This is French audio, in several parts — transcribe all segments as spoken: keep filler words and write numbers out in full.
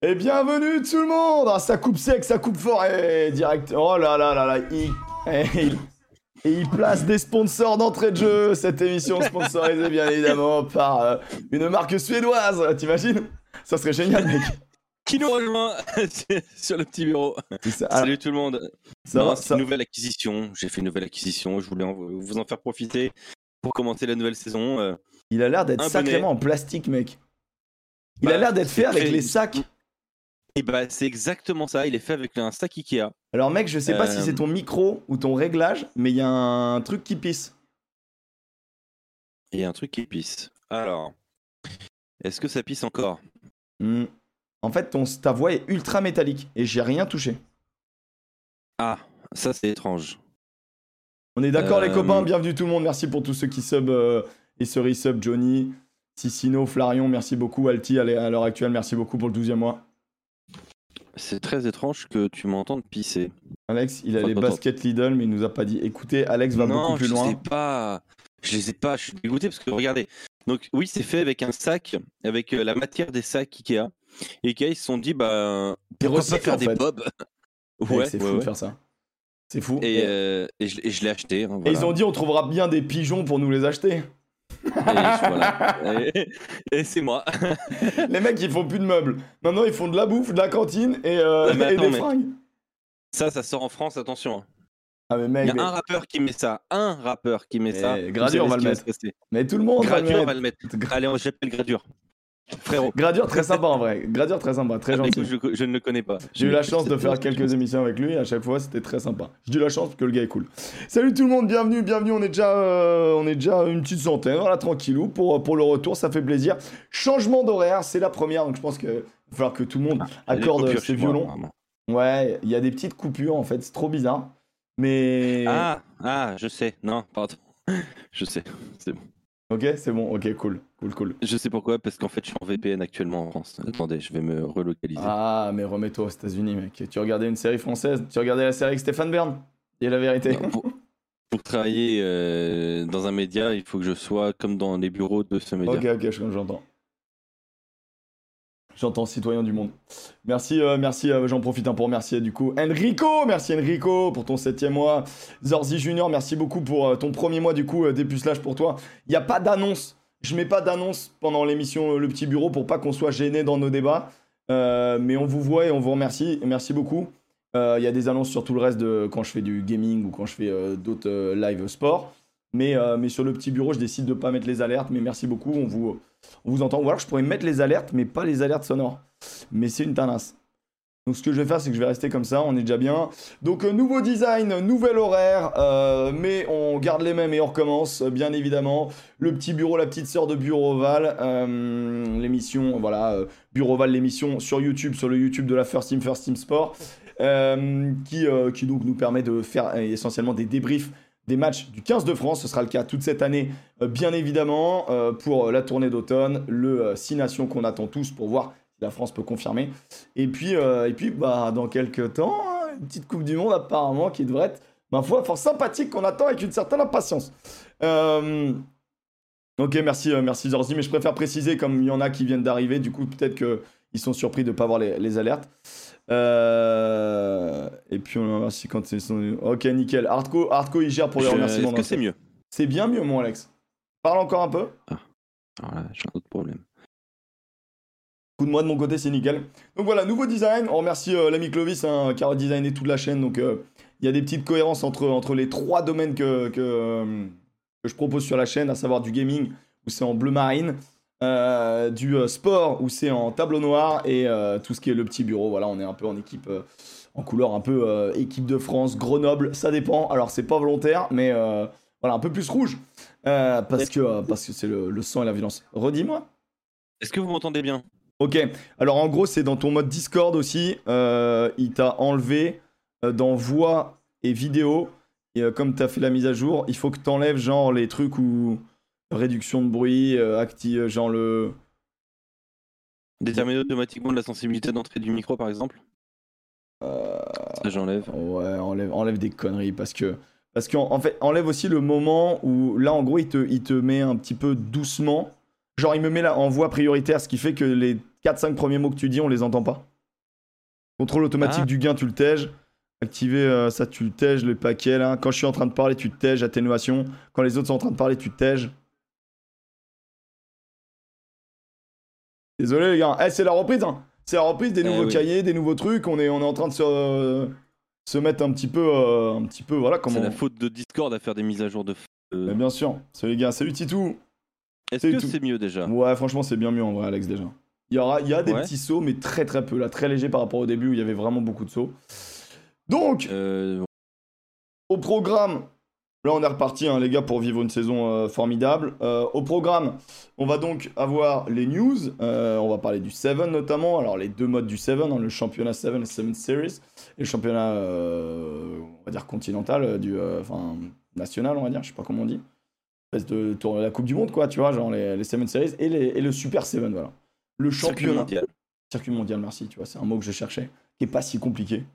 Et bienvenue tout le monde. Ah, ça coupe sec, ça coupe fort et direct. Oh là là là là. Il... Et, il... et il place des sponsors d'entrée de jeu. Cette émission sponsorisée bien évidemment par euh, une marque suédoise. T'imagines? Ça serait génial, mec. Qui nous rejoint sur le petit bureau. Ça. Salut tout le monde. Ça non, va, c'est ça... une nouvelle acquisition. J'ai fait une nouvelle acquisition. Je voulais en... vous en faire profiter pour commencer la nouvelle saison. Euh, il a l'air d'être un sacrément bonnet. en plastique, mec. Il bah, a l'air d'être fait avec très... les sacs. Et bah c'est exactement ça. Il est fait avec un sac Ikea. Alors mec, je sais pas euh... si c'est ton micro ou ton réglage, mais il y a un truc qui pisse. Il y a un truc qui pisse. Alors, est-ce que ça pisse encore? mmh. En fait, ton, ta voix est ultra métallique et j'ai rien touché. Ah, ça c'est étrange. On est d'accord euh... les copains, bienvenue tout le monde, merci pour tous ceux qui sub euh, et se resub, Johnny, Cicino, Flarion, merci beaucoup, Alti à l'heure actuelle, merci beaucoup pour le douzième mois. C'est très étrange que tu m'entendes pisser. Alex, il a enfin, les baskets Lidl, mais il nous a pas dit. Écoutez, Alex va non, beaucoup plus je loin. Non, je sais pas. Je les ai pas, je suis dégoûté parce que regardez. Donc oui, c'est fait avec un sac, avec euh, la matière des sacs Ikea. Et Ikea, ils se sont dit, bah, pourquoi pas faire en des fait. bobs. Ouais, c'est ouais, fou ouais. de faire ça. C'est fou. Et, et... Euh, et je, et je l'ai acheté. Hein, voilà. Et ils ont dit, on trouvera bien des pigeons pour nous les acheter. Et, voilà. et, et c'est moi. Les mecs, ils font plus de meubles. Maintenant, ils font de la bouffe, de la cantine et, euh, non, attends, et des mais... fringues. Ça, ça sort en France, attention. Ah mais mec, il y a mais... un rappeur qui met ça, un rappeur qui met mais ça. Gradure va le mettre. Mais tout le monde Gradure va le mettre. Va le mettre. Allez, j'appelle Gradure. Frérot. Gradure très sympa en vrai. Gradure très sympa, très gentil. Écoute, je, je ne le connais pas. J'ai eu la chance de faire quelques émissions avec lui et à chaque fois c'était très sympa. Je dis la chance parce que le gars est cool. Salut tout le monde, bienvenue, bienvenue. On est déjà, euh, on est déjà une petite centaine, voilà tranquillou pour pour le retour, ça fait plaisir. Changement d'horaire, c'est la première, donc je pense qu'il va falloir que tout le monde ah, accorde ses violons. Moi, ouais, il y a des petites coupures en fait, c'est trop bizarre. Mais ah ah, je sais. Non, pardon. Je sais, c'est bon. Ok, c'est bon, ok, cool, cool, cool. Je sais pourquoi, parce qu'en fait, je suis en V P N actuellement en France. Attendez, je vais me relocaliser. Ah, mais remets-toi aux États-Unis, mec. Tu regardais une série française, tu regardais la série avec Stéphane Bern. Et la vérité. Non, pour, pour travailler euh, dans un média, il faut que je sois comme dans les bureaux de ce média. Ok, ok, j'entends. J'entends citoyen du monde. Merci, euh, merci, euh, j'en profite hein, pour remercier du coup Enrico, merci Enrico pour ton septième mois. Zorzi Junior, merci beaucoup pour euh, ton premier mois du coup, euh, dépucelage pour toi. Il n'y a pas d'annonce, je mets pas d'annonce pendant l'émission euh, Le Petit Bureau pour pas qu'on soit gêné dans nos débats. Euh, mais on vous voit et on vous remercie, et merci beaucoup. Il euh, y a des annonces sur tout le reste de quand je fais du gaming ou quand je fais euh, d'autres euh, live sport. Mais, euh, mais sur Le Petit Bureau, je décide de pas mettre les alertes, mais merci beaucoup, on vous... On vous entend. Ou alors je pourrais mettre les alertes, mais pas les alertes sonores. Mais c'est une tanasse. Donc ce que je vais faire, c'est que je vais rester comme ça. On est déjà bien. Donc euh, nouveau design, nouvel horaire. Euh, mais on garde les mêmes et on recommence, bien évidemment. Le petit bureau, la petite sœur de Bureau Oval. Euh, l'émission, voilà. Euh, Bureau Oval, l'émission sur YouTube, sur le YouTube de la First Team, First Team Sport. Euh, qui, euh, qui donc nous permet de faire euh, essentiellement des débriefs des matchs du quinze de France, ce sera le cas toute cette année, euh, bien évidemment, euh, pour la tournée d'automne, le euh, six nations qu'on attend tous pour voir si la France peut confirmer. Et puis, euh, et puis bah, dans quelques temps, hein, une petite Coupe du Monde apparemment qui devrait être, ma foi, fort sympathique, qu'on attend avec une certaine impatience. Euh... Ok, merci, euh, merci Zorzi, mais je préfère préciser, comme il y en a qui viennent d'arriver, du coup peut-être qu'ils sont surpris de ne pas avoir les, les alertes. Euh... Et puis on va voir si quand c'est son... Ok, nickel. Hardco, Hardco il gère pour les je... remerciements. Est-ce que c'est mieux? C'est bien mieux, mon Alex. Parle encore un peu. Ah, alors là, j'ai un autre problème. Coup de moi de mon côté, c'est nickel. Donc voilà, nouveau design. On remercie euh, l'ami Clovis hein, qui a designé toute la chaîne. Donc il euh, y a des petites cohérences entre, entre les trois domaines que, que, euh, que je propose sur la chaîne, à savoir du gaming où c'est en bleu marine. Euh, du euh, sport où c'est en tableau noir et euh, tout ce qui est le petit bureau, voilà, on est un peu en équipe euh, en couleur un peu euh, équipe de France, Grenoble, ça dépend, alors c'est pas volontaire mais euh, voilà, un peu plus rouge euh, parce que euh, parce que c'est le, le sang et la violence. Redis-moi. Est-ce que vous m'entendez bien? Ok, alors en gros c'est dans ton mode Discord aussi, euh, il t'a enlevé euh, dans voix et vidéo et euh, comme t'as fait la mise à jour, il faut que t'enlèves genre les trucs où réduction de bruit, euh, active, genre le... Déterminer automatiquement la sensibilité d'entrée du micro, par exemple. Euh... Ça, j'enlève. Ouais, enlève, enlève des conneries, parce que... Parce qu'en en fait, enlève aussi le moment où, là, en gros, il te, il te met un petit peu doucement. Genre, il me met là en voix prioritaire, ce qui fait que les quatre cinq premiers mots que tu dis, on les entend pas. Contrôle automatique Ah. du gain, tu le tèges. Activer euh, ça, tu le tèges, les paquets là. Quand je suis en train de parler, tu te tèges. Atténuation. Quand les autres sont en train de parler, tu te tèges. Désolé les gars. Eh, c'est la reprise, hein. C'est la reprise des Eh nouveaux oui. cahiers, des nouveaux trucs. On est, on est en train de se, euh, se mettre un petit peu, euh, un petit peu, voilà comment. C'est la faute de Discord à faire des mises à jour de. f- euh. Mais bien sûr. Salut les gars. Salut Titou. Est-ce c'est que tout. c'est mieux déjà? Ouais, franchement, c'est bien mieux en vrai, Alex, déjà. Il y, aura, il y a des Ouais. petits sauts, mais très très peu, là, très léger par rapport au début où il y avait vraiment beaucoup de sauts. Donc, Euh, au programme, là on est reparti, hein, les gars, pour vivre une saison euh, formidable. Euh, au programme, on va donc avoir les news. Euh, on va parler du Seven notamment. Alors, les deux modes du Seven, hein, le championnat Seven et Seven Series, et le championnat, euh, on va dire, continental, euh, du, euh, enfin, national, on va dire, je sais pas comment on dit. Espèce de tour de la Coupe du Monde, quoi, tu vois, genre les, les Seven Series et, les, et le Super Seven, voilà. Le circuit championnat. mondial. Circuit mondial, merci, tu vois, c'est un mot que je cherchais, qui est pas si compliqué.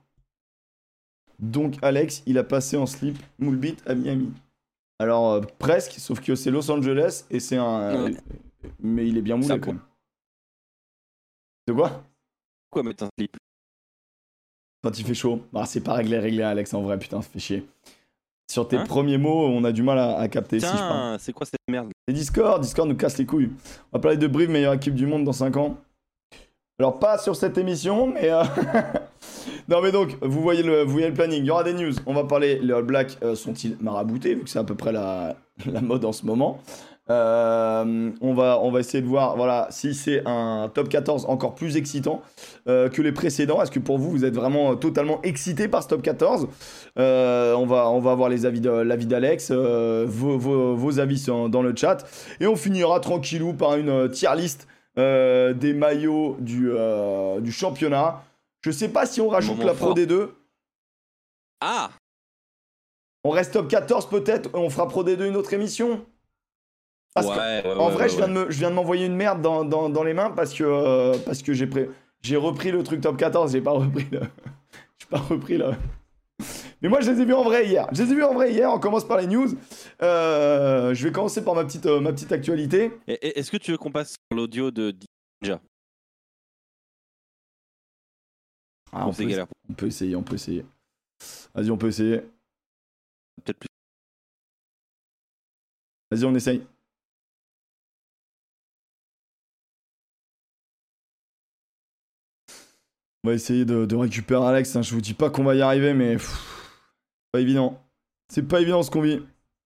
Donc, Alex, il a passé en slip Moulbit à Miami. Alors, euh, presque, sauf que c'est Los Angeles et c'est un. Ouais. euh, mais il est bien moulé Ça quand même. De quoi? Pourquoi mettre un slip? Quand il fait chaud. Bah, c'est pas réglé, réglé, Alex, en vrai, putain, ça fait chier. Sur tes Hein premiers mots, on a du mal à, à capter, si je parle. Tiens, c'est quoi cette merde? C'est Discord, Discord nous casse les couilles. On va parler de Brive, meilleure équipe du monde dans cinq ans. Alors, pas sur cette émission, mais. euh, non, mais donc, vous voyez, le, vous voyez le planning. Il y aura des news. On va parler. Les All Blacks euh, sont-ils maraboutés, vu que c'est à peu près la, la mode en ce moment. Euh, on, va, on va essayer de voir voilà, si c'est un top quatorze encore plus excitant euh, que les précédents. Est-ce que pour vous, vous êtes vraiment euh, totalement excité par ce top quatorze? Euh, on, va, on va avoir les avis de, l'avis d'Alex, euh, vos, vos, vos avis sur- dans le chat. Et on finira tranquillou par une euh, tier list euh, des maillots du, euh, du championnat. Je sais pas si on rajoute Moment la Pro fort. D deux. Ah! On reste top quatorze peut-être. On fera Pro D deux une autre émission. Parce que- Ouais, ouais, en ouais, vrai, ouais, je viens, ouais. de me, je viens de m'envoyer une merde dans, dans, dans les mains parce que, euh, parce que j'ai, pré- j'ai repris le truc top quatorze. J'ai pas repris le. j'ai pas repris le. Mais moi, je les ai vus en vrai hier. Je les ai vus en vrai hier. On commence par les news. Euh, je vais commencer par ma petite, euh, ma petite actualité. Et- et- Est-ce que tu veux qu'on passe sur l'audio de Ninja? Ah, Bon, on, c'est peut, galère. on peut essayer, on peut essayer. Vas-y, on peut essayer. Peut-être plus. Vas-y, on essaye. On va essayer de, de récupérer Alex. Hein. Je vous dis pas qu'on va y arriver, mais pff, pas évident. C'est pas évident ce qu'on vit.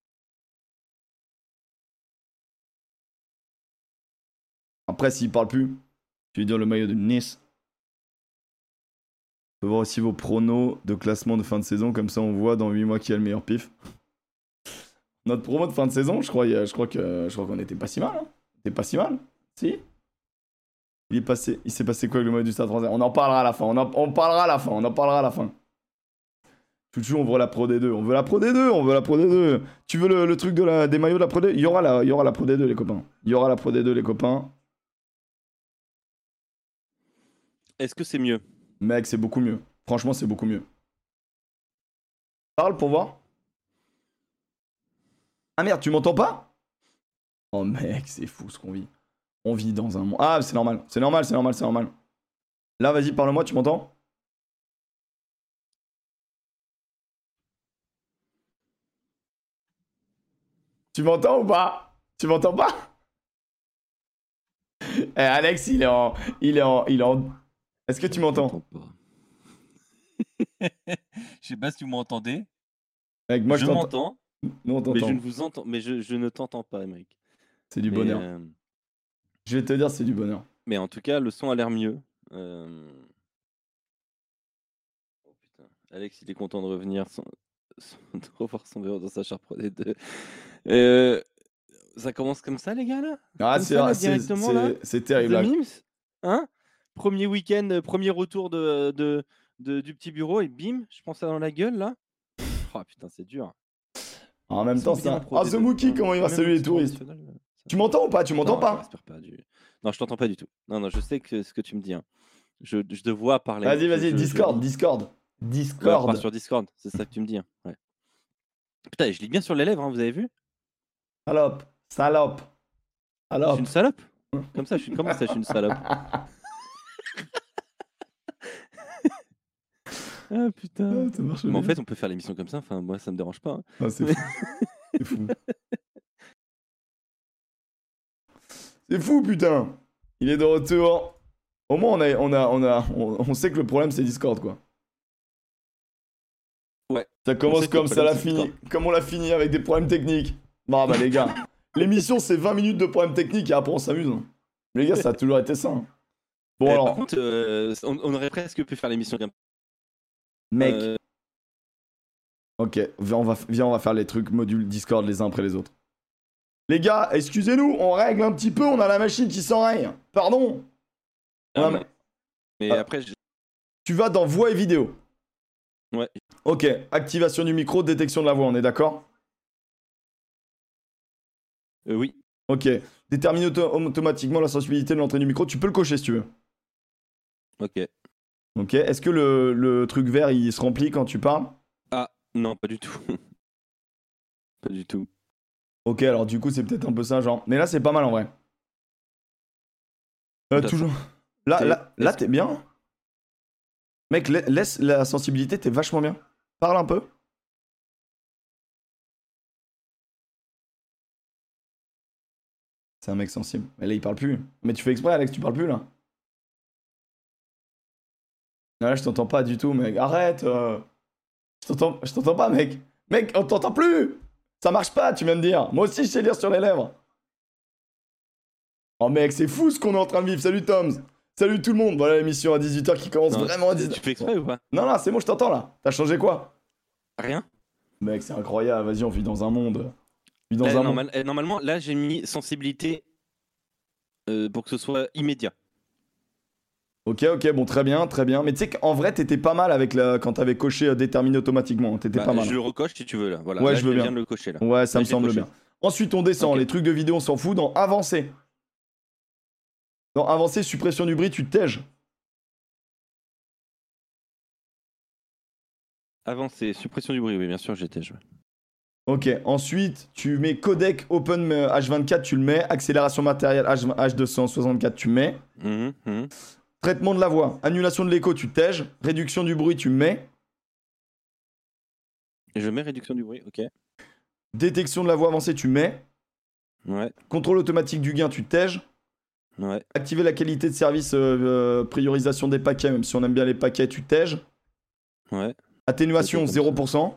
Après, s'il parle plus, je vais dire le maillot de Nice. On peut voir aussi vos pronos de classement de fin de saison. Comme ça, on voit dans huit mois qui a le meilleur pif. Notre promo de fin de saison, je crois, je crois que je crois qu'on était pas si mal. Hein. C'était pas si mal. Si. Il est passé. Il s'est passé quoi avec le maillot du Stade Français? On en parlera à la fin. On en, on parlera à la fin. On en parlera à la fin. Toujours, on veut la Pro D deux. On veut la Pro D deux. On veut la Pro D deux. Tu veux le, le truc de la, des maillots de la Pro D deux? Il y aura la, il y aura la Pro D deux, les copains. Il y aura la Pro D deux, les copains. Est-ce que c'est mieux? Mec, c'est beaucoup mieux. Franchement, c'est beaucoup mieux. Parle pour voir. Ah merde, tu m'entends pas? Oh mec, c'est fou ce qu'on vit. On vit dans un monde. Ah, c'est normal. C'est normal, c'est normal, c'est normal. Là, vas-y, parle-moi, tu m'entends? Tu m'entends ou pas? Tu m'entends pas? Eh, Alex, il est en. Il est en. Il est en. Est-ce que tu m'entends? Je sais pas si vous m'entendez. Mec, moi je je t'entends. m'entends, Nous on mais je t'entend. ne vous entends, mais je, je ne t'entends pas, mec. C'est du Mais, bonheur. euh, Je vais te dire, c'est du bonheur. mais en tout cas, le son a l'air mieux. Euh, Oh putain, Alex, il est content de revenir, sans... sans- de revoir son verre dans sa Sharp Pro D deux. Euh, Ça commence comme ça, les gars, là? Ah, Comme c'est ça, là, c'est- directement, là? c'est- c'est terrible. The là. Mims, hein? Premier week-end, euh, premier retour de, de, de- du petit bureau et bim, je prends ça dans la gueule là. Oh putain, c'est dur. En même Ils temps, sont bien ça. en Pro Ah, D The deux. Mookie, Non, comment il va même saluer les au niveau touristes? national, ça- Tu m'entends ou pas? Tu m'entends Non, je pas? respire pas du... Non, je t'entends pas du tout. Non, non, je sais que ce que tu me dis. hein. Je, je te vois parler. Vas-y, Je- vas-y, je- je Discord, lis. Discord. Ouais, on Discord. part sur Discord, c'est ça que tu me dis. hein. Ouais. Putain, je lis bien sur les lèvres, hein, vous avez vu? Salope. Salope. Je suis Salope. une salope? Comme ça, je suis... Comment ça, je suis une salope? Ah putain. Ah, ça marche Mais en bien. fait, on peut faire l'émission comme ça. Enfin, moi, ça me dérange pas. hein. Ah, c'est fou. C'est fou. C'est fou, putain. Il est de retour. Au moins, on a, on a, on a, on, on sait que le problème c'est Discord, quoi. Ouais. Ça On commence sait que le comme ça problème, l'a c'est fini, Discord. comme on l'a fini avec des problèmes techniques. Bah bah les gars, l'émission c'est vingt minutes de problèmes techniques et après on s'amuse. hein. Les gars, ça a toujours été ça. hein. Bon Eh, alors, Par contre, euh, on, on aurait presque pu faire l'émission comme mec, Euh, ok, viens on, va, viens, on va faire les trucs modules Discord les uns après les autres. Les gars, excusez-nous, on règle un petit peu, on a la machine qui s'enraye. Pardon. ah, On a- mais mais Ah. après, je- Tu vas dans voix et vidéo. ouais. Ok, activation du micro, détection de la voix, on est d'accord? Euh, oui. Ok, détermine auto- automatiquement la sensibilité de l'entrée du micro, tu peux le cocher si tu veux. Ok. Ok, est-ce que le, le truc vert il se remplit quand tu parles? Ah, non, pas du tout. Pas du tout. Ok, alors du coup c'est peut-être un peu ça, genre. Mais là c'est pas mal en vrai. Euh, Attends. toujours. Là, T'es- là, là est-ce- t'es bien. Mec, la- laisse la sensibilité, t'es vachement bien. Parle un peu. C'est un mec sensible. Mais là il parle plus. Mais tu fais exprès, Alex, tu parles plus là. Non, là je t'entends pas du tout, mec. Arrête. euh. Je t'entends, je t'entends pas, mec. Mec, on t'entend plus. Ça marche pas, tu viens de dire. Moi aussi je sais lire sur les lèvres. Oh mec, c'est fou ce qu'on est en train de vivre. Salut Toms. Salut tout le monde. Voilà l'émission à dix-huit heures qui commence Non, vraiment à tu- dix-huit heures. Tu fais exprès ou pas? Non, non, c'est bon, je t'entends là. T'as changé quoi? Rien. Mec, c'est incroyable. Vas-y, on vit dans un monde. On vit dans Là, un monde. normal- eh, normalement, là, j'ai mis sensibilité euh, pour que ce soit immédiat. Ok, ok, bon, très bien, très bien. Mais tu sais qu'en vrai, t'étais pas mal avec la... quand t'avais coché euh, déterminé automatiquement. T'étais Bah, pas mal. je le recoche si tu veux là. Voilà. Ouais, Là, je veux bien. viens de le cocher là. Ouais, ça Là, me j'ai semble coché. bien. Ensuite, on descend. Ok. Les trucs de vidéo, on s'en fout. Dans avancer. Dans avancer, suppression du bruit, tu te tèges. Avancer, suppression du bruit, oui, bien sûr, j'étais joué. Ok, ensuite, tu mets codec open euh, H vingt-quatre, tu le mets. Accélération matérielle H... H deux cent soixante-quatre, tu mets. Mhm, mhm. Traitement de la voix. Annulation de l'écho, tu tèges. Réduction du bruit, tu mets. Et je mets réduction du bruit, ok. Détection de la voix avancée, tu mets. Ouais, Contrôle automatique du gain, tu tèges. ouais. Activer la qualité de service, euh, euh, priorisation des paquets, même si on aime bien les paquets, tu tèges. Ouais. Atténuation, Ça, c'est comme zéro ça. pour cent.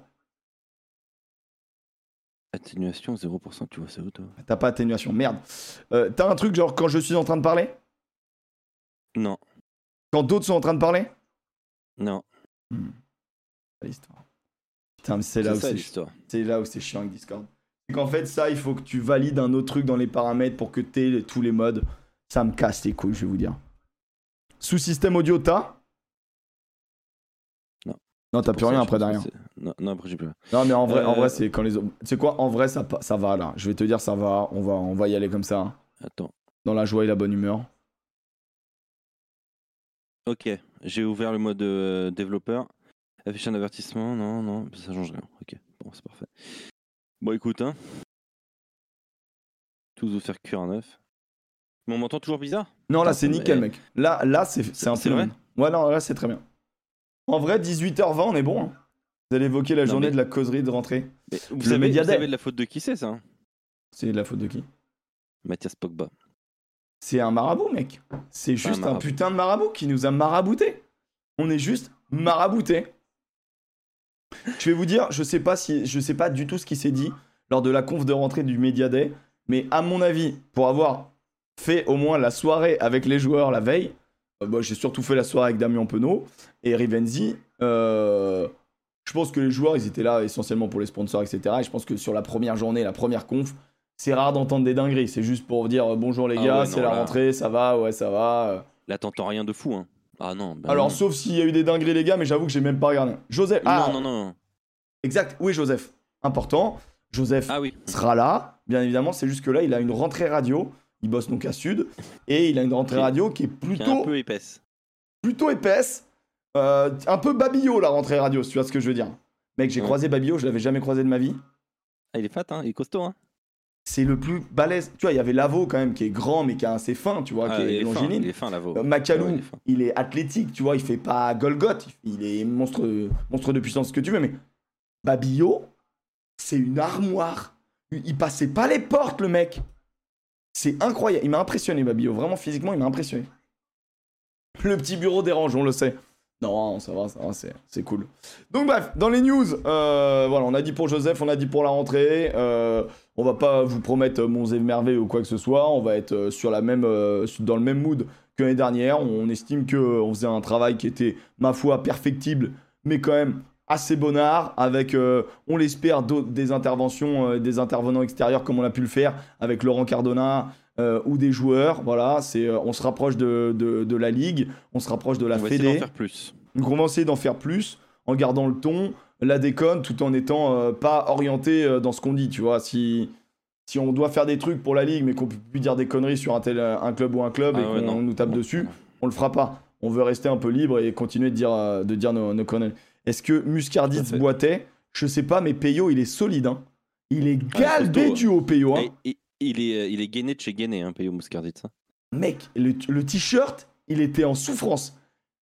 Atténuation zéro pour cent, tu vois, c'est où toi? T'as pas atténuation, merde. Euh, T'as un truc genre quand je suis en train de parler? Non, Quand d'autres sont en train de parler? non. Hmm. C'est l'histoire. Putain, mais c'est C'est là, où ça c'est l'histoire. c'est là où c'est chiant avec Discord. C'est qu'en fait, ça, il faut que tu valides un autre truc dans les paramètres pour que t'aies les- tous les modes. Ça me casse les couilles, je vais vous dire. Sous-système audio, t'as? Non. Non, t'as Pour plus ça, rien je après pense que derrière. c'est- Non, non, après j'ai plus rien. Non, mais en vrai, en Euh, vrai c'est quand les autres. Tu sais quoi? En vrai, ça, pa- ça va là. Je vais te dire, ça va. On va, on va y aller comme ça. hein. Attends. Dans la joie et la bonne humeur. Ok, j'ai ouvert le mode euh, développeur. Afficher un avertissement, non, non, ça change rien. Ok, bon, c'est parfait. Bon, écoute, hein. Tous vous faire cuire un œuf. Mais on m'entend toujours bizarre? Non, là, Putain, c'est ça me- nickel, eh, mec. Là, là c'est c'est un C'est peu. vrai Ouais, non, là, c'est très bien. En vrai, dix-huit heures vingt, on est bon. hein. Vous allez évoquer la Non, journée mais- de la causerie de rentrée. mais vous, Le savez, vous Mediaday. savez de la faute de qui c'est, ça hein? C'est de la faute de qui? Mathias Pogba. C'est un marabout, mec. C'est juste un, marabout. putain de marabout qui nous a marabouté. On est juste marabouté. Je vais vous dire, je sais pas si, je sais pas du tout ce qui s'est dit lors de la conf de rentrée du Mediaday, mais à mon avis, pour avoir fait au moins la soirée avec les joueurs la veille, euh, bah, j'ai surtout fait la soirée avec Damien Penaud et Rivenzi. euh, je pense que les joueurs, ils étaient là essentiellement pour les sponsors, et cetera. Et je pense que sur la première journée, la première conf, c'est rare d'entendre des dingueries. C'est juste pour dire euh, bonjour les Ah gars, ouais, c'est non, la là. rentrée, ça va, ouais, ça va. euh. Là, t'entends rien de fou, hein. Ah non. bah Alors, non. sauf s'il y a eu des dingueries, les gars, mais j'avoue que j'ai même pas regardé. Joseph. Ah, Non, non, non. exact. Oui, Joseph. Important. Joseph Ah oui. sera là, bien évidemment. C'est juste que là, il a une rentrée radio. Il bosse donc à Sud. Et il a une rentrée Qui- radio qui est Qui est plutôt, un peu épaisse. plutôt épaisse. Euh, un peu babillot, la rentrée radio, si tu vois ce que je veux dire. Mec, j'ai Ouais. croisé Babillot, je l'avais jamais croisé de ma vie. Ah, il est fat, hein. Il est costaud, hein. c'est le plus balèze. Tu vois, il y avait Lavo quand même qui est grand mais qui est assez fin, tu vois, Ah, qui il est est fin, longiligne. il est fin, Lavo. Euh, Macalou, Ouais, il est fin. il est athlétique, tu vois, il fait pas Golgoth, il est monstre, monstre de puissance, ce que tu veux, mais Babillo, c'est une armoire. Il passait pas les portes, le mec. C'est incroyable. Il m'a impressionné, Babillo. Vraiment, physiquement, il m'a impressionné. Le petit bureau dérange, on le sait. Non, ça va, ça va, c'est, c'est cool. Donc bref, dans les news, euh, voilà, on a dit pour Joseph, on a dit pour la rentrée. Euh, on va pas vous promettre monts et merveilles ou quoi que ce soit. On va être sur la même, euh, dans le même mood que l'année dernière. On estime qu'on faisait un travail qui était, ma foi, perfectible, mais quand même assez bonnard, avec, euh, on l'espère, des interventions, euh, des intervenants extérieurs comme on a pu le faire avec Laurent Cardona. Euh, ou des joueurs, voilà, c'est, euh, on se rapproche de, de, de la ligue, on se rapproche de la On va Fédé. essayer d'en faire plus. Donc on va essayer d'en faire plus, en gardant le ton, la déconne, tout en étant euh, pas orienté euh, dans ce qu'on dit, tu vois. Si, si on doit faire des trucs pour la ligue, mais qu'on peut plus dire des conneries sur un, tel, un club ou un club Ah et ouais, qu'on non. nous tape Non. dessus, on le fera pas. On veut rester un peu libre et continuer de dire, euh, de dire nos, nos conneries. Est-ce que Muscarditz boitait? Je sais pas, mais Peyo, il est solide, hein. Il est galbé costaud, du haut, Peyo, hein. Et- et- il est, il est gainé de chez gainé, hein, Peyo Muscarditz. hein. Mec, le, le t-shirt, il était en souffrance.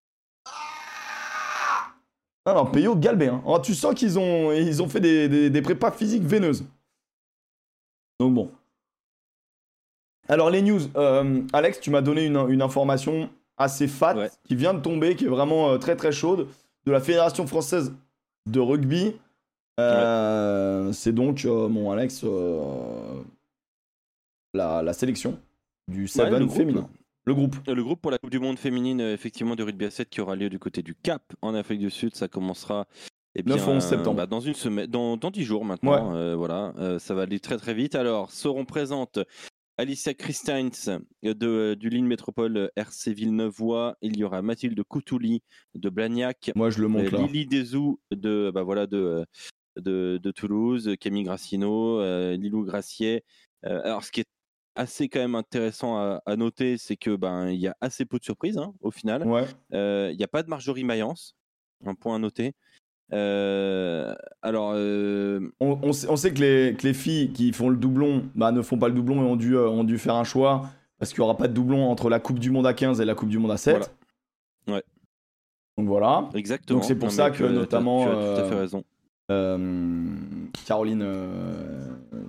Ah non, Peyo galbé. Hein. Oh, tu sens qu'ils ont, ils ont fait des, des, des prépas physiques veineuses. Donc bon. Alors les news. Euh, Alex, tu m'as donné une, une information assez fat Ouais. qui vient de tomber, qui est vraiment euh, très très chaude, de la Fédération française de rugby. Euh, C'est donc, euh, mon Alex, euh, la, la sélection du Seven Ouais, le groupe. féminin. Le groupe. Le groupe pour la Coupe du Monde féminine, euh, effectivement, de rugby à sept qui aura lieu du côté du Cap en Afrique du Sud. Ça commencera eh bien, neuf au onze septembre. bah, dans une semaine, dans, dans dix jours maintenant. Euh, voilà, euh, ça va aller très très vite. Alors, seront présentes Alicia Christines de, du Lille Métropole R C Villeneuvois. Il y aura Mathilde Coutouli de Blagnac. Moi, je le montre euh, là. Lily Desou de, bah, voilà, de, de, de Toulouse. Camille Grassino, euh, Lilou Gracier. Euh, alors, ce qui est assez quand même intéressant à, à noter, c'est que ben il y a assez peu de surprises hein, au final. Ouais. Euh, Il n'y a pas de Marjorie Mayence, un point à noter. Euh, alors, euh, On, on sait, on sait que, les, que les filles qui font le doublon bah, ne font pas le doublon et ont dû, euh, ont dû faire un choix parce qu'il n'y aura pas de doublon entre la Coupe du Monde à quinze et la Coupe du Monde à sept. Voilà. Ouais. Donc voilà. exactement. Donc c'est pour Non, ça mais que tu as- notamment tu as, tu as tout à euh, fait raison. euh, Caroline. euh,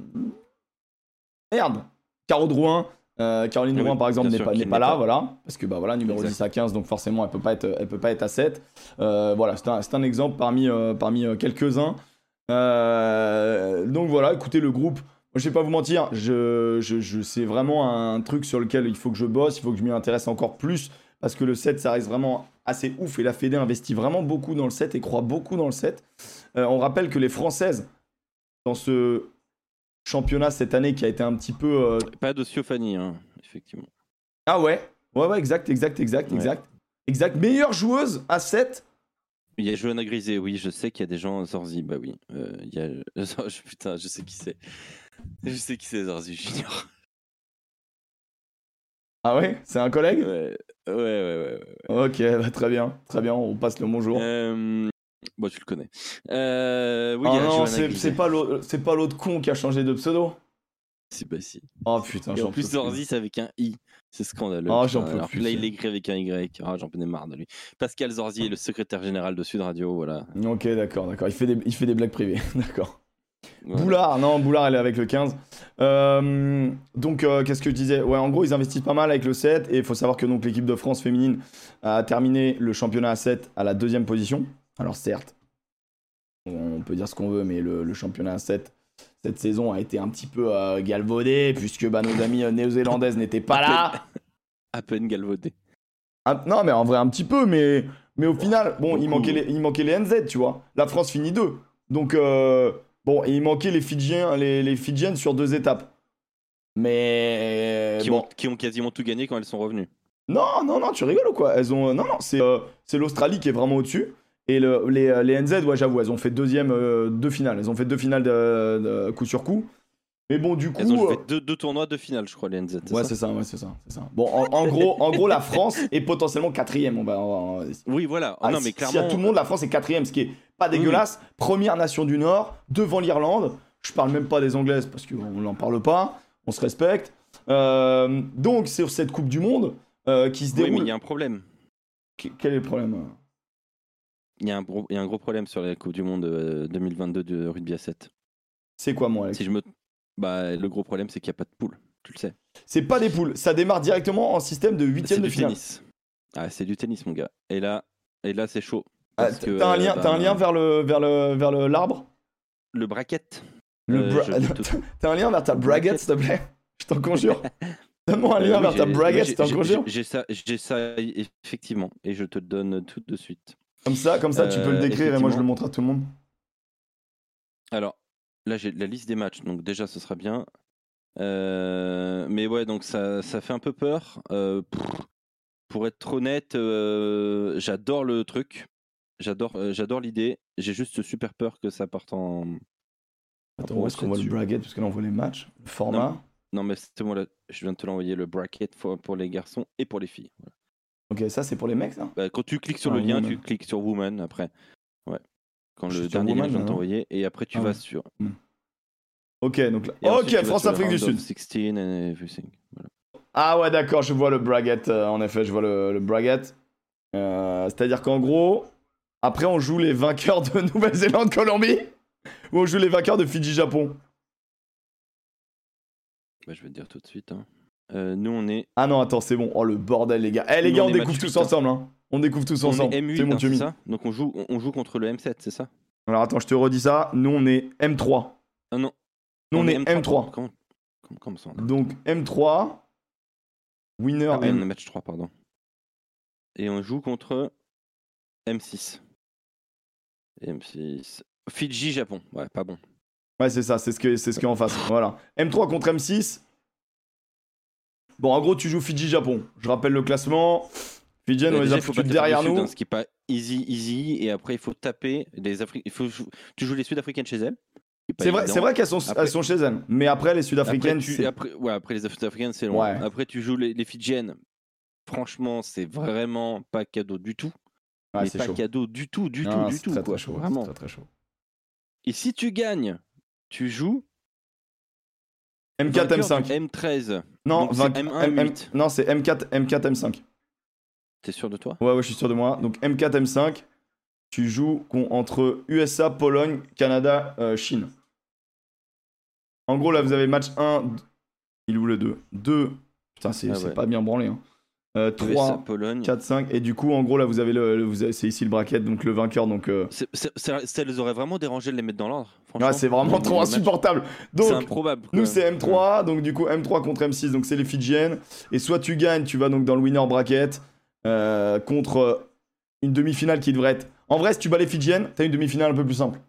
Merde Caro Drouin. Euh, Caroline Oui, Drouin par exemple bien n'est sûr, pas, qui n'est n'est pas là, pas. voilà, parce que bah voilà, numéro Exact. dix à quinze, donc forcément elle peut pas être, elle peut pas être à sept. Euh, voilà, c'est un, c'est un exemple parmi, euh, parmi euh, quelques-uns. Euh, donc voilà, écoutez le groupe. Moi, je vais pas vous mentir, je, je, je, c'est vraiment un truc sur lequel il faut que je bosse, il faut que je m'y intéresse encore plus, parce que le set ça reste vraiment assez ouf et la Fédé investit vraiment beaucoup dans le set et croit beaucoup dans le set. Euh, on rappelle que les Françaises dans ce championnat cette année qui a été un petit peu euh, Pas d'Ossiofanie, hein, effectivement. ah ouais, ouais, ouais, exact, exact, exact, Ouais. exact. Exact. Meilleure joueuse à sept. Il y a Johanna Grisé, oui, je sais qu'il y a des gens Zorzi, bah oui. Euh, il y a... Putain, je sais qui c'est. Je sais qui c'est Zorzi Junior. Ah ouais, c'est un collègue. Ouais, ouais, ouais, ouais. ouais. Ok, bah, très bien, très bien, on passe le bonjour. Euh... Bon, tu le connais. Euh... Oui, Ah il y a non, Johanna c'est, Grisé. c'est pas l'autre, c'est pas l'autre con qui a changé de pseudo. Si, bah si. Oh putain, Et j'en en plus, peux plus. Zorzi, c'est avec un I. C'est scandaleux. Ah, putain. j'en peux Alors plus, que là, c'est- il l'écrit avec un Y. Ah, j'en ai marre de lui. Pascal Zorzi est le secrétaire général de Sud Radio, voilà. Ok, d'accord, d'accord. Il fait des, il fait des blagues privées, d'accord. Voilà. Boulard, non, Boulard, elle est avec le quinze. Euh, donc, euh, qu'est-ce que je disais? Ouais, en gros, ils investissent pas mal avec le sept. Et il faut savoir que donc, l'équipe de France féminine a terminé le championnat à sept à la deuxième position. Alors, certes, on peut dire ce qu'on veut, mais le, le championnat à sept, cette saison a été un petit peu euh, galvaudé, puisque bah, nos amies euh, néo-zélandaises n'étaient pas là. À peine galvaudé. Un- non, mais en vrai, un petit peu, mais, mais au final, bon, il beaucoup. manquait, les, il manquait les N Z, tu vois. La France finit deux. Donc, euh, bon, et il manquait les Fidjiens, les, les Fidjiennes sur deux étapes. Mais. Qui, bon. ont, qui ont quasiment tout gagné quand elles sont revenues. Non, non, non, tu rigoles ou quoi? Elles ont. Non, non, c'est euh, c'est l'Australie qui est vraiment au-dessus. Et le, les, les N Z, ouais, j'avoue, elles ont fait deuxième, euh, deux finales. Elles ont fait deux finales de, de coup sur coup. Mais bon, du coup. Elles ont euh, fait deux, deux tournoi, deux finales, je crois, les N Z. Ouais, ça c'est ça, ouais, c'est ça, c'est ça. Bon, en, en gros, en gros, la France est potentiellement quatrième. On va, on va- Oui, voilà. Ah, non, si- mais S'il y a clairement. tout le monde, la France est quatrième, ce qui est pas Oui, dégueulasse. Première nation du Nord, devant l'Irlande. Je parle même pas des Anglaises parce qu'on n'en parle pas. On se respecte. Euh, donc, sur cette Coupe du Monde euh, qui se déroule. Oui, mais il y a un problème. Qu- Quel est le problème? Il y, a un gros, il y a un gros problème sur la Coupe du Monde euh, deux mille vingt-deux de rugby à sept. C'est quoi, moi, Alex? Si je me... bah, le gros problème, c'est qu'il n'y a pas de poule. Tu le sais. C'est pas des poules. Ça démarre directement en système de huitième de du finale. Tennis. Ah, c'est du tennis, mon gars. Et là, et là c'est chaud. Ah, Parce que, t'as un euh, lien, bah, t'as un lien vers le, vers le, vers le l'arbre. Le bracket. Le Euh, bra- je peux te- T'as un lien vers ta bracket, s'il te plaît. Je t'en conjure. Donne-moi un Euh, lien oui, vers ta j'ai- bracket, oui, je t'en j'ai- conjure. j'ai- J'ai ça, j'ai ça effectivement, et je te le donne tout de suite. Comme ça, comme ça, tu peux le Euh, décrire et moi je effectivement. le montre à tout le monde. Alors, là j'ai la liste des matchs, donc déjà ce sera bien. Euh, mais ouais, donc ça, ça fait un peu peur. Euh, pff, pour être honnête, euh, j'adore le truc, j'adore, euh, j'adore l'idée. J'ai juste super peur que ça parte en. Attends, où est-ce qu'on voit le bracket? Parce que là on voit les matchs, le format. Non, mais c'est bon, là, je viens de te l'envoyer, le bracket pour, pour les garçons et pour les filles. Voilà. Ok, ça c'est pour les mecs, ça? Bah, quand tu cliques sur Ah, le lien, woman. tu cliques sur Woman après. Ouais. Quand Je le suis sur dernier lien Woman, que je viens de là, non t'envoyer, et après tu Ah vas ouais. sur. Ok, donc là. et ensuite, tu Ok, vas France-Afrique sur du le round Sud. of seize and everything. Voilà. Ah ouais, d'accord, je vois le bracket. euh, en effet, je vois le, le bracket. Euh, C'est-à-dire qu'en gros, après on joue les vainqueurs de Nouvelle-Zélande-Colombie ou on joue les vainqueurs de Fidji-Japon. Bah, je vais te dire tout de suite. Hein. Euh, nous, on est. Ah non, attends, c'est bon. Oh le bordel, les gars. Eh les Nous, gars, on on est découvre match tous huit, hein. ensemble. Hein. On découvre tous On ensemble. est M huit, C'est mon hein, c'est Tumi. ça. Donc on joue, on, on joue contre le M sept, c'est ça. Alors attends, je te redis ça. Nous, on est M trois. Ah non. Nous, on, est M trois. Comment, comment, comment ça on est Donc M trois. Winner Ah oui, on M. est match trois, pardon. Et on joue contre M six. M six. Fidji, Japon. Ouais, pas bon. Ouais, c'est ça, c'est ce que c'est ce qu'il y a en face. Voilà. M trois contre M six. Bon, en gros, tu joues Fidji-Japon. Je rappelle le classement. Fidji, on Bah, les déjà, a il faut foutus battre derrière l'Afrique du Sud, nous. hein, ce qui est pas easy, easy. Et après, il faut taper les Africains. Il faut jou- tu joues les Sud-Africaines chez elles. C'est vrai, c'est vrai qu'elles sont, Après- elles sont chez elles. Mais après, les Sud-Africaines, Après, tu- c'est. après, ouais, après les Sud-Africaines, c'est loin. Ouais. Après, tu joues les, les Fidjiennes. Franchement, c'est vraiment pas cadeau du tout. Ouais, mais c'est pas chaud. cadeau du tout, du Non, tout, du c'est tout. très, quoi. très chaud. c'est Vraiment. Très, très chaud. Et si tu gagnes, tu joues M quatre, M vainqueur cinq. du M treize. Non, Donc, c'est vainque- M un, M- M- huit. non, c'est M quatre, M quatre, M cinq. T'es sûr de toi? Ouais, ouais, je suis sûr de moi. Donc M quatre, M cinq, tu joues con- entre U S A, Pologne, Canada, euh, Chine. En gros, là, vous avez match un. Il est où le deux? deux. Putain, c'est Ah c'est ouais. pas bien branlé. Hein. Euh, U S A, trois, Pologne. quatre, cinq. Et du coup, en gros, là, vous avez le. le- vous avez- c'est ici le bracket, donc le vainqueur. Donc, euh, C'est- c'est- ça, ça les aurait vraiment dérangé de les mettre dans l'ordre. franchement. ouais, c'est vraiment Les- trop les matchs, insupportable. C'est Donc, improbable. quand nous, même. c'est M trois. Donc, du coup, M trois contre M six. Donc, c'est les Fidjiennes. Et soit tu gagnes, tu vas donc dans le winner bracket euh, contre une demi-finale qui devrait être. En vrai, si tu bats les Fidjiennes, t'as une demi-finale un peu plus simple.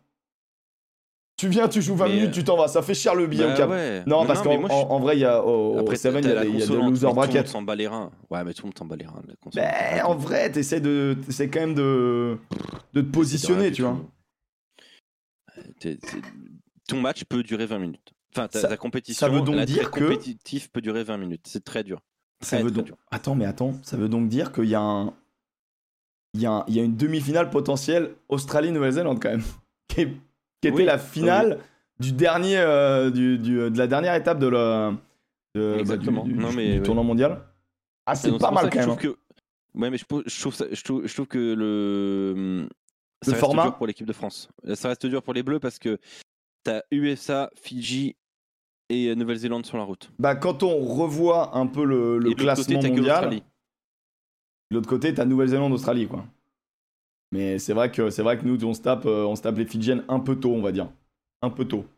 Tu viens, tu joues vingt Mais, minutes, euh, tu t'en vas. Ça fait cher le billet Bah au cap. ouais. Non, parce mais qu'en moi, je- en- en vrai, il y a au, au Après, Seven, il t'as y a la des, il y a des consolante, loser mais tout le monde bracket. s'en bat les reins. Ouais, mais tout le monde s'en bat les reins. la consolante. Ben, Arrête. en vrai, t'essaies de, t'essaies quand même de, de te positionner, rien tu du vois. tout. T'es- t'es- Ton match peut durer vingt minutes. Enfin, ta, Ça- ta compétition, ça veut donc la dire très que- compétitif peut durer vingt minutes. C'est très dur. Ça Très, veut très donc. dur. Attends, mais attends, ça veut donc dire qu'il y a un. Il y, a un- il y a une demi-finale potentielle Australie-Nouvelle-Zélande quand même. Qui, est- qui était Oui, la finale du dernier, euh, du, du- de la dernière étape de la, de- bah, Exactement. du, du- Non, du- mais du ouais. tournoi mondial. Ah, Et c'est donc, pas pour mal ça que quand je même. trouve que. Ouais, mais je, trouve- je, trouve ça- je, trouve, je trouve que le. Ça Le reste format dur pour l'équipe de France. Ça reste dur pour les Bleus parce que t'as U S A, Fidji et euh, Nouvelle-Zélande sur la route. Bah, quand on revoit un peu le, le Et de l'autre côté, classement t'as que mondial, l'Australie. de l'autre côté, t'as Nouvelle-Zélande, Australie, quoi. Mais c'est vrai que c'est vrai que nous, on se tape, euh, on se tape les Fidjiennes un peu tôt, on va dire, un peu tôt.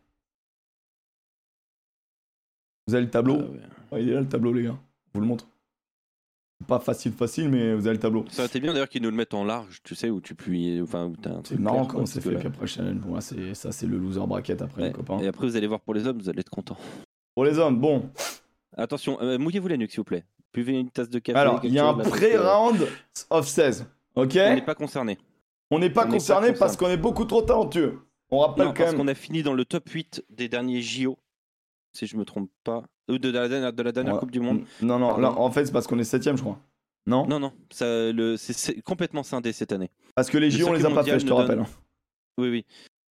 Vous avez le tableau? Ah ouais. Ouais, il est là le tableau, les gars. Je vous le montre. C'est pas facile, facile, mais vous avez le tableau. Ça aurait été bien d'ailleurs qu'ils nous le mettent en large, tu sais, où tu puis. Enfin, où t'as un C'est truc marrant clair, comment quoi, c'est parce fait. que Puis après, challenge, pour moi, c'est ça, c'est le loser bracket après, Ouais. les copains. Et après, vous allez voir pour les hommes, vous allez être contents. Pour les hommes, bon. Attention, euh, mouillez-vous la nuque, s'il vous plaît. Buvez une tasse de café. Alors, quelque il y a un chose, là, parce que pré-round of seize. Ok? On n'est pas concerné. On n'est pas on n'est pas concerné parce concerné. qu'on est beaucoup trop talentueux. On rappelle Non, quand parce même. qu'on a fini dans le top huit des derniers J O, si je me trompe pas. Ou de la dernière, de la dernière Ouais. Coupe du Monde. Non, non, Pardon. là, en fait, c'est parce qu'on est septième, je crois. Non? Non, non, ça, le, c'est, c'est complètement scindé cette année. Parce que les Le J O, on les a circuit pas fait, mondial je te ne rappelle. donne- Oui, oui.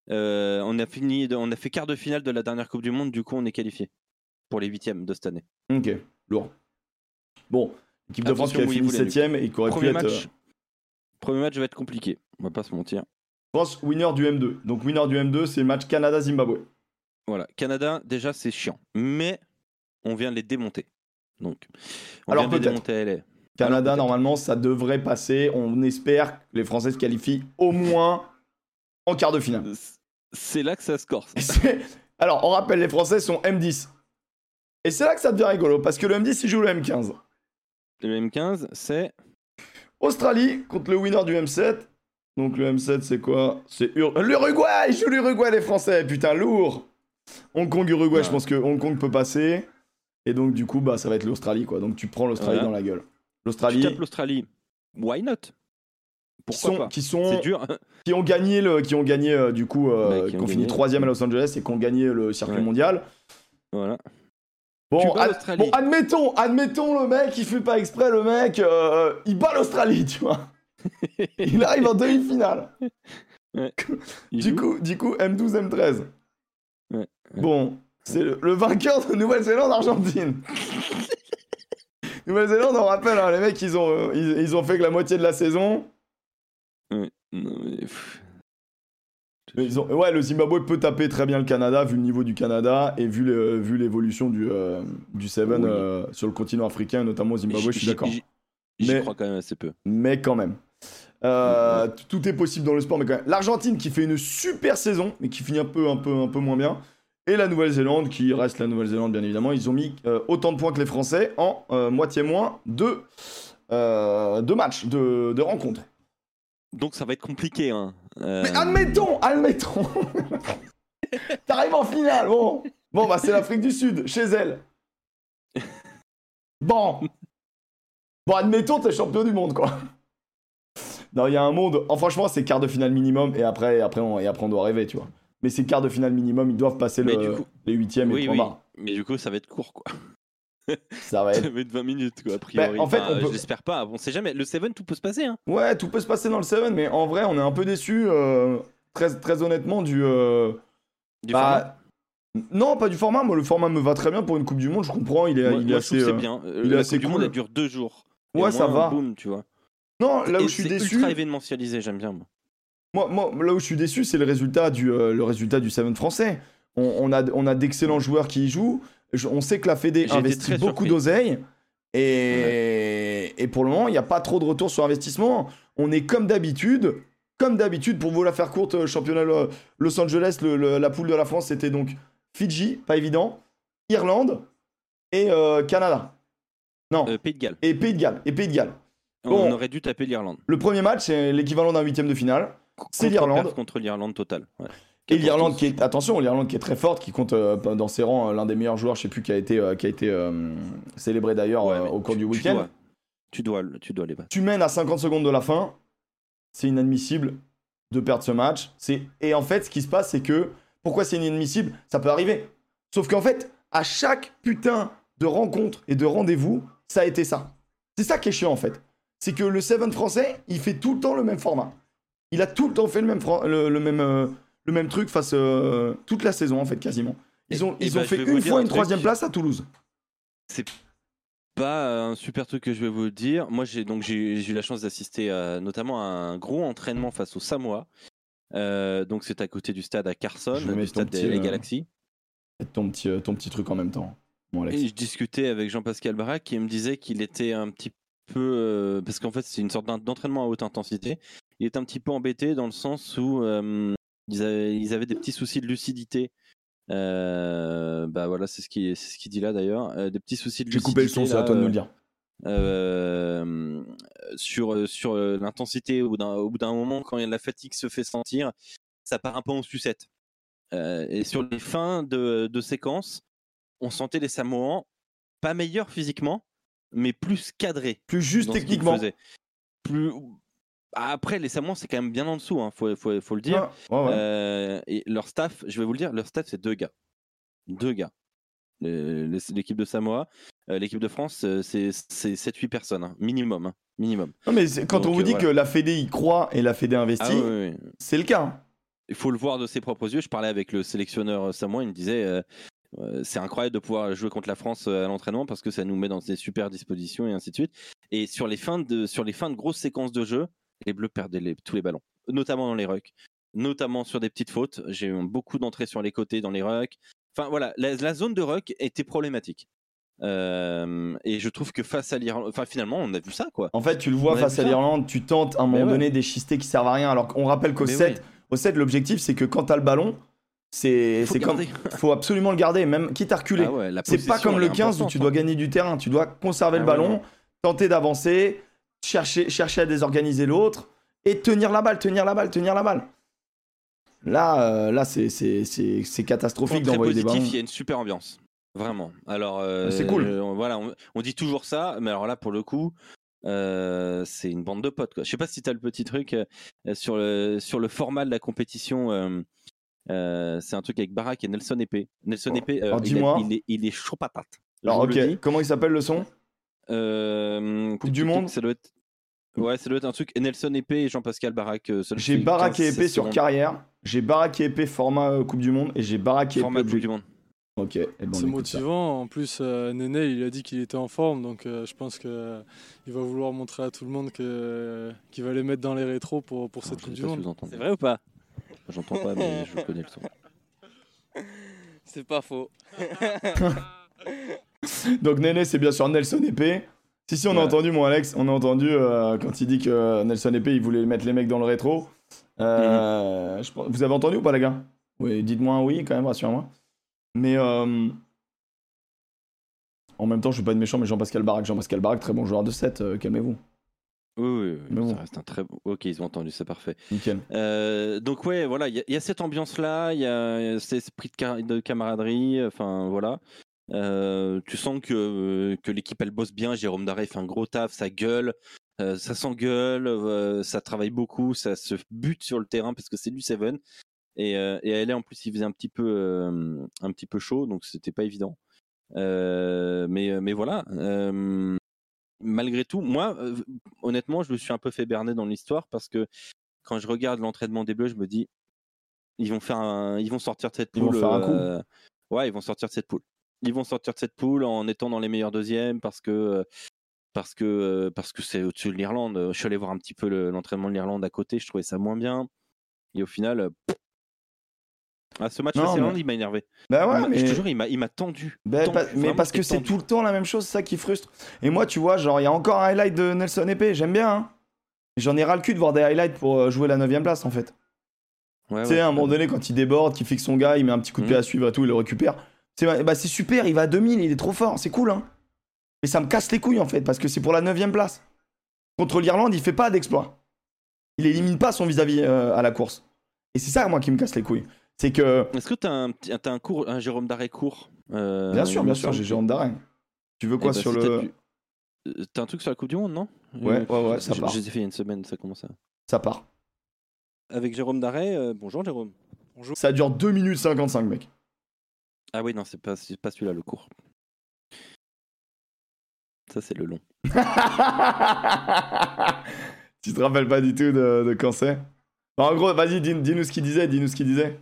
Euh, on a fini, de, on a fait quart de finale de la dernière Coupe du Monde, du coup on est qualifié pour les huitièmes de cette année. Ok, lourd. Bon, l'équipe de France qui a fini septième et qui aurait pu être... Match, premier match va être compliqué, on va pas se mentir. France, winner du M deux. Donc winner du M deux, c'est le match Canada-Zimbabwe. Voilà, Canada, déjà c'est chiant, mais on vient de les démonter. Donc, on Alors vient de les peut-être. démonter à L A. Canada, Alors, normalement, ça devrait passer. On espère que les Français se qualifient au moins en quart de finale. C'est là que ça se corse. Alors, on rappelle, les Français sont M dix. Et c'est là que ça devient rigolo, parce que le M dix, il joue le M quinze. Le M quinze, c'est... Australie contre le winner du M sept. Donc le M sept, c'est quoi? C'est Ur... l'Uruguay. Ils jouent l'Uruguay, les Français. Putain, lourd. Hong Kong, Uruguay, ouais. Je pense que Hong Kong peut passer. Et donc, du coup, bah, ça va être l'Australie, quoi. Donc, tu prends l'Australie voilà. dans la gueule. L'Australie. Tu tapes l'Australie. Why not? Pourquoi qui sont, pas qui sont, C'est dur. qui ont gagné, le, qui ont gagné euh, du coup, euh, bah, qui ont, ont fini troisième à Los Angeles et qui ont gagné le circuit ouais. mondial. Voilà. Bon, ad, bon, admettons, admettons le mec, il fait pas exprès, le mec, euh, il bat l'Australie, tu vois. Il arrive en demi-finale. Ouais. Du coup, du coup, M douze, M treize. Ouais. Bon, c'est le, le vainqueur de Nouvelle-Zélande-Argentine. Nouvelle-Zélande, on rappelle, hein, les mecs, ils ont, euh, ils, ils ont fait que la moitié de la saison. Ouais, non, mais... Ils ont... Ouais, le Zimbabwe peut taper très bien le Canada, vu le niveau du Canada et vu, le, vu l'évolution du, euh, du Seven oui. euh, sur le continent africain, notamment au Zimbabwe, je suis d'accord. J'y mais... crois quand même assez peu. Mais quand même. Euh, ouais. Tout est possible dans le sport, mais quand même. L'Argentine qui fait une super saison, mais qui finit un peu, un peu, un peu moins bien. Et la Nouvelle-Zélande, qui reste la Nouvelle-Zélande, bien évidemment. Ils ont mis euh, autant de points que les Français en euh, moitié moins de, euh, de matchs, de, de rencontres. Donc ça va être compliqué. Hein. Euh... Mais admettons, admettons. T'arrives en finale, bon. Bon, bah c'est l'Afrique du Sud, chez elle. Bon. Bon, admettons, t'es champion du monde, quoi. Non, il y a un monde... Oh, franchement, c'est quart de finale minimum, et après, après, on, et après on doit rêver, tu vois. Mais c'est quart de finale minimum, ils doivent passer le, coup... les huitièmes oui, et point oui. barre. Mais du coup, ça va être court, quoi. Ça va être... ça va être vingt minutes, quoi, a priori. Bah, en fait, enfin, on peut... j'espère pas. On sait jamais. Le seven, tout peut se passer, hein. Ouais, tout peut se passer dans le seven, mais en vrai, on est un peu déçus, euh, très, très honnêtement, du... Euh... Du bah... format Non, pas du format. Moi, le format me va très bien pour une Coupe du Monde, je comprends. Il est, moi, il est moi, assez... Je trouve euh... c'est bien. Euh, il la est assez Coupe cool. du Monde, elle dure deux jours. Et ouais, ça va. Boum, tu vois. Non, là où et je suis c'est déçu... ultra événementialisé, j'aime bien, moi. Moi, moi, là où je suis déçu, c'est le résultat du, euh, le résultat du seven français. On, on a, on a d'excellents joueurs qui y jouent. Je, on sait que la Fédé investit beaucoup d'oseille. Et, ouais. et pour le moment, il n'y a pas trop de retour sur investissement. On est comme d'habitude. Comme d'habitude, pour vous la faire courte, championnat Los Angeles, le, le, la poule de la France, c'était donc Fidji, pas évident, Irlande et euh, Canada. Non. Euh, Pays de Galles. Et Pays de Galles. Et Pays de Galles. Bon, on aurait dû taper l'Irlande. Le premier match, c'est l'équivalent d'un huitième de finale. C'est l'Irlande. Contre l'Irlande totale. Ouais. Et l'Irlande qui est, attention, l'Irlande qui est très forte, qui compte euh, dans ses rangs euh, l'un des meilleurs joueurs, je sais plus, qui a été, euh, qui a été euh, célébré d'ailleurs ouais, euh, au cours tu, du week-end. Tu dois, tu dois, tu dois les battre. Tu mènes à cinquante secondes de la fin, c'est inadmissible de perdre ce match. C'est... Et en fait, ce qui se passe, c'est que, pourquoi c'est inadmissible? Ça peut arriver. Sauf qu'en fait, à chaque putain de rencontre et de rendez-vous, ça a été ça. C'est ça qui est chiant en fait. C'est que le seven français, il fait tout le temps le même format. Il a tout le temps fait le même, fra- le, le même, euh, le même truc face euh, toute la saison en fait quasiment. Ils ont, et, ils et ont bah, fait une fois une troisième place à Toulouse. C'est pas un super truc que je vais vous dire. Moi j'ai donc j'ai, j'ai eu la chance d'assister à, notamment à un gros entraînement face au Samoa. Euh, donc c'est à côté du stade à Carson, du stade petit, des euh, Galaxies. Ton petit, ton petit truc en même temps. Bon, et je discutais avec Jean-Pascal Braque qui me disait qu'il était un petit peu euh, parce qu'en fait c'est une sorte d'entraînement à haute intensité. Il est un petit peu embêté dans le sens où euh, ils, avaient, ils avaient des petits soucis de lucidité. Euh, bah voilà, c'est ce qui c'est ce qu'il dit là d'ailleurs. Euh, des petits soucis de J'ai lucidité. J'ai coupé le son, c'est à toi de nous le dire. Euh, sur sur l'intensité au bout d'un au bout d'un moment quand la fatigue se fait sentir, ça part un peu en sucette. Euh, et sur les fins de, de séquence, on sentait les Samoans pas meilleurs physiquement, mais plus cadrés, plus juste techniquement. Plus après, les Samoans, c'est quand même bien en dessous, hein, faut, faut, faut le dire. Ouais, ouais. Euh, et leur staff, je vais vous le dire, leur staff, c'est deux gars. Deux gars. Les, les, l'équipe de Samoa, euh, l'équipe de France, c'est, c'est sept huit personnes, hein, minimum, hein, minimum. Non, mais quand Donc, on vous euh, dit voilà. que la Fédé y croit et la Fédé investit, ah, oui, oui. c'est le cas. Hein. il faut le voir de ses propres yeux. Je parlais avec le sélectionneur Samoa, il me disait euh, euh, c'est incroyable de pouvoir jouer contre la France à l'entraînement parce que ça nous met dans des super dispositions et ainsi de suite. Et sur les fins de, sur les fins de grosses séquences de jeu, les Bleus perdaient les, tous les ballons, notamment dans les rucks, notamment sur des petites fautes. J'ai eu beaucoup d'entrées sur les côtés dans les rucks. Enfin voilà, la, la zone de ruck était problématique. Euh, et je trouve que face à l'Irlande, enfin finalement on a vu ça quoi. En fait tu le vois face à l'Irlande, tu tentes à un moment ouais. donné des schistés qui servent à rien, alors qu'on rappelle qu'au sept, oui. au sept l'objectif c'est que quand t'as le ballon, c'est, c'est comme, faut absolument le garder, même quitte à reculer. Ah ouais, c'est pas comme le quinze où tu dois gagner du terrain, tu dois conserver ah le ballon, ouais, tenter d'avancer, chercher, chercher à désorganiser l'autre et tenir la balle, tenir la balle, tenir la balle. Là, euh, là c'est, c'est, c'est, c'est catastrophique d'envoyer des ballons. Il y a une super ambiance. Vraiment. Alors, euh, c'est cool. Euh, voilà, on, on dit toujours ça, mais alors là, pour le coup, euh, c'est une bande de potes. Quoi. Je sais pas si tu as le petit truc euh, sur, le, sur le format de la compétition. Euh, euh, c'est un truc avec Barak et Nelson Epée. Nelson oh. Epée, euh, alors, il, dis-moi. A, il, est, il est chaud patate. Alors, ok. Comment il s'appelle le son euh, Coupe du Monde. Ça doit être. Ouais, ça doit être un truc. Et Nelson Epée et Jean-Pascal Barak. Euh, j'ai Barak et Epée sur carrière. J'ai Barak et Epée format euh, Coupe du Monde et j'ai Barak et Epée format Coupe du Monde. Ok. Eh ben, c'est motivant. Ça. En plus, euh, Néné, il a dit qu'il était en forme, donc euh, je pense qu'il euh, va vouloir montrer à tout le monde que, euh, qu'il va les mettre dans les rétros pour, pour cette non, Coupe du Monde. C'est vrai ou pas? J'entends pas, mais je connais le son. C'est pas faux. Donc Néné, c'est bien sûr Nelson Epée. Si, si, on ouais. a entendu, mon Alex, on a entendu euh, quand il dit que Nelson Epée, il voulait mettre les mecs dans le rétro. Euh, mm-hmm. je pense... Vous avez entendu ou pas, les gars? Oui, dites-moi un oui, quand même, rassure-moi. Mais euh... en même temps, je suis pas de méchant, mais Jean-Pascal Barak, Jean-Pascal Barak, très bon joueur de sept, euh, calmez-vous. Oui, oui, oui ça bon. reste un très bon. Ok, ils ont entendu, c'est parfait. Nickel. Euh, donc, ouais, voilà, il y, y a cette ambiance-là, il y, y a cet esprit de, car- de camaraderie, enfin, voilà. Euh, tu sens que, euh, que l'équipe, elle bosse bien. Jérôme Daré fait un gros taf, ça gueule, euh, ça s'engueule, euh, ça travaille beaucoup, ça se bute sur le terrain parce que c'est du Seven. Et, euh, et elle est en plus, il faisait un petit peu, euh, un petit peu chaud, donc c'était pas évident. Euh, mais, mais voilà. Euh, malgré tout, moi, euh, honnêtement, je me suis un peu fait berner dans l'histoire parce que quand je regarde l'entraînement des Bleus, je me dis, ils vont faire, un, ils vont sortir de cette poule. Ils vont faire un coup. Euh, ouais, ils vont sortir de cette poule. Ils vont sortir de cette poule en étant dans les meilleurs deuxièmes parce que parce que parce que c'est au-dessus de l'Irlande. Je suis allé voir un petit peu le, l'entraînement de l'Irlande à côté, je trouvais ça moins bien. Et au final. Ah, ce match de Irlande, mais... il m'a énervé. Bah ouais, il m'a, mais... Je te jure, il m'a, il m'a tendu. Bah, tendu pa- mais parce que c'est tout le temps la même chose, c'est ça qui frustre. Et moi, tu vois, genre, il y a encore un highlight de Nelson Epée, j'aime bien. Hein. J'en ai ras le cul de voir des highlights pour jouer la neuvième place, en fait. Ouais, tu sais, ouais, à un moment ouais. donné, quand il déborde, qu'il fixe son gars, il met un petit coup de pied mmh. à suivre et tout, il le récupère. C'est, bah, c'est super, il va à deux mille, il est trop fort, c'est cool. Hein. Mais ça me casse les couilles, en fait, parce que c'est pour la neuvième place. Contre l'Irlande, il fait pas d'exploit. Il élimine pas son vis-à-vis euh, à la course. Et c'est ça, moi, qui me casse les couilles. C'est que... Est-ce que t'as un, t'as un, cours, un Jérôme Daré court euh, Bien sûr, bien sûr, j'ai Jérôme Daré. Tu veux quoi bah, sur le... T'as, t'as un truc sur la Coupe du Monde, non? Ouais, ouais, ouais, ça je, part. Je les ai fait il y a une semaine, ça commence à... Ça part. Avec Jérôme Daré, euh, bonjour Jérôme. Bonjour. Ça dure deux minutes cinquante-cinq, mec. Ah oui, non, c'est pas, c'est pas celui-là, le court. Ça, c'est le long. Tu te rappelles pas du tout de, de quand c'est? En gros, vas-y, dis, dis-nous ce qu'il disait, dis-nous ce qu'il disait.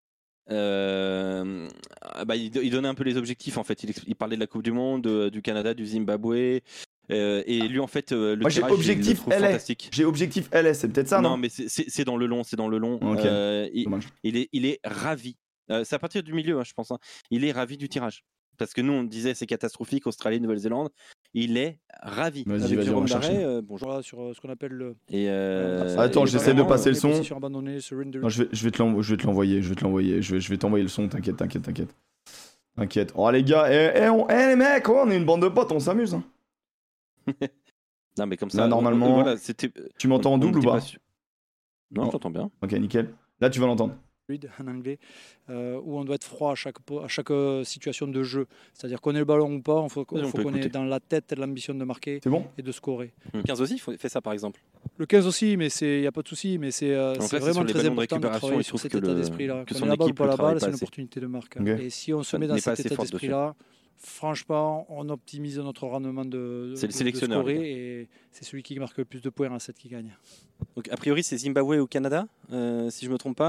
Euh, bah, il, il donnait un peu les objectifs, en fait. Il, il parlait de la Coupe du Monde, de, du Canada, du Zimbabwe. Euh, et lui, en fait, euh, le Moi, tirage, j'ai objectif il, il L A. J'ai objectif L S, c'est peut-être ça, non? Non, mais c'est, c'est, c'est dans le long, c'est dans le long. Okay. Euh, il, il, est, il est ravi. Euh, c'est à partir du milieu, hein, je pense. Hein. Il est ravi du tirage. Parce que nous, on disait c'est catastrophique, Australie, Nouvelle-Zélande. Il est ravi. Vas-y, avec vas-y, Jérôme Daré, euh, bonjour. Voilà, sur euh, ce qu'on appelle le. Et euh, Attends, et j'essaie de passer le son. Non, je, vais, je, vais te l'envo- je vais te l'envoyer. Je vais te l'envoyer. Je vais, je vais t'envoyer le son. T'inquiète, t'inquiète, t'inquiète. T'inquiète. Oh les gars, eh, eh, on, eh les mecs, oh, on est une bande de potes, on s'amuse. Hein. non mais comme ça. Là, normalement. Voilà, c'était... Tu m'entends en double ou pas, pas Non, je t'entends bien. Ok, nickel. Là, tu vas l'entendre. En anglais, euh, où on doit être froid à chaque, à chaque euh, situation de jeu. C'est-à-dire qu'on ait le ballon ou pas, il faut, oui, faut qu'on ait dans la tête l'ambition de marquer bon et de scorer. Le quinze aussi fait ça par exemple. Le quinze aussi, mais il n'y a pas de souci, mais c'est, euh, c'est là, vraiment c'est très important de, de travailler sur cet état le, d'esprit-là. Quand on a la balle ou pas la balle, c'est une opportunité de marque. Okay. Et si on se ça met dans cet état d'esprit-là, franchement, on optimise notre rendement de, c'est de, le sélectionneur, de scorer et c'est celui qui marque le plus de points à sept qui gagne. Donc, a priori, c'est Zimbabwe ou Canada, euh, si je ne me trompe pas.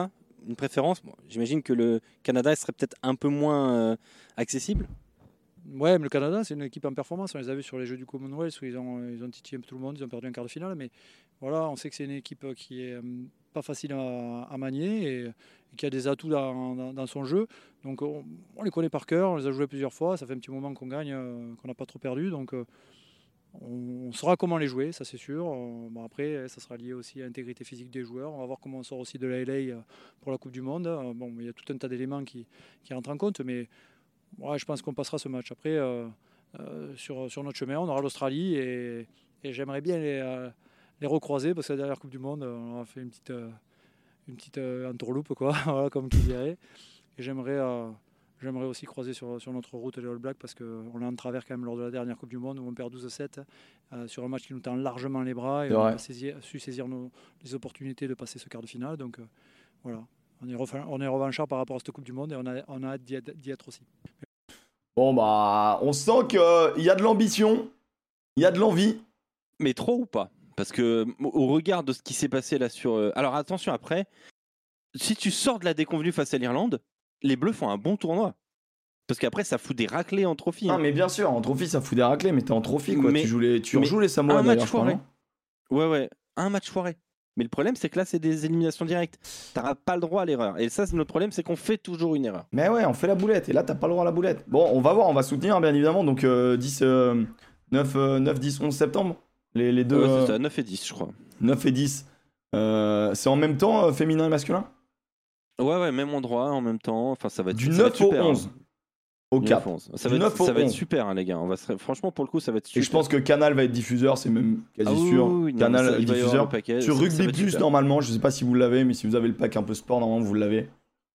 une préférence. Bon, j'imagine que le Canada serait peut-être un peu moins euh, accessible. Ouais, mais le Canada, c'est une équipe en performance. On les a vus sur les Jeux du Commonwealth où ils ont, ils ont titillé tout le monde, ils ont perdu un quart de finale. Mais voilà, on sait que c'est une équipe qui est pas facile à, à manier et, et qui a des atouts dans, dans, dans son jeu. Donc on, on les connaît par cœur, on les a joués plusieurs fois. Ça fait un petit moment qu'on gagne, euh, qu'on n'a pas trop perdu. Donc euh, on, on saura comment les jouer, ça c'est sûr. Euh, bon, après, ça sera lié aussi à l'intégrité physique des joueurs. On va voir comment on sort aussi de la L A pour la Coupe du Monde. Euh, bon, il y a tout un tas d'éléments qui, qui rentrent en compte, mais ouais, je pense qu'on passera ce match. Après, euh, euh, sur, sur notre chemin, on aura l'Australie et, et j'aimerais bien les, euh, les recroiser parce que la dernière Coupe du Monde, on a fait une petite, euh, une petite euh, entourloupe, quoi, voilà, comme qui dirait. Et j'aimerais, euh, j'aimerais aussi croiser sur, sur notre route les All Blacks parce qu'on l'a en travers quand même lors de la dernière Coupe du Monde où on perd douze à sept euh, sur un match qui nous tend largement les bras et c'est on a saisi, su saisir nos, les opportunités de passer ce quart de finale. Donc euh, voilà. On est, refa- on est revanchard par rapport à cette Coupe du Monde et on a, on a hâte d'y être, d'y être aussi. Bon, bah, on sent qu'il y a de l'ambition, il y a de l'envie. Mais trop ou pas ? Parce que, au regard de ce qui s'est passé là sur. Euh... Alors attention, après, si tu sors de la déconvenue face à l'Irlande, les Bleus font un bon tournoi. Parce qu'après, ça fout des raclés en trophy. Ah, hein. mais bien sûr, en trophy, ça fout des raclés, mais t'es en trophy, quoi. Mais, tu joues les, tu rejoues les Samoa un d'ailleurs, match foiré. Ouais, ouais, un match foiré. Mais le problème, c'est que là, c'est des éliminations directes. T'auras pas le droit à l'erreur. Et ça, c'est notre problème, c'est qu'on fait toujours une erreur. Mais ouais, on fait la boulette. Et là, t'as pas le droit à la boulette. Bon, on va voir, on va soutenir, bien évidemment. Donc, euh, dix, euh, neuf, euh, neuf, dix, onze septembre. Les, les deux. Ouais, c'est euh, ça, neuf et dix, je crois. neuf et dix. Euh, c'est en même temps, euh, féminin et masculin ? Ouais, ouais, même endroit, en même temps. Enfin, ça va être, du ça neuf va être super, au onze. Hein. Au cap. Ça, va être, ça va être super, hein, les gars. On va se... Franchement, pour le coup, ça va être super. Et je pense que Canal va être diffuseur, c'est même quasi ah, sûr. Oui, oui, Canal non, ça, diffuseur. Paquet, sur ça, Rugby ça Plus, normalement, je sais pas si vous l'avez, mais si vous avez le pack un peu sport, normalement, vous l'avez.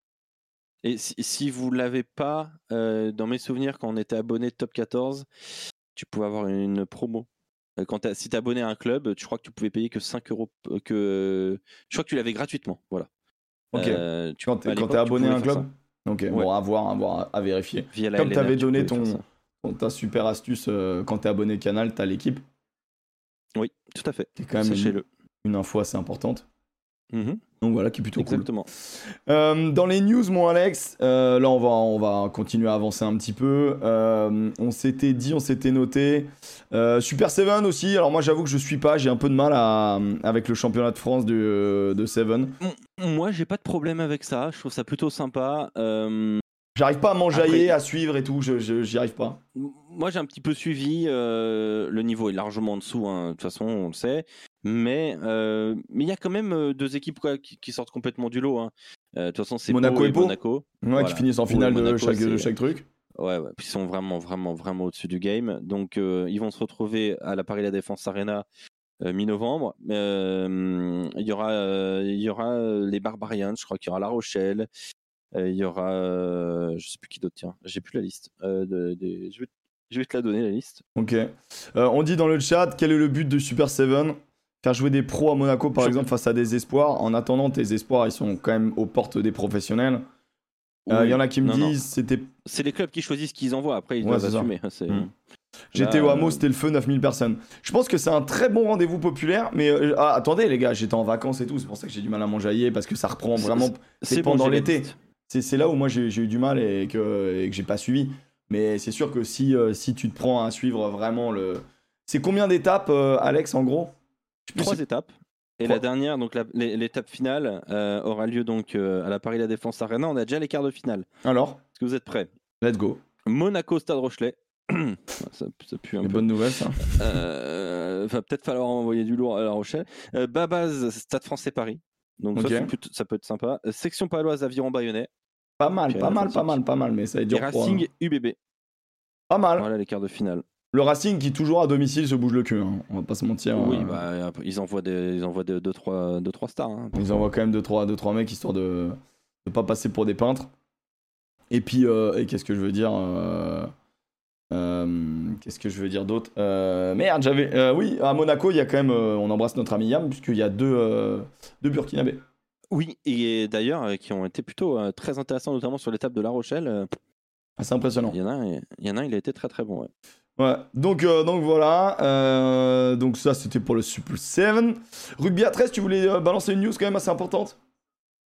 Et si, si vous l'avez pas, euh, dans mes souvenirs, quand on était abonné de Top quatorze, tu pouvais avoir une promo. Quand t'as, si t'es abonné à un club, tu crois que tu pouvais payer que cinq euros. Que... Je crois que tu l'avais gratuitement. Voilà. Ok. Euh, tu, quand t'es, quand t'es abonné à un club ? Ok, ouais. Bon, à voir, à voir, à vérifier. Via la Comme tu avais donné tu ton, ton, ta super astuce, euh, quand t'es abonné Canal, t'as l'équipe. Oui, tout à fait. C'est quand même une, une info assez importante. Mm-hmm. Donc voilà, qui est plutôt Exactement. cool. Euh, dans les news, mon Alex, euh, là on va, on va continuer à avancer un petit peu. Euh, on s'était dit, on s'était noté. Euh, Super Seven aussi. Alors moi j'avoue que je suis pas, j'ai un peu de mal à, avec le championnat de France de, de Seven. Moi j'ai pas de problème avec ça, je trouve ça plutôt sympa. Euh... J'arrive pas à m'enjailler, Après... à suivre et tout, je, je, j'y arrive pas. Moi j'ai un petit peu suivi, euh, le niveau est largement en dessous, hein, de toute façon on le sait. Mais il euh, y a quand même deux équipes quoi, qui, qui sortent complètement du lot. Hein. Euh, de toute façon c'est Monaco Pau et, et Pau. Monaco. Ouais, voilà. Qui finissent en Pau finale Monaco, de, chaque, de chaque truc. Ouais, ouais. Puis ils sont vraiment, vraiment, vraiment au-dessus du game. Donc euh, ils vont se retrouver à la Paris La Défense Arena euh, mi-novembre. Il euh, y aura, euh, y aura les Barbarians, je crois qu'il y aura La Rochelle. Il euh, y aura, euh, je sais plus qui d'autre, tiens, j'ai plus la liste. Euh, de, de, je, vais, je vais te la donner, la liste. Ok. Euh, on dit dans le chat, quel est le but de Super Seven ? Faire jouer des pros à Monaco, par je exemple, face à des espoirs. En attendant, tes espoirs, ils sont quand même aux portes des professionnels. Il oui. euh, y en a qui me non, disent, non. c'était... C'est les clubs qui choisissent qui ils envoient, après ils ouais, doivent assumer. C'est... Mmh. J'étais Là, au hameau, c'était le feu, neuf mille personnes. Je pense que c'est un très bon rendez-vous populaire, mais euh, ah, attendez les gars, j'étais en vacances et tout, c'est pour ça que j'ai du mal à m'enjailler, parce que ça reprend vraiment... C'est, c'est pendant bon, l'été. C'est, c'est là où moi j'ai, j'ai eu du mal et que, et que j'ai pas suivi. Mais c'est sûr que si, euh, si tu te prends à suivre vraiment le... C'est combien d'étapes, euh, Alex, en gros ? Trois c'est... étapes. Et Trois. La dernière, donc la, l'étape finale, euh, aura lieu donc euh, à la Paris La Défense Arena. On a déjà les quarts de finale. Alors ? Est-ce que vous êtes prêts ? Let's go. Monaco, Stade Rochelet. ça, ça pue un Les peu. bonnes nouvelles, ça. Euh, va peut-être falloir envoyer du lourd à La Rochelle. Euh, Babaz, Stade Français Paris. Donc okay. ça, plutôt, ça peut être sympa. Euh, section paloise, Aviron Bayonnais. Pas mal, pas mal, pas mal, pas mal, mais ça va être dur. Et Racing, pour, U B B. Pas mal. Voilà les quarts de finale. Le Racing qui toujours à domicile se bouge le cul, hein. On va pas se mentir. Oui, euh... bah, ils envoient des, ils envoient deux trois stars. Hein, ils envoient quand même deux trois mecs histoire de ne pas passer pour des peintres. Et puis, euh, et qu'est-ce que je veux dire euh... Euh... Qu'est-ce que je veux dire d'autre euh... Merde, j'avais. Euh, oui, à Monaco, il y a quand même. Euh, on embrasse notre ami Yam, puisqu'il y a deux, euh, deux Burkinabés. Oui, et d'ailleurs, euh, qui ont été plutôt euh, très intéressants, notamment sur l'étape de La Rochelle. Euh... Ah, c'est impressionnant. Il y en a un, il y en a un, il a été très très bon. Ouais. Ouais, donc, euh, donc voilà, euh, donc ça c'était pour le Super sept. Rugby à treize, tu voulais euh, balancer une news quand même assez importante ?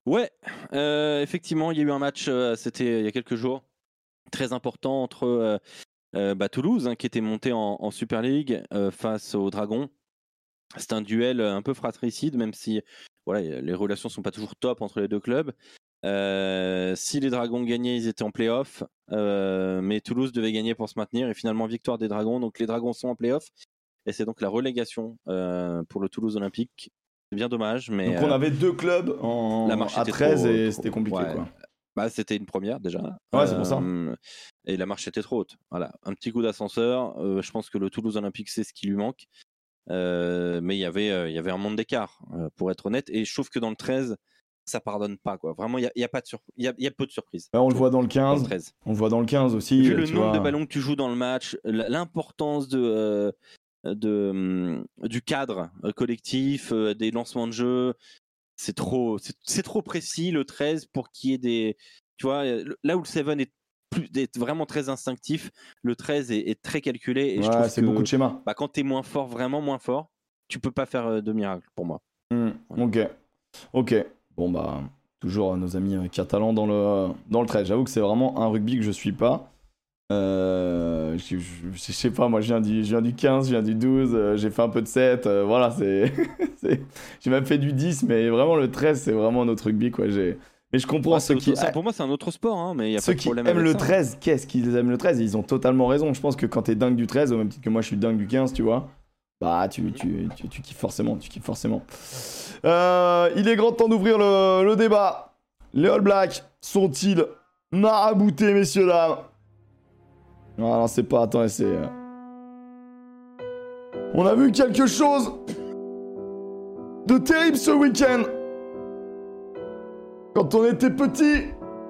Ouais, euh, effectivement, il y a eu un match, euh, c'était il y a quelques jours, très important entre euh, euh, bah, Toulouse, hein, qui était monté en, en Super League euh, face aux Dragons. C'est un duel un peu fratricide, même si voilà, les relations sont pas toujours top entre les deux clubs. Euh, si les Dragons gagnaient, ils étaient en play-off, euh, mais Toulouse devait gagner pour se maintenir, et finalement victoire des Dragons, donc les Dragons sont en play-off, et c'est donc la relégation euh, pour le Toulouse Olympique. C'est bien dommage, mais... Donc on avait deux clubs en... à treize trop, et trop... c'était compliqué, ouais. quoi. Bah, c'était une première déjà. Ouais, euh, c'est pour ça. Et la marche était trop haute. Voilà, un petit coup d'ascenseur. Euh, je pense que le Toulouse Olympique, c'est ce qui lui manque. Euh, mais il y avait, euh, il y avait un monde d'écart, euh, pour être honnête. Et je trouve que dans le treize, ça pardonne pas, quoi. Vraiment, il y a, il y a pas de sur... il y a, il y a peu de surprises. Bah, on le voit dans le quinze. Dans le treize. On le voit dans le quinze aussi. Vu le nombre vois... de ballons que tu joues dans le match, l'importance de, euh, de euh, du cadre collectif, euh, des lancements de jeu. C'est trop, c'est, c'est trop précis le treize pour qu'il y ait des, tu vois, là où le sept est, plus, est vraiment très instinctif, le treize est, est très calculé et ouais, je trouve c'est que beaucoup de schémas. Bah, quand t'es moins fort, vraiment moins fort, tu peux pas faire de miracle pour moi. Mmh, voilà. Ok, ok. Bon bah toujours nos amis catalans dans le dans le treize. J'avoue que c'est vraiment un rugby que je suis pas. Euh, je, je, je sais pas, moi je viens du, je viens du quinze, je viens du douze, euh, j'ai fait un peu de sept, euh, voilà, c'est, c'est... j'ai même fait du dix, mais vraiment le treize c'est vraiment notre rugby quoi. J'ai... Mais je comprends ouais, ceux qui... Ça, pour moi c'est un autre sport, hein, mais y a ceux pas de problème qui aiment avec le ça. treize, qu'est-ce qu'ils aiment le treize? Ils ont totalement raison, je pense que quand t'es dingue du treize, au même titre que moi je suis dingue du quinze, tu vois, bah tu, tu, tu, tu kiffes forcément, tu kiffes forcément. Euh, il est grand temps d'ouvrir le, le débat. Les All Blacks sont-ils maraboutés, messieurs dames? Non, non, c'est pas... Attends, c'est... On a vu quelque chose de terrible ce week-end. Quand on était petit,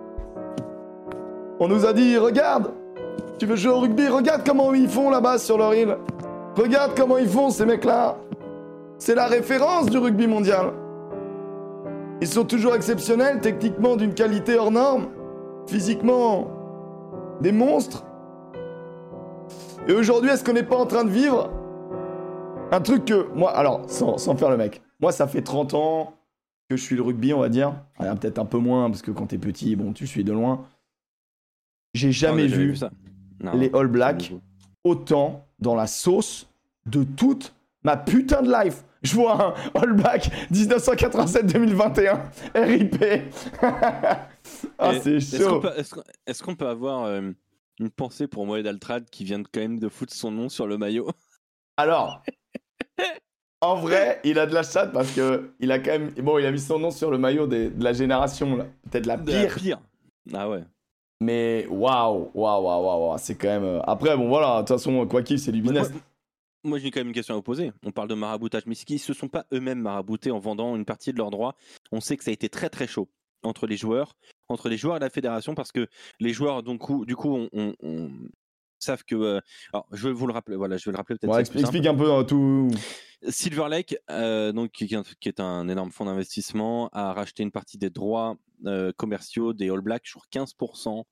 on nous a dit, regarde, tu veux jouer au rugby, regarde comment ils font là-bas sur leur île. Regarde comment ils font ces mecs-là. C'est la référence du rugby mondial. Ils sont toujours exceptionnels, techniquement d'une qualité hors norme, physiquement des monstres. Et aujourd'hui, est-ce qu'on n'est pas en train de vivre un truc que... Moi, alors, sans, sans faire le mec. Moi, ça fait trente ans que je suis le rugby, on va dire. Alors, peut-être un peu moins, parce que quand t'es petit, bon, tu suis de loin. J'ai jamais, non, vu, vu ça. Non, les All Blacks autant dans la sauce de toute ma putain de life. Je vois un All Black dix-neuf cent quatre-vingt-sept deux mille vingt et un. R I P. Ah, et c'est chaud. Est-ce qu'on peut, est-ce qu'on, est-ce qu'on peut avoir... Euh... une pensée pour Mohamed Altrad qui vient de, quand même de foutre son nom sur le maillot. Alors, en vrai, il a de la chatte parce que il a quand même, bon, il a mis son nom sur le maillot des, de la génération, là. Peut-être la pire. De la pire. Ah ouais. Mais waouh, waouh, waouh, waouh, c'est quand même. Après, bon voilà, de toute façon, quoi qu'il, c'est du business. Moi, moi, j'ai quand même une question à vous poser. On parle de maraboutage, mais est-ce qu'ils se sont pas eux-mêmes maraboutés en vendant une partie de leurs droits? On sait que ça a été très très chaud entre les joueurs, entre les joueurs et la fédération, parce que les joueurs, donc, du coup, on, on, on savent que... Euh, alors, je vais vous le rappeler, voilà, je vais le rappeler peut-être. Ouais, explique, explique un peu hein, tout. Silver Lake, euh, donc, qui, qui est un énorme fonds d'investissement, a racheté une partie des droits euh, commerciaux des All Blacks, sur quinze pour cent.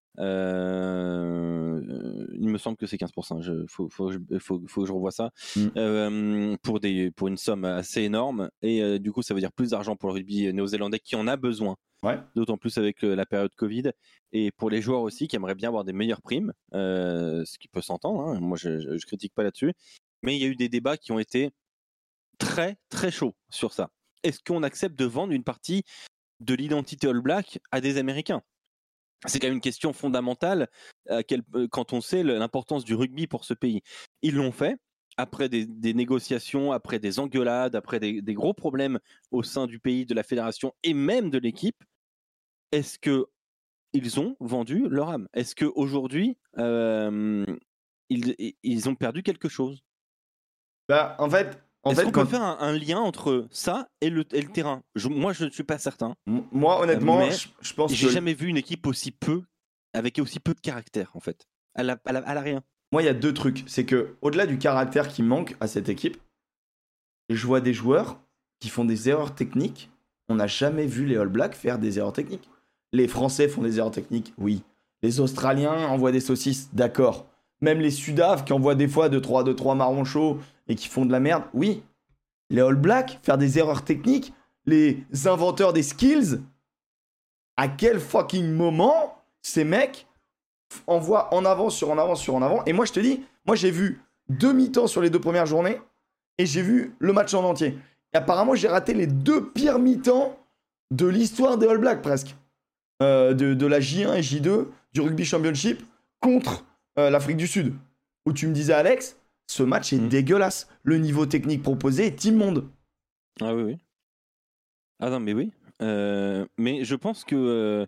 Euh, il me semble que c'est quinze pour cent. Il faut, faut, faut, faut que je revoie ça. Mm. Euh, pour, des, pour une somme assez énorme. Et euh, du coup, ça veut dire plus d'argent pour le rugby néo-zélandais qui en a besoin. Ouais. D'autant plus avec euh, la période Covid. Et pour les joueurs aussi qui aimeraient bien avoir des meilleures primes. Euh, ce qui peut s'entendre. Hein. Moi, je ne critique pas là-dessus. Mais il y a eu des débats qui ont été très, très chauds sur ça. Est-ce qu'on accepte de vendre une partie de l'identité All Black à des Américains? C'est quand même une question fondamentale à quel, quand on sait l'importance du rugby pour ce pays. Ils l'ont fait après des, des négociations, après des engueulades, après des, des gros problèmes au sein du pays, de la fédération et même de l'équipe. Est-ce qu'ils ont vendu leur âme? Est-ce qu'aujourd'hui, euh, ils, ils ont perdu quelque chose? Bah, en fait... En Est-ce fait, qu'on quand... peut faire un, un lien entre ça et le, et le terrain? je, Moi, je ne suis pas certain. M- moi, honnêtement, je, je pense j'ai que... jamais vu une équipe aussi peu, avec aussi peu de caractère, en fait. Elle a, elle a, elle a rien. Moi, il y a deux trucs. C'est que, au-delà du caractère qui manque à cette équipe, je vois des joueurs qui font des erreurs techniques. On n'a jamais vu les All Blacks faire des erreurs techniques. Les Français font des erreurs techniques, oui. Les Australiens envoient des saucisses, d'accord. Même les Sudaf qui envoient des fois deux trois marrons chauds et qui font de la merde, oui. Les All Blacks, faire des erreurs techniques, les inventeurs des skills, à quel fucking moment ces mecs envoient en avant sur en avant sur en avant. Et moi, je te dis, moi, j'ai vu deux mi-temps sur les deux premières journées et j'ai vu le match en entier. Et apparemment, j'ai raté les deux pires mi-temps de l'histoire des All Blacks, presque. Euh, de, de la J un et J deux, du Rugby Championship, contre euh, l'Afrique du Sud. Où tu me disais, Alex, ce match est mmh. dégueulasse. Le niveau technique proposé est immonde. Ah oui, oui. Ah non, mais oui. Euh, mais je pense que euh,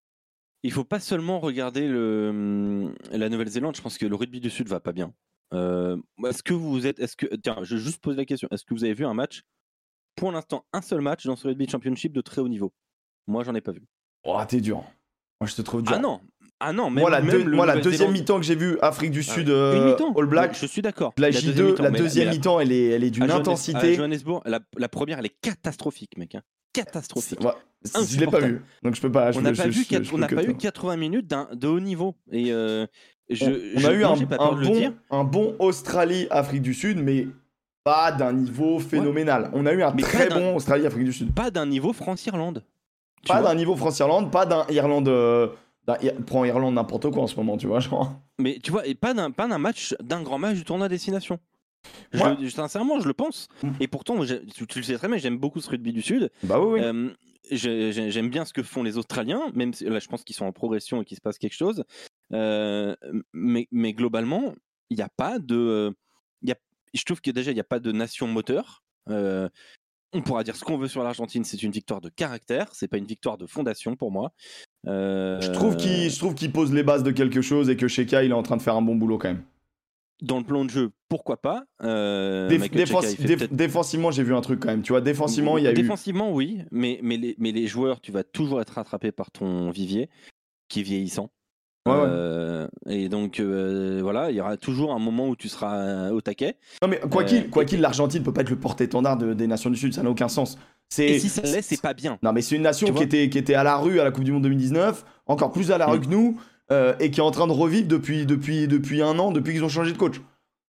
il faut pas seulement regarder le, la Nouvelle-Zélande. Je pense que le rugby du Sud va pas bien. Euh, est-ce que vous êtes, est-ce que, tiens, je vais juste poser la question. Est-ce que vous avez vu un match, pour l'instant, un seul match dans ce rugby championship de très haut niveau? Moi, j'en ai pas vu. Oh, t'es dur. Moi, je te trouve dur. Ah non. Ah non, même, moi, la, même deux, moi, la deuxième mi-temps que j'ai vue, Afrique du Sud, ah, euh, All Black, je suis d'accord. La J deux, la, la deuxième la, mi-temps, elle est, elle est d'une intensité. À Johannesburg, la, la première, elle est catastrophique, mec. Hein. Catastrophique. Ouais, je l'ai pas vu, donc je peux pas. Je on n'a pas, pas, je, vu, je, je, on n'a pas eu quatre-vingts minutes de haut niveau. Et euh, je, on, on je, a eu non, un, pas un, bon, un bon Australie-Afrique du Sud, mais pas d'un niveau phénoménal. Ouais. On a eu un mais très bon Australie-Afrique du Sud. Pas d'un niveau France-Irlande. Pas d'un niveau France-Irlande, pas d'un Irlande. Euh, prends Irlande n'importe quoi en ce moment, tu vois, genre. Mais tu vois, et pas d'un, pas d'un match, d'un grand match du tournoi destination. Je, ouais. je, sincèrement, je le pense. Mmh. Et pourtant, tu, tu le sais très bien, j'aime beaucoup ce rugby du Sud. Bah oui, oui. Euh, j'ai, j'aime bien ce que font les Australiens, même si là, je pense qu'ils sont en progression et qu'il se passe quelque chose. Euh, mais, mais globalement, il n'y a pas de. Y a, je trouve que déjà, il n'y a pas de nation moteur. Euh, on pourra dire ce qu'on veut sur l'Argentine, c'est une victoire de caractère, c'est pas une victoire de fondation pour moi. Euh... Je trouve qu'il, je trouve qu'il pose les bases de quelque chose et que Sheka, il est en train de faire un bon boulot quand même. Dans le plan de jeu, pourquoi pas euh, Déf- défense- déf- Défensivement, j'ai vu un truc quand même. Tu vois, défensivement, il y a défensivement, eu... oui, mais, mais, les, mais les joueurs, tu vas toujours être rattrapé par ton vivier, qui est vieillissant. Ouais, euh, ouais. Et donc, euh, voilà, il y aura toujours un moment où tu seras au taquet. Non, mais quoi qu'il, euh, quoi qu'il, l'Argentine peut pas être le porte-étendard de, des nations du Sud, ça n'a aucun sens. C'est... Et si ça l'est, c'est pas bien. Non, mais c'est une nation qui était, qui était à la rue à la Coupe du Monde deux mille dix-neuf, encore plus à la mmh. rue que nous, euh, et qui est en train de revivre depuis, depuis, depuis un an, depuis qu'ils ont changé de coach.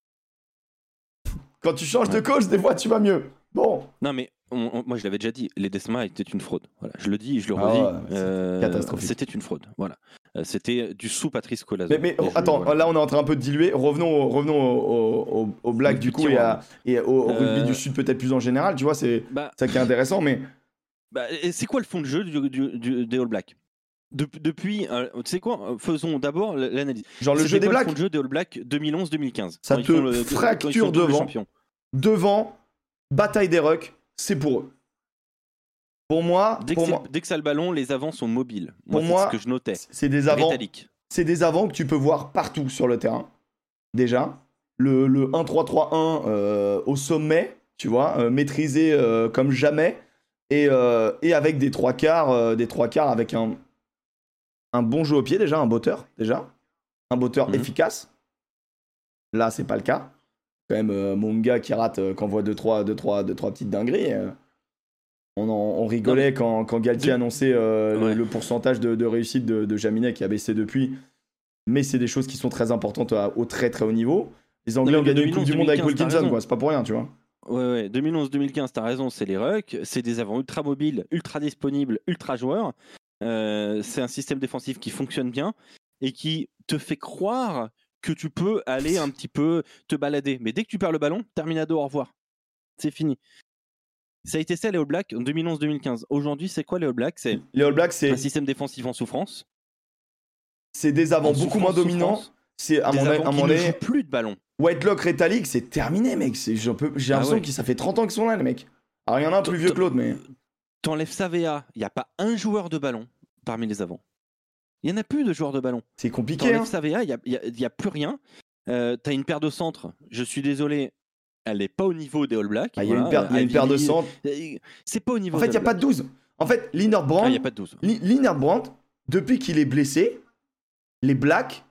Quand tu changes ouais. de coach, des fois, tu vas mieux. Bon. Non, mais on, on, moi, je l'avais déjà dit, Ledesma était une fraude. Voilà, je le dis et je le redis. Ah ouais, euh, catastrophique. C'était une fraude. Voilà. Euh, c'était du sous Patrice Colazo. Mais, mais oh, attends, voilà. Là, on est en train un peu de diluer. Revenons au, revenons au, au, au Black, du coup, et, à, et au, au rugby euh... du Sud, peut-être plus en général. Tu vois, c'est bah... ça qui est intéressant, mais. Bah, c'est quoi le fond de jeu du, du, du, des All Blacks? De, depuis, euh, tu sais quoi, faisons d'abord l'analyse. Genre le C'était jeu des Blacks. Le fond de jeu des All Blacks deux mille onze deux mille quinze. Ça te le, fracture devant. Devant, bataille des rucks, c'est pour eux. Pour moi, dès, pour que moi dès que ça le ballon, les avants sont mobiles. Moi, pour moi, c'est ce que je notais. C'est des avants. C'est des avants que tu peux voir partout sur le terrain. Déjà, le, le un trois trois un euh, au sommet, tu vois, euh, maîtrisé euh, comme jamais, et, euh, et avec des trois quarts, euh, des trois quarts avec un un bon jeu au pied déjà, un botteur déjà, un botteur mmh. efficace. Là, c'est pas le cas. Quand même, euh, mon gars qui rate, euh, qui envoie deux trois, deux, trois, deux, trois petites dingueries. Euh, on, en, on rigolait quand, quand Galtier annonçait euh, ouais. le, le pourcentage de, de réussite de, de Jaminet qui a baissé depuis. Mais c'est des choses qui sont très importantes à, au très très haut niveau. Les Anglais non, ont gagné une Coupe du Monde avec Wilkinson, quoi. C'est pas pour rien, tu vois. Ouais, ouais. deux mille onze deux mille quinze, t'as raison, c'est les rucks. C'est des avants ultra mobiles, ultra disponibles, ultra joueurs. Euh, c'est un système défensif qui fonctionne bien et qui te fait croire que tu peux aller un petit peu te balader. Mais dès que tu perds le ballon, terminado, au revoir. C'est fini. Ça a été ça les All Blacks en deux mille onze deux mille quinze. Aujourd'hui, c'est quoi les All Blacks? C'est les All Blacks, c'est un système défensif en souffrance. C'est des avants beaucoup moins dominants. C'est à des mon avants à qui mon ne jouent plus de ballon. Whitelock, Retallick, c'est terminé, mec. C'est, j'ai l'impression ah ouais. que ça fait trente ans qu'ils sont là, les mecs. Alors, il y en a un plus vieux que l'autre, mais... T'enlèves Savea, il n'y a pas un joueur de ballon parmi les avants. Il n'y en a plus de joueurs de ballon. C'est compliqué. T'enlèves hein. Savea, il n'y a, y a, y a plus rien. Euh, t'as une paire de centres, je suis désolé, elle n'est pas au niveau des All Blacks. Il ah, y a voilà. une paire, y a une paire de centres. C'est pas au niveau En fait, il n'y a pas de douze. En fait, Lienert Brandt, ah, y a pas de douze. Lienert Brandt, depuis qu'il est blessé, les Blacks,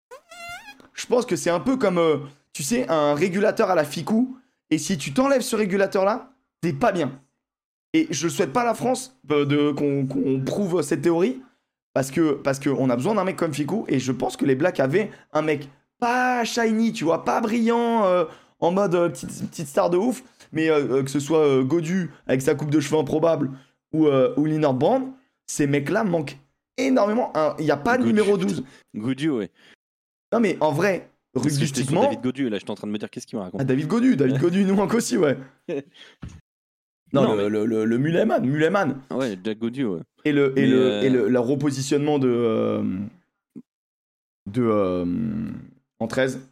je pense que c'est un peu comme, euh, tu sais, un régulateur à la ficou. Et si tu t'enlèves ce régulateur-là, t'es pas bien. Et je ne souhaite pas à la France euh, de, qu'on, qu'on prouve cette théorie. Parce que parce qu'on a besoin d'un mec comme Ficou. Et je pense que les Blacks avaient un mec pas shiny, tu vois, pas brillant euh, en mode euh, petite, petite star de ouf, mais euh, que ce soit euh, Godu avec sa coupe de cheveux improbable ou, euh, ou Linard Brand, ces mecs-là manquent énormément. Il n'y a pas de numéro douze. Godu, ouais. Non, mais en vrai, rugbyistiquement. David Godu, là, je suis en train de me dire qu'est-ce qu'il m'a raconté. Ah, David Godu, David Godu nous manque aussi, ouais. Non, non, le, mais... le, le, le Muleman, Muleman. Ouais, Jack Godu, ouais. Et le, et le, euh... et le, le repositionnement de. Euh, de. Euh, en treize.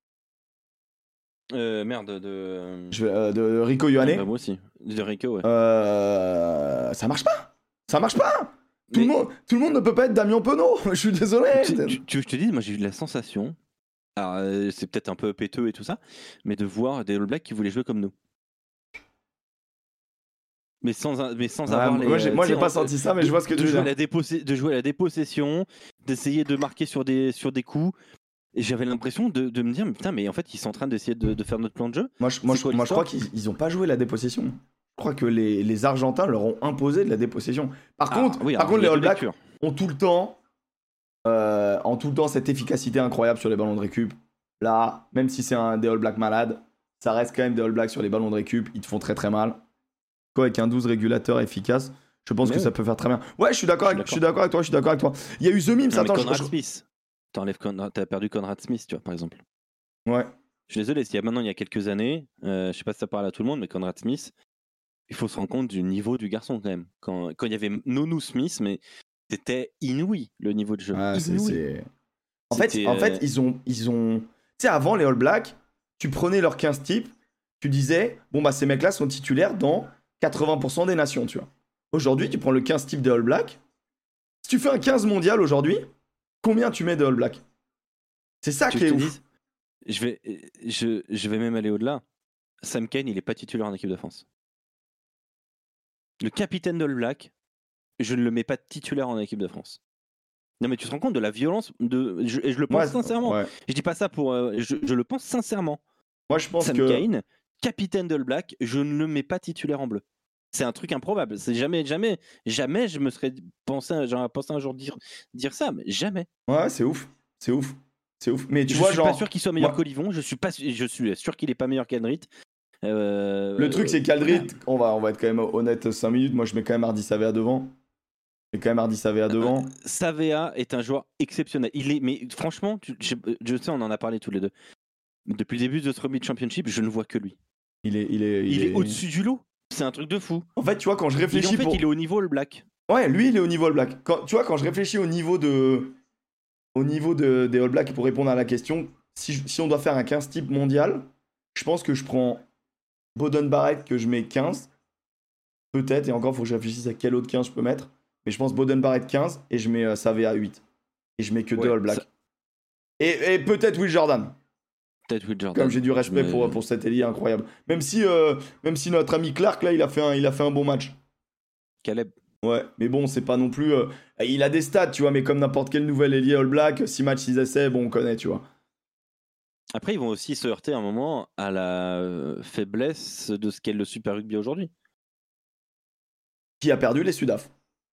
Euh, merde, de. Je vais, euh, de Rico Ioane. Ah, bah, moi aussi. De Rico, ouais. Euh, ça marche pas. Ça marche pas. Tout, mais... le monde, tout le monde ne peut pas être Damien Penaud. Je suis désolé. Tu, tu, tu veux que je te dise, moi j'ai eu la sensation. Alors, euh, c'est peut-être un peu péteux et tout ça, mais de voir des All Blacks qui voulaient jouer comme nous. Mais sans, mais sans ah, avoir moi, les... J'ai, moi, j'ai pas senti ça, mais de, je vois ce que de tu jouer veux dire. La dépossé- de jouer à la dépossession, d'essayer de marquer sur des, sur des coups. Et j'avais l'impression de, de me dire, mais putain, mais en fait, ils sont en train d'essayer de, de faire notre plan de jeu. Moi, je, moi, je, moi je crois qu'ils ils ont pas joué la dépossession. Je crois que les, les Argentins leur ont imposé de la dépossession. Par ah, contre, oui, par contre les All Blacks ont tout le temps, euh, ont tout le temps cette efficacité incroyable sur les ballons de récup. Là, même si c'est un des All Blacks malades, ça reste quand même des All Blacks sur les ballons de récup. Ils te font très très mal. Quoi, avec un douze régulateur efficace, je pense mais que oui. ça peut faire très bien. Ouais, je suis d'accord, avec, je suis d'accord avec toi, je suis d'accord avec toi. Il y a eu The Mims, non, attends, Conrad je... Smith. T'enlèves Conrad, t'as perdu Conrad Smith, tu vois, par exemple. Ouais. Je suis désolé, s'il y a maintenant, il y a quelques années, euh, je sais pas si ça parle à tout le monde, mais Conrad Smith, il faut se rendre compte du niveau du garçon quand même. Quand, quand il y avait Nonu Smith, mais c'était inouï le niveau de jeu. Ah, c'est, c'est... En fait, euh... en fait, ils ont, ils ont. Tu sais, avant les All Blacks, tu prenais leurs quinze types, tu disais, bon bah ces mecs-là sont titulaires dans quatre-vingts pour cent des nations, tu vois. Aujourd'hui, tu prends le quinze type des All Blacks. Si tu fais un quinze mondial aujourd'hui, combien tu mets de All Blacks? C'est ça tu qui est ouf. Dis, je vais, je, je vais même aller au-delà. Sam Cane, il est pas titulaire en équipe de France. Le capitaine de All Black, je ne le mets pas titulaire en équipe de France. Non mais tu te rends compte de la violence de, je, et je le pense ouais, sincèrement. Ouais. Je dis pas ça pour, euh, je, je le pense sincèrement. Moi je pense Sam que Sam Cane, capitaine de All Black, je ne le mets pas titulaire en bleu. C'est un truc improbable. C'est jamais, jamais, jamais je me serais pensé, j'aurais pensé un jour dire, dire ça, mais jamais. Ouais, c'est ouf, c'est ouf, c'est ouf. Mais tu je vois, suis genre, pas sûr qu'il soit meilleur ouais. qu'Olivon. Je suis pas, je suis sûr qu'il est pas meilleur qu'Andrit. Euh, le truc, c'est qu'Aldrit, euh, on va, on va être quand même honnête cinq minutes. Moi, je mets quand même Hardy Savea devant. Je mets quand même Hardy Savea devant. Euh, Savea est un joueur exceptionnel. Il est, mais franchement, tu, je, je sais, on en a parlé tous les deux. Depuis le début de ce Rugby Championship, je ne vois que lui. Il est, il est, il, il est... est au-dessus du lot. C'est un truc de fou. En fait, tu vois, quand je réfléchis, il, en fait, pour... il est au niveau All Black. Ouais, lui, il est au niveau All Black. Quand, tu vois, quand je réfléchis au niveau de, au niveau de, des All Blacks pour répondre à la question, si, je... si on doit faire un quinze type mondial, je pense que je prends Beauden Barrett que je mets quinze, peut-être, et encore, il faut que je réfléchisse à quel autre quinze je peux mettre. Mais je pense Beauden Barrett quinze et je mets euh, Savea huit. Et je mets que ouais, deux All Blacks. Ça... Et, et peut-être Will Jordan. Peut-être Will Jordan. Comme j'ai du respect mais... pour, pour cet ailier incroyable. Même si, euh, même si notre ami Clark, là, il a fait un, il a fait un bon match. Caleb. Ouais, mais bon, c'est pas non plus... Euh... Il a des stats, tu vois, mais comme n'importe quel nouvel ailier All Black, six matchs, six essais, bon, on connaît, tu vois. Après, ils vont aussi se heurter à un moment à la faiblesse de ce qu'est le Super Rugby aujourd'hui. Qui a perdu les Sudaf.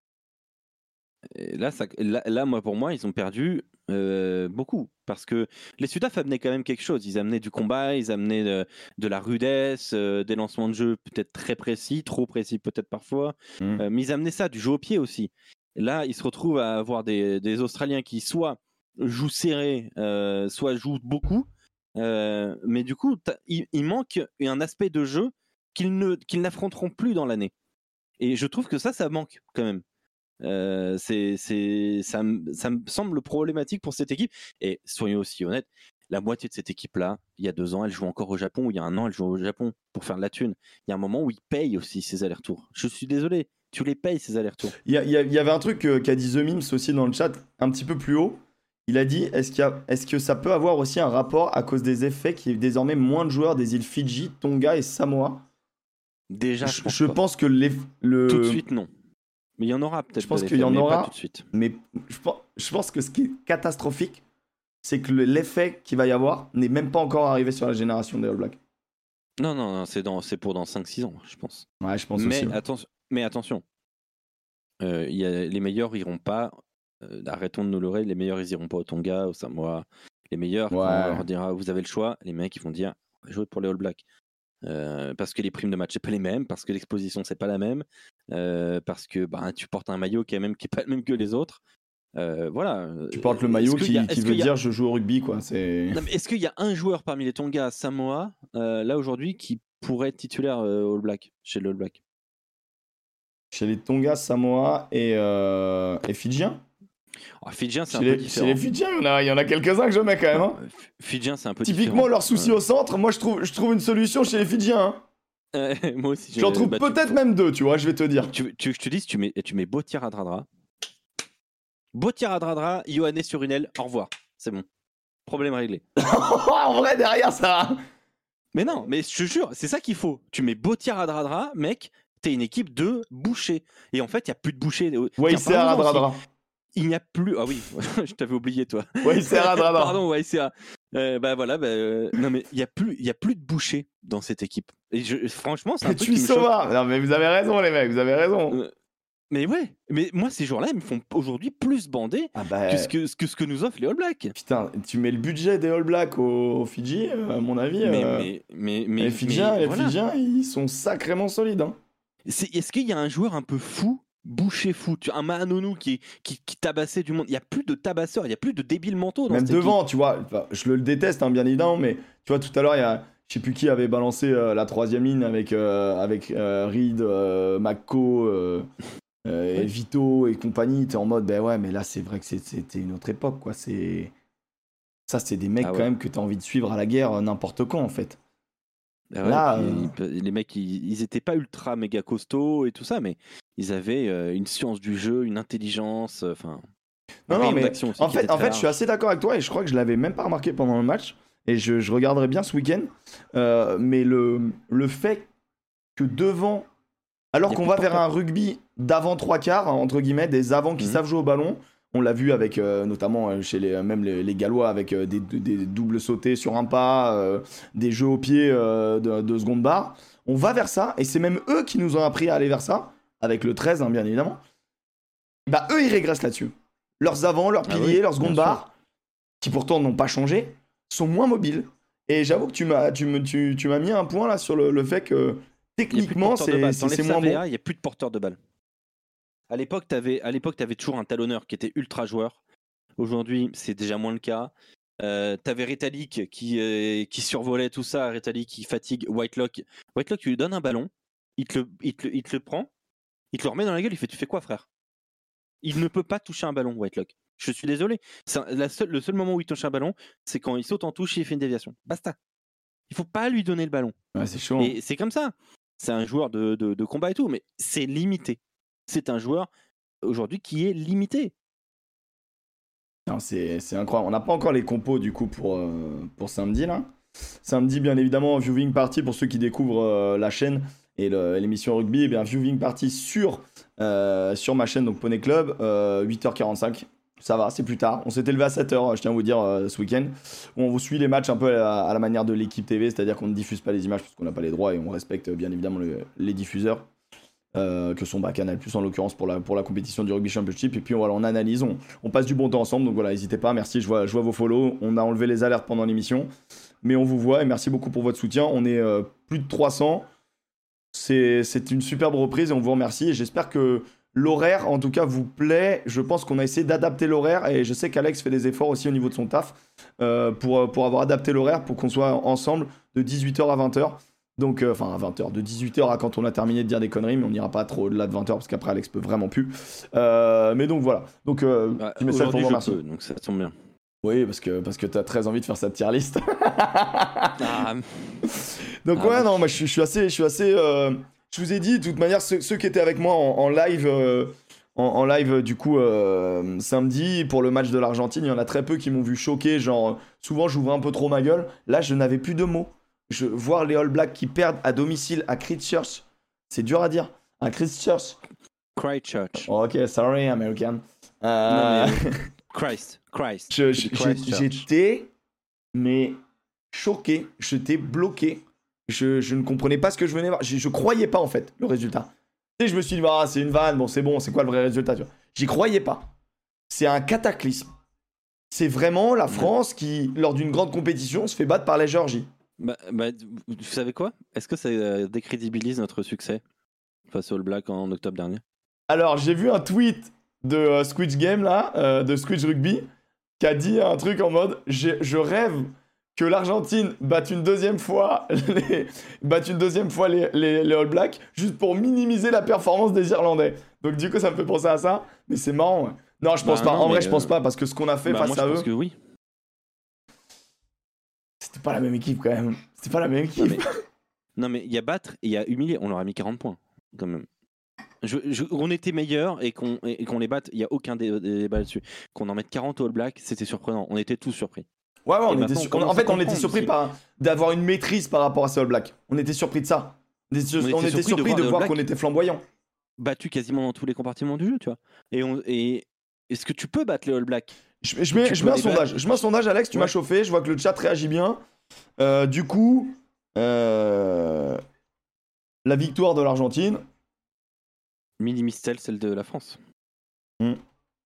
Et là, ça, là, là, moi, pour moi, ils ont perdu euh, beaucoup. Parce que les Sudaf amenaient quand même quelque chose. Ils amenaient du combat, ils amenaient de, de la rudesse, euh, des lancements de jeu peut-être très précis, trop précis peut-être parfois. Mmh. Euh, mais ils amenaient ça, du jeu au pied aussi. Là, ils se retrouvent à avoir des, des Australiens qui soit jouent serré, euh, soit jouent beaucoup. Euh, mais du coup, il, il manque un aspect de jeu qu'ils, ne, qu'ils n'affronteront plus dans l'année. Et je trouve que ça, ça manque quand même. Euh, c'est, c'est, ça, ça me semble problématique pour cette équipe. Et soyons aussi honnêtes, la moitié de cette équipe-là, il y a deux ans, elle joue encore au Japon, ou il y a un an, elle joue au Japon pour faire de la thune. Il y a un moment où ils payent aussi ces allers-retours. Je suis désolé, tu les payes ces allers-retours. Il y, a, il y avait un truc euh, qu'a dit The Mims aussi dans le chat, un petit peu plus haut. Il a dit, est-ce, qu'il y a, est-ce que ça peut avoir aussi un rapport à cause des effets qu'il y a désormais moins de joueurs des îles Fidji, Tonga et Samoa? Déjà, je, je pense, je pense que les, le... Tout de suite, non. Mais il y en aura peut-être. Je pense qu'il y en aura, tout de suite. Mais je pense, je pense que ce qui est catastrophique, c'est que le, l'effet qu'il va y avoir n'est même pas encore arrivé sur la génération des All Blacks. Non, non, non c'est, dans, c'est pour dans cinq six ans, je pense. Ouais, je pense mais aussi. Ouais. Atten- mais attention, euh, y a, les meilleurs iront pas, euh, arrêtons de nous leurrer, les meilleurs ils iront pas au Tonga, au Samoa. Les meilleurs, ouais. On leur dira, vous avez le choix, les mecs ils vont dire, jouer pour les All Blacks. Euh, parce que les primes de match c'est pas les mêmes, parce que l'exposition c'est pas la même, euh, parce que bah, tu portes un maillot qui est même qui est pas le même que les autres. Euh, voilà. Tu portes le maillot qui, a, qui veut dire a... je joue au rugby quoi. C'est... Non, mais est-ce qu'il y a un joueur parmi les Tonga, Samoa, euh, là aujourd'hui qui pourrait être titulaire euh, All Black chez le All Black? Chez les Tonga, Samoa et, euh, et Fidjiens. Oh, Fidjiens, c'est chez un les, peu différent. Chez les Fidjiens, il y en a, il y en a quelques-uns que je mets quand même. Hein. Fidjiens, c'est un peu Typiquement, différent. leur souci ouais. au centre, moi je trouve, je trouve une solution chez les Fidjiens. Hein. Euh, moi aussi. J'en trouve bah, peut-être tu... même deux, tu vois, je vais te dire. Tu, tu, je te dis, tu mets, tu mets Botir Adradra. Botir Adradra, Ioannis Surinel, au revoir. C'est bon. Problème réglé. En vrai, derrière ça. Mais non, mais je te jure, c'est ça qu'il faut. Tu mets Botir Adradra, mec. T'es une équipe de bouchers. Et en fait, il n'y a plus de bouchers. Ouais, c'est Adradra. Il n'y a plus. Ah oui, je t'avais oublié, toi. Ouais, c'est Adradra. Pardon, ouais, c'est euh, Bah voilà, bah, euh... non, mais il n'y a, a plus de bouchers dans cette équipe. Et je... franchement, c'est un truc qui me choque. Non, mais vous avez raison, les mecs, vous avez raison. Euh... Mais ouais, mais moi, ces jours-là, ils me font aujourd'hui plus bander ah bah... que, ce que, que ce que nous offrent les All Blacks. Putain, tu mets le budget des All Blacks au, au Fidji, à mon avis. Mais, euh... mais, mais, mais, les Fidjiens, mais, les voilà. Fidjiens, ils sont sacrément solides. Hein. C'est, est-ce qu'il y a un joueur un peu fou, boucher fou, tu, un Mahanonou qui, qui, qui tabassait du monde? Il n'y a plus de tabasseurs, il n'y a plus de débiles mentaux dans Même cette devant, équipe. tu vois, enfin, je le déteste, hein, bien évidemment, mais tu vois, tout à l'heure, il y a, je sais plus qui avait balancé euh, la troisième ligne avec, euh, avec euh, Reed, euh, Mako, euh, euh, et Vito et compagnie. T'es en mode, ben ouais, mais là, c'est vrai que c'est, c'était une autre époque, quoi. C'est... Ça, c'est des mecs ah ouais. quand même que t'as envie de suivre à la guerre n'importe quand, en fait. Ouais, là, puis, euh... les mecs, ils, ils étaient pas ultra méga costauds et tout ça, mais ils avaient euh, une science du jeu, une intelligence, enfin. Non, non, mais en fait, en fait, je suis assez d'accord avec toi et je crois que je l'avais même pas remarqué pendant le match et je, je regarderai bien ce week-end. Euh, mais le, le fait que devant, alors qu'on va vers un rugby d'avant trois quarts, entre guillemets, des avants qui mmh. savent jouer au ballon. On l'a vu avec euh, notamment chez les, même les, les Gallois avec euh, des, des doubles sautés sur un pas, euh, des jeux au pied euh, de, de seconde barre. On va vers ça et c'est même eux qui nous ont appris à aller vers ça, avec le treize hein, bien évidemment. Bah eux ils régressent là-dessus. Leurs avants, leurs piliers, ah oui, leurs secondes barres, qui pourtant n'ont pas changé, sont moins mobiles. Et j'avoue que tu m'as, tu me, tu, tu m'as mis un point là sur le, le fait que techniquement c'est, c'est, c'est moins bon. Il n'y a plus de porteurs de balles. À l'époque, tu avais, à l'époque, tu avais toujours un talonneur qui était ultra joueur. Aujourd'hui, c'est déjà moins le cas. Euh, tu avais Retallick qui, euh, qui survolait tout ça. Retallick qui fatigue Whitelock. Whitelock, tu lui donnes un ballon, il te, le, il, te, il te le prend, il te le remet dans la gueule, il fait « Tu fais quoi, frère ?» Il ne peut pas toucher un ballon, Whitelock. Je suis désolé. C'est un, la seule, le seul moment où il touche un ballon, c'est quand il saute en touche et il fait une déviation. Basta. Il faut pas lui donner le ballon. Ouais, c'est chaud. Et c'est comme ça. C'est un joueur de, de, de combat et tout, mais c'est limité. C'est un joueur aujourd'hui qui est limité. Non, c'est, c'est incroyable. On n'a pas encore les compos du coup pour, euh, pour samedi là. Samedi, bien évidemment, viewing party pour ceux qui découvrent euh, la chaîne et le, l'émission rugby. Et bien, viewing party sur, euh, sur ma chaîne, donc Poney Club, euh, huit heures quarante-cinq. Ça va, c'est plus tard. On s'était levé à sept heures, je tiens à vous dire, euh, ce week-end. Où on vous suit les matchs un peu à la, à la manière de l'équipe T V, c'est-à-dire qu'on ne diffuse pas les images parce qu'on n'a pas les droits et on respecte bien évidemment le, les diffuseurs. Euh, que sont bah, Canal Plus en l'occurrence pour la, pour la compétition du Rugby Championship et puis voilà, on analyse, on, on passe du bon temps ensemble donc voilà, n'hésitez pas, merci, je vois, je vois vos follow, on a enlevé les alertes pendant l'émission mais on vous voit et merci beaucoup pour votre soutien, on est euh, plus de trois cents, c'est, c'est une superbe reprise et on vous remercie et j'espère que l'horaire en tout cas vous plaît, je pense qu'on a essayé d'adapter l'horaire et je sais qu'Alex fait des efforts aussi au niveau de son taf euh, pour, pour avoir adapté l'horaire pour qu'on soit ensemble de dix-huit heures à vingt heures. Donc, enfin, euh, à vingt heures, de dix-huit heures à quand on a terminé de dire des conneries, mais on n'ira pas trop au-delà de vingt heures parce qu'après Alex peut vraiment plus. Euh, mais donc voilà. Donc, euh, bah, petit message pour moi, merci. Peux, donc ça tombe bien. Oui, parce que, parce que tu as très envie de faire cette tier list. ah. Donc, ah, ouais, oui. non, moi je suis, je suis assez. Je, suis assez euh, je vous ai dit, de toute manière, ceux, ceux qui étaient avec moi en, en live. Euh, En, en live du coup euh, samedi pour le match de l'Argentine, il y en a très peu qui m'ont vu choquer, genre souvent j'ouvre un peu trop ma gueule, là je n'avais plus de mots. Je, voir les All Blacks qui perdent à domicile à Christchurch, c'est dur à dire, à Christchurch. Christchurch. Oh, ok, sorry, American. Euh... Non, mais... Christ, Christ. Je, je, j'étais, mais choqué, j'étais bloqué. Je, je ne comprenais pas ce que je venais voir. Je, je croyais pas en fait le résultat. Et je me suis dit, ah, c'est une vanne, bon, c'est bon, c'est quoi le vrai résultat, tu vois. J'y croyais pas. C'est un cataclysme. C'est vraiment la France qui, lors d'une grande compétition, se fait battre par la Géorgie. Bah, bah, vous savez quoi ? Est-ce que ça décrédibilise notre succès face aux All Blacks en octobre dernier ? Alors, j'ai vu un tweet de euh, Squidge Game, là, euh, de Squidge Rugby, qui a dit un truc en mode « Je rêve que l'Argentine batte une deuxième fois les, batte une deuxième fois les, les, les All Blacks juste pour minimiser la performance des Irlandais. » Donc du coup, ça me fait penser à ça, mais c'est marrant. Ouais. Non, je pense bah, pas. Non, en vrai, je pense euh... pas, parce que ce qu'on a fait bah, face moi, à je eux... pense que oui. C'était pas la même équipe, quand même. C'était pas la même équipe. Non, mais il y a battre et il y a humilier. On leur a mis quarante points, quand même. Je, je, on était meilleurs et qu'on, et qu'on les batte, il n'y a aucun débat là-dessus. Qu'on en mette quarante au All Black, c'était surprenant. On était tous surpris. Ouais, ouais, on était sur... on, en fait, on était surpris aussi. par... d'avoir une maîtrise par rapport à ces All Black. On était surpris de ça. On était, on était, on était surpris, surpris de, de voir qu'on était flamboyant. Battu quasiment dans tous les compartiments du jeu, tu vois. Et, on... et est-ce que tu peux battre les All Black ? Je, je mets, je mets un sondage. Je mets un sondage, Alex, tu ouais. m'as chauffé. Je vois que le chat réagit bien. Euh, du coup, euh... la victoire de l'Argentine. Minimise-t-elle celle de la France ? mm.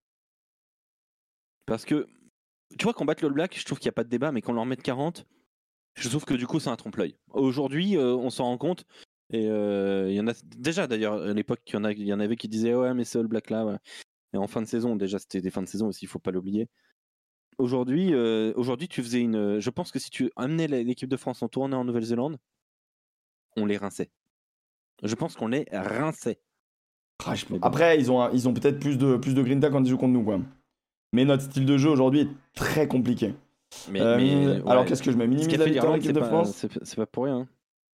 Parce que, tu vois, qu'on batte le All Black, je trouve qu'il n'y a pas de débat, mais qu'on leur mette quarante, je trouve que du coup, c'est un trompe-l'œil. Aujourd'hui, euh, on s'en rend compte. Et il euh, y en a déjà, d'ailleurs, à l'époque, il y en, a, y en avait qui disaient « Ouais, mais c'est All Black là. Ouais. » Et en fin de saison, déjà, c'était des fins de saison aussi, il ne faut pas l'oublier. Aujourd'hui, euh, aujourd'hui, tu faisais une. Je pense que si tu amenais l'équipe de France en tournée en Nouvelle-Zélande, on les rinçait. Je pense qu'on les rinçait. Ah, je... Après, ils ont, ils ont peut-être plus de, plus de grinta quand ils jouent contre nous, quoi. Mais notre style de jeu aujourd'hui est très compliqué. Mais, euh, mais alors, ouais. qu'est-ce que je mets ? Minimise la victoire de l'équipe de pas, France ? c'est, c'est pas pour rien.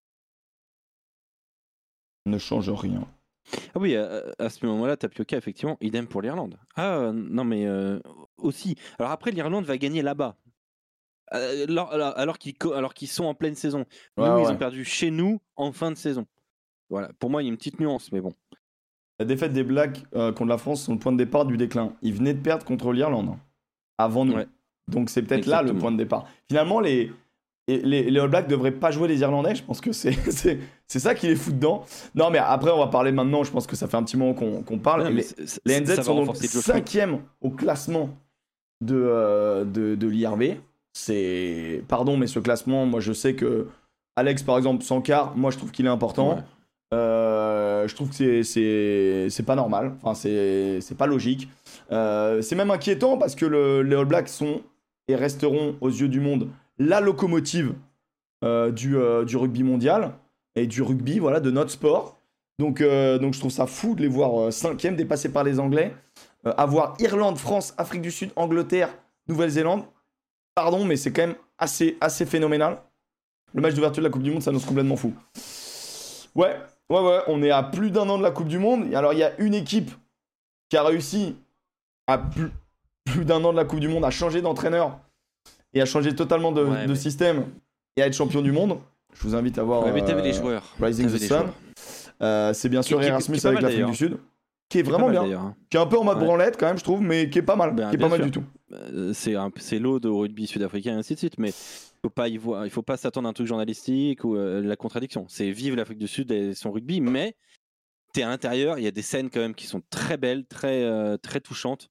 Ne change rien. Ah oui, à, à ce moment-là, Tapioca, effectivement, idem pour l'Irlande. Ah euh, non, mais euh, aussi. Alors après, l'Irlande va gagner là-bas. Euh, alors, alors, alors, qu'ils, alors qu'ils sont en pleine saison. Nous, ouais, ouais. Ils ont perdu chez nous en fin de saison. Voilà. Pour moi, il y a une petite nuance, mais bon. La défaite des Blacks euh, contre la France sont le point de départ du déclin. Ils venaient de perdre contre l'Irlande hein, avant nous. Ouais. Donc c'est peut-être Exactement. Là le point de départ. Finalement, les, les, les All Blacks ne devraient pas jouer les Irlandais. Je pense que c'est, c'est, c'est ça qui les fout dedans. Non, mais après, on va parler maintenant. Je pense que ça fait un petit moment qu'on, qu'on parle. Non, les, c'est, les N Z sont donc cinquième au classement de, euh, de, de l'I R V. C'est... Pardon, mais ce classement, moi je sais que Alex, par exemple, Sankar, moi je trouve qu'il est important. Ouais. Euh, je trouve que c'est, c'est, c'est pas normal, enfin c'est, c'est pas logique. Euh, c'est même inquiétant parce que le, les All Blacks sont et resteront aux yeux du monde la locomotive euh, du, euh, du rugby mondial et du rugby, voilà, de notre sport. Donc, euh, donc je trouve ça fou de les voir euh, cinquième, dépassés par les Anglais. Euh, avoir Irlande, France, Afrique du Sud, Angleterre, Nouvelle-Zélande. Pardon, mais c'est quand même assez, assez phénoménal. Le match d'ouverture de la Coupe du Monde, ça annonce complètement fou. Ouais. Ouais, ouais, on est à plus d'un an de la Coupe du Monde. Alors, il y a une équipe qui a réussi à plus, plus d'un an de la Coupe du Monde à changer d'entraîneur et à changer totalement de, ouais, de mais... système et à être champion du monde. Je vous invite à voir ouais, mais t'avais euh, les joueurs. Rising t'avais the Sun. Euh, c'est bien sûr qui, Erasmus qui, qui avec l'Afrique du Sud, qui est qui vraiment bien. Hein. Qui est un peu en mode ouais. branlette quand même, je trouve, mais qui est pas mal. Ben, qui est pas sûr. Mal du tout. C'est, un, c'est l'eau de rugby sud-africain et ainsi de suite, mais faut pas y voir, il faut pas s'attendre à un truc journalistique ou euh, la contradiction. C'est vive l'Afrique du Sud et son rugby, mais t'es à l'intérieur, il y a des scènes quand même qui sont très belles, très euh, très touchantes.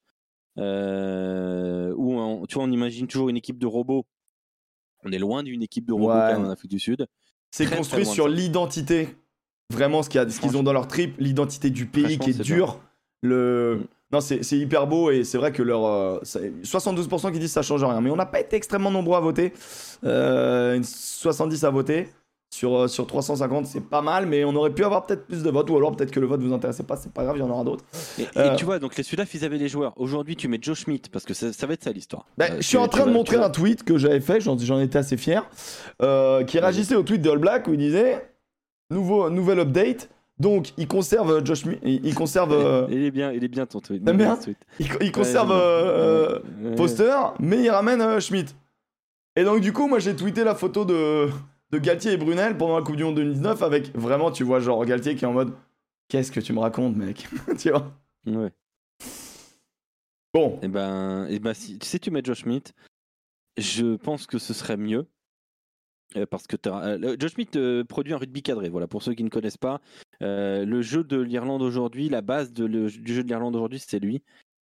Euh, où on, tu vois, on imagine toujours une équipe de robots. On est loin d'une équipe de robots ouais. en Afrique du Sud. C'est très, construit très sur l'identité, vraiment ce, qu'il y a, ce qu'ils ont dans leur trip, l'identité du pays qui est dure. Le mm. Non, c'est, c'est hyper beau et c'est vrai que leur euh, soixante-douze pour cent qui disent que ça change rien. Mais on n'a pas été extrêmement nombreux à voter. Euh, soixante-dix à voter sur, euh, sur trois cent cinquante, c'est pas mal, mais on aurait pu avoir peut-être plus de votes ou alors peut-être que le vote vous intéressait pas, c'est pas grave, il y en aura d'autres. Et, euh, et tu vois, donc les Sudaf, ils avaient les joueurs. Aujourd'hui, tu mets Joe Schmidt parce que ça, ça va être ça l'histoire. Bah, euh, je suis en train de montrer un tweet que j'avais fait, j'en, j'en étais assez fier, euh, qui réagissait au tweet de All Black où il disait nouveau, nouvelle update. Donc, il conserve Josh Smith, il, il conserve... Euh... Il est bien, il est bien ton tweet. T'aimes bien tweet. Il, il conserve ouais, euh, ouais. Foster, mais il ramène euh, Schmidt. Et donc, du coup, moi, j'ai tweeté la photo de, de Galtier et Brunel pendant la Coupe du Monde deux mille dix-neuf avec, vraiment, tu vois, genre, Galtier qui est en mode « Qu'est-ce que tu me racontes, mec ?» Tu vois. Ouais. Bon. Et ben, et ben si, si tu mets Josh Schmidt, je pense que ce serait mieux. Euh, parce que euh, Josh Smith euh, produit un rugby cadré. Voilà, pour ceux qui ne connaissent pas, euh, le jeu de l'Irlande aujourd'hui, la base de, le, du jeu de l'Irlande aujourd'hui, c'est lui.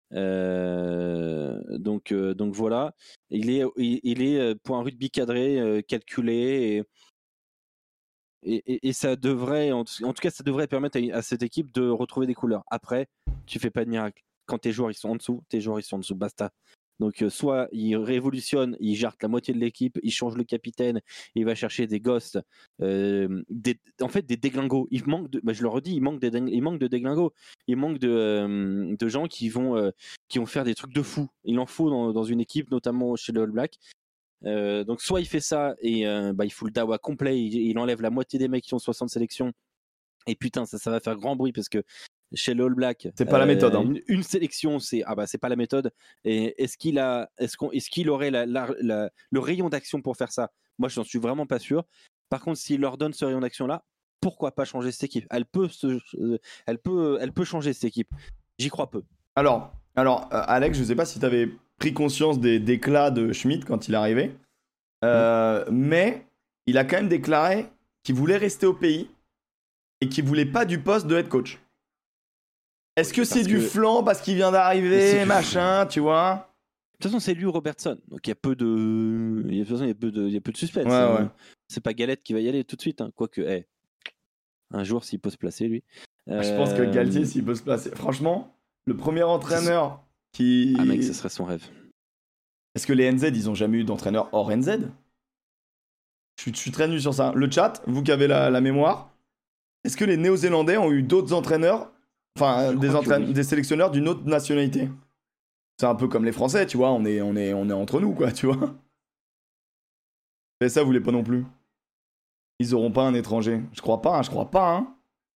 Euh, donc, euh, donc voilà, il est, il, il est pour un rugby cadré, euh, calculé, et, et, et ça devrait, en, en tout cas, ça devrait permettre à, à cette équipe de retrouver des couleurs. Après, tu fais pas de miracle. Quand tes joueurs ils sont en dessous, tes joueurs ils sont en dessous, basta. Donc euh, soit il révolutionne, il jarte la moitié de l'équipe, il change le capitaine, il va chercher des ghosts, euh, des, en fait des déglingos. Il manque de, bah, je le redis, il manque, des, il manque de déglingos. Il manque de, euh, de gens qui vont, euh, qui vont faire des trucs de fou. Il en faut dans, dans une équipe, notamment chez les All Blacks. Euh, donc soit il fait ça et euh, bah, il fout le dawa complet, il, il enlève la moitié des mecs qui ont soixante sélections. Et putain, ça, ça va faire grand bruit parce que chez le All Black, c'est pas euh, la méthode. Hein. Une, une sélection, c'est ah bah c'est pas la méthode. Et est-ce qu'il a, est-ce qu'on, est-ce qu'il aurait la, la, la, le rayon d'action pour faire ça? Moi, je n'en suis vraiment pas sûr. Par contre, s'il leur donne ce rayon d'action là, pourquoi pas changer cette équipe? Elle peut, se, elle peut, elle peut changer cette équipe. J'y crois peu. Alors, alors, euh, Alex, je sais pas si tu avais pris conscience des déclats de Schmidt quand il est arrivé, euh, mmh. mais il a quand même déclaré qu'il voulait rester au pays et qu'il voulait pas du poste de head coach. Est-ce que c'est parce du que... flanc parce qu'il vient d'arriver, machin, du... tu vois? De toute façon, c'est lui Robertson. Donc il y a peu de, il y a, de toute façon, il y a peu de, il y a peu de suspense. Ouais, hein. ouais. C'est pas Galette qui va y aller tout de suite. Hein. Quoique, hey, un jour, s'il peut se placer, lui. Euh... Je pense que Galtier, s'il peut se placer. Franchement, le premier entraîneur qui. Ah mec, ce serait son rêve. Est-ce que les N Z, ils ont jamais eu d'entraîneur hors N Z? je suis, je suis très nul sur ça. Le chat, vous qui avez la, la mémoire, est-ce que les Néo-Zélandais ont eu d'autres entraîneurs? Enfin, des, entraîne- oui. des sélectionneurs d'une autre nationalité. C'est un peu comme les Français, tu vois, on est, on est, on est entre nous, quoi, tu vois. Et ça, vous voulez pas non plus. Ils auront pas un étranger. Je crois pas, hein, je crois pas, hein.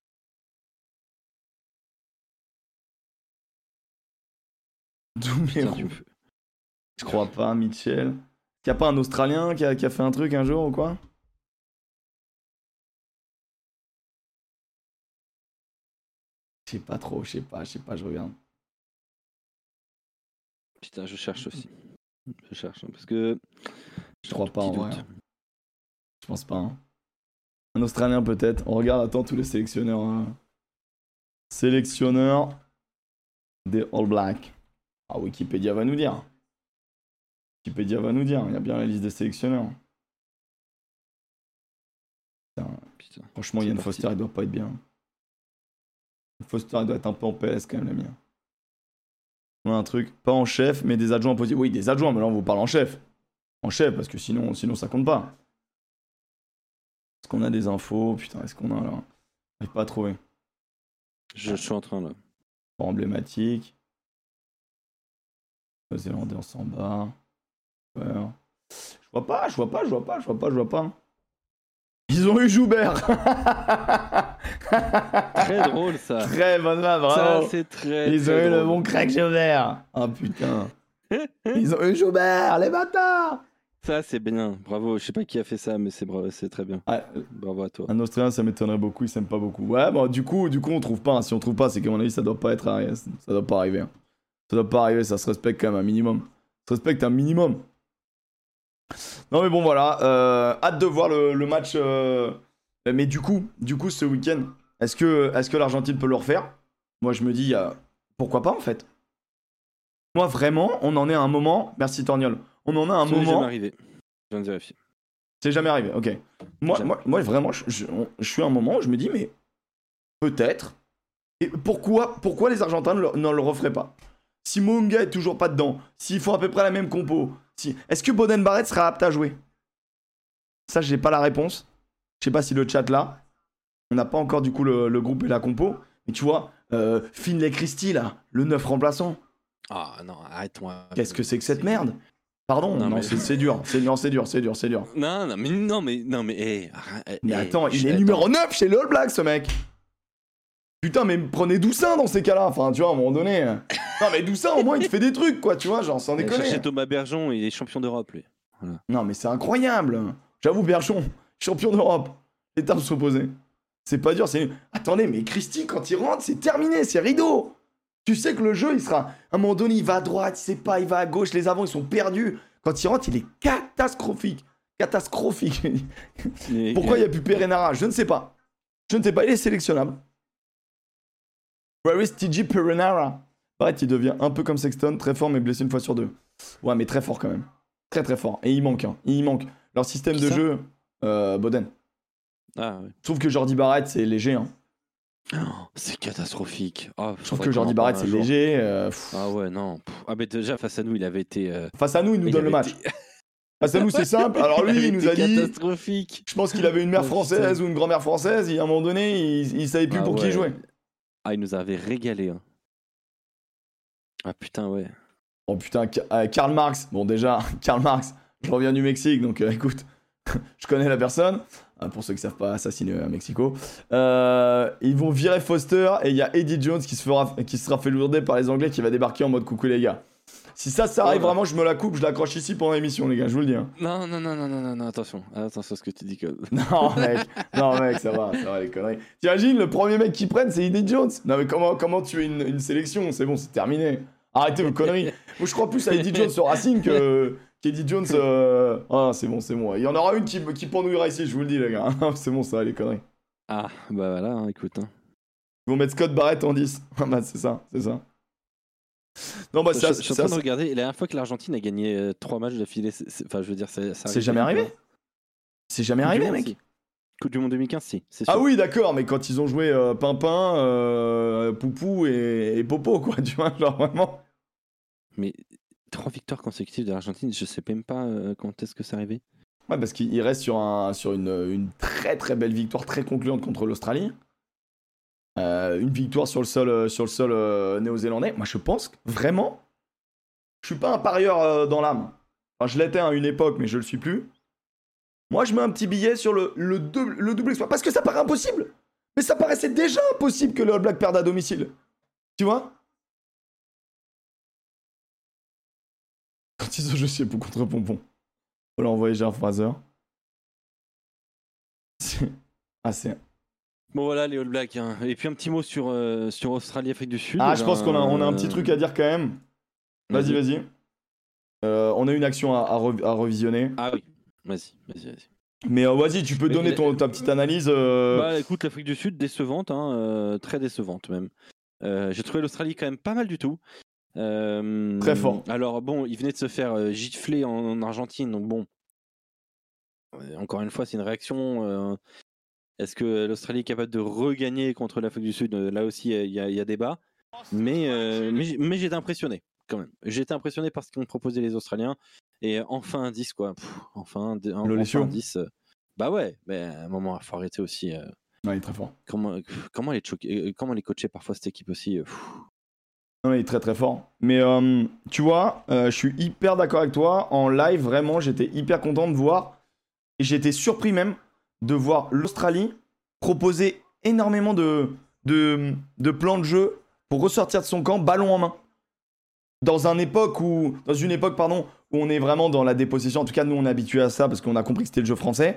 Douméro. Je crois pas, Mitchell. Y a pas un Australien qui a, qui a fait un truc un jour ou quoi? Je sais pas trop, je sais pas, je sais pas, je regarde. Putain, je cherche aussi. Je cherche, hein, parce que... Je crois pas en vrai. Je pense pas. Hein. Un Australien peut-être. On regarde, attends, tous les sélectionneurs. Hein. Sélectionneurs des All Blacks. Ah, Wikipédia va nous dire. Wikipédia va nous dire. Il y a bien la liste des sélectionneurs. Putain. Putain. Franchement, Ian Foster, il doit pas être bien. Foster, il doit être un peu en P S quand même, la mienne. On a un truc, pas en chef, mais des adjoints positifs. Oui, des adjoints, mais là on vous parle en chef. En chef, parce que sinon, sinon ça compte pas. Est-ce qu'on a des infos? Putain, est-ce qu'on a là? J'arrive pas à trouver. Je, je suis en train là. Pas emblématique. Néo-Zélandais en s'en bat. Ouais. Je vois pas, je vois pas, je vois pas, je vois pas, je vois pas. Ils ont eu Joubert. Très drôle ça. Très bonne main, bravo. Ça c'est très. Ils très ont eu drôle. le bon crack Joubert. Oh putain. Ils ont eu Joubert, les bâtards. Ça c'est bien, bravo. Je sais pas qui a fait ça, mais c'est bravo, c'est très bien. Ouais. Bravo à toi. Un Australien, ça m'étonnerait beaucoup. Ils s'aiment pas beaucoup. Ouais, bon, du coup, du coup, on trouve pas. Si on trouve pas, c'est qu'à mon avis, ça doit pas être, ça doit pas arriver. Ça doit pas arriver. Ça se respecte quand même un minimum. Ça se respecte un minimum. Non mais bon voilà, euh, hâte de voir le, le match. Euh... Mais du coup, du coup ce week-end, est-ce que, est-ce que l'Argentine peut le refaire? Moi je me dis, euh, pourquoi pas en fait? Moi vraiment, on en est à un moment. Merci Torniol. On en a un Ça moment. C'est jamais arrivé. Je viens de vérifier. C'est jamais arrivé. Ok. Moi, moi, moi vraiment, je, je, je suis à un moment où je me dis mais peut-être. Et pourquoi, pourquoi les Argentins ne le, ne le referaient pas? Si Mounga est toujours pas dedans, s'ils font à peu près la même compo. Si... Est-ce que Boden Barrett sera apte à jouer? Ça, j'ai pas la réponse. Je sais pas si le chat là. On n'a pas encore du coup le, le groupe et la compo. Mais tu vois, euh, Finlay Christie là, le neuf remplaçant. Ah non, arrête-toi. Qu'est-ce que c'est que cette merde? Pardon, non, non mais... c'est, c'est dur. C'est, non, c'est dur, c'est dur, c'est dur. Non, non, mais non, mais non, mais. Hey, hey, mais attends, il est attends. numéro neuf chez le All Black, ce mec. Putain, mais prenez Doussin dans ces cas-là. Enfin, tu vois, à un moment donné. Non, mais Doussin, au moins, il te fait des trucs, quoi, tu vois, genre, sans déconner. Cherchez Thomas Bergeron, il est champion d'Europe, lui. Voilà. Non, mais c'est incroyable. J'avoue, Bergeron, champion d'Europe. Les termes sont posés. C'est pas dur, c'est. Attendez, mais Christy, quand il rentre, c'est terminé, c'est rideau. Tu sais que le jeu, il sera. À un moment donné, il va à droite, il sait pas, il va à gauche, les avants, ils sont perdus. Quand il rentre, il est catastrophique. Catastrophique. Pourquoi il n'y a plus Perenara? Je ne sais pas. Je ne sais pas, il est sélectionnable. Where is T J Perenara? Barrett, il devient un peu comme Sexton, très fort mais blessé une fois sur deux. Ouais, mais très fort quand même. Très très fort. Et il manque, hein. Il manque. Leur système de jeu, euh, Boden. Ah ouais. Je trouve que Jordi Barrett, c'est léger. Hein. Oh, c'est catastrophique. Oh, je trouve que Jordi Barrett, c'est léger. Euh, ah ouais, non. Ah, mais déjà, face à nous, il avait été. Euh... Face à nous, il nous il donne le match. Été... Face à nous, c'est simple. Alors lui, il, il nous a dit. Catastrophique. Je pense qu'il avait une mère française oh, ou une grand-mère française. Et à un moment donné, il, il savait plus ah, pour ouais. qui il jouait. Ah, il nous avait régalé. Hein. Ah putain, ouais. Oh putain, euh, Karl Marx. Bon, déjà, Karl Marx, je reviens du Mexique, donc euh, écoute, je connais la personne. Euh, pour ceux qui ne savent pas assassiner à Mexico. Euh, ils vont virer Foster et il y a Eddie Jones qui se, fera, qui sera fait lourder par les Anglais qui va débarquer en mode coucou les gars. Si ça, ça arrive oh, vraiment, je me la coupe, je l'accroche ici pendant l'émission, les gars, je vous le dis. Hein. Non, non, non, non, non, non, attention. Attention à ce que tu dis. Que... non, mec, non, mec, ça va, ça va, les conneries. T'imagines, le premier mec qu'ils prennent, c'est Eddie Jones. Non, mais comment, comment tuer une, une sélection? C'est bon, c'est terminé. Arrêtez vos conneries. Moi, je crois plus à Eddie Jones au Racing que qu'Eddie Jones. Euh... Ah, c'est bon, c'est bon. Il y en aura une qui, qui pendouillera ici, je vous le dis, les gars. c'est bon, ça, les conneries. Ah, bah voilà, hein, écoute. Hein. Ils vont mettre Scott Barrett en dix. bah, c'est ça, c'est ça. Non, bah, c'est. Je, je suis en train de regarder. La dernière fois que l'Argentine a gagné euh, trois matchs d'affilée, enfin, je veux dire, c'est. C'est jamais arrivé. C'est jamais arrivé, mec. Si. Coupe du Monde deux mille quinze, si. C'est ah oui, d'accord, mais quand ils ont joué euh, Pimpin, euh, Poupou et, et Popo, quoi, tu vois, genre vraiment. Mais trois victoires consécutives de l'Argentine, je sais même pas euh, quand est-ce que c'est arrivé. Ouais, parce qu'il reste sur, un, sur une, une très très belle victoire, très concluante contre l'Australie. Euh, une victoire sur le sol, sur le sol euh, néo-zélandais. Moi, je pense que vraiment, je suis pas un parieur euh, dans l'âme. Enfin, je l'étais à une époque, mais je le suis plus. Moi, je mets un petit billet sur le, le, double, le double exploit. Parce que ça paraît impossible. Mais ça paraissait déjà impossible que le All Black perde à domicile. Tu vois? Quand ils ont joué chez pour contre Pompon. On l'a envoyé Gérard Fraser. Ah, c'est... Bon voilà les All Blacks. Hein. Et puis un petit mot sur, euh, sur Australie, Afrique du Sud. Ah, je pense qu'on a, on a un petit truc à dire quand même. Vas-y, vas-y. Euh, on a une action à, à, re, à revisionner. Ah oui, vas-y, vas-y, vas-y. Mais euh, vas-y, tu peux Mais donner la... ton, ta petite analyse. Euh... Bah écoute, l'Afrique du Sud, décevante, hein, euh, très décevante même. Euh, j'ai trouvé l'Australie quand même pas mal du tout. Euh, Très fort. Alors bon, il venait de se faire euh, gifler en, en Argentine, donc bon. Euh, encore une fois, c'est une réaction. Euh, est-ce que l'Australie est capable de regagner contre l'Afrique du Sud? Là aussi, il y, y a débat. Mais, euh, mais, mais j'ai été impressionné quand même. J'ai été impressionné par ce qu'ont proposé les Australiens. Et enfin un dix, quoi. Pff, enfin, un, enfin un dix. Euh, bah ouais, mais à un moment, il faut arrêter aussi. Euh, ouais, il est très fort. Comment, comment, les, choquer, comment les coacher parfois cette équipe aussi euh, Non, il est très très fort. Mais euh, tu vois, euh, je suis hyper d'accord avec toi. En live, vraiment, j'étais hyper content de voir. Et j'étais surpris même de voir l'Australie proposer énormément de, de, de plans de jeu pour ressortir de son camp, ballon en main. Dans, un époque où, dans une époque pardon, où on est vraiment dans la dépossession. En tout cas, nous, on est habitués à ça parce qu'on a compris que c'était le jeu français.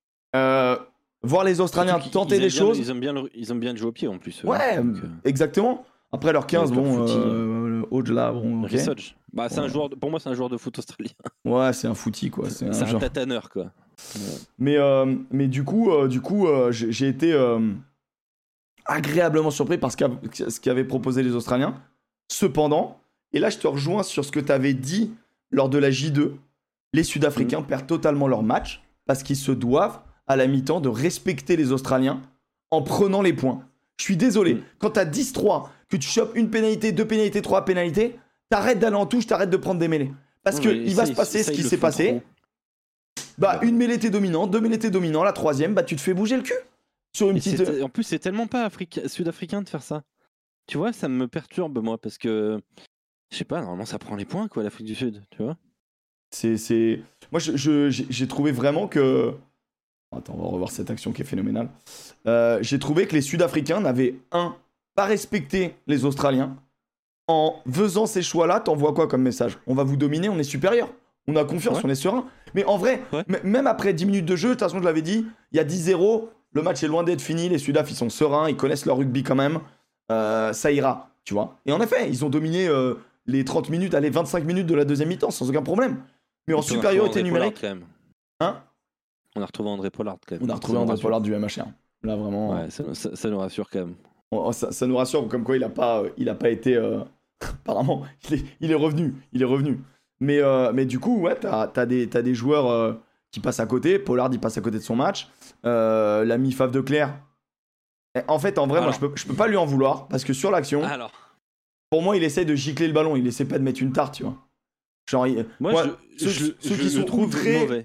Euh, voir les Australiens tenter des choses. Ils aiment, bien le, ils aiment bien le jeu au pied en plus. Ouais, donc, euh... exactement. Après leur quinze, bon, euh, au-delà, bon, ok. Bah, c'est ouais. un joueur de, pour moi, c'est un joueur de foot australien. Ouais, c'est un footy, quoi. C'est un, c'est un un tataneur, quoi. Ouais. Mais, euh, mais du coup, euh, du coup euh, j'ai, j'ai été euh, agréablement surpris par ce, qu'a, ce qu'avaient proposé les Australiens. Cependant, et là, je te rejoins sur ce que tu avais dit lors de la J deux, les Sud-Africains mmh. perdent totalement leur match parce qu'ils se doivent, à la mi-temps, de respecter les Australiens en prenant les points. Je suis désolé, mmh. quand tu as dix trois, que tu chopes une pénalité, deux pénalités, trois pénalités, t'arrêtes d'aller en touche, t'arrêtes de prendre des mêlées. Parce mmh, qu'il va se passer ce qui s'est passé. Trop. Bah, une mêlée t'es dominant, deux mêlées t'es dominant, la troisième, bah tu te fais bouger le cul. Sur une petite... En plus, c'est tellement pas Afrique... sud-africain de faire ça. Tu vois, ça me perturbe, moi, parce que... Je sais pas, normalement, ça prend les points, quoi, l'Afrique du Sud, tu vois. C'est... c'est... Moi, je, je, j'ai, j'ai trouvé vraiment que... Attends, on va revoir cette action qui est phénoménale. Euh, j'ai trouvé que les Sud-Africains n'avaient, un, pas respecté les Australiens. En faisant ces choix-là, t'envoies quoi comme message? On va vous dominer, on est supérieur. On a confiance, ouais. on est serein. Mais en vrai, ouais. m- même après dix minutes de jeu, de toute façon, je l'avais dit, il y a dix zéro, le match est loin d'être fini, les Sudaf, ils sont sereins, ils connaissent leur rugby quand même, euh, ça ira, tu vois. Et en effet, ils ont dominé euh, les trente minutes, allez, vingt-cinq minutes de la deuxième mi-temps, sans aucun problème. Mais en supériorité numérique... Pollard, quand même. Hein On a retrouvé André Pollard, quand même. On a retrouvé André Pollard du M H R. Là, vraiment... Ouais, ça, ça, ça nous rassure, quand même. Oh, ça, ça nous rassure, comme quoi il n'a pas, il a pas été... Euh... Apparemment, il est, il est revenu. Il est revenu. Mais, euh, mais du coup, ouais, t'as, t'as, des, t'as des joueurs euh, qui passent à côté. Pollard, il passe à côté de son match. Euh, l'ami Faf de Clerc. En fait, en vrai, Alors. moi, je peux, je peux pas lui en vouloir. Parce que sur l'action, Alors. pour moi, il essaye de gicler le ballon. Il essaie pas de mettre une tarte, tu vois. Genre, il, moi, moi, je, ceux, je, ceux je, qui je sont trouve outrés... mauvais.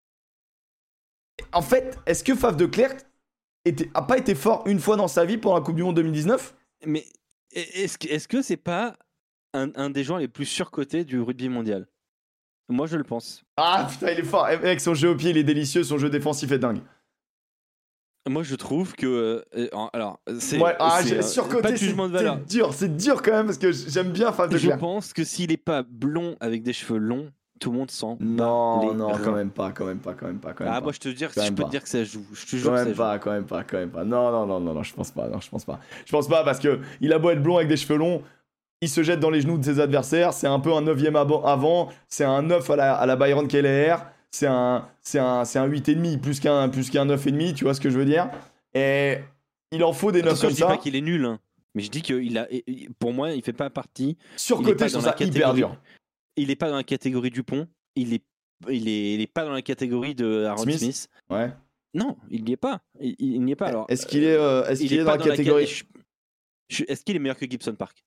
En fait, est-ce que Faf de Clerc était, a pas été fort une fois dans sa vie pendant la Coupe du Monde deux mille dix-neuf? Mais est-ce que, est-ce que c'est pas un, un des joueurs les plus surcotés du rugby mondial? Moi, je le pense. Ah putain, il est fort. Mec, son jeu au pied, il est délicieux. Son jeu défensif est dingue. Moi, je trouve que... Euh, alors, c'est... Ouais, ah, c'est, j'ai surcoté, pas de jugement de valeur. C'est dur, c'est dur quand même, parce que j'aime bien Faf de Clerc. Je pense que s'il est pas blond avec des cheveux longs, tout le monde sent. Non, non, quand même pas, quand même pas, quand même pas, quand même ah, pas. moi, je te dire, je peux te dire que ça joue. Je te jure quand que même ça pas, joue. quand même pas, quand même pas. Non, non, non, non, non, je pense pas, non, je pense pas. Je pense pas, parce que il a beau être blond avec des cheveux longs, il se jette dans les genoux de ses adversaires, c'est un peu un neuvième avant, c'est un neuf à la, à la Byron Keller, c'est un, c'est un, c'est un huit virgule cinq plus qu'un, plus qu'un neuf virgule cinq, tu vois ce que je veux dire? Et il en faut des neuf comme ça. Je dis pas qu'il est nul, hein, mais je dis qu'il a, pour moi, il fait pas partie. Surcoté, je trouve ça hyper dur. Il est pas dans la catégorie Dupont, il est, il est, il est pas dans la catégorie de Aaron Smith. Smith. Ouais. Non, il n'y est pas. Il, il n'y est pas. Alors, est-ce qu'il est, euh, est-ce qu'il est, est dans la catégorie la... je... Est-ce qu'il est meilleur que Gibson Park?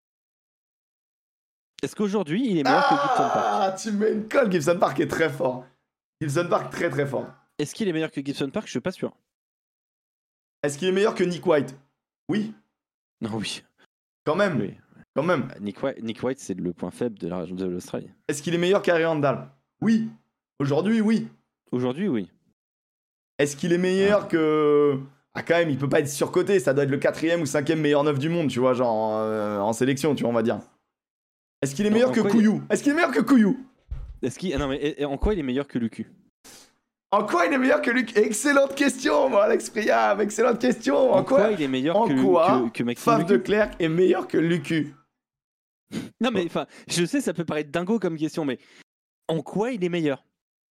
Est-ce qu'aujourd'hui, il est meilleur ah, que Gibson Park? Ah, tu mets une colle. Gibson Park est très fort. Gibson Park très très fort. Est-ce qu'il est meilleur que Gibson Park? Je suis pas sûr. Est-ce qu'il est meilleur que Nick White? Oui. Non, oui. Quand même. Oui. Quand même. Nick White, Nick White, c'est le point faible de, la, de l'Australie. Est-ce qu'il est meilleur qu'Harry Randall? Oui. Aujourd'hui, oui. Aujourd'hui, oui. Est-ce qu'il est meilleur ah. que... Ah, quand même, il peut pas être surcoté. Ça doit être le quatrième ou cinquième meilleur neuf du monde, tu vois, genre euh, en sélection, tu vois, on va dire. Est-ce qu'il est meilleur non, que Couillou? Il... Est-ce qu'il est meilleur que Couillou? Est-ce qu'il... Non, mais et, et en quoi il est meilleur que Lucu? En quoi il est meilleur que Lucu? Excellente question, moi, Alex Priam. Excellente question. En, en quoi, quoi il est meilleur en que, quoi que, que Faf de Clerc est meilleur que Lucu? Non, mais enfin, je sais, ça peut paraître dingo comme question, mais en quoi il est meilleur?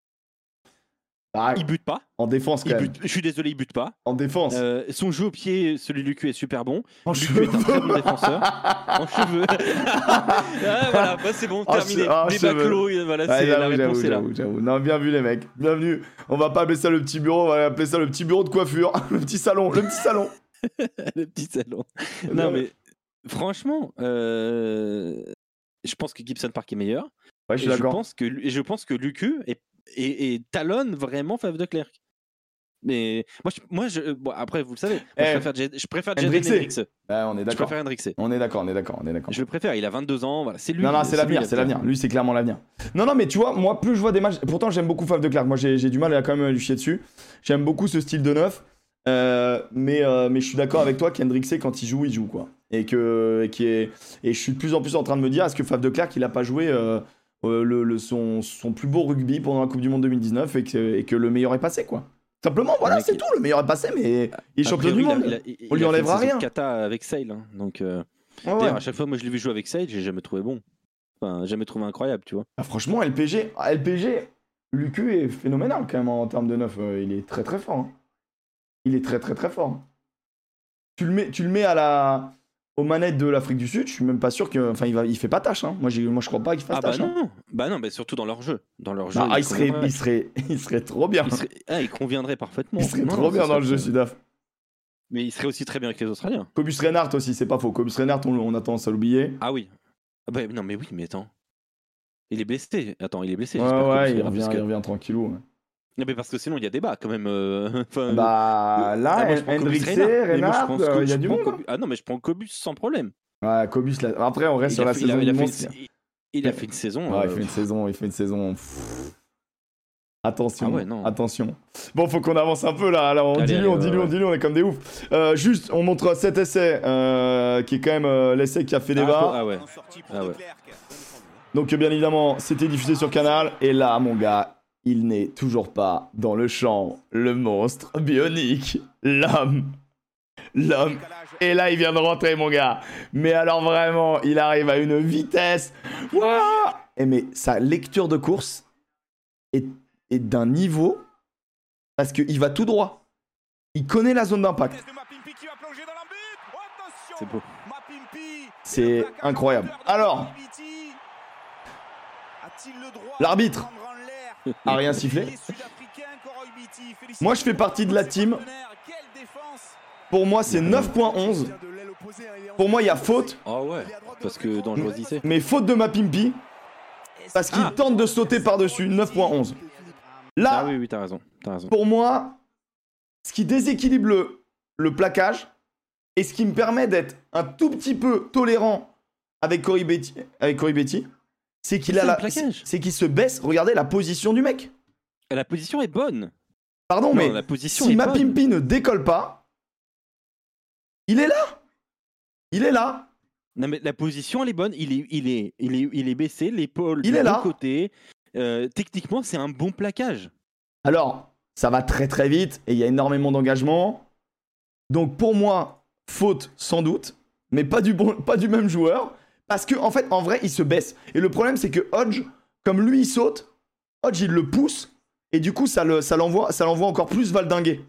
Ah, il bute pas. En défense, quand il même. Bute, je suis désolé, il bute pas. En défense. Euh, son jeu au pied, celui de Lucu, est super bon. En Lucu cheveux. est un très bon défenseur. En cheveux. ah, voilà, bah, c'est bon, terminé. Débat clos, voilà, ouais, c'est j'avoue, la réponse est là. J'avoue, j'avoue. Non, bien vu les mecs, bienvenue. On va pas appeler ça le petit bureau, on va appeler ça le petit bureau de coiffure, le petit salon, le petit salon. le petit salon. Non mais franchement, euh... je pense que Gibson Park est meilleur. Ouais, je suis et d'accord. Je pense que, et je pense que Lucu est Et, et talonne vraiment Faf de Clerc. Mais moi, je, moi je, bon, après, vous le savez, moi, hey, je préfère, je préfère Jaden Hendricks. Ouais, on est d'accord. Je préfère Hendricks. On est d'accord, on est d'accord, on est d'accord. Je le préfère, il a vingt-deux ans, voilà, c'est lui. Non, non, c'est, c'est l'avenir, c'est l'avenir. Lui, c'est clairement l'avenir. Non, non, mais tu vois, moi, plus je vois des matchs. Pourtant, j'aime beaucoup Faf de Clerc. Moi, j'ai, j'ai du mal à quand même lui chier dessus. J'aime beaucoup ce style de neuf. Euh, mais, euh, mais je suis d'accord avec toi qu'Hendricks, quand il joue, il joue, quoi. Et que, et, qui est, et je suis de plus en plus en train de me dire, est-ce que Faf de Clerc, il a pas joué. Euh, Euh, le, le, son, son plus beau rugby pendant la Coupe du Monde deux mille dix-neuf et que, et que le meilleur est passé, quoi. Simplement, voilà, ouais, c'est il... tout. Le meilleur est passé, mais il est champion du monde. Il a, il a, il on lui enlèvera rien. Il a Kata avec Sale, hein, donc euh... ouais, ouais. à chaque fois, moi je l'ai vu jouer avec Sale, j'ai jamais trouvé bon. Enfin, jamais trouvé incroyable, tu vois. Ah, franchement, L P G, L P G, Lucu est phénoménal quand même en termes de neuf. Euh, il est très très fort. Hein. Il est très très très fort. Tu le mets, tu le mets à la. Aux manettes de l'Afrique du Sud, je suis même pas sûr que, enfin, il va, il fait pas tâche. Hein. Moi, j'ai, moi, je crois pas qu'il fasse ah bah tâche. Non, hein. bah non, mais surtout dans leur jeu, dans leur jeu. Ah, il, il serait, il serait, il serait trop bien. Il, serait... ah, il conviendrait parfaitement. Il serait non, trop non, bien dans le jeu Sudaf. Mais il serait aussi très bien avec les Australiens. Cobus Reinhardt aussi, c'est pas faux. Cobus Reinhardt, on, on a tendance à l'oublier. Ah oui. Ah bah non, mais oui, mais attends. Il est blessé. Attends, il est blessé. Ouais, ouais, il revient, que... il revient tranquillou. Ouais. Non, mais parce que sinon, il y a débat quand même. Euh... Enfin, bah là, ah, Hendricks, Reinhardt, il y a du monde. Cobus... Ah non, mais je prends Cobus sans problème. Ouais, Cobus, là... après on reste il sur la fait, saison. Il a, il a, fait, une... il a fait une saison. Ouais, euh... il fait une saison, il fait une saison. Pff... Attention, ah ouais, non. attention. Bon, faut qu'on avance un peu là. Alors on dit lui, on dit lui, on dit lui, on est comme des oufs. Euh, juste, on montre cet essai euh, qui est quand même euh, l'essai qui a fait débat. Ah ouais. Ah ouais. Donc bien évidemment, c'était diffusé sur Canal. Et là, mon gars, il n'est toujours pas dans le champ. Le monstre bionique, l'homme. L'homme. Et là, il vient de rentrer, mon gars. Mais alors, vraiment, il arrive à une vitesse. Wouah! Et mais sa lecture de course est, est d'un niveau. Parce qu'il va tout droit. Il connaît la zone d'impact. C'est beau. C'est incroyable. Alors, l'arbitre a rien sifflé. Moi, je fais partie de la team. Pour moi, c'est neuf point onze. Pour moi, il y a faute. Ah ouais, parce que dangereux c'est. Mais faute de Mapimpi. Parce qu'il ah. tente de sauter par-dessus. neuf point onze. Là, ah oui, oui, t'as raison, t'as raison. Pour moi, ce qui déséquilibre le, le plaquage et ce qui me permet d'être un tout petit peu tolérant avec Cory Betty, avec Cory Betty, c'est qu'il a la, c'est qu'il se baisse. Regardez la position du mec. La position est bonne. Pardon, non, mais la position si est Mapimpi ne décolle pas, il est là. Il est là. Non mais la position elle est bonne. Il est, il est, il est, il est baissé, l'épaule de l'autre côté. Euh, techniquement, c'est un bon plaquage. Alors, ça va très très vite et il y a énormément d'engagement. Donc pour moi, faute sans doute, mais pas du, bon, pas du même joueur. Parce qu'en en fait, en vrai, il se baisse. Et le problème, c'est que Hodge, comme lui, il saute, Hodge, il le pousse. Et du coup, ça, le, ça, l'envoie, ça l'envoie encore plus valdinguer.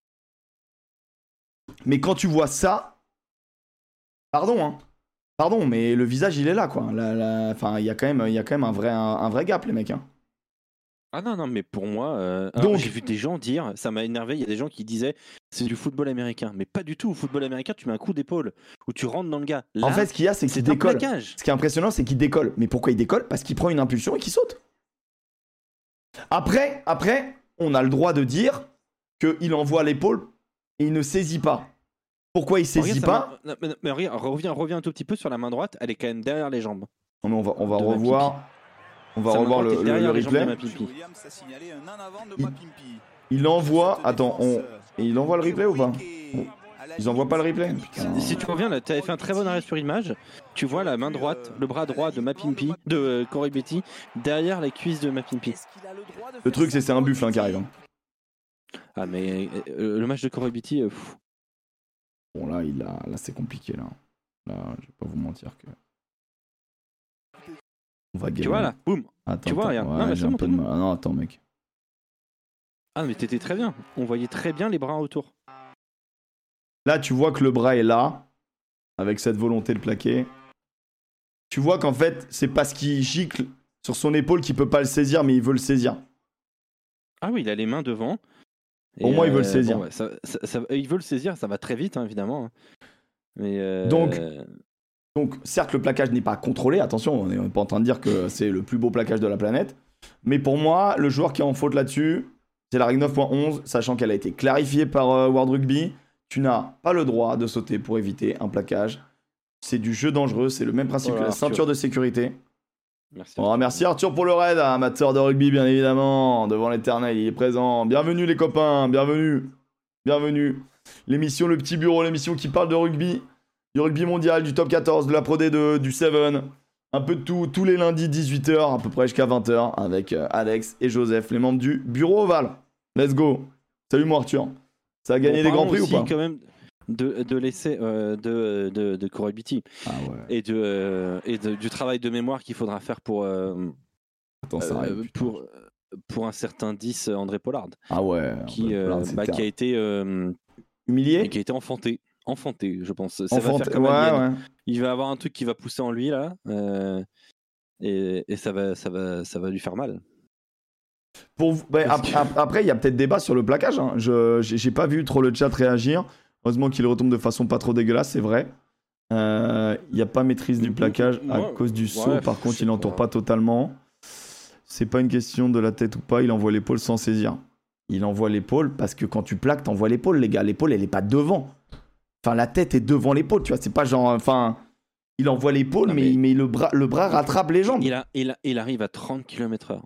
Mais quand tu vois ça, pardon, hein. Pardon, mais le visage, il est là, quoi. La, la... Enfin, il y a quand même, il y a quand même un, vrai, un, un vrai gap, les mecs. Hein. Ah non, non, mais pour moi, euh... Donc... j'ai vu des gens dire, ça m'a énervé, il y a des gens qui disaient, c'est du football américain. Mais pas du tout, au football américain, tu mets un coup d'épaule, ou tu rentres dans le gars. Là, en fait, ce qu'il y a, c'est qu'il décolle. Ce qui est impressionnant, c'est qu'il décolle. Mais pourquoi il décolle? Parce qu'il prend une impulsion et qu'il saute. Après, après, on a le droit de dire qu'il envoie l'épaule et il ne saisit pas. Pourquoi il saisit pas? Mais, mais, mais regarde, reviens, reviens un tout petit peu sur la main droite, elle est quand même derrière les jambes. Non mais on va, on va revoir, on va revoir le, le, le replay. Il, il envoie, attends, on, il envoie le replay ou pas? Ils envoient pas le replay. Putain. Si tu reviens là, tu avais fait un très bon arrêt sur image. Tu vois la main droite, le bras droit de Mapimpi, de euh, Cory Betty, derrière les cuisses de Mapimpi. Le truc c'est c'est un buffle hein, qui arrive. Hein. Ah mais euh, le match de Cory Betty. Euh, bon là il a, là c'est compliqué là. Là je vais pas vous mentir que. On va gagner. Tu vois là, boum. Attends, tu vois, regarde. Ouais, non, mais j'ai un peu de mal. Ah, non attends mec. Ah mais t'étais très bien. On voyait très bien les bras autour. Là, tu vois que le bras est là, avec cette volonté de plaquer. Tu vois qu'en fait, c'est parce qu'il gicle sur son épaule qu'il peut pas le saisir, mais il veut le saisir. Ah oui, il a les mains devant. Pour moi, euh, il veut le saisir. Bon, ouais, ça, ça, ça, il veut le saisir, ça va très vite, hein, évidemment. Mais euh... donc, donc, certes, le plaquage n'est pas contrôlé. Attention, on n'est pas en train de dire que c'est le plus beau plaquage de la planète. Mais pour moi, le joueur qui est en faute là-dessus, c'est la règle neuf point onze, sachant qu'elle a été clarifiée par euh, World Rugby. Tu n'as pas le droit de sauter pour éviter un plaquage. C'est du jeu dangereux, c'est le même principe voilà, que la ceinture Arthur. de sécurité. Merci, oh, merci Arthur pour le raid, amateur de rugby bien évidemment, devant l'éternel, il est présent. Bienvenue les copains, bienvenue. Bienvenue. L'émission Le Petit Bureau, l'émission qui parle de rugby, du rugby mondial, du top quatorze, de la Pro D deux, du sept. Un peu de tout, tous les lundis dix-huit heures, à peu près jusqu'à vingt heures, avec Alex et Joseph, les membres du bureau ovale. Let's go. Salut mon Arthur. Ça a gagné bon, des grands prix ou pas quand même de, de l'essai euh, de, de, de Cory Betty ah ouais. et, de, euh, et de, du travail de mémoire qu'il faudra faire pour, euh, Attends, ça arrive, euh, pour, pour un certain dix André Pollard. Ah ouais, qui, Pollard, euh, bah, qui a été euh, humilié et qui a été enfanté. Enfanté, je pense. Ça enfanté, va faire comme ouais, ouais. Il va avoir un truc qui va pousser en lui là euh, et, et ça, va, ça, va, ça va lui faire mal. Pour vous, bah, ap- ap- après, il y a peut-être débat sur le plaquage. Hein. Je j'ai pas vu trop le chat réagir. Heureusement qu'il retombe de façon pas trop dégueulasse, c'est vrai. Il euh, n'y a pas maîtrise du plaquage à ouais, cause du saut. Ouais, Par contre, il n'entoure pas. pas totalement. C'est pas une question de la tête ou pas. Il envoie l'épaule sans saisir. Il envoie l'épaule parce que quand tu plaques, t'envoies l'épaule, les gars. L'épaule, elle est pas devant. Enfin, la tête est devant l'épaule, tu vois. C'est pas genre. Enfin, il envoie l'épaule, non, mais, mais, mais le, bras, le bras rattrape les jambes. Il, a, il, a, il arrive à trente kilomètres heure.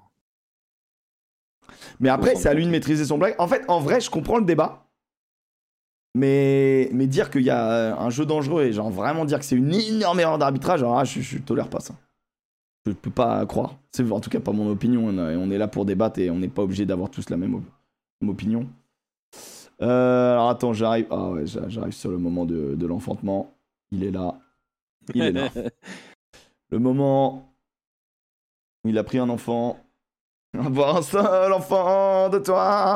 Mais après, c'est à lui de maîtriser son plaquage. En fait, en vrai, je comprends le débat. Mais, mais dire qu'il y a un jeu dangereux et genre vraiment dire que c'est une énorme erreur d'arbitrage, alors là, je, je tolère pas ça. Je peux pas croire. C'est en tout cas pas mon opinion. On est là pour débattre et on n'est pas obligé d'avoir tous la même, op- même opinion. Euh, alors attends, j'arrive. Ah ouais, j'arrive sur le moment de, de l'enfantement. Il est là. Il est là. Le moment où il a pris un enfant. Avoir un seul enfant de toi.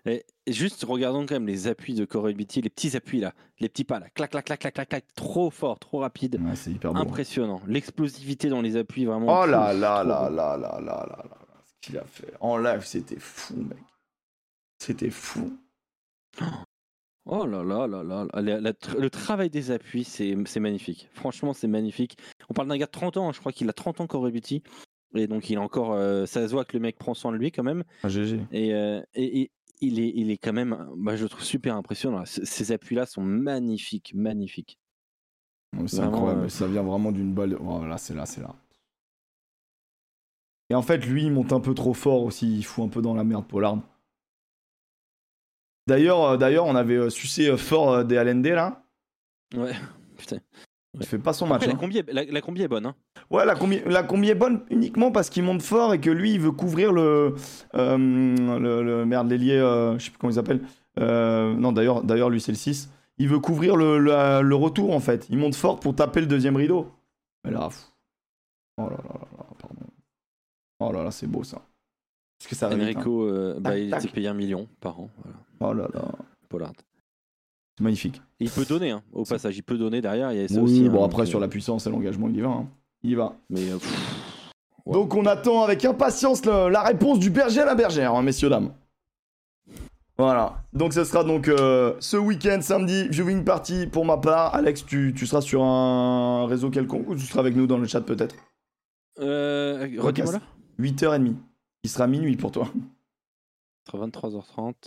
Et juste regardons quand même les appuis de Corey Beatty, les petits appuis là, les petits pas là, clac, clac, clac, clac, clac, clac, trop fort, trop rapide. Ouais, c'est hyper beau. Impressionnant. L'explosivité dans les appuis, vraiment. Oh là là là là là là là là, ce qu'il a fait. En live, c'était fou, mec. C'était fou. Oh là là là là, la, la, le travail des appuis, c'est, c'est magnifique. Franchement, c'est magnifique. On parle d'un gars de trente ans, hein, je crois qu'il a trente ans, Corey Beatty. Et donc, il a encore. Euh, ça se voit que le mec prend soin de lui quand même. Ah, G G. Et, euh, et, et il, est, il est quand même. Bah, je le trouve super impressionnant. C- ces appuis-là sont magnifiques, magnifiques. C'est vraiment, incroyable. Euh... Ça vient vraiment d'une balle. Oh, là, c'est là, c'est là. Et en fait, lui, il monte un peu trop fort aussi. Il fout un peu dans la merde Pollard. D'ailleurs, d'ailleurs, on avait sucé fort des Allende là. Ouais, putain. Il fait pas son match. Après, hein. la, combi est, la, la combi est bonne. Hein. Ouais, la combi, la combi est bonne uniquement parce qu'il monte fort et que lui, il veut couvrir le. Euh, le, le merde, l'ailier. Euh, je sais plus comment il s'appelle. Euh, non, d'ailleurs, d'ailleurs, lui, c'est le six. Il veut couvrir le, le, le retour en fait. Il monte fort pour taper le deuxième rideau. Mais là. Pff. Oh là là là là, pardon. Oh là là, c'est beau ça. Parce que ça va Enrico, vite, hein. euh, bah, il était payé un million par an. Voilà. Oh là là. Pollard. C'est magnifique. Et il peut donner, hein, au c'est... passage, il peut donner derrière. Il y a ça oui, aussi, bon hein, après donc, sur euh... la puissance et l'engagement, il y va. Hein. Il y va. Mais, euh, pff, ouais. Donc on attend avec impatience le, la réponse du berger à la bergère, hein, messieurs dames. Voilà. Donc ce sera donc euh, ce week-end, samedi, viewing party pour ma part. Alex, tu, tu seras sur un réseau quelconque ou tu seras avec nous dans le chat peut-être? Euh, redis-moi là. huit heures trente. Il sera minuit pour toi. vingt-trois heures trente.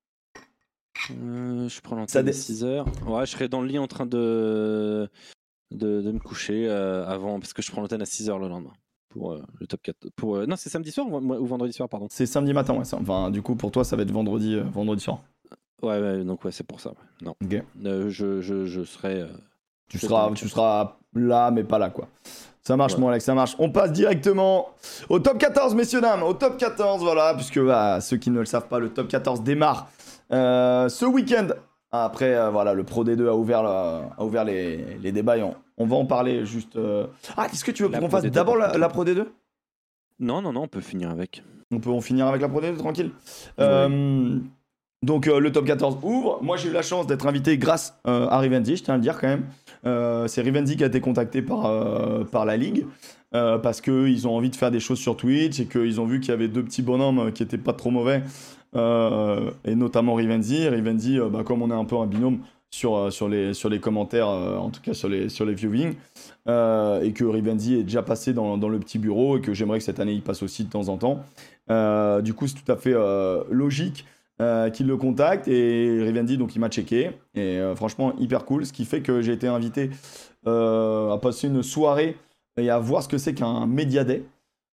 Euh, je prends l'antenne à six heures. Ouais, je serai dans le lit en train de, de, de me coucher euh, avant, parce que je prends l'antenne à six heures le lendemain. Pour euh, le top quatre. Pour, euh, non, c'est samedi soir ou, ou vendredi soir, pardon. C'est samedi matin, ouais. Ça. Enfin, du coup, pour toi, ça va être vendredi, euh, vendredi soir. Ouais, ouais, donc ouais, c'est pour ça. Ouais. Non. Ok. Euh, je, je, je serai. Euh, tu, seras, tu seras là, mais pas là, quoi. Ça marche, ouais. Mon Alex, ça marche. On passe directement au top quatorze, messieurs, dames. Au top quatorze, voilà, puisque bah, ceux qui ne le savent pas, le top quatorze démarre euh, ce week-end. Après, euh, voilà, le Pro D deux a ouvert, la, a ouvert les, les débats et on, on va en parler juste. Euh... Ah, est-ce que tu veux qu'on fasse d'abord la, la Pro D deux? Non, non, non, on peut finir avec. On peut en finir avec la Pro D deux, tranquille. Ouais. Euh, donc, euh, le top quatorze ouvre. Moi, j'ai eu la chance d'être invité grâce euh, à Rivenzi, je tiens à le dire quand même. Euh, c'est Rivenzi qui a été contacté par, euh, par la Ligue euh, parce qu'ils ont envie de faire des choses sur Twitch et qu'ils ont vu qu'il y avait deux petits bonhommes qui étaient pas trop mauvais, euh, et notamment Rivenzi. Rivenzi, euh, bah, comme on est un peu un binôme sur, euh, sur, les, sur les commentaires, euh, en tout cas sur les, sur les viewings, euh, et que Rivenzi est déjà passé dans, dans le petit bureau et que j'aimerais que cette année il passe aussi de temps en temps. Euh, du coup, c'est tout à fait euh, logique. Euh, qui le contacte et Rivenzi donc il m'a checké et euh, franchement hyper cool, ce qui fait que j'ai été invité euh, à passer une soirée et à voir ce que c'est qu'un Media Day.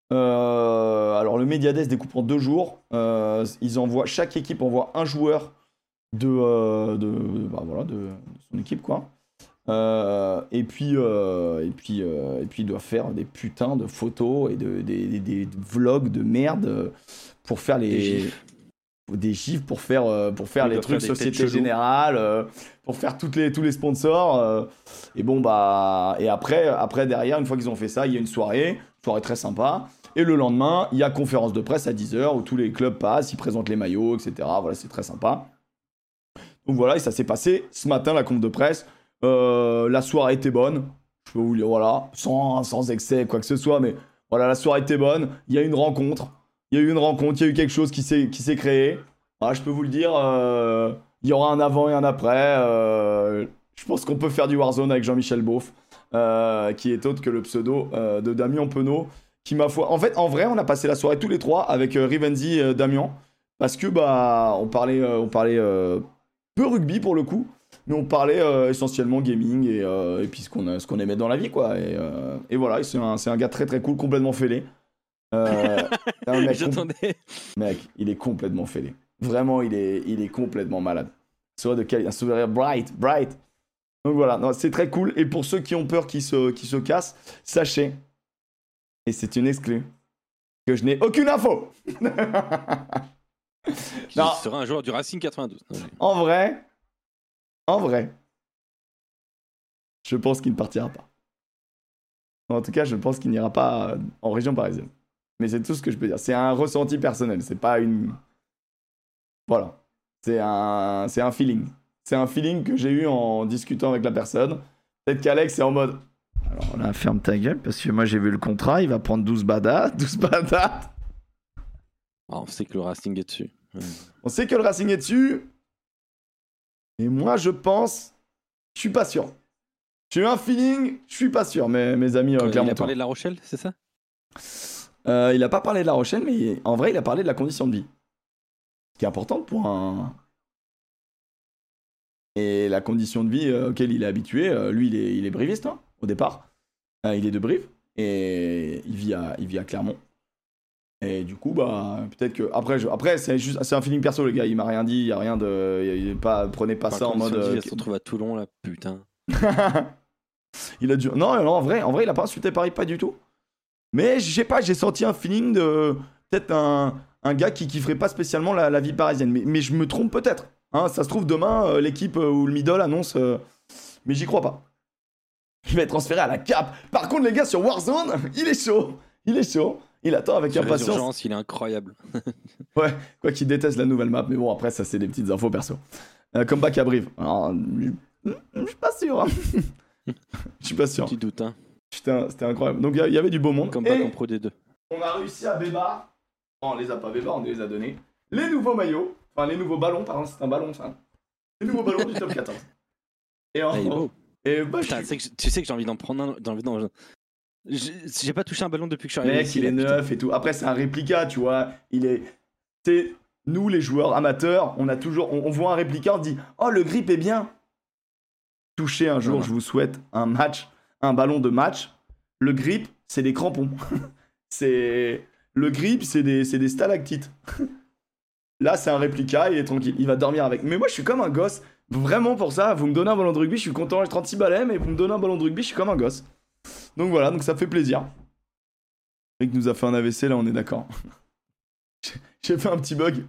Euh, alors le Media Day se découpe en deux jours. Euh, ils envoient, chaque équipe envoie un joueur de, euh, de, bah, voilà, de, de son équipe quoi. Euh, et puis euh, et puis euh, et puis ils doivent faire des putains de photos et de, des, des, des vlogs de merde pour faire les des chiffres pour faire, euh, pour faire les trucs faire Société Générale, euh, pour faire toutes les, tous les sponsors. Euh, et bon, bah. Et après, après, derrière, une fois qu'ils ont fait ça, il y a une soirée, une soirée très sympa. Et le lendemain, il y a conférence de presse à dix heures où tous les clubs passent, ils présentent les maillots, et cetera. Voilà, c'est très sympa. Donc voilà, et ça s'est passé ce matin, la conf de presse. Euh, la soirée était bonne. Je peux vous dire, voilà, sans, sans excès, quoi que ce soit, mais voilà, la soirée était bonne. Il y a eu une rencontre. Il y a eu une rencontre, il y a eu quelque chose qui s'est, qui s'est créé. Ah, je peux vous le dire, euh, il y aura un avant et un après. Euh, je pense qu'on peut faire du Warzone avec Jean-Michel Beauf, euh, qui est autre que le pseudo euh, de Damien Penaud, qui m'a foi... En fait, en vrai, on a passé la soirée tous les trois avec euh, Rivenzi et Damien, parce que bah, on parlait, euh, on parlait euh, peu rugby pour le coup, mais on parlait euh, essentiellement gaming et, euh, et puis ce qu'on, a, ce qu'on aimait dans la vie, quoi. Et, euh, et voilà, c'est un, c'est un gars très très cool, complètement fêlé. Euh, un mec, J'attendais. Mec, il est complètement fêlé. Vraiment, il est, il est complètement malade. Soit de quel... un sourire bright, bright. Donc voilà, non, c'est très cool. Et pour ceux qui ont peur qu'il se, qu'il se casse, sachez, et c'est une exclue, que je n'ai aucune info. Qui non. sera un joueur du Racing quatre-vingt-douze. Non, en vrai, en vrai, je pense qu'il ne partira pas. En tout cas, je pense qu'il n'ira pas en région parisienne. Mais c'est tout ce que je peux dire. C'est un ressenti personnel. C'est pas une... Voilà. C'est un, c'est un feeling. C'est un feeling que j'ai eu en discutant avec la personne. Peut-être qu'Alex est en mode... Alors là, ferme ta gueule, parce que moi j'ai vu le contrat, il va prendre douze badas. douze badas. Oh, on sait que le Racing est dessus. Ouais. On sait que le Racing est dessus. Et moi, je pense... Je suis pas sûr. J'ai eu un feeling, je suis pas sûr, mais mes amis, euh, clairement. Il a parlé de La Rochelle, c'est ça? euh, Il a pas parlé de La Rochelle, mais en vrai, il a parlé de la condition de vie. Ce qui est important pour un... Et la condition de vie euh, auquel il est habitué, euh, lui, il est, il est briviste, hein, au départ. Euh, il est de Brive, et il vit à, il vit à Clermont. Et du coup, bah, peut-être que... Après, je... Après c'est juste c'est un feeling perso, le gars. Il m'a rien dit, il y a rien de... Il est pas... Prenez pas Par ça en mode... Vie, euh... il se retrouve à Toulon, là, putain. Il a dû... Non, non, en vrai, en vrai, il a pas insulté Paris, pas du tout. Mais je sais pas, j'ai senti un feeling de... Peut-être un, un gars qui kifferait pas spécialement la, la vie parisienne. Mais, mais je me trompe peut-être. Hein, ça se trouve, demain, euh, l'équipe euh, ou le middle annonce... Euh... Mais j'y crois pas. Il va être transféré à la Cap. Par contre, les gars, sur Warzone, il est chaud. Il est chaud. Il attend avec sur impatience. Les urgences, il est incroyable. Ouais, quoi qu'il déteste la nouvelle map. Mais bon, après, ça, c'est des petites infos perso. Euh, comeback à Brive. Alors, je suis pas sûr. Hein. Je suis pas sûr. Tu doutes, hein. Putain, c'était incroyable. Donc, il y, y avait du beau monde. Comeback en Pro D deux. On a réussi à bébar. Oh, on les a pas bébar, on les a donnés. Les nouveaux maillots. Enfin, les nouveaux ballons, pardon, c'est un ballon, ça. Les nouveaux ballons du top quatorze. Et en... Ah, il est beau. Et bah, Putain, je... que, tu sais que j'ai envie d'en prendre un. J'ai envie d'en... J'ai pas touché un ballon depuis que je suis arrivé. Mec, ici, il est là, neuf putain. Et tout. Après, c'est un réplica, tu vois. Il est. C'est nous, les joueurs amateurs, on a toujours. On, on voit un réplica, on se dit oh, le grip est bien. Touchez un jour, non. Je vous souhaite un match, un ballon de match. Le grip, c'est des crampons. c'est. Le grip, c'est des, c'est des stalactites. Là, c'est un réplica, il est tranquille. Il va dormir avec. Mais moi, je suis comme un gosse. Vraiment pour ça, vous me donnez un ballon de rugby, je suis content, j'ai trente-six balais, mais vous me donnez un ballon de rugby, je suis comme un gosse. Donc voilà, donc ça fait plaisir. Le mec nous a fait un A V C, là, on est d'accord. J'ai fait un petit bug.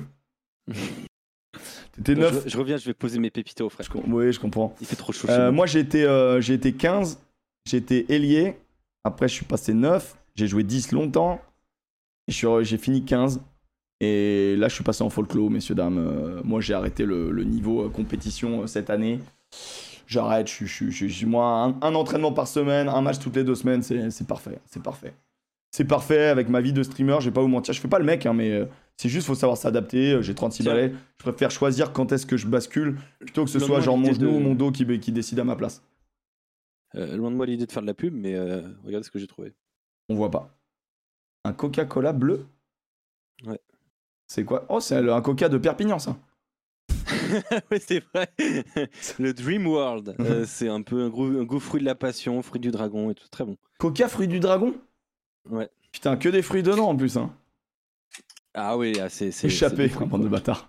T'étais neuf. Je, je reviens, je vais poser mes pépitos, frère. Je, oui, je comprends. Il fait trop chaud. Euh, moi, j'ai été, euh, j'ai été quinze, j'ai été ailier. Après, je suis passé neuf. J'ai joué dix longtemps. Et je suis, j'ai fini quinze. Et là, je suis passé en folklore, messieurs, dames. Euh, moi, j'ai arrêté le, le niveau euh, compétition euh, cette année. J'arrête. Je, je, je, je, moi, un, un entraînement par semaine, un match toutes les deux semaines, c'est, c'est parfait. C'est parfait. C'est parfait avec ma vie de streamer. Je vais pas vous mentir. Je fais pas le mec, hein, mais euh, c'est juste, faut savoir s'adapter. J'ai trente-six balais. Je préfère choisir quand est-ce que je bascule plutôt que ce soit genre mon genou de... ou mon dos qui, qui décide à ma place. Euh, loin de moi l'idée de faire de la pub, mais euh, regardez ce que j'ai trouvé. On voit pas. Un Coca-Cola bleu. Ouais. C'est quoi? Oh, c'est un Coca de Perpignan, ça. Oui, c'est vrai. Le Dream World. euh, c'est un peu un goût, un goût fruit de la passion, fruit du dragon et tout. Très bon. Coca fruit du dragon? Ouais. Putain, que des fruits dedans en plus. Hein. Ah oui, ah, c'est. c'est Échappé, c'est bande de bâtard.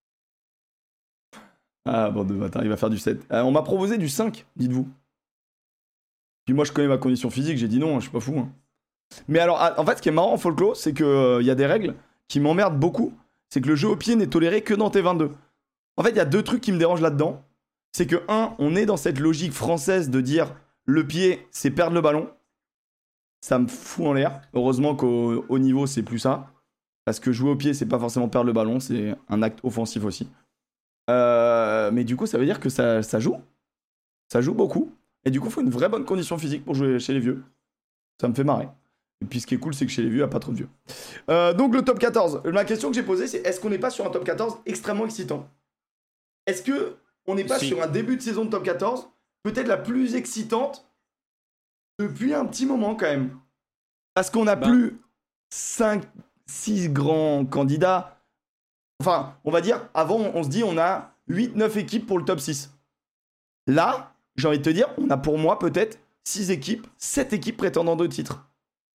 Ah, bande de bâtard, il va faire du sept. Euh, on m'a proposé du cinq, dites-vous. Puis moi, je connais ma condition physique, j'ai dit non, je suis pas fou. Hein. Mais alors, en fait, ce qui est marrant en folklore, c'est qu'il euh, y a des règles qui m'emmerdent beaucoup. C'est que le jeu au pied n'est toléré que dans T vingt-deux. En fait, il y a deux trucs qui me dérangent là-dedans. C'est que, un, on est dans cette logique française de dire le pied, c'est perdre le ballon. Ça me fout en l'air. Heureusement qu'au au niveau, c'est plus ça. Parce que jouer au pied, c'est pas forcément perdre le ballon, c'est un acte offensif aussi. Euh, mais du coup, ça veut dire que ça, ça joue. Ça joue beaucoup. Et du coup, il faut une vraie bonne condition physique pour jouer chez les vieux. Ça me fait marrer. Et puis ce qui est cool, c'est que chez les vieux, il n'y a pas trop de vieux. Euh, donc le top quatorze. Ma question que j'ai posée, c'est est-ce qu'on n'est pas sur un top quatorze extrêmement excitant? Est-ce qu'on n'est pas si. sur un début de saison de top quatorze, peut-être la plus excitante depuis un petit moment quand même? Parce qu'on n'a ben. plus cinq, six grands candidats. Enfin, on va dire, avant, on se dit on a huit neuf équipes pour le top six. Là, j'ai envie de te dire, on a pour moi peut-être six équipes, sept équipes prétendant deux titres.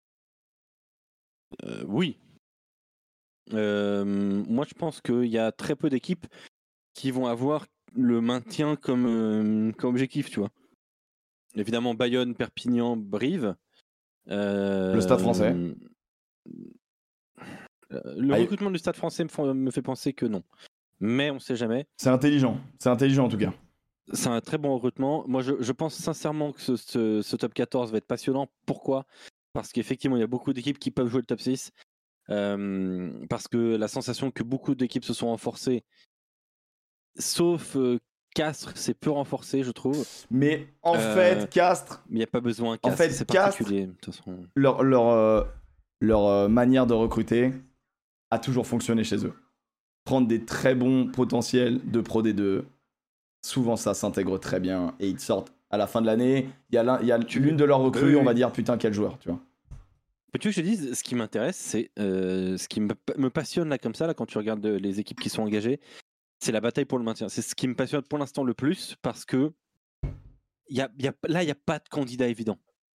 Euh, oui. Euh, moi, je pense qu'il y a très peu d'équipes qui vont avoir le maintien comme, euh, comme objectif, tu vois. Évidemment, Bayonne, Perpignan, Brive. Euh, le Stade français. Euh, le Aïe. recrutement du Stade français me, f- me fait penser que non. Mais on sait jamais. C'est intelligent. C'est intelligent en tout cas. C'est un très bon recrutement. Moi, je, je pense sincèrement que ce, ce, ce top quatorze va être passionnant. Pourquoi ? Parce qu'effectivement, il y a beaucoup d'équipes qui peuvent jouer le top six. Euh, parce que la sensation que beaucoup d'équipes se sont renforcées sauf euh, Castres, c'est peu renforcé, je trouve. Mais en euh, fait, Castres. Mais il n'y a pas besoin. Castres, en fait, c'est Castres, particulier. De toute façon. Leur, leur, euh, leur euh, manière de recruter a toujours fonctionné chez eux. Prendre des très bons potentiels de Pro D deux, souvent ça s'intègre très bien et ils sortent à la fin de l'année. Il y a, l'un, il y a l'une de leurs recrues, oui, oui. on va dire putain, quel joueur, tu vois. Tu veux que je te dise, ce qui m'intéresse, c'est euh, ce qui me, me passionne là comme ça, là, quand tu regardes les équipes qui sont engagées. C'est la bataille pour le maintien. C'est ce qui me passionne pour l'instant le plus parce que y a, y a, là, il n'y a pas de candidat évident.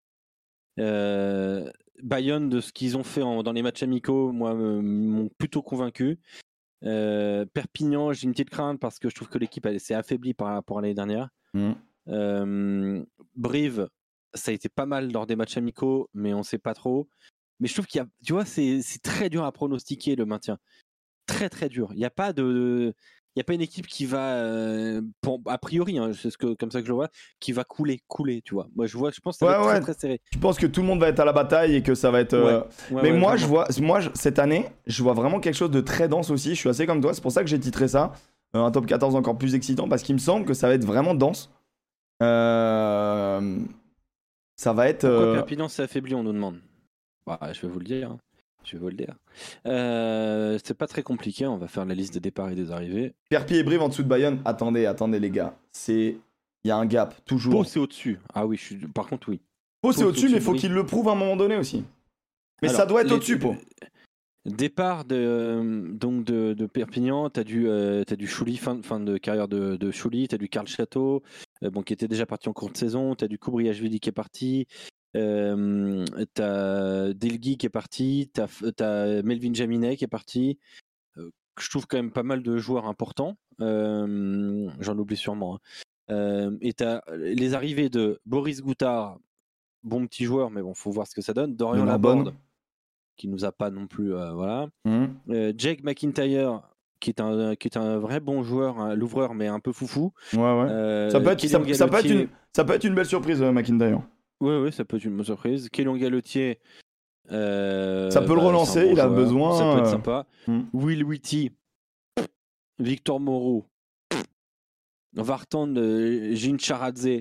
Euh, Bayonne, de ce qu'ils ont fait en, dans les matchs amicaux, moi, me, m'ont plutôt convaincu. Euh, Perpignan, j'ai une petite crainte parce que je trouve que l'équipe elle, s'est affaiblie par rapport à l'année dernière. Mmh. Euh, Brive, ça a été pas mal lors des matchs amicaux, mais on ne sait pas trop. Mais je trouve qu'il y a, tu vois, c'est, c'est très dur à pronostiquer le maintien. Très, très dur. Il n'y a pas de... Il n'y a pas une équipe qui va, euh, pour, a priori, hein, c'est ce que, comme ça que je le vois, qui va couler, couler, tu vois. Moi, je vois, je pense que ça ouais, va être ouais. très, très serré. Tu penses que tout le monde va être à la bataille et que ça va être. Euh... Ouais. Ouais, Mais ouais, moi, vraiment. je vois, moi, je, cette année, je vois vraiment quelque chose de très dense aussi. Je suis assez comme toi. C'est pour ça que j'ai titré ça euh, un top quatorze encore plus excitant parce qu'il me semble que ça va être vraiment dense. Euh... Ça va être. Pourquoi euh... Perpignan s'est affaibli, on nous demande. Bah, je vais vous le dire. Hein. Je vais vous le dire. Euh, c'est pas très compliqué, on va faire la liste des départs et des arrivées. Perpi et Brive en dessous de Bayonne. Attendez, attendez les gars. C'est... Il y a un gap, toujours. Pau, c'est au-dessus. Ah oui, je suis... par contre, oui. Pau, c'est Pau, au-dessus, mais il faut qu'il le prouve à un moment donné aussi. Mais alors, ça doit être les... au-dessus, Pau. Départ de, euh, donc de, de Perpignan, t'as du, euh, t'as du Chouli, fin, fin de carrière de, de Chouli, t'as du Karl Château, euh, bon, qui était déjà parti en courte saison, t'as du Koubriachvili qui est parti. Euh, t'as Delgui qui est parti, t'as, t'as Melvin Jaminet qui est parti. Euh, je trouve quand même pas mal de joueurs importants. Euh, j'en oublie sûrement. Hein. Euh, et t'as les arrivées de Boris Goutard, bon petit joueur, mais bon, faut voir ce que ça donne. Dorian Laborde, qui nous a pas non plus, euh, voilà. Mmh. Euh, Jake McIntyre, qui est un, qui est un vrai bon joueur, un l'ouvreur, mais un peu foufou. Ouais, ouais. Euh, ça peut être, ça, ça peut être une, ça peut être une belle surprise, euh, McIntyre. Oui, oui, ça peut être une bonne surprise. Kélian Galetier. Euh, ça peut bah, le relancer, bon il joueur. a besoin. Ça peut être sympa. Hmm. Will Whitty, Victor Moreau, Vartan de Jean Charadze.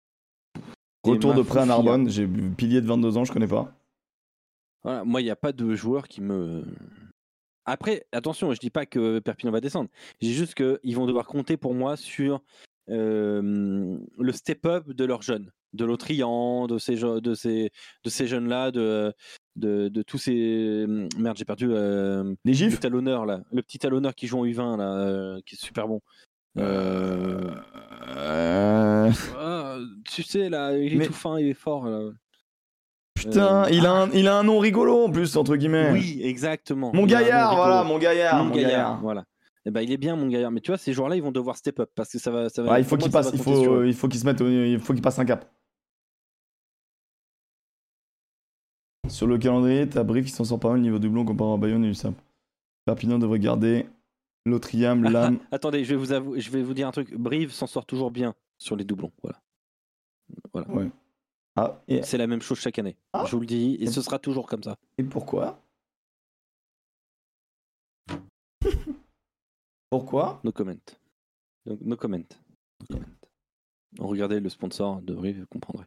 Retour de prêt à Narbonne. J'ai pilier de vingt-deux ans, je connais pas. Voilà, moi, il n'y a pas de joueur qui me. Après, attention, je dis pas que Perpignan va descendre. Je dis juste qu'ils vont devoir compter pour moi sur euh, le step-up de leurs jeunes. De l'Autrian, de ces, de ces, de ces jeunes-là, de, de, de tous ces... Merde, j'ai perdu euh, les gifs. Le talonneur, là. Le petit talonneur qui joue en U vingt, là, euh, qui est super bon. Euh... Euh... Ah, tu sais, là, il est Mais... tout fin, il est fort. Là. Putain, euh... il, a un, il a un nom rigolo, en plus, entre guillemets. Oui, exactement. Mon gaillard, voilà, mon gaillard. Mon, mon gaillard, gaillard, voilà. Eh ben, il est bien, mon gaillard. Mais tu vois, ces joueurs-là, ils vont devoir step up, parce que ça va... Ça va ouais, il faut qu'ils passent, il faut, il faut qu'ils se mettent, il faut qu'ils passent un cap. Sur le calendrier, t'as Brive qui s'en sort pas mal niveau doublon comparé à Bayonne et U S A P. Perpignan devrait garder l'Autriam, l'A M. Attendez, je vais, vous avou- je vais vous dire un truc. Brive s'en sort toujours bien sur les doublons. Voilà. voilà. Ouais. Ah, et... C'est la même chose chaque année. Ah, je vous le dis, et, et ce sera toujours comme ça. Et pourquoi Pourquoi No comment. No comment. No comment. Regardez le sponsor de Brive, vous comprendrez.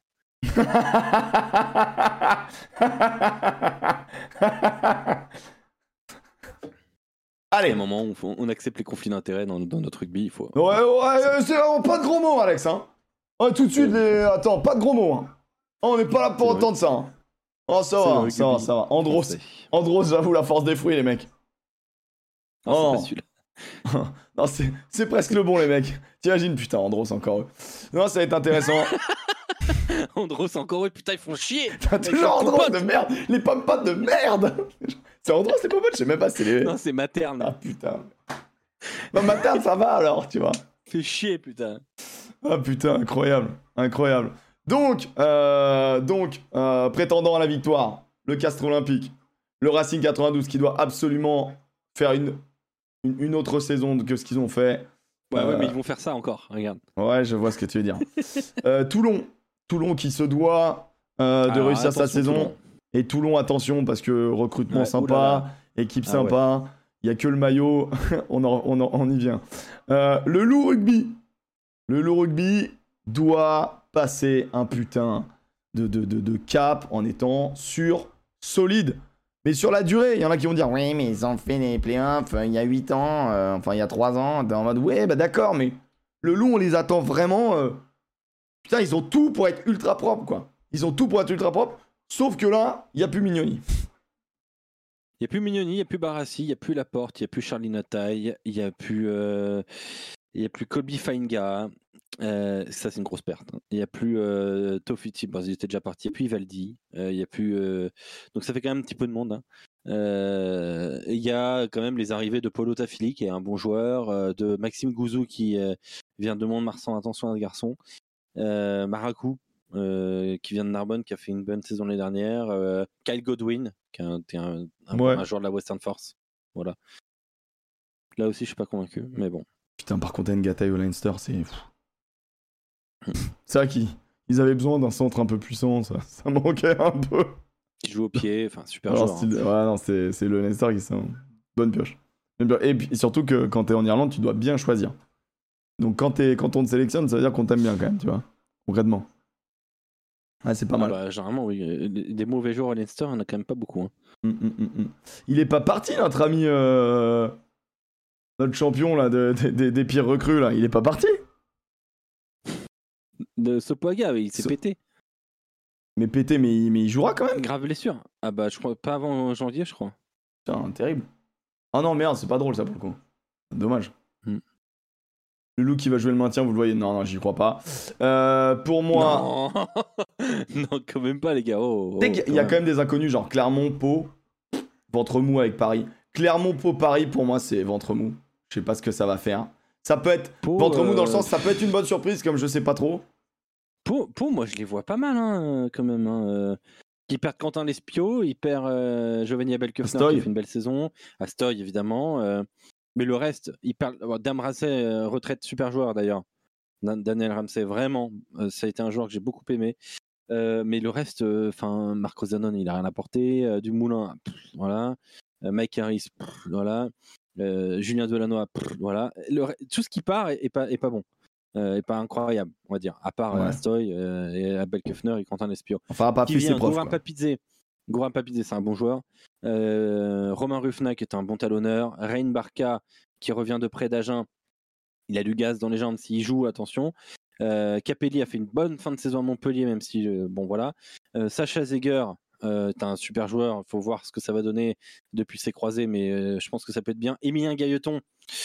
Allez, à un moment où on accepte les conflits d'intérêts dans, dans notre rugby, il faut. Ouais, ouais, c'est vraiment pas de gros mots, Alex. Hein. Oh, tout de suite, les... attends, pas de gros mots. Hein. Oh, on n'est pas là pour entendre ça. Hein. Oh, ça va, ça va, ça va. Andros, Andros, j'avoue la force des fruits, les mecs. Non, oh, c'est pas celui-là. Non, c'est, c'est presque le bon, les mecs. T'imagines, putain, Andros encore eux. Non, ça va être intéressant. Andros encore eux, putain, ils font chier. T'as toujours Andros de merde. Les pommes potes de merde. C'est Andros, les pommes potes, je sais même pas si c'est les. Non, c'est Materne. Ah putain. Non, Materne, ça va alors, tu vois. Fais chier, putain. Ah putain, incroyable, incroyable. Donc, euh, donc euh, prétendant à la victoire, le Castres Olympique, le Racing quatre-vingt-douze qui doit absolument faire une, une, une autre saison que ce qu'ils ont fait. Ouais, euh, ouais, mais ils vont faire ça encore, regarde. Ouais, je vois ce que tu veux dire. euh, Toulon, Toulon qui se doit euh, de Alors, réussir sa saison. Toulon. Et Toulon, attention, parce que recrutement ouais, sympa, équipe ah, sympa, ouais. Il n'y a que le maillot, on, en, on, en, on y vient. Euh, le loup rugby. Le loup rugby doit passer un putain de, de, de, de cap en étant sûr, solide. Mais sur la durée, il y en a qui vont dire « Oui, mais ils ont fait les playoffs il y a huit ans, euh, enfin il y a trois ans. » En mode « Ouais, bah d'accord, mais le loup, on les attend vraiment. Euh... Putain, ils ont tout pour être ultra propre, quoi. Ils ont tout pour être ultra propre. Sauf que là, il n'y a plus Mignoni. » Il n'y a plus Mignoni, il n'y a plus Barassi, il n'y a plus Laporte, il n'y a plus Charlie Nataille, il n'y a plus, euh, il y a plus Colby Fainga. Euh, ça, c'est une grosse perte. Hein. Il n'y a plus euh, Tofiti, bon, il était déjà parti. Il n'y a plus Ivaldi. Euh, il y a plus, euh... Donc ça fait quand même un petit peu de monde. Hein. Euh, il y a quand même les arrivées de Paulo Tafili, qui est un bon joueur, euh, de Maxime Gouzou, qui euh, vient de Mont-de-Marsan. Attention à ce garçon. Euh, Maracou. Euh, qui vient de Narbonne, qui a fait une bonne saison l'année dernière. Euh, Kyle Godwin, qui est un, un, un, ouais. un joueur de la Western Force. Voilà. Là aussi, je suis pas convaincu, mais bon. Putain, par contre, Ngatai au Leinster, c'est. C'est vrai qu'ils avaient besoin d'un centre un peu puissant, ça, ça manquait un peu. Qui joue au pied, enfin, super Alors, joueur. Style... Hein. Ouais, non, c'est, c'est le Leinster qui c'est une bonne pioche. Et puis surtout que quand t'es en Irlande, tu dois bien choisir. Donc quand, t'es, quand on te sélectionne, ça veut dire qu'on t'aime bien quand même, tu vois, concrètement. Ouais, c'est pas ah mal. Bah, généralement, oui. Des mauvais joueurs à Leinster, il n'y en a quand même pas beaucoup. Hein. Mm, mm, mm, mm. Il est pas parti, notre ami, euh... notre champion là, de, de, de, des pires recrues, là. Il est pas parti. De Sopoaga, il s'est so... pété. Mais pété, mais il, mais il jouera quand même. Grave blessure. Ah bah, je crois pas avant janvier, je crois. Putain, terrible. Ah non, merde, c'est pas drôle ça pour le coup. Dommage. Mm. Le loup qui va jouer le maintien, vous le voyez? Non, non, j'y crois pas. Euh, pour moi... Non. Non, quand même pas, les gars. Oh, oh, il y a quand même des inconnus, genre Clermont, Pau, ventre mou avec Paris. Clermont, Pau, Paris, pour moi, c'est ventre mou. Je sais pas ce que ça va faire. Ça peut être Pau, ventre mou euh... dans le sens, ça peut être une bonne surprise, comme je sais pas trop. Pau, Pau moi, je les vois pas mal, hein, quand même. Hein. Ils perdent Quentin Lespio, ils perdent euh, Giovanni Abel-Kofner, qui fait une belle saison. Astoy, évidemment. Euh... Mais le reste, il parle. Dame Ramsey, euh, retraite, super joueur d'ailleurs. Daniel Ramsey, vraiment, euh, ça a été un joueur que j'ai beaucoup aimé. Euh, mais le reste, enfin, euh, Marco Zanon, il a rien apporté. Euh, Dumoulin, pff, voilà. Euh, Mike Harris, pff, voilà. Euh, Julien Delannoy, pff, voilà. Le, tout ce qui part est, est pas, est pas bon, euh, est pas incroyable, on va dire. À part ouais. Astoy euh, et Abel Kofner et Quentin Lespio. Enfin, pas plus ses profs. Goran Papidze. Goran Papidze, c'est un bon joueur. Euh, Romain Ruffna, qui est un bon talonneur. Rein Barca, qui revient de près d'Agen. Il a du gaz dans les jambes s'il joue, attention. Euh, Capelli a fait une bonne fin de saison à Montpellier, même si, euh, bon voilà. Euh, Sacha Zeger, euh, t'es un super joueur, il faut voir ce que ça va donner depuis ses croisés, mais euh, je pense que ça peut être bien. Émilien Gailleton,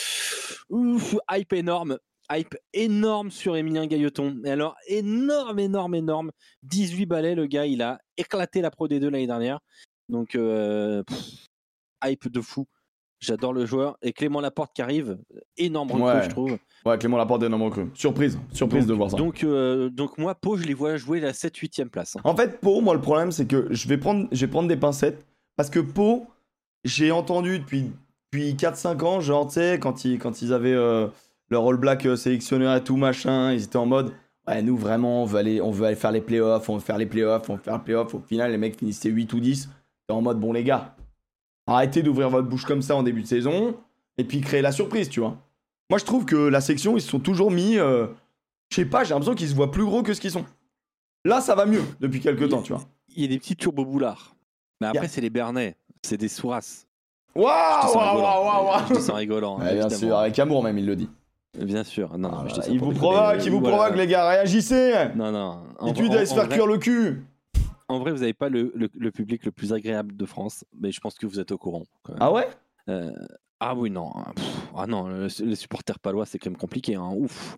ouf, hype énorme. Hype énorme sur Émilien Gailleton. Et alors, énorme, énorme, énorme. dix-huit balais, le gars, il a éclaté la Pro D deux l'année dernière. Donc, euh, pff, hype de fou. J'adore le joueur. Et Clément Laporte qui arrive, énorme recrue, ouais. je trouve. Ouais, Clément Laporte, énorme recrue. Surprise, surprise donc, de voir ça. Donc, euh, donc moi, Pau, je les vois jouer la sept huitième place. Hein. En fait, Pau, moi, le problème, c'est que je vais prendre, je vais prendre des pincettes. Parce que Pau, j'ai entendu depuis, depuis quatre cinq ans, genre, tu sais, quand ils, quand ils avaient euh, leur All Black euh, sélectionneur et tout, machin, ils étaient en mode, ouais, nous, vraiment, on veut aller, on veut aller faire les playoffs, on veut faire les playoffs, on veut faire les playoffs. Au final, les mecs finissaient huit ou dix. T'es en mode, bon, les gars, arrêtez d'ouvrir votre bouche comme ça en début de saison. Et puis créer la surprise, tu vois. Moi, je trouve que la section, ils se sont toujours mis... Euh, je sais pas, j'ai l'impression qu'ils se voient plus gros que ce qu'ils sont. Là, ça va mieux depuis quelques temps, tu vois. Il y a des petits turbo-boulards. Mais après, a... c'est les Bernais. C'est des Souras. Waouh, waouh, waouh, waouh. Je te sens rigolant. Ouais, bien sûr, avec amour même, il le dit. Bien sûr. Non, non, ah, je te il vous provoque, il vous voilà. provoque, les gars. Réagissez. Non, non. Étude d'aller se faire cuire le cul. En vrai, vous n'avez pas le, le, le public le plus agréable de France. Mais je pense que vous êtes au courant. Quand même. Ah ouais euh, Ah oui, non. Pff, ah non, le, les supporters palois, c'est quand même compliqué. Hein. Ouf.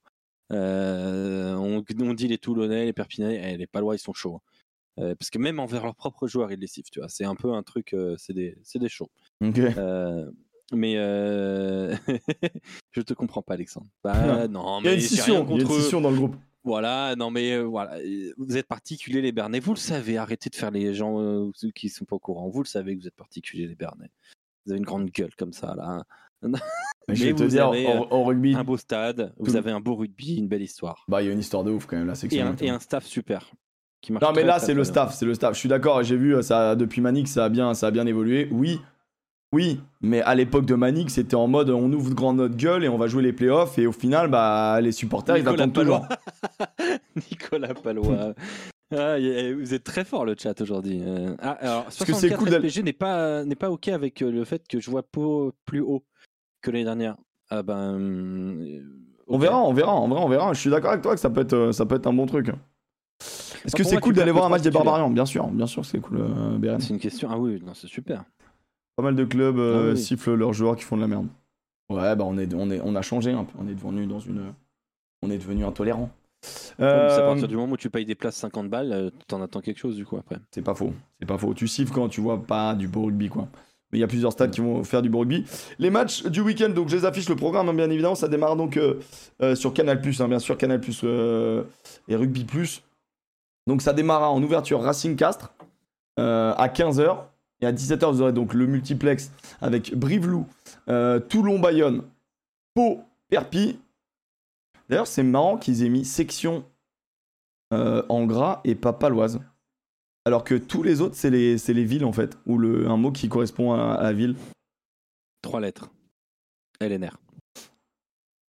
Euh, on, on dit les Toulonnais, les Perpignanais, eh, les Palois, ils sont chauds. Euh, parce que même envers leurs propres joueurs, ils les sifflent. Tu vois. C'est un peu un truc, euh, c'est des, c'est des chauds. Ok. Euh, mais euh... je te comprends pas, Alexandre. Bah, non, mais il y a une scission, contre... il y a une scission dans le groupe. Voilà, non mais euh, voilà, vous êtes particuliers les Bernais, vous le savez, arrêtez de faire les gens euh, ceux qui sont pas au courant, vous le savez que vous êtes particuliers les Bernais. Vous avez une grande gueule comme ça là. Mais, mais je vais te dire, avez au, au rugby, un beau stade, vous avez un beau rugby, une belle histoire. Bah il y a une histoire de ouf quand même la section. Et un, et un staff super. Qui marche non mais très, là très, c'est très le bien. staff, c'est le staff. Je suis d'accord, j'ai vu ça depuis Manix, ça a bien, ça a bien évolué. Oui, Oui, mais à l'époque de Manic, c'était en mode on ouvre grand notre gueule et on va jouer les playoffs. Et au final, bah, les supporters, Nicolas ils attendent toujours. Nicolas Palois. Ah, vous êtes très fort le chat aujourd'hui. Euh, ah, alors, Parce que c'est cool L P G n'est pas, n'est pas OK avec le fait que je vois Pau plus haut que l'année dernière. Ah ben. Euh, okay. On verra, on verra, en vrai, on verra. Je suis d'accord avec toi que ça peut être, ça peut être un bon truc. Est-ce que c'est cool d'aller voir un match des Barbarians? Bien sûr, bien sûr, c'est cool, euh, Beren. C'est une question. Ah oui, non, c'est super. Pas mal de clubs euh, ah oui. sifflent leurs joueurs qui font de la merde. Ouais, bah on est, on est, on a changé un peu. On est devenu dans une, on est devenu intolérant. Euh... C'est à partir du moment où tu payes des places cinquante balles, t'en attends quelque chose du coup après. C'est pas faux, c'est pas faux. Tu siffles quand tu vois pas du beau rugby quoi. Mais il y a plusieurs stades qui vont faire du beau rugby. Les matchs du week-end, donc je les affiche le programme hein, bien évidemment. Ça démarre donc euh, euh, sur Canal plus, hein, bien sûr Canal plus euh, et Rugby plus. Donc ça démarra en ouverture Racing Castres euh, à quinze heures. Et à dix-sept heures, vous aurez donc le multiplex avec Brive-Loup, euh, Toulon-Bayonne, Pau, Perpignan. D'ailleurs, c'est marrant qu'ils aient mis section euh, en gras et pas paloise. Alors que tous les autres, c'est les, c'est les villes en fait, ou le, un mot qui correspond à, à la ville. Trois lettres. L N R. C'est-à-dire ?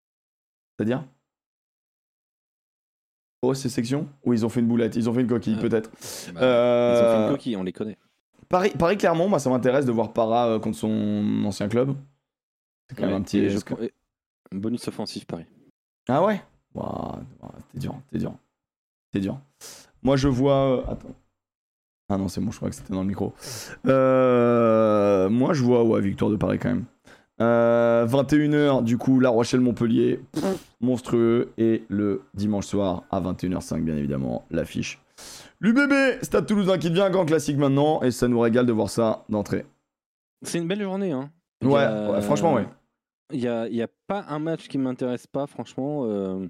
Oh, c'est section ? Ou ils ont fait une boulette, ils ont fait une coquille euh, peut-être. Bah, euh... Ils ont fait une coquille, on les connaît. Paris, Paris Clermont, moi ça m'intéresse de voir Para euh, contre son ancien club. C'est quand ouais, même un petit. Je... Que... Bonus offensif, Paris. Ah ouais ? Wow, t'es dur, t'es dur. T'es dur. Moi je vois. Euh... Attends. Ah non, c'est bon, je crois que c'était dans le micro. Euh... Moi je vois, ouais, victoire de Paris quand même. Euh... vingt et une heures, du coup, La Rochelle-Montpellier, monstrueux. Et le dimanche soir à vingt et une heures cinq, bien évidemment, l'affiche. L'U B B, Stade Toulousain qui devient un grand classique maintenant, et ça nous régale de voir ça d'entrée. C'est une belle journée, hein. Ouais, a... ouais franchement, ouais. Il n'y a, y a pas un match qui m'intéresse pas, franchement. Euh...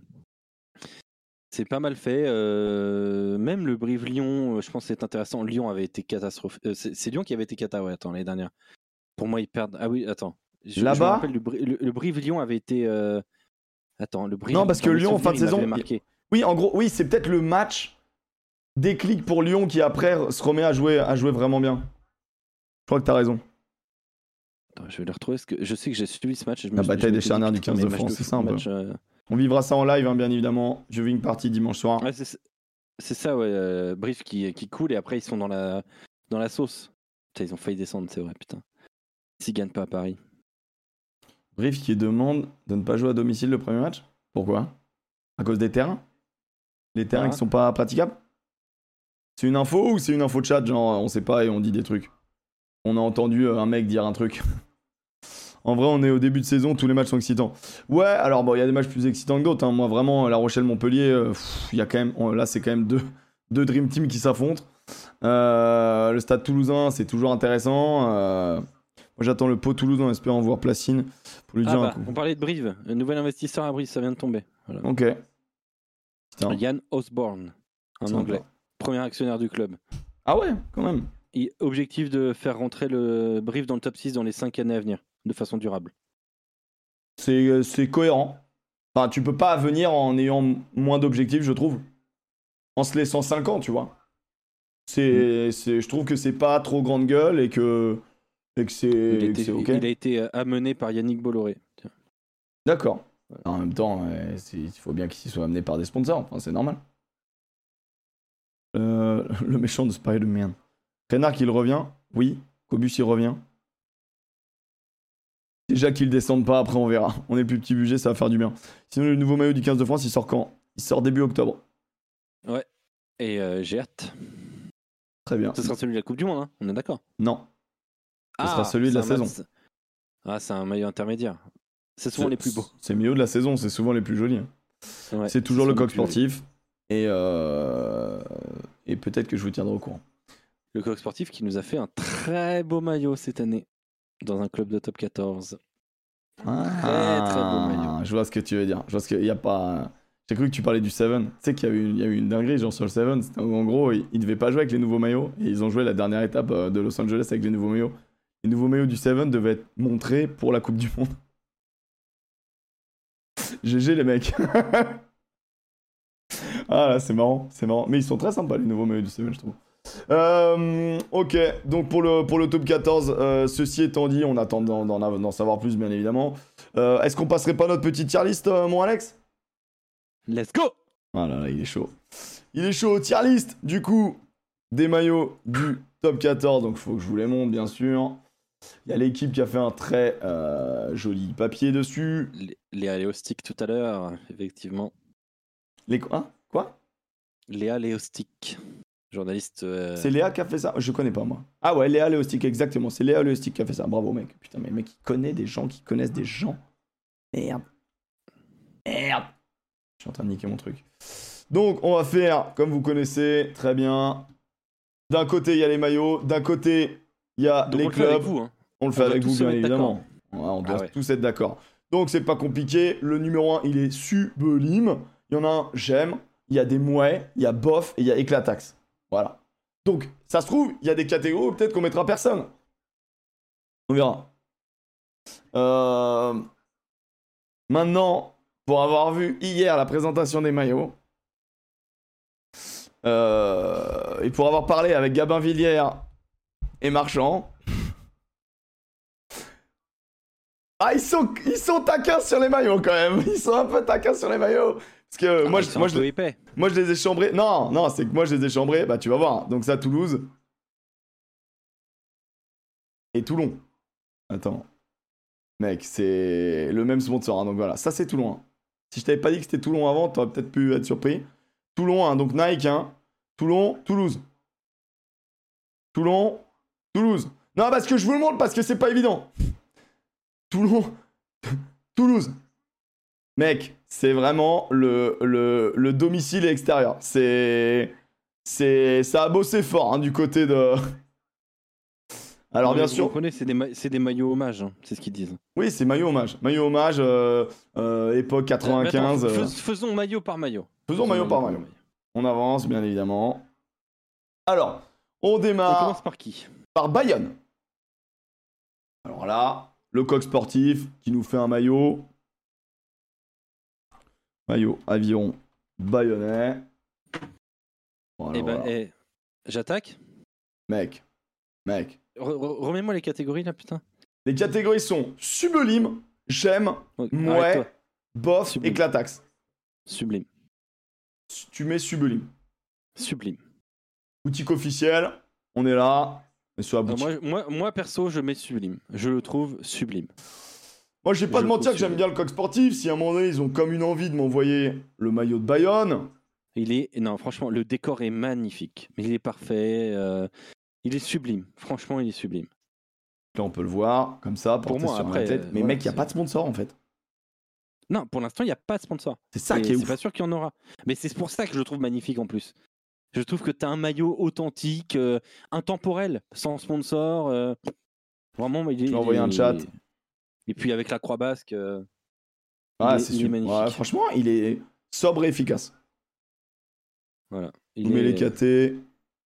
C'est pas mal fait. Euh... Même le Brive-Lyon, je pense que c'est intéressant. Lyon avait été catastrophique. Euh, c'est, c'est Lyon qui avait été cata, ouais, attends, l'année dernière. Pour moi, ils perdent. Ah oui, attends. Je, Là-bas je me rappelle, le, Bri... le, le Brive-Lyon avait été. Euh... Attends, le Brive. Non, parce que Lyon, en fin de saison. Marqué. Oui, en gros, oui, c'est peut-être le match. Déclic pour Lyon qui après se remet à jouer, à jouer vraiment bien. Je crois que t'as raison. Attends, je vais le retrouver parce que je sais que j'ai suivi ce match. Je La bataille des charnières du quinze de France, c'est ça un peu. Match, euh... On vivra ça en live, hein, bien évidemment. Viewing party dimanche soir. Ouais, c'est, c'est ça, ouais. Euh, Brief qui, qui coule et après ils sont dans la, dans la sauce. Putain, ils ont failli descendre, c'est vrai, putain. S'ils gagnent pas à Paris. Brief qui demande de ne pas jouer à domicile le premier match. Pourquoi ? À cause des terrains ? Les terrains ah. qui sont pas praticables ? C'est une info ou c'est une info de chat, genre on sait pas et on dit des trucs. On a entendu un mec dire un truc. En vrai, on est au début de saison, tous les matchs sont excitants. Ouais, alors bon, il y a des matchs plus excitants que d'autres. Hein. Moi, vraiment, La Rochelle-Montpellier, il y a quand même, on, là, c'est quand même deux, deux Dream Team qui s'affrontent. Euh, le Stade Toulousain, c'est toujours intéressant. Euh, moi, j'attends le Pau Toulouse en espérant voir Placine pour lui ah dire bah, un coup. On parlait de Brive, un nouvel investisseur à Brive, ça vient de tomber. Voilà. Ok. Putain. Yann Osborne, en anglais. Premier actionnaire du club. Ah ouais, quand même. Et objectif de faire rentrer le Brive dans le top six dans les cinq années à venir, de façon durable. C'est, c'est cohérent. Enfin, tu peux pas venir en ayant moins d'objectifs, je trouve. En se laissant cinq ans, tu vois. C'est, mmh. c'est, je trouve que c'est pas trop grande gueule et que, et que, c'est, il, que était, c'est ok. Il a été amené par Yannick Bolloré. Tiens. D'accord. Ouais. En même temps, il faut bien qu'il soit amené par des sponsors. Enfin, c'est normal. Euh, le méchant de Spider-Man. Renard il revient. Oui. Cobus il revient. Déjà qu'il descende pas, après on verra. On est plus petit budget, ça va faire du bien. Sinon, le nouveau maillot du quinze de France, il sort quand ? Il sort début octobre. Ouais. Et euh, j'ai hâte. Très bien. Ce sera celui de la Coupe du Monde, hein, on est d'accord ? Non. Ce ah, sera celui de la saison. Match... Ah, c'est un maillot intermédiaire. C'est souvent c'est, les plus beaux. C'est le milieu de la saison, c'est souvent les plus jolis. Ouais, c'est toujours c'est le coq sportif. Et, euh... et peut-être que je vous tiendrai au courant. Le coq sportif qui nous a fait un très beau maillot cette année dans un club de top quatorze. Ah, très très beau maillot. Je vois ce que tu veux dire. Je vois ce qu'il y a pas. J'ai cru que tu parlais du Seven. Tu sais qu'il y a eu, il y a eu une dinguerie genre sur le Seven. En gros, ils ne devaient pas jouer avec les nouveaux maillots et ils ont joué la dernière étape de Los Angeles avec les nouveaux maillots. Les nouveaux maillots du Seven devaient être montrés pour la Coupe du Monde. G G les mecs. Ah là, c'est marrant, c'est marrant. Mais ils sont très sympas les nouveaux maillots du Seven, je trouve. Euh, ok, donc pour le, pour le top quatorze, euh, ceci étant dit, on attend d'en, d'en, d'en savoir plus, bien évidemment. Euh, est-ce qu'on passerait pas notre petite tier list, euh, mon Alex? Let's go! Ah là là, il est chaud. Il est chaud, tier list, du coup, des maillots du top quatorze, donc il faut que je vous les montre, bien sûr. Il y a l'équipe qui a fait un très euh, joli papier dessus. Léa Léostic tout à l'heure, effectivement. Les quoi? Quoi? Léa Léostic, journaliste. Euh... C'est Léa qui a fait ça? Je connais pas, moi. Ah ouais, Léa Léostic, exactement. C'est Léa Léostic qui a fait ça. Bravo, mec. Putain, mais mec, il connaît des gens qui connaissent des gens. Merde. Merde. Je suis en train de niquer mon truc. Donc, on va faire, comme vous connaissez, très bien. D'un côté, il y a les maillots. D'un côté, il y a Donc les on clubs. Le fait avec vous, hein. On le fait on avec vous, bien évidemment. Ouais, on doit ah ouais. tous être d'accord. Donc, c'est pas compliqué. Le numéro un, il est sublime. Il y en a un, j'aime. Il y a des mouais, il y a bof et il y a éclatax. Voilà. Donc, ça se trouve, il y a des catégories où peut-être qu'on mettra personne. On verra. Euh... Maintenant, pour avoir vu hier la présentation des maillots, euh... et pour avoir parlé avec Gabin Villière et Marchand, ah, ils sont, ils sont taquins sur les maillots quand même. Ils sont un peu taquins sur les maillots. Parce que ah, moi, je, moi, je, moi, je les ai chambrés. Non, non, c'est que moi, je les ai chambrés. Bah, tu vas voir. Donc, ça, Toulouse. Et Toulon. Attends. Mec, c'est le même sponsor. Hein, donc, voilà. Ça, c'est Toulon. Hein. Si je t'avais pas dit que c'était Toulon avant, t'aurais peut-être pu être surpris. Toulon, hein, donc Nike. Hein. Toulon, Toulouse. Toulon, Toulouse. Non, parce que je vous le montre, parce que c'est pas évident. Toulon, Toulouse. Mec, c'est vraiment le, le, le domicile extérieur. C'est, c'est, ça a bossé fort hein, du côté de... Alors non, bien sûr... Vous connaissez, c'est des, ma- c'est des maillots hommages, hein, c'est ce qu'ils disent. Oui, c'est maillot hommage. Maillot hommage, euh, euh, époque quatre-vingt-quinze. Attends, fais, faisons maillot par maillot. Faisons, faisons maillot, maillot par maillot. maillot. On avance, bien évidemment. Alors, on démarre... On commence par qui? Par Bayonne. Alors là, le coq sportif qui nous fait un maillot... Maillot aviron bayonnais. Voilà, eh ben, voilà. Eh, j'attaque. Mec, mec. Remets-moi les catégories là, putain. Les catégories sont sublime, j'aime, okay. mouais, bof, sublime. Éclatax. Sublime. Tu mets sublime. Sublime. Boutique officielle, on est là. Mais sur la boutique. Euh, moi, moi, moi, perso, je mets sublime. Je le trouve sublime. Moi, je vais pas te mentir que j'aime bien le coq sportif. Si à un moment donné, ils ont comme une envie de m'envoyer le maillot de Bayonne. Il est... Non, franchement, le décor est magnifique. Il est parfait. Euh... Il est sublime. Franchement, il est sublime. Là, on peut le voir, comme ça, pour moi, sur après, la tête. Mais voilà, mec, il n'y a pas de sponsor, en fait. Non, pour l'instant, il n'y a pas de sponsor. C'est ça qui est ouf. C'est pas sûr qu'il y en aura. Mais c'est pour ça que je le trouve magnifique, en plus. Je trouve que tu as un maillot authentique, euh, intemporel, sans sponsor. Euh... Vraiment, il est... Je vais envoyer un chat. Il est... Et puis avec la croix basque, euh, ah, c'est super. Ouais, franchement, il est sobre et efficace. Voilà. Il met est... les K T.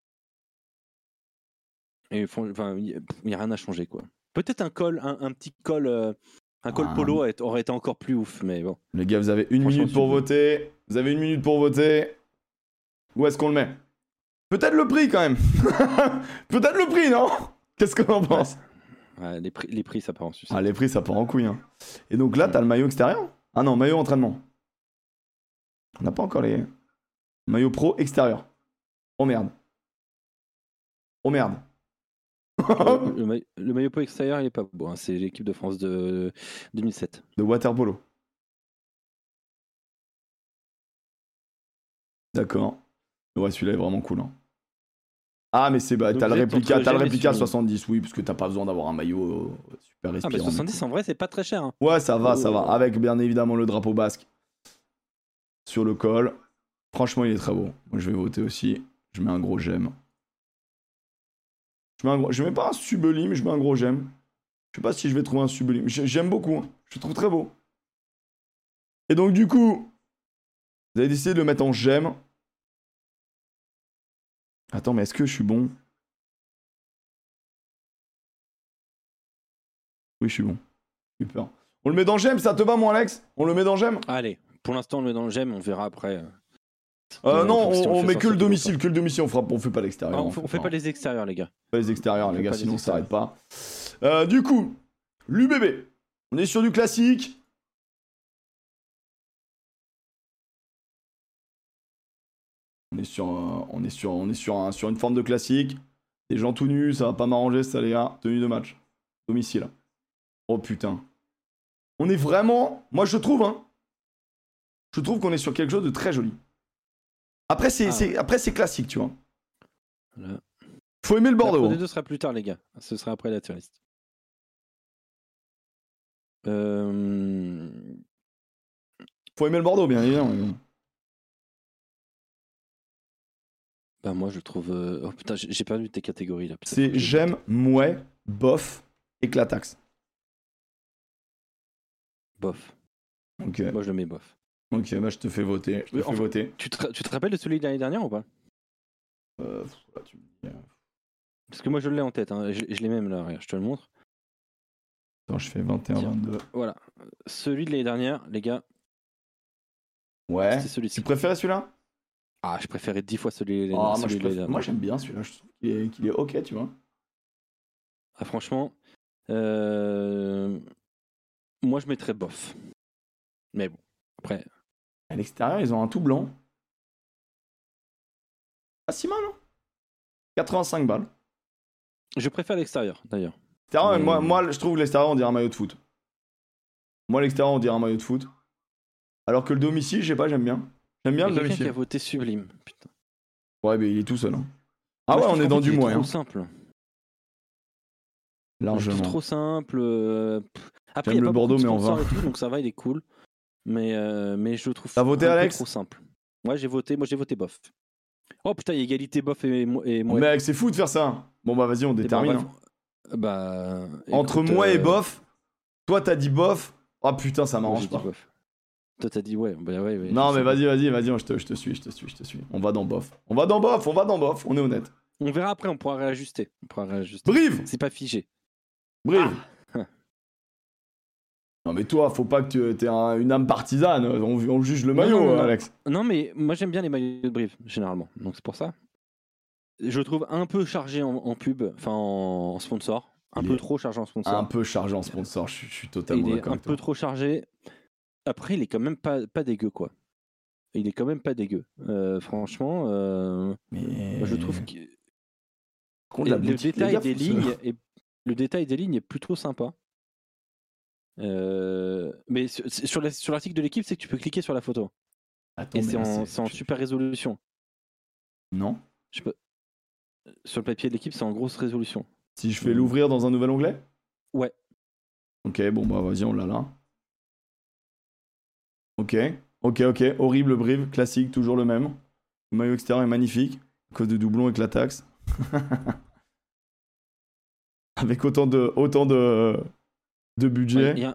Et enfin, il n'y a rien à changer, quoi. Peut-être un col, un, un petit col, euh, un col ah. polo aurait été encore plus ouf, mais bon. Les gars, vous avez une minute pour voter. Vous avez une minute pour voter. Où est-ce qu'on le met? Peut-être le prix, quand même. Peut-être le prix, non? Qu'est-ce qu'on en pense? Ouais. Ouais, les, prix, les prix, ça part en sucette. Ah, les prix, ça part en couille. Hein. Et donc là, t'as le maillot extérieur? Ah non, maillot entraînement. On n'a pas encore les... Maillot pro extérieur. Oh merde. Oh merde. le, le, ma... le maillot pro extérieur, il est pas beau. Hein. C'est l'équipe de France de deux mille sept. De water polo. D'accord. Ouais, celui-là est vraiment cool. Hein. Ah, mais c'est bah, t'as le réplica, t'as le réplica soixante-dix, oui, parce que t'as pas besoin d'avoir un maillot euh, super respirant. Ah, mais soixante-dix, en vrai, c'est pas très cher. Hein. Ouais, ça va, oh. ça va. Avec bien évidemment le drapeau basque sur le col. Franchement, il est très beau. Moi, je vais voter aussi. Je mets un gros j'aime. Je mets, un gros... je mets pas un sublime, je mets un gros j'aime. Je sais pas si je vais trouver un sublime. J'aime beaucoup. Hein. Je le trouve très beau. Et donc, du coup, vous avez décidé de le mettre en j'aime. Attends, mais est-ce que je suis bon? Oui, je suis bon. Super. On le met dans j'aime, ça te va, mon Alex? On le met dans j'aime? Allez, pour l'instant, on le met dans j'aime, on verra après. Euh, non, on, si on, on met que le domicile, que le domicile, on fera, on fait pas l'extérieur. Ah, on, fait, on fait pas les extérieurs, les gars. Pas les extérieurs, on les gars, sinon on s'arrête pas. Euh, du coup, l'U B B, on est sur du classique. On est sur, un, on est sur, on est sur, un, sur une forme de classique. Des gens tout nus, ça va pas m'arranger ça, les gars. Tenue de match, domicile. Oh putain. On est vraiment, moi je trouve, hein. Je trouve qu'on est sur quelque chose de très joli. Après, c'est, ah. c'est, après, c'est classique, tu vois. Voilà. Faut aimer le Bordeaux. Le deux sera plus tard, les gars. Ce sera après la tier list. Euh... Faut aimer le Bordeaux, bien évidemment. Bah, moi, je trouve. Euh... Oh putain, j'ai perdu tes catégories là. C'est j'aime, mouais, bof, éclataxe. Bof. Ok. Moi, je le mets bof. Ok, bah je te fais voter. Je te fais voter. Tu te, tu te rappelles de celui de l'année dernière ou pas? euh, là, tu me dis... Parce que moi je l'ai en tête, hein. je, je l'ai même là, regarde, je te le montre. Attends, je fais vingt et un vingt-deux. Voilà. Celui de l'année dernière, les gars. Ouais. Celui-ci. Tu préférais celui-là? Ah, je préférais dix fois celui, oh, moi, celui de l'année dernière. Moi j'aime bien celui-là, je trouve qu'il est, qu'il est ok, tu vois. Ah, franchement, euh... moi je mettrais bof. Mais bon, après. À l'extérieur, ils ont un tout blanc. Pas si mal, hein. quatre-vingt-cinq balles. Je préfère l'extérieur, d'ailleurs. Mais... Moi, moi, je trouve l'extérieur, on dirait un maillot de foot. Moi, l'extérieur, on dirait un maillot de foot. Alors que le domicile, je sais pas, j'aime bien. J'aime bien le domicile. Quelqu'un qui a voté Sublime, putain. Ouais, mais il est tout seul. Hein. Ah moi, ouais, on est dans du moyen. C'est trop simple. Largement. C'est trop simple. Après, il y a le pas Bordeaux, mais on va. Tout, donc ça va, il est cool. Mais, euh, mais je le trouve. T'as voté, Alex? Trop simple. Moi, j'ai voté. Moi, j'ai voté bof. Oh putain, il y a égalité bof et, et moi. Mec, c'est fou de faire ça. Bon bah vas-y, on détermine. Ben, hein. Bah. Entre écoute, moi euh... et bof. Toi, t'as dit bof. Oh putain, ça m'arrange pas. Bof. Toi, t'as dit ouais. Bah, ouais, ouais non, mais vas-y, vas-y, vas-y, je te, je te suis, je te suis, je te suis. On va dans bof. On va dans bof, on va dans bof. On est honnête. On verra après, on pourra réajuster. On pourra réajuster. Brive. C'est pas figé. Brive. Ah. Non mais toi, faut pas que tu aies un, une âme partisane, on, on juge le maillot, non, non, non, Alex. Non mais moi j'aime bien les maillots de Brive, généralement, donc c'est pour ça. Je le trouve un peu chargé en, en pub, enfin en, en sponsor, un il peu trop chargé en sponsor. Un peu chargé en sponsor, je, je suis totalement il d'accord. Il est un peu trop chargé. Après, il est quand même pas, pas dégueu, quoi. Il est quand même pas dégueu. Euh, franchement, euh, mais... moi, je trouve que le boutique, détail gars, des lignes est... le détail des lignes est plutôt sympa. Euh, mais sur, sur, la, sur l'article de l'équipe, c'est que tu peux cliquer sur la photo. Attends, et c'est en, c'est en super résolution. Non. Je peux... Sur le papier de l'équipe, c'est en grosse résolution. Si je fais mmh. l'ouvrir dans un nouvel onglet? Ouais. Ok, bon bah vas-y, on l'a là. Ok, ok, ok. Horrible Brive, classique, toujours le même. Le maillot extérieur est magnifique. À cause de doublons avec la taxe. Avec autant de... Autant de... de budget. Ouais, a...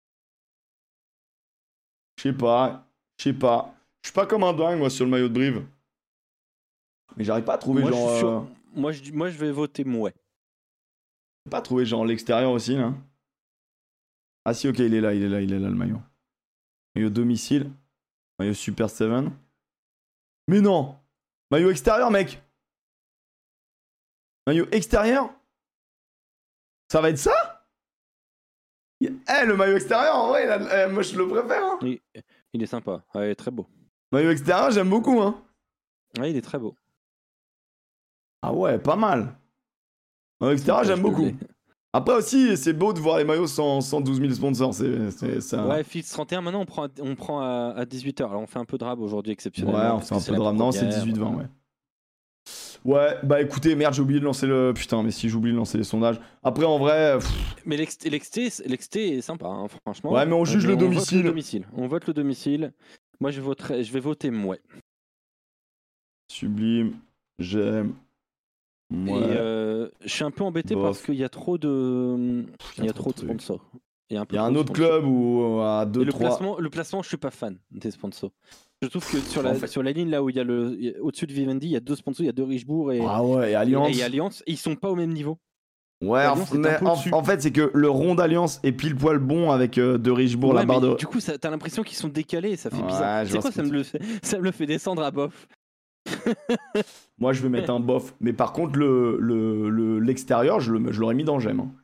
Je sais pas, je sais pas. Je suis pas comme un dingue moi sur le maillot de Brive. Mais j'arrive pas à trouver moi, genre... Je sur... euh... moi, je... moi je vais voter mouais. J'ai pas trouvé genre l'extérieur aussi là. Ah si ok il est là, il est là, il est là le maillot. Maillot domicile. Maillot Super sept. Mais non. Maillot extérieur mec. Maillot extérieur. Ça va être ça? Eh, hey, le maillot extérieur, en vrai, il a... eh, moi je le préfère. Hein. Il... il est sympa, ouais, il est très beau. Maillot extérieur, j'aime beaucoup. Hein. Ouais, il est très beau. Ah ouais, pas mal. Maillot extérieur, j'aime beaucoup. Après aussi, c'est beau de voir les maillots sans, sans douze mille sponsors. C'est, c'est, ça... Ouais, Fils trente et un, maintenant on prend, à, on prend à, à dix-huit heures. Alors on fait un peu de rab aujourd'hui exceptionnellement. Ouais, on fait un peu de rab. Non, c'est dix-huit vingt, ouais. Ouais, bah écoutez, merde, j'ai oublié de lancer le... Putain, mais si j'oublie de lancer les sondages. Après, en vrai... Pff... Mais l'ex T est sympa, hein, franchement. Ouais, mais on juge euh, le, on domicile. Vote le domicile. On vote le domicile. Moi, je, voterai... je vais voter mouais. Sublime, j'aime. Ouais. Et euh, je suis un peu embêté Bof. Parce qu'il y a trop de... Pff, il y a, y a trop, trop de sponsors. Il y a un, il y a un autre club où à deux trois... Le placement, le placement, je suis pas fan des sponsors. Je trouve que sur la, en fait... sur la ligne là où il y a le au-dessus de Vivendi, il y a deux sponsors, il y a deux Richebourg et ah ouais, et Allianz. Et, et Allianz, ils sont pas au même niveau. Ouais, en, mais en, en fait, c'est que le rond d'Alliance est pile poil bon avec euh, de Richebourg, ouais, la barre de. Du coup, ça, t'as l'impression qu'ils sont décalés, ça fait ouais, bizarre. C'est quoi, ça me, le fait, ça me le fait descendre à bof. Moi, je vais mettre un bof. Mais par contre, le, le, le, l'extérieur, je, le, je l'aurais mis dans j'aime. Hein.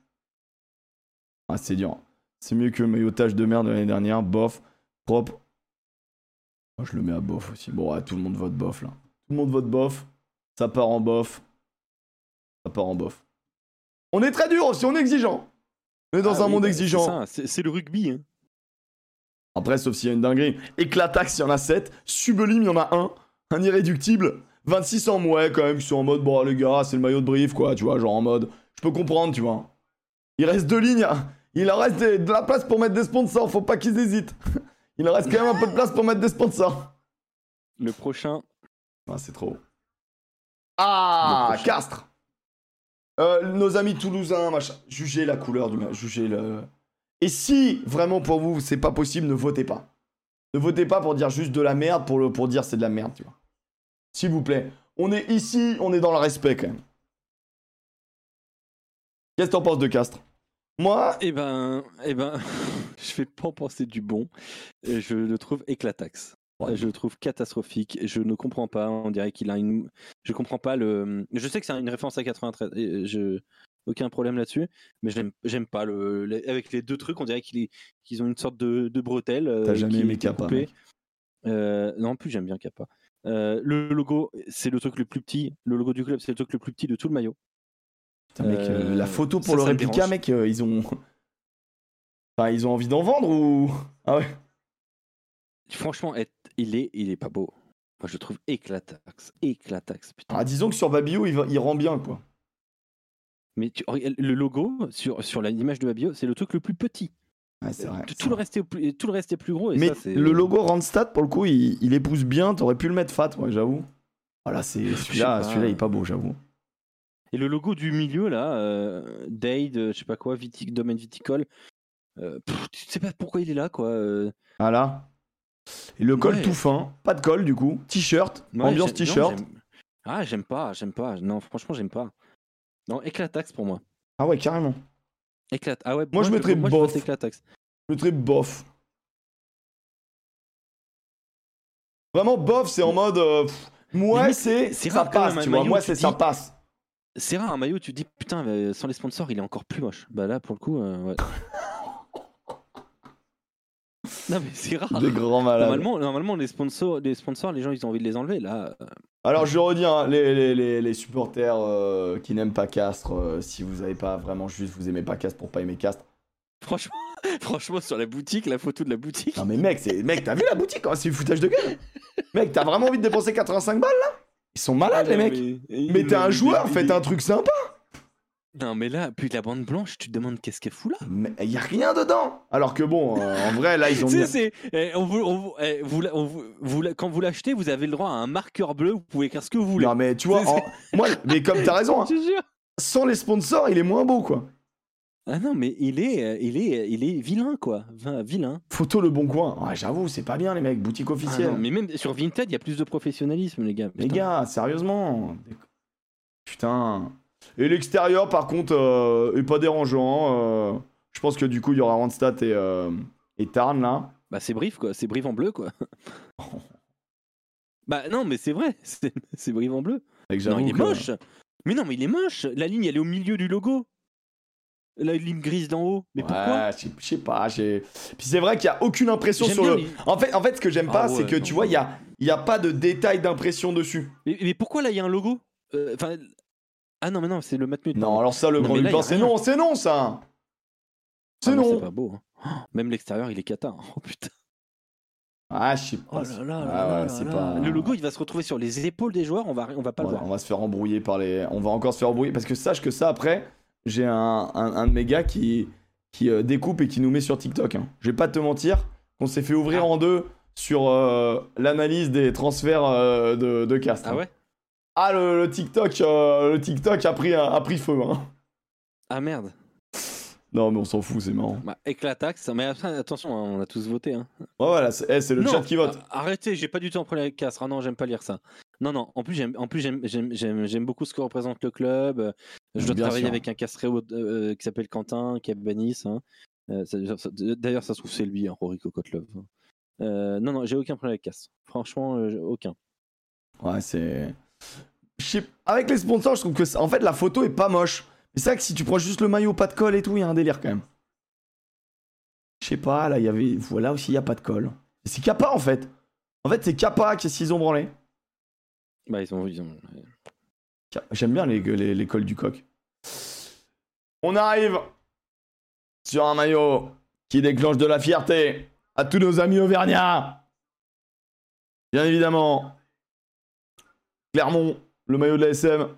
Ah, c'est dur. C'est mieux que le maillotage de merde de l'année dernière. Bof, propre. Moi, je le mets à bof aussi. Bon, ouais, tout le monde vote bof là. Tout le monde vote bof. Ça part en bof. Ça part en bof. On est très dur aussi, on est exigeant. On est dans ah un oui, monde bah, exigeant. C'est, ça, c'est, c'est le rugby. Hein. Après, sauf s'il y a une dinguerie. Éclatax, il y en a sept. Sublime, il y en a un. Un irréductible. vingt-six ans, ouais, quand même, qui sont en mode, bon, les gars, c'est le maillot de brief, quoi, tu vois, genre en mode. Je peux comprendre, tu vois. Il reste deux lignes. Il en reste des, de la place pour mettre des sponsors, faut pas qu'ils hésitent. Il en reste quand même un peu de place pour mettre des sponsors. Le prochain. Ah, c'est trop. Ah, Castres. Euh, nos amis toulousains, machin. Jugez la couleur du match. Jugez le. Et si vraiment pour vous c'est pas possible, ne votez pas. Ne votez pas pour dire juste de la merde, pour, le, pour dire c'est de la merde, tu vois. S'il vous plaît. On est ici, on est dans le respect quand même. Qu'est-ce que t'en penses de Castres? Moi Eh ben, eh ben, je vais pas en penser du bon. Je le trouve éclataxe. Ouais. Je le trouve catastrophique. Je ne comprends pas. On dirait qu'il a une. Je comprends pas le. Je sais que c'est une référence à quatre-vingt-treize. Je... Aucun problème là-dessus. Mais j'aime, j'aime pas le. Avec les deux trucs, on dirait qu'il est... qu'ils ont une sorte de, de bretelle. T'as jamais aimé Kappa? Euh... Non, en plus j'aime bien Kappa. Euh, le logo, c'est le truc le plus petit. Le logo du club, c'est le truc le plus petit de tout le maillot. Putain, mec, euh... la photo pour ça, le ça réplica, mec, euh, ils ont. Enfin, ils ont envie d'en vendre ou. Ah ouais. Franchement, il est, il est pas beau. Moi, je le trouve éclataxe, éclataxe. Putain. Ah, disons que sur Babio, il, va, il rend bien, quoi. Mais tu, le logo sur sur l'image de Babio, c'est le truc le plus petit. Ouais, c'est vrai. Tout, c'est le, vrai. Reste est, tout le reste est plus gros. Et mais ça, c'est... le logo Randstad, pour le coup, il, il épouse bien. T'aurais pu le mettre fat, ouais, j'avoue. Voilà, c'est celui-là, celui-là, il est pas beau, j'avoue. Et le logo du milieu là, euh, Dade, je sais pas quoi, Vitic, domaine viticole. Euh, pff, tu sais pas pourquoi il est là, quoi. Euh... Voilà. Et le col ouais. tout fin, pas de col du coup, t-shirt, ouais, ambiance j'aime, t-shirt. Non, j'aime... Ah, j'aime pas, j'aime pas. Non, franchement, j'aime pas. Non, éclataxe pour moi. Ah ouais, carrément. Éclate. Ah ouais, moi, moi je mettrais moi, bof. Je éclataxe. Je mettrais bof. Vraiment bof, c'est en mode. Euh, pff, moi, mais c'est, c'est ça passe, tu vois. Moi, c'est ça passe. C'est rare un maillot, tu te dis putain, euh, sans les sponsors, il est encore plus moche. Bah là, pour le coup, euh, ouais. Non mais c'est rare. Des grands malades. Normalement, normalement les sponsors, les sponsors, les gens ils ont envie de les enlever là. Euh... Alors je redis, hein, les, les, les, les supporters euh, qui n'aiment pas Castres, euh, si vous avez pas vraiment juste, vous aimez pas Castres pour pas aimer Castres. Franchement, franchement sur la boutique, la photo de la boutique. Non mais mec, c'est, mec, t'as vu la boutique hein, c'est du foutage de gueule. Mec, t'as vraiment envie de dépenser quatre-vingt-cinq balles là? Ils sont malades ah, les mecs. Mais, mais t'es un joueur, mais, faites mais... un truc sympa. Non mais là, puis la bande blanche, tu te demandes qu'est-ce qu'elle fout là? Mais y a rien dedans. Alors que bon, euh, en vrai là ils ont. c'est, c'est, eh, on vous, on, eh, vous, on, vous, vous, quand vous l'achetez, vous avez le droit à un marqueur bleu. Vous pouvez écrire ce que vous voulez. Non mais tu vois, en... moi, mais comme t'as raison, hein, sans les sponsors, il est moins beau quoi. Ah non mais il est, il est, il est vilain quoi, enfin, vilain. Photo Le Bon Coin. Ouais, j'avoue, c'est pas bien les mecs, boutique officielle. Ah non, mais même sur Vinted, il y a plus de professionnalisme les gars. Putain. Les gars, sérieusement. Putain. Et l'extérieur, par contre, euh, est pas dérangeant. Euh, je pense que du coup, il y aura Randstad et, euh, et Tarn là. Bah, c'est Brive quoi, c'est Brive en bleu quoi. Bah, non, mais c'est vrai, c'est, c'est Brive en bleu. Non, il est que... moche. Mais non, mais il est moche. La ligne, elle est au milieu du logo. La ligne grise d'en haut. Mais ouais, pourquoi? Je sais pas. J'ai... Puis c'est vrai qu'il n'y a aucune impression j'aime sur le. Les... En, fait, en fait, ce que j'aime pas, ah, ouais, c'est que non, tu vois, il n'y a, y a pas de détail d'impression dessus. Mais, mais pourquoi là, il y a un logo? Enfin. Euh, Ah non, mais non, c'est le Matmut. Non, pardon. Alors ça, le non, Grand Lupin, c'est non, c'est non, ça. C'est ah non. non. C'est pas beau. Hein. Même l'extérieur, il est cata. Oh putain. Ah, je sais pas. Oh là là, ah, là, ouais, là, c'est là. Pas... Le logo, il va se retrouver sur les épaules des joueurs. On va, on va pas ouais, le voir. On va se faire embrouiller par les. On va encore se faire embrouiller parce que sache que ça après, j'ai un, un, un de mes gars qui, qui euh, découpe et qui nous met sur TikTok. Hein. Je vais pas te mentir, on s'est fait ouvrir ah. en deux sur euh, l'analyse des transferts euh, de, de Castres. Ah ouais. Ah, le, le TikTok, euh, le TikTok a pris, a, a pris feu. Hein. Ah merde. Non, mais on s'en fout, c'est marrant. Bah, éclataxe, mais attention, hein, on a tous voté. Hein. Ouais, voilà, c'est, c'est le non, chat qui vote. Arrêtez, j'ai pas du tout un problème avec Castres. Ah non, j'aime pas lire ça. Non, non, en plus, j'aime, en plus j'aime, j'aime, j'aime, j'aime beaucoup ce que représente le club. Je dois bien travailler sûr. Avec un castré euh, qui s'appelle Quentin, qui est à Nice. Hein. Euh, ça, ça, d'ailleurs, ça se trouve, c'est lui, hein, Rory Kokotlov. Euh, non, non, j'ai aucun problème avec Cass. Franchement, euh, aucun. Ouais, c'est. Avec les sponsors, je trouve que ça... en fait, la photo est pas moche. Mais c'est vrai que si tu prends juste le maillot, pas de colle et tout, il y a un délire quand même. Je sais pas, là, il y avait. Voilà aussi, il y a pas de colle. C'est Kappa en fait. En fait, c'est Kappa qui s'ils ont branlé. Bah, ils ont. Ils ont... J'aime bien les, les, les cols du coq. On arrive sur un maillot qui déclenche de la fierté à tous nos amis auvergnats. Bien évidemment. Clermont, le maillot de la S M.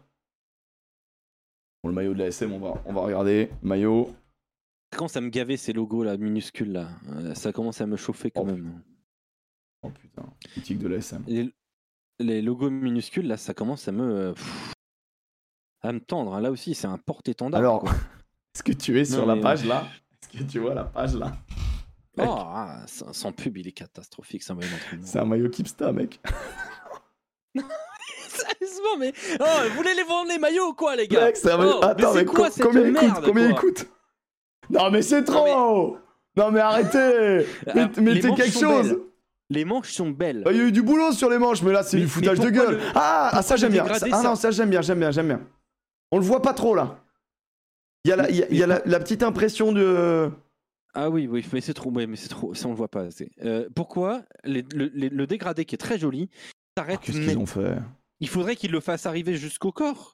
Bon, le maillot de la S M, on va, on va regarder. Maillot. Ça commence à me gaver ces logos là, minuscules là. Euh, ça commence à me chauffer quand oh, même. Putain. Oh putain, boutique de la S M. Les, les logos minuscules là, ça commence à me. Pff, à me tendre. Là aussi, c'est un porte-étendard. Alors, est-ce que tu es sur non, la page là? Est-ce que tu vois la page là? Oh, ah, sans pub, il est catastrophique, c'est un maillot d'entraînement. C'est un maillot Kipsta, mec. Sérieusement, mais. Oh, vous voulez les vendre les maillots ou quoi, les gars? Mec, c'est un maillot. Oh, attends, mais, mais quoi, co- combien il merde, coûte? Combien il coûte? Non, mais c'est trop! Non, mais, non, mais arrêtez! Alors, mettez quelque chose! Belles. Les manches sont belles. Il y a eu du boulot sur les manches, mais là, c'est mais, du foutage de gueule. Le... Ah, ah, ça, j'aime bien. Ça, ah non, ça, j'aime bien, j'aime bien, j'aime bien. On le voit pas trop, là. Il y a la, il y a, il y a la, la petite impression de. Ah oui, oui, mais c'est trop, mais c'est trop, ça on le voit pas assez. Euh, pourquoi les, le, le, le dégradé qui est très joli s'arrête? Oh, qu'est-ce qu'ils ont fait? Il faudrait qu'ils le fassent arriver jusqu'au corps.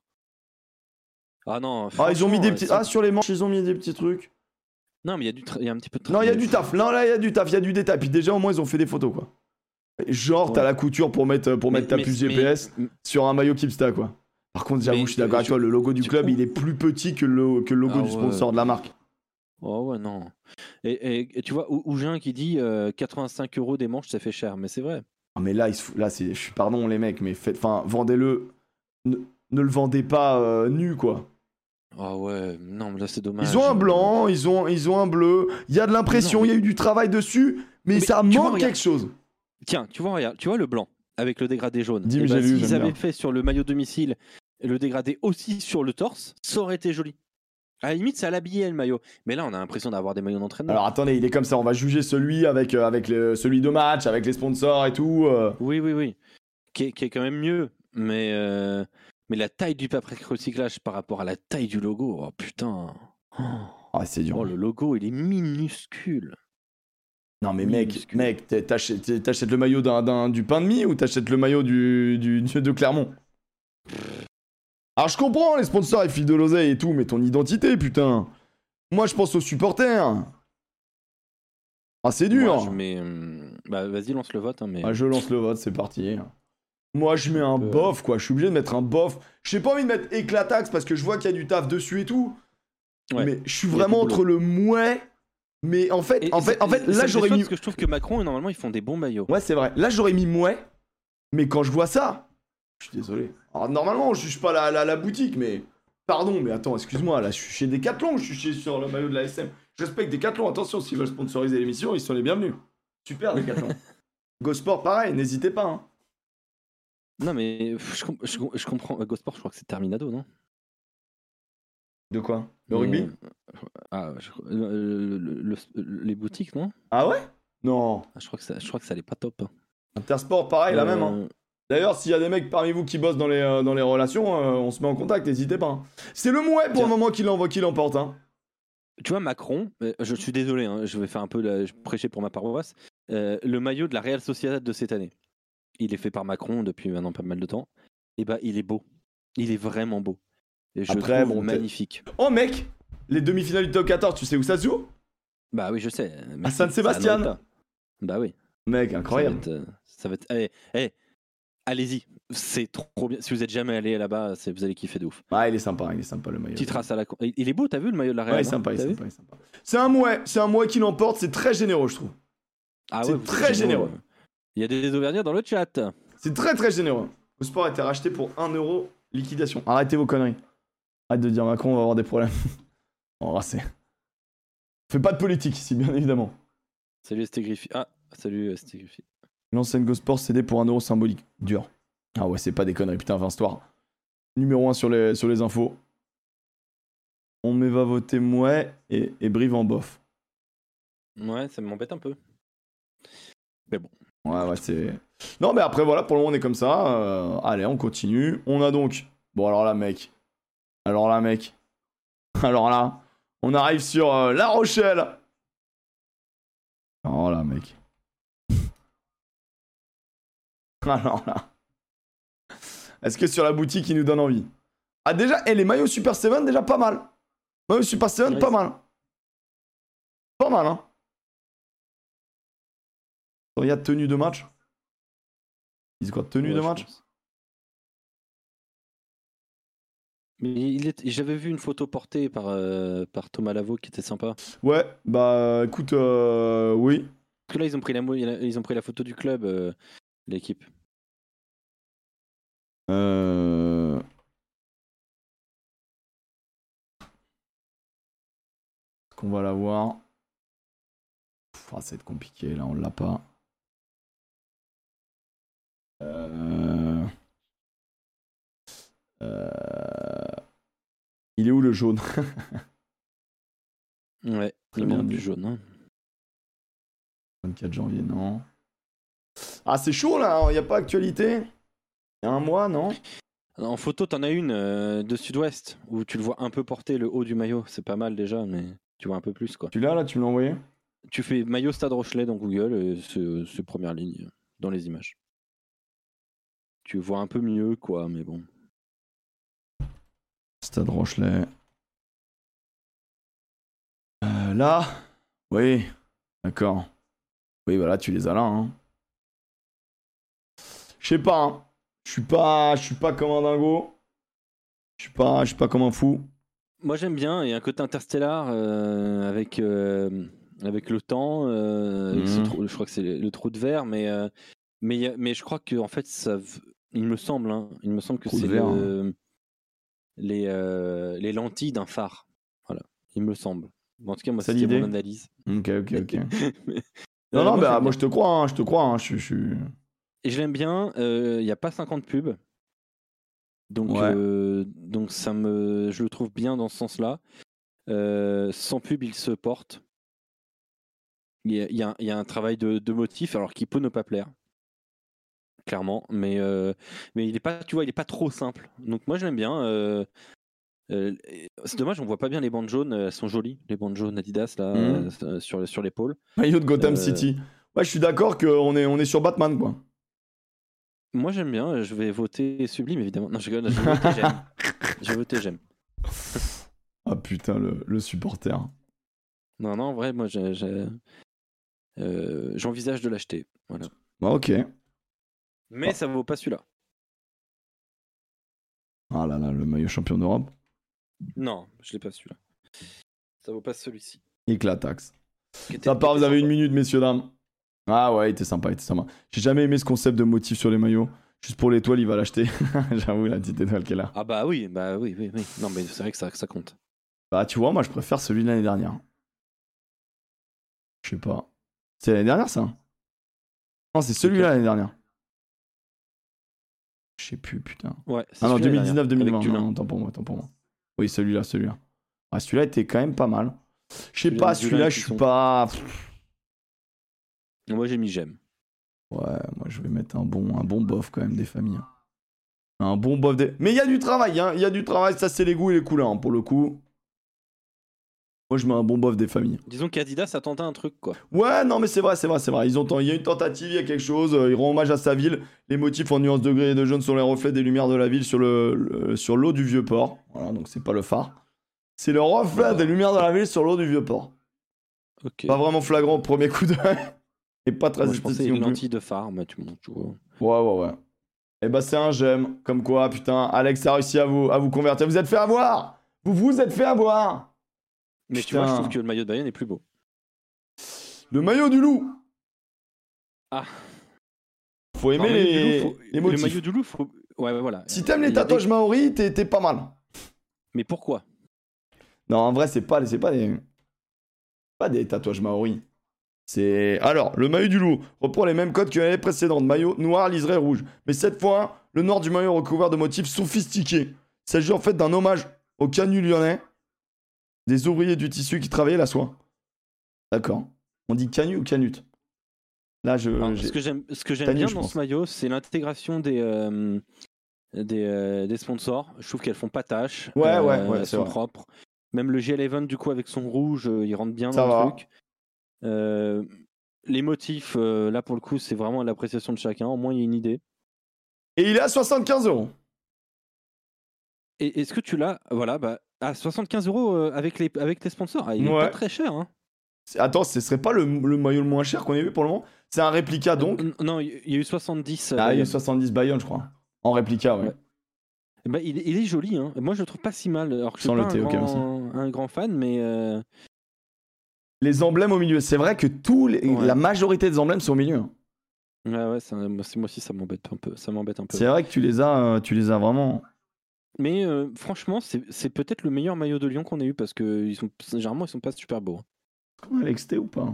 Ah non. Ah, ils ont mis des petits. Ah, sur les manches, ils ont mis des petits trucs. Non, mais il y a du, tra... il y a un petit peu de. Tra... Non, il y a du taf. Non, là, il y a du taf, il y a du détail. Puis déjà, au moins, ils ont fait des photos, quoi. Genre, ouais. T'as la couture pour mettre, pour mais, mettre ta mais, puce mais, G P S mais... sur un maillot Kipsta, quoi. Par contre, j'avoue, je suis d'accord avec toi, le logo du club, prends... il est plus petit que le, que le logo ah, du sponsor ouais. de la marque. Oh ouais, non. Et, et, et tu vois, Ougin qui dit euh, quatre-vingt-cinq euros des manches, ça fait cher, mais c'est vrai. Ah, mais là, il se, là c'est, je, pardon les mecs, mais faites, enfin, vendez-le, ne, ne le vendez pas euh, nu, quoi. Ah oh ouais, non, mais là c'est dommage. Ils ont un blanc, ils ont, ils ont un bleu, il y a de l'impression, il y a eu du travail dessus, mais, mais ça manque vois, quelque chose. Tiens, tu vois, regarde, tu vois le blanc avec le dégradé jaune. Dis, bah, j'ai si lu, ils avaient bien. fait sur le maillot domicile le dégradé aussi sur le torse, ça aurait été joli. À la limite, ça l'habillait le maillot. Mais là, on a l'impression d'avoir des maillots d'entraînement. Alors attendez, il est comme ça. On va juger celui avec, euh, avec le, celui de match, avec les sponsors et tout. Euh. Oui, oui, oui. Qui est, qui est quand même mieux. Mais, euh, mais la taille du papier recyclage par rapport à la taille du logo, oh putain. Oh, oh c'est dur. Oh, le logo, il est minuscule. Non mais minuscule. mec, mec, t'achètes, t'achètes le maillot d'un, d'un, du pain de mie ou t'achètes le maillot du, du, de Clermont? Alors je comprends, les sponsors ils filent de l'oseille et tout, mais ton identité, putain. Moi je pense aux supporters. Ah c'est dur. Moi, je mets, euh... bah vas-y lance le vote. Hein, mais... ah, je lance le vote, c'est parti. Moi je mets un euh... bof quoi, je suis obligé de mettre un bof. J'ai pas envie de mettre éclataxe parce que je vois qu'il y a du taf dessus et tout. Ouais. Mais je suis vraiment entre le mouais. Mais en fait, et, en fait, en fait, là j'aurais mis. Parce que je trouve que Macron normalement ils font des bons maillots. Ouais c'est vrai. Là j'aurais mis mouais. Mais quand je vois ça. Je suis désolé. Alors normalement, je juge pas la, la, la boutique, mais... Pardon, mais attends, excuse-moi, là, je suis chez Decathlon, je suis chez, sur le maillot de la S M. Je respecte Decathlon, attention, s'ils veulent sponsoriser l'émission, ils sont les bienvenus. Super, Decathlon. GoSport, pareil, n'hésitez pas. Hein. Non, mais je, je, je comprends. GoSport, je crois que c'est Terminado, non? De quoi? Le rugby? euh, Ah, je, euh, le, le, le, les boutiques, non? Ah ouais? Non. Ah, je, crois que ça, je crois que ça allait pas top. Hein. Intersport, pareil, euh... la même, hein. D'ailleurs, s'il y a des mecs parmi vous qui bossent dans les, euh, dans les relations, euh, on se met en contact, n'hésitez pas. Hein. C'est le mouet pour Tiens. le moment qui l'envoie, qui l'emporte. Hein. Tu vois, Macron, euh, je suis désolé, hein, je vais faire un peu la, je prêcher pour ma paroisse, euh, le maillot de la Real Sociedad de cette année, il est fait par Macron depuis maintenant pas mal de temps, et bah il est beau. Il est vraiment beau. Et je Après, trouve bon, magnifique. T'es... Oh mec, les demi-finales du top quatorze, tu sais où ça se joue? Bah oui, je sais. À San-Sébastien. Bah oui. Mec, incroyable. Ça va être... Ça va être... Hey, hey. Allez-y, c'est trop bien. Si vous êtes jamais allé là-bas, c'est... vous allez kiffer de ouf. Ah, il est sympa, il est sympa le maillot. Petite race à la con. Il est beau, t'as vu le maillot de la Real? Ouais, il est sympa, il est sympa, il est sympa. C'est un mouet, c'est un mouet qui l'emporte, c'est très généreux, je trouve. Ah c'est ouais, très généreux. Il y a des Auvergnats dans le chat. C'est très très généreux. Le sport a été racheté pour un euro liquidation. Arrêtez vos conneries. Arrête de dire Macron, on va avoir des problèmes. Oh, c'est... On fait pas de politique ici, bien évidemment. Salut S T Griffy. Ah, salut S T Griffy. L'ancienne GoSport cédé pour un euro symbolique. Dur. Ah ouais, c'est pas des conneries, putain, vingt stars. Numéro un sur les, sur les infos. On me va voter mouais et, et Brive en bof. Ouais, ça m'embête un peu. Mais bon. Ouais, ouais, c'est... Non, mais après, voilà, pour le moment, on est comme ça. Euh, allez, on continue. On a donc... Bon, alors là, mec. Alors là, mec. Alors là, on arrive sur euh, La Rochelle. Alors là, mec. Alors là. Est-ce que sur la boutique, il nous donne envie? Ah, déjà, et les maillots Super sept, déjà pas mal. Maillots Super sept, ouais, pas mal. Pas mal, hein. Regarde, tenue de match. Ils disent quoi, tenue ouais, de match? Mais il est... j'avais vu une photo portée par, euh, par Thomas Lavaux qui était sympa. Ouais, bah écoute, euh, oui. Parce que là, ils ont pris la, ils ont pris la photo du club, euh, l'équipe. Euh... Est-ce qu'on va la voir? Ah, ça va être compliqué, là, on l'a pas. Euh... Euh... Il est où le jaune? Ouais, il manque du jaune. Hein. vingt-quatre janvier, non. Ah, c'est chaud là, il n'y a pas actualité? Il y a un mois, non? En photo, t'en as une euh, de Sud-Ouest où tu le vois un peu porter le haut du maillot. C'est pas mal déjà, mais tu vois un peu plus quoi. Tu l'as là, tu me l'as envoyé? Tu fais maillot Stade Rochelet dans Google et c'est, c'est première ligne dans les images. Tu vois un peu mieux quoi, mais bon. Stade Rochelet. Euh, là? Oui. D'accord. Oui, voilà, tu les as là. Hein. Je sais pas. Hein. Je suis pas, je suis pas comme un dingo. Je suis pas, je suis pas comme un fou. Moi j'aime bien. Il y a un côté interstellar euh, avec euh, avec le temps. Euh, mmh. avec ce trou, je crois que c'est le, le trou de verre, mais euh, mais mais je crois que en fait ça, il me semble, hein, il me semble que trou c'est le, hein. les euh, les lentilles d'un phare. Voilà, il me semble. En tout cas, moi, c'est mon analyse. Ok, ok, ok. mais... Non, non, bah, moi, je te crois, hein, je te crois. Hein, je, je... Et je l'aime bien. Il euh, n'y a pas cinquante pubs. Donc, ouais. euh, donc ça me, je le trouve bien dans ce sens-là. Euh, sans pub, il se porte. Il y a, il y a, il y a un travail de, de motif, alors qui peut ne pas plaire. Clairement. Mais, euh, mais il n'est pas, tu vois, il est pas trop simple. Donc, moi, je l'aime bien. Euh, Euh, c'est dommage, on voit pas bien les bandes jaunes, elles sont jolies, les bandes jaunes Adidas là, mmh. euh, sur, sur l'épaule. Maillot de Gotham euh... City. Ouais, je suis d'accord qu'on est, on est sur Batman quoi. Moi j'aime bien, je vais voter Sublime évidemment. Non, je vais voter j'aime. Je vais voter j'aime. Ah putain, le, le supporter. Non, non, en vrai, moi j'ai, j'ai... Euh, j'envisage de l'acheter. Voilà. Bah, ok. Mais ah. ça vaut pas celui-là. Ah là là, le maillot champion d'Europe. Non, je l'ai pas celui-là. Ça vaut pas celui-ci. Éclataxe. Ça part, vous avez une minute, messieurs, dames. Ah ouais, il était sympa, il était sympa. J'ai jamais aimé ce concept de motif sur les maillots. Juste pour l'étoile, il va l'acheter. J'avoue, la petite étoile qui est là. Ah bah oui, bah oui, oui, oui. Non, mais c'est vrai que ça, que ça compte. Bah tu vois, moi je préfère celui de l'année dernière. Je sais pas. C'est l'année dernière, ça? Non, c'est celui-là l'année dernière. Je sais plus, putain. Ouais, c'est ah non, deux mille dix-neuf deux mille vingt. Non, tant pour moi, tant pour moi. Oui, celui-là, celui-là. Ah, celui-là était quand même pas mal. Je sais pas, celui-là, je suis sont... pas. Moi, j'ai mis j'aime. Ouais, moi, je vais mettre un bon, un bon bof quand même des familles. Un bon bof des. Mais il y a du travail, hein. Il y a du travail, ça, c'est les goûts et les couleurs, hein, pour le coup. Moi, je mets un bon bof des familles. Disons qu'Adidas a tenté un truc, quoi. Ouais, non, mais c'est vrai, c'est vrai, c'est vrai. Ils ont t... Il y a une tentative, il y a quelque chose. Ils rendent hommage à sa ville. Les motifs en nuances de gris et de jaune sont les reflets des lumières de la ville sur le, le... sur l'eau du Vieux-Port. Voilà, donc c'est pas le phare. C'est le reflet ah. des lumières de la ville sur l'eau du Vieux-Port. Ok. Pas vraiment flagrant au premier coup d'œil. Et pas très esthétique. Je pensais une lentille de phare, mais tu montes, tu vois. Ouais, ouais, ouais. Et bah, c'est un j'aime. Comme quoi, putain, Alex a réussi à vous, à vous convertir. Vous êtes fait avoir. Vous vous êtes fait avoir. Mais putain. Tu vois, je trouve que le maillot de Bayern est plus beau. Le maillot du loup. Ah. Faut aimer les... Loup, faut... les motifs. Le maillot du loup, faut... Ouais, ouais, voilà. Si t'aimes les tatouages des... maoris, t'es, t'es pas mal. Mais pourquoi? Non, en vrai, c'est pas, c'est pas des... Pas des tatouages maoris. C'est... Alors, le maillot du loup reprend les mêmes codes que l'année précédente. Maillot noir, liseré rouge. Mais cette fois, le noir du maillot est recouvert de motifs sophistiqués. Il s'agit en fait d'un hommage aux canuts lyonnais, des ouvriers du tissu qui travaillaient la soie. D'accord. On dit canut ou canut? Là, je... Alors, ce que j'aime, ce que j'aime bien dans ce maillot, c'est l'intégration des, euh, des, euh, des sponsors. Je trouve qu'elles font pas tâche. Ouais, euh, ouais, ouais. Elles sont vrai. propres. Même le G L Event, du coup, avec son rouge, euh, il rentre bien Ça dans va. le truc. Euh, les motifs, euh, là pour le coup, c'est vraiment l'appréciation de chacun. Au moins, il y a une idée. Et il est à soixante-quinze euros. Et est-ce que tu l'as, voilà, bah, à soixante-quinze euros euh, avec les avec tes sponsors, ah, il est Ouais. pas très cher. Hein. Attends, ce serait pas le, le maillot le moins cher qu'on ait vu pour le moment? C'est un réplica donc? Euh, non, il y a eu soixante-dix. Ah, euh, il y a soixante-dix Bayonne, je crois. En réplica, ouais. ouais. Bah, il, il est joli. Hein. Moi, je le trouve pas si mal. Alors que je suis Sans pas le un, thé, ok, grand, un grand fan, mais. Euh... Les emblèmes au milieu. C'est vrai que tous les, Ouais. la majorité des emblèmes sont au milieu. Ouais, ouais, ça, moi aussi, ça m'embête un peu. Ça m'embête un peu. C'est vrai que tu les as, euh, tu les as vraiment. Mais euh, franchement, c'est, c'est peut-être le meilleur maillot de Lyon qu'on ait eu parce que ils sont, généralement, ils sont pas super beaux. Est-ce qu'on a l'X T ou pas?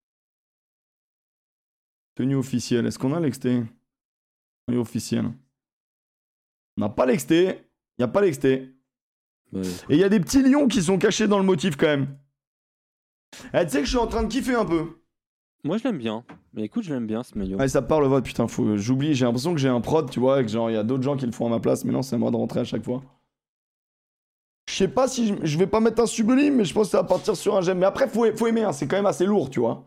Tenue officielle. Est-ce qu'on a l'X T? Tenue officielle. On n'a pas l'X T. Il n'y a pas l'X T. Ouais. Et il y a des petits lions qui sont cachés dans le motif quand même. Eh, tu sais que je suis en train de kiffer un peu. Moi, je l'aime bien. Mais écoute, je l'aime bien ce maillot. Ouais, ça part le vote, putain, faut... j'oublie, j'ai l'impression que j'ai un prod, tu vois, et que genre, il y a d'autres gens qui le font à ma place, mais non, c'est à moi de rentrer à chaque fois. Je sais pas si je... je vais pas mettre un sublime, mais je pense que ça va partir sur un j'aime. Mais après, faut, faut aimer, hein. C'est quand même assez lourd, tu vois.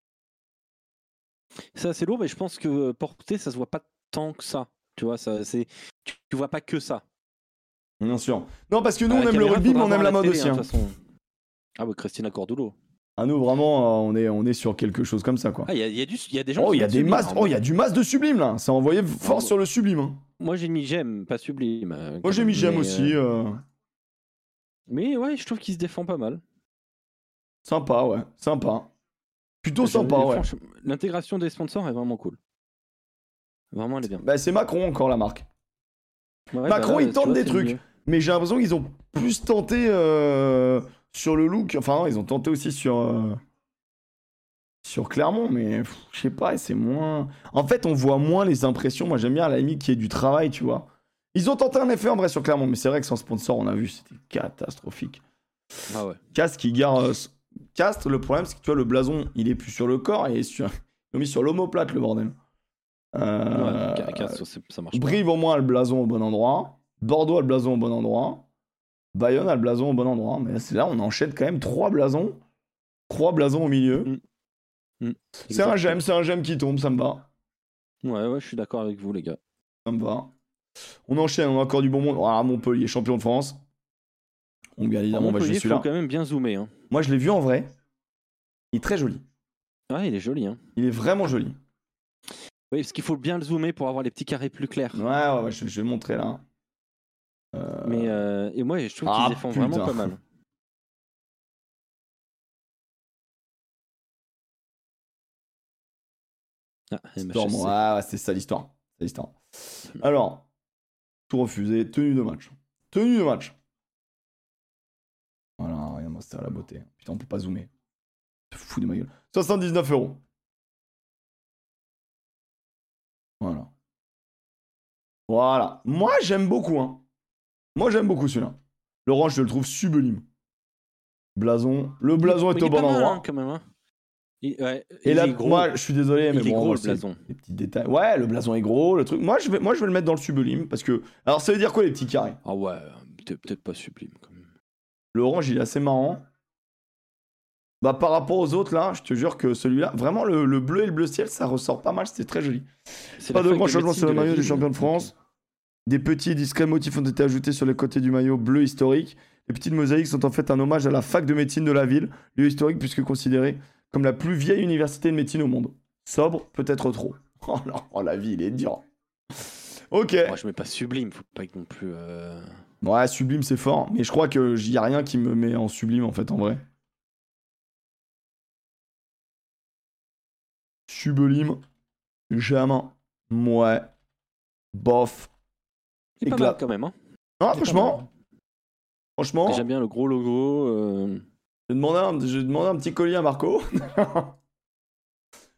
C'est assez lourd, mais je pense que porter, ça se voit pas tant que ça. Tu vois, ça, c'est... Tu, tu vois pas que ça. Bien sûr. Non, parce que nous, À on la aime le caméra, rugby, mais faudra on aime voir la la mode télé, aussi. hein, Hein. de toute façon. Ah, bah, Christina Cordulo. Ah, nous, vraiment, euh, on, est, on est sur quelque chose comme ça, quoi. Ah, il y a, y, a du... y a des gens Oh, qui il y a mettent des sublime, masses. hein, Oh, il y a du masse de sublime, là. Ça a envoyé fort Ah, sur le sublime. Hein. Moi, j'ai mis j'aime, pas sublime. euh, Moi, j'ai mis même, j'aime mais, aussi. euh, euh, Mais ouais, je trouve qu'il se défend pas mal. Sympa, ouais. Sympa. Plutôt Je- sympa, ouais. franchement, l'intégration des sponsors est vraiment cool. Vraiment, elle est bien. Bah, c'est Macron encore, la marque. Ouais, Macron, bah là, il tu tente vois, des c'est trucs. mieux. Mais j'ai l'impression qu'ils ont plus tenté euh, sur le look. Enfin, non, ils ont tenté aussi sur, euh, sur Clermont, mais pff, je sais pas, et c'est moins. En fait, on voit moins les impressions. Moi, j'aime bien à la limite qu'il y ait du travail, tu vois. Ils ont tenté un effet en vrai sur Clermont, mais c'est vrai que sans sponsor, on a vu, c'était catastrophique. Ah ouais. Castre qui gare. euh, Castre, le problème, c'est que tu vois, le blason, il est plus sur le corps, et sur... ils l'ont mis sur l'omoplate, le bordel. Euh... Ouais, Castres, c'est- ça marche pas. Brive au moins a le blason au bon endroit. Bordeaux a le blason au bon endroit. Bayonne a le blason au bon endroit. Mais c'est là, on enchaîne quand même trois blasons. Trois blasons au milieu. Mm. Mm. C'est un j'aime, c'est un j'aime qui tombe, ça me va. Ouais, ouais, je suis d'accord avec vous, les gars. Ça me va. On enchaîne, on a encore du bon monde. Ah, Montpellier, champion de France. Donc bien évidemment, on va jouer Montpellier, celui-là. faut quand même bien zoomer. Hein. Moi, je l'ai vu en vrai. Il est très joli. Ah, il est joli. Hein. Il est vraiment joli. Oui, parce qu'il faut bien le zoomer pour avoir les petits carrés plus clairs. Ouais, ouais, ouais, je, je vais montrer là. Euh... Mais euh, et moi, je trouve Ah, qu'ils défendent putain. vraiment pas mal. Ah, Storm, M H S C. ouais, ouais, c'est ça l'histoire. C'est l'histoire. Alors, tout refusé, tenue de match. Tenue de match. Voilà, regarde-moi ça, la beauté. Putain, on peut pas zoomer. Te fous de ma gueule. soixante-dix-neuf euros. Voilà. Voilà. Moi, j'aime beaucoup, hein. Moi, j'aime beaucoup celui-là. L'orange, je le trouve sublime. Blason. Le blason Il- est il au bon pas mal, endroit. hein, quand même. Hein. Il, ouais, Et il là, est gros. moi, je suis désolé, mais il est bon, gros, moi, le c'est blason. les petits détails. Ouais, le blason est gros, le truc. Moi, je vais, moi, je vais le mettre dans le sublime parce que. Alors, ça veut dire quoi les petits carrés? Ah ouais, peut-être peut-être pas sublime quand même. L'orange, il est assez marrant. Bah, par rapport aux autres, là, je te jure que celui-là, vraiment, le, le bleu et le bleu ciel, ça ressort pas mal, c'était très joli. C'est Pas la de fac grands changements médecine sur le de la maillot du ville, champion de donc, France. Des petits et discrets motifs ont été ajoutés sur les côtés du maillot bleu historique. Les petites mosaïques sont en fait un hommage à la fac de médecine de la ville, lieu historique puisque considéré comme la plus vieille université de médecine au monde. Sobre, peut-être trop. Oh non, oh, la vie, il est dur. Ok. Moi, je mets pas sublime, faut pas que non plus. Euh... Ouais, sublime, c'est fort. Mais je crois que y a rien qui me met en sublime, en fait, en vrai. Sublime. Jamais. Ouais. Bof. Il est pas Éclat. mal quand même. Hein. Non, Il est pas franchement. mal. Franchement. J'aime bien le gros logo. Euh... J'ai demandé, un, j'ai demandé un petit collier à Marco.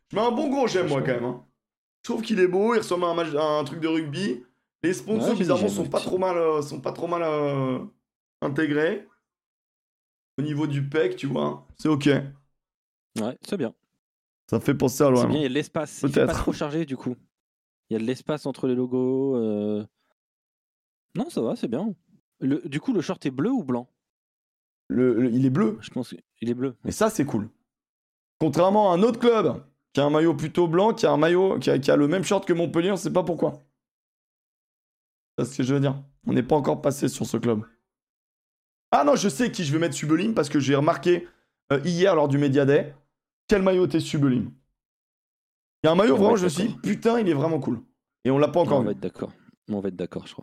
Je mets un bon gros j'aime, moi, quand même. Hein. Je trouve qu'il est beau, il ressemble à un, match, à un truc de rugby. Les sponsors, ouais, bizarrement, sont pas, trop mal, euh, sont pas trop mal euh, intégrés. Au niveau du pec, tu vois, c'est ok. Ouais, c'est bien. Ça fait penser à loin. C'est bien, il y a de l'espace. Il fait pas trop chargé, du coup. Il y a de l'espace entre les logos. Euh... Non, ça va, c'est bien. Le, du coup, le short est bleu ou blanc? le, le, Il est bleu. Je pense qu'il est bleu. Et ça, c'est cool. Contrairement à un autre club qui a un maillot plutôt blanc, qui a un maillot qui a, qui a le même short que Montpellier, on sait pas pourquoi. C'est ce que je veux dire. On n'est pas encore passé sur ce club. Ah non, je sais qui je vais mettre sublime parce que j'ai remarqué euh, hier lors du Media Day quel maillot était sublime. Il y a un maillot, on vraiment, je me suis dit, putain, il est vraiment cool. Et on l'a pas encore on vu. Va être d'accord. On va être d'accord, je crois.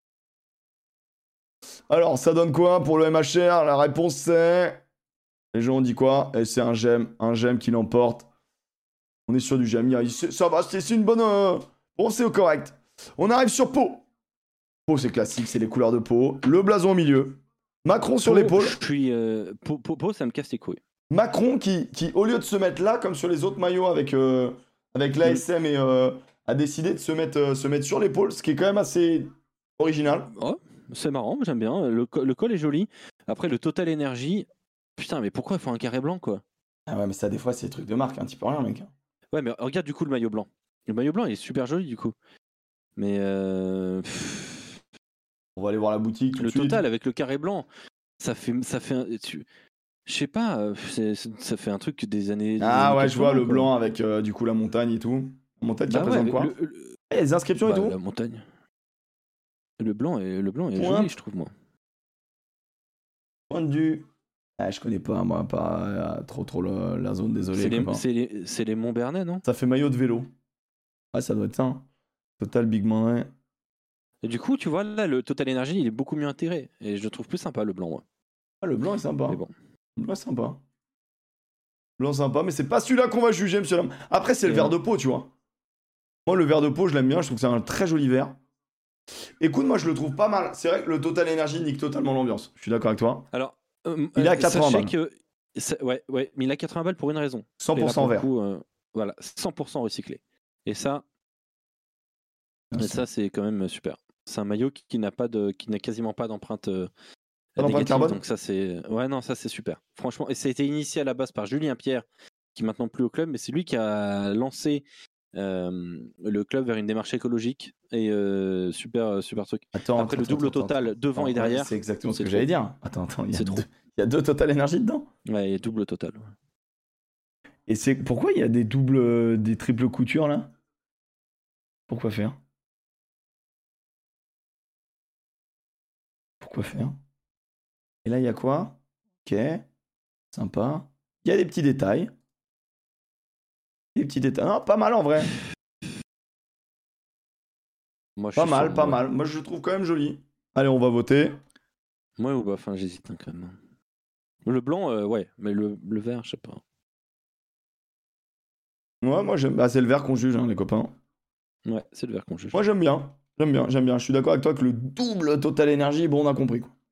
Alors, ça donne quoi pour le M H R? La réponse, c'est... Les gens ont dit quoi? Et c'est un j'aime, un j'aime qui l'emporte. On est sur du j'aime. Ça va, c'est une bonne... Euh... Bon, c'est au correct. On arrive sur Pau. Pau, c'est classique, c'est les couleurs de Pau. Le blason au milieu. Macron sur l'épaule. Je suis... Euh... Pau, Pau, Pau, ça me casse les couilles. Macron qui, qui, au lieu de se mettre là, comme sur les autres maillots avec, euh, avec l'A S M, et, euh, a décidé de se mettre, euh, se mettre sur l'épaule, ce qui est quand même assez original. Oh, c'est marrant, j'aime bien. Le, le col est joli. Après, le Total Energy... Putain, mais pourquoi il faut un carré blanc, quoi? Ah ouais, mais ça, des fois, c'est des trucs de marque, un petit peu rien, mec. Ouais, mais regarde du coup le maillot blanc. Le maillot blanc, il est super joli, du coup. Mais... Euh... On va aller voir la boutique tout Le de suite. Total, avec le carré blanc, ça fait... Ça fait un... tu... Je sais pas, c'est, ça fait un truc des années... Des ah années ouais, je vois le quoi. Blanc avec euh, du coup la montagne et tout. La montagne qui bah représente ouais, quoi le, le... Il y a des inscriptions bah, et tout la montagne. Le blanc est, le blanc est Point. joli, je trouve, moi. Point du... Ah, je connais pas, moi, pas euh, trop trop la, la zone, désolé. C'est les, c'est les, c'est les Monts Bernais, non? Ça fait maillot de vélo. Ouais, ça doit être ça. Hein. Total Big Man. Et du coup, tu vois, là, le Total Energy, il est beaucoup mieux intégré. Et je le trouve plus sympa, le blanc, moi. Ah, le blanc est sympa. Mais bon. Le blanc est sympa. Blanc sympa, mais c'est pas celui-là qu'on va juger, monsieur l'homme. Après, c'est le vert de peau, tu vois. Moi, le vert de peau, je l'aime bien. Je trouve que c'est un très joli vert. Écoute, moi, je le trouve pas mal. C'est vrai que le Total Energy nique totalement l'ambiance. Je suis d'accord avec toi. Alors, euh, il est à quatre-vingts balles. Que... Ouais, ouais, mais il a quatre-vingts balles pour une raison. cent pour cent vert. Coup, euh, voilà, cent pour cent recyclé. Et ça, et ça c'est quand même super. C'est un maillot qui, qui n'a pas de, qui n'a quasiment pas d'empreinte. Euh, Pas d'empreinte carbone. Donc ça c'est, ouais non ça c'est super. Franchement, et ça a été initié à la base par Julien Pierre, qui est maintenant plus au club, mais c'est lui qui a lancé euh, le club vers une démarche écologique et euh, super super truc. Attends, après attends, le double attends, total attends, devant attends, et derrière. Ouais, c'est exactement ce que trop. j'allais dire. Attends, attends, il y a, c'est deux, trop. il y a deux Total Energy dedans. Ouais, il y a double total. Ouais. Et c'est pourquoi il y a des doubles, des triples coutures là? Pourquoi faire? Pourquoi faire? Et là, il y a quoi? Ok, sympa. Il y a des petits détails. Des petits détails. Non, pas mal en vrai. Moi, je pas suis mal, sur, pas moi. mal. Moi, je le trouve quand même joli. Allez, on va voter. Moi ou bah, enfin, j'hésite hein, quand même. Le blanc, euh, ouais, mais le, le vert, je sais pas. Ouais, moi, j'aime. Bah, c'est le vert qu'on juge, hein, les copains. Ouais, c'est le vert qu'on juge. Moi, j'aime bien. J'aime bien, j'aime bien. Je suis d'accord avec toi que le double Total Energy, bon, on a compris, quoi.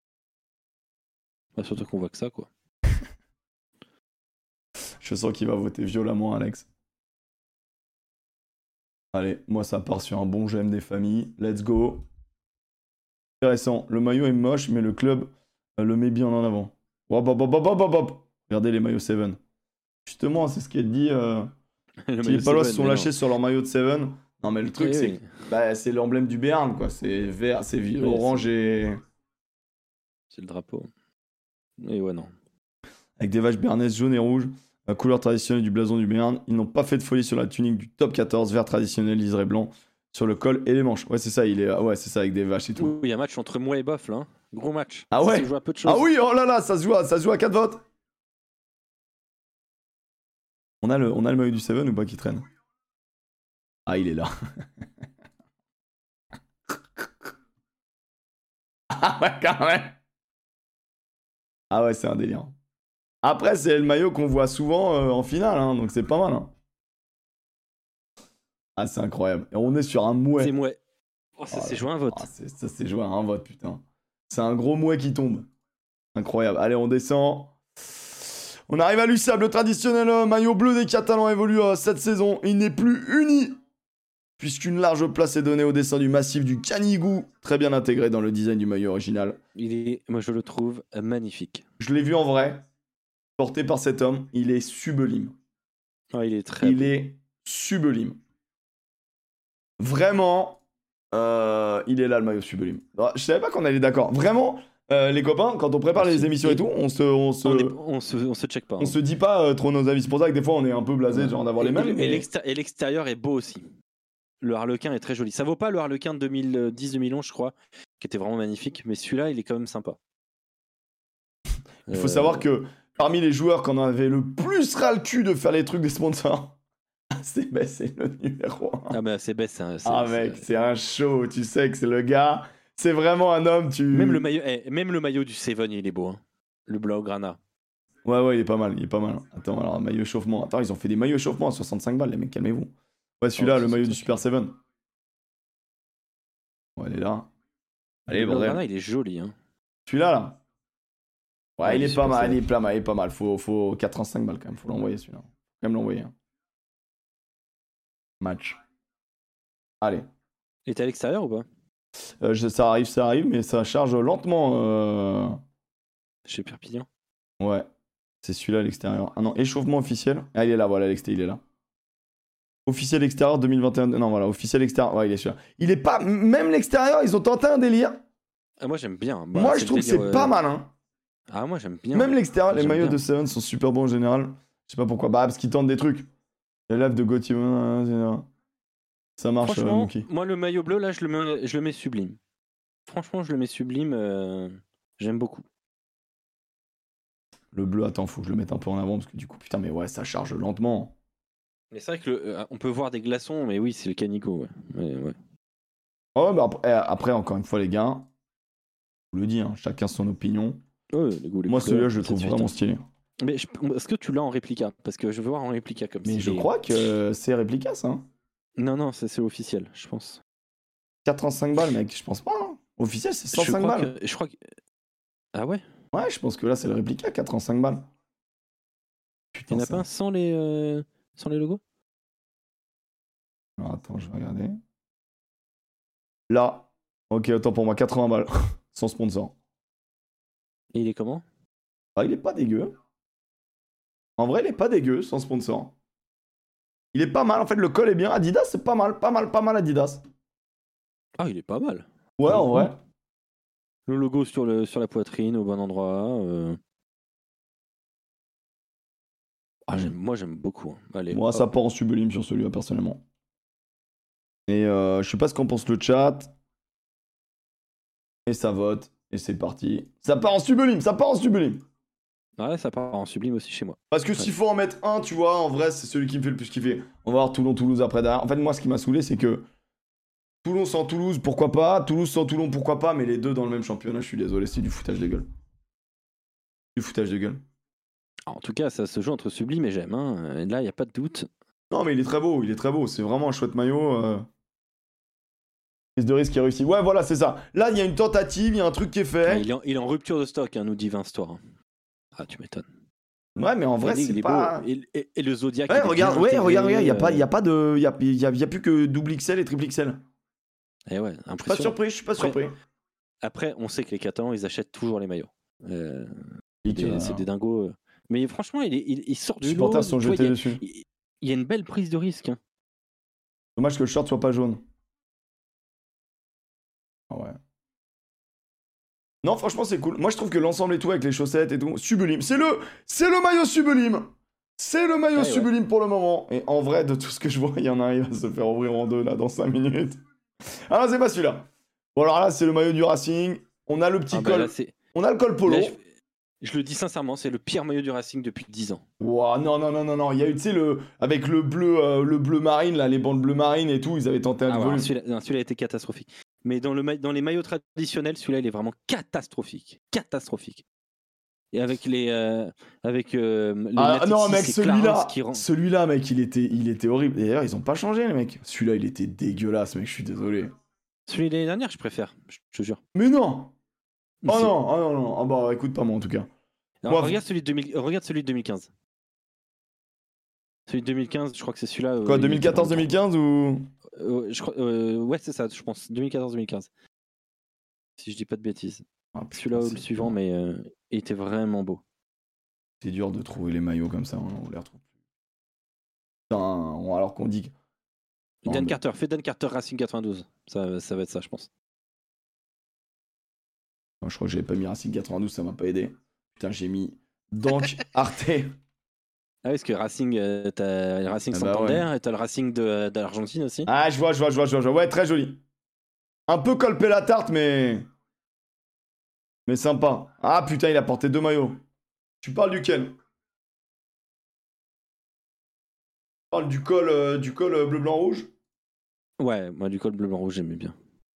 Bah, surtout qu'on voit que ça, quoi. Je sens qu'il va voter violemment, Alex. Allez, moi, ça part sur un bon j'aime des familles. Let's go. Intéressant. Le maillot est moche, mais le club euh, le met bien en avant. Hop, hop, hop, hop, hop, hop. Regardez les maillots Seven. Justement, c'est ce qui est dit. Euh... Les Palois se sont lâchés non. sur leur maillot de Seven. Non, mais le truc, oui, c'est oui. bah, c'est l'emblème du Béarn, quoi. C'est vert, c'est oui, orange et. C'est le drapeau. Et ouais, non. Avec des vaches béarnaises jaunes et rouges, la couleur traditionnelle du blason du Béarn. Ils n'ont pas fait de folie sur la tunique du top quatorze, vert traditionnel, liseré blanc, sur le col et les manches. Ouais, c'est ça, il est... ouais, c'est ça, avec des vaches et tout. Oui, il y a un match entre moi et Boff, là. Gros match. Ah ouais, ça se joue à peu de choses. Ah oui, oh là là, ça se joue à, ça se joue à quatre votes. On a, le, on a le maillot du Seven ou pas qui traîne? Ah, il est là. Ah ouais, quand même. Ah ouais, c'est un délire. Après, c'est le maillot qu'on voit souvent euh, en finale, hein, donc c'est pas mal. Hein. Ah, c'est incroyable. Et on est sur un mouet. C'est mouet. Oh, ça oh, s'est joué à un vote. Oh, ça s'est joué à un vote, putain. C'est un gros mouet qui tombe. Incroyable. Allez, on descend. On arrive à l'U S A B, le traditionnel euh, maillot bleu des Catalans évolue euh, cette saison. Il n'est plus uni, puisqu'une large place est donnée au dessin du massif du Canigou, très bien intégré dans le design du maillot original. Il est, moi je le trouve magnifique. Je l'ai vu en vrai, porté par cet homme, il est sublime. Oh, il est très Il beau. est sublime. Vraiment, euh, il est là le maillot sublime. Je savais pas qu'on allait d'accord. Vraiment, euh, les copains, quand on prépare les émissions et tout, on se, on se, on, est, on se, on se check pas. On hein. se dit pas euh, trop nos avis. C'est pour ça que des fois on est un peu blasé, genre d'avoir les mêmes. Et, mais... et l'extérieur est beau aussi. Le Harlequin est très joli. Ça vaut pas le Harlequin de deux mille dix deux mille onze, je crois, qui était vraiment magnifique, mais celui-là, il est quand même sympa. Il faut euh... savoir que parmi les joueurs qu'on avait le plus ras le cul de faire les trucs des sponsors, c'est c'est le numéro un. Ah bah c'est Bess, c'est un... Ah mec, c'est un show, tu sais que c'est le gars, c'est vraiment un homme, tu... Même le maillot, eh, même le maillot du Seven, il est beau, hein. Le Blaugrana. Ouais, ouais, il est pas mal, il est pas mal. Attends, alors, maillot échauffement. Attends, ils ont fait des maillots échauffement à soixante-cinq balles, les mecs, calmez-vous. Ouais, celui-là, oh, le maillot du Super Seven. Ouais, il est là. Allez, le Blaugrana, il est joli, hein. Celui-là, là. Ouais, ouais il, est pas mal, il est pas mal, il est pas mal. Faut, faut quatre-vingt-cinq balles quand même, faut l'envoyer celui-là. Faut quand même l'envoyer. Hein. Match. Allez. Et t'es à l'extérieur ou pas euh, je, Ça arrive, ça arrive, mais ça charge lentement. Euh... Chez Perpignan. Ouais. C'est celui-là à l'extérieur. Ah non, échauffement officiel. Ah, il est là, voilà, l'extérieur, il est là. Officiel extérieur deux mille vingt et un. Non, voilà, officiel extérieur. Ouais, il est celui-là. Il est pas. Même l'extérieur, ils ont tenté un délire. Ah, moi, j'aime bien. Bah, moi, je trouve que c'est euh... pas mal, hein. Ah, moi, j'aime bien. Même l'extérieur, les maillots bien. de Seven sont super bons en général. Je sais pas pourquoi. Bah, parce qu'ils tentent des trucs. Les lèvres de Gauthier. Ça marche, franchement, euh, moi, le maillot bleu, là, je le mets, je le mets sublime. Franchement, je le mets sublime. Euh... J'aime beaucoup. Le bleu, attends, faut que je le mette un peu en avant parce que du coup, putain, mais ouais, ça charge lentement. Mais c'est vrai que le, euh, on peut voir des glaçons, mais oui, c'est le Canigo, ouais. ouais, ouais. Oh, bah après, après, encore une fois, les gars, je vous le dis, hein, chacun son opinion. Ouais, les goûts, les moi, celui-là, je le trouve vraiment stylé. Mais je, est-ce que tu l'as en réplica? Parce que je veux voir en réplica comme ça. Mais je les... crois que c'est réplica, ça. Hein. Non, non, c'est, c'est officiel, je pense. quatre-vingt-cinq balles, mec, je pense pas. Hein. Officiel, c'est cent cinq balles. Que, je crois que. Ah ouais? Ouais, je pense que là, c'est le réplica, quatre-vingt-cinq balles. Putain, il n'y en a ça... pas un sans les, euh, sans les logos? Alors, attends, je vais regarder. Là, ok, autant pour moi, quatre-vingts balles, sans sponsor. Et il est comment? Ah, il est pas dégueu. En vrai, il est pas dégueu, sans sponsor. Il est pas mal, en fait, le col est bien. Adidas, c'est pas mal, pas mal, pas mal Adidas. Ah, il est pas mal. Ouais, en vrai. Le logo sur, le, sur la poitrine, au bon endroit. Euh... Ah, j'aime, moi, j'aime beaucoup. Allez, moi, hop. Ça part en sublime sur celui-là, personnellement. Et euh, je sais pas ce qu'en pense le chat. Et ça vote. Et c'est parti. Ça part en sublime, ça part en sublime. Ouais, ça part en sublime aussi chez moi. Parce que ouais. S'il faut en mettre un, tu vois, en vrai, c'est celui qui me fait le plus kiffer. On va voir Toulon-Toulouse après derrière. En fait, moi, ce qui m'a saoulé, c'est que Toulon sans Toulouse, pourquoi pas. Toulouse sans Toulon, pourquoi pas. Mais les deux dans le même championnat, je suis désolé, c'est du foutage de gueule. Du foutage de gueule. En tout cas, ça se joue entre sublime et j'aime. Hein. Et là, il n'y a pas de doute. Non, mais il est très beau, il est très beau. C'est vraiment un chouette maillot. Euh... Prise de risque qui est réussi. Ouais, voilà, c'est ça. Là, il y a une tentative, il y a un truc qui est fait. Ouais, il, est en, il est en rupture de stock, hein, nous dit VinceToire. Ah, tu m'étonnes. Ouais, mais en vrai, c'est il pas... Et, et, et le Zodiac... Ouais, regarde, ouais, regarde, regarde, il n'y a, pas, y a pas de... Il y a, y a, y a plus que double X L et triple X L. Et ouais, je suis pas surpris, je suis pas surpris. Après, après, on sait que les Catalans, ils achètent toujours les maillots. Euh, et des, c'est des dingos. Mais franchement, il, il, il sort du lot. Les supporters sont jetés dessus. Il, il y a une belle prise de risque. Hein. Dommage que le short soit pas jaune. Ah ouais. Non, franchement, c'est cool. Moi, je trouve que l'ensemble et tout, avec les chaussettes et tout, sublime. C'est le, c'est le maillot sublime. C'est le maillot ouais, sublime ouais. pour le moment. Et en vrai, de tout ce que je vois, il y en a un, il va se faire ouvrir en deux, là, dans cinq minutes. Ah non, c'est pas celui-là. Bon, alors là, c'est le maillot du Racing. On a le petit ah, col. Bah là, on a le col polo. Là, je... je le dis sincèrement, c'est le pire maillot du Racing depuis dix ans. Ouah, non, non, non, non, non. Il y a eu, tu sais, le... avec le bleu, euh, le bleu marine, là, les bandes bleu marine et tout, ils avaient tenté un ah, volume. Ouais, celui-là, celui-là a été catastrophique. Mais dans, le ma... dans les maillots traditionnels, celui-là, il est vraiment catastrophique. Catastrophique. Et avec les. Euh, avec. Euh, les ah non, mec, celui-là. Rend... Celui-là, mec, il était, il était horrible. Et d'ailleurs, ils ont pas changé, les mecs. Celui-là, il était dégueulasse, mec, je suis désolé. Celui de l'année dernière, je préfère, je te jure. Mais non. Oh non, oh non, non. Ah bah, écoute pas moi, en tout cas. Alors, moi, regarde, celui de deux mille... regarde celui de deux mille quinze. Celui de deux mille quinze, je crois que c'est celui-là. Quoi, deux mille quatorze deux mille quinze ou euh, je crois... euh, Ouais, c'est ça, je pense. deux mille quatorze deux mille quinze. Si je dis pas de bêtises. Ah, celui-là ou le suivant, dur. mais euh, il était vraiment beau. C'est dur de trouver les maillots comme ça, hein, on les retrouve. Putain, alors qu'on dit. Non, Dan mais... Carter, fais Dan Carter Racing quatre-vingt-douze. Ça, ça va être ça, je pense. Moi, je crois que j'avais pas mis Racing quatre-vingt-douze, ça m'a pas aidé. Putain, j'ai mis donc Arte. Ah oui, parce que Racing, euh, t'as le Racing ah bah Santander ouais. et t'as le Racing de, de l'Argentine aussi. Ah, je vois, je vois, je vois, je vois. Ouais, très joli. Un peu colpé la tarte, mais. Mais sympa. Ah putain, il a porté deux maillots. Tu parles duquel? Tu parles du col, euh, du col euh, bleu-blanc-rouge? Ouais, moi du col bleu-blanc-rouge, j'aimais bien.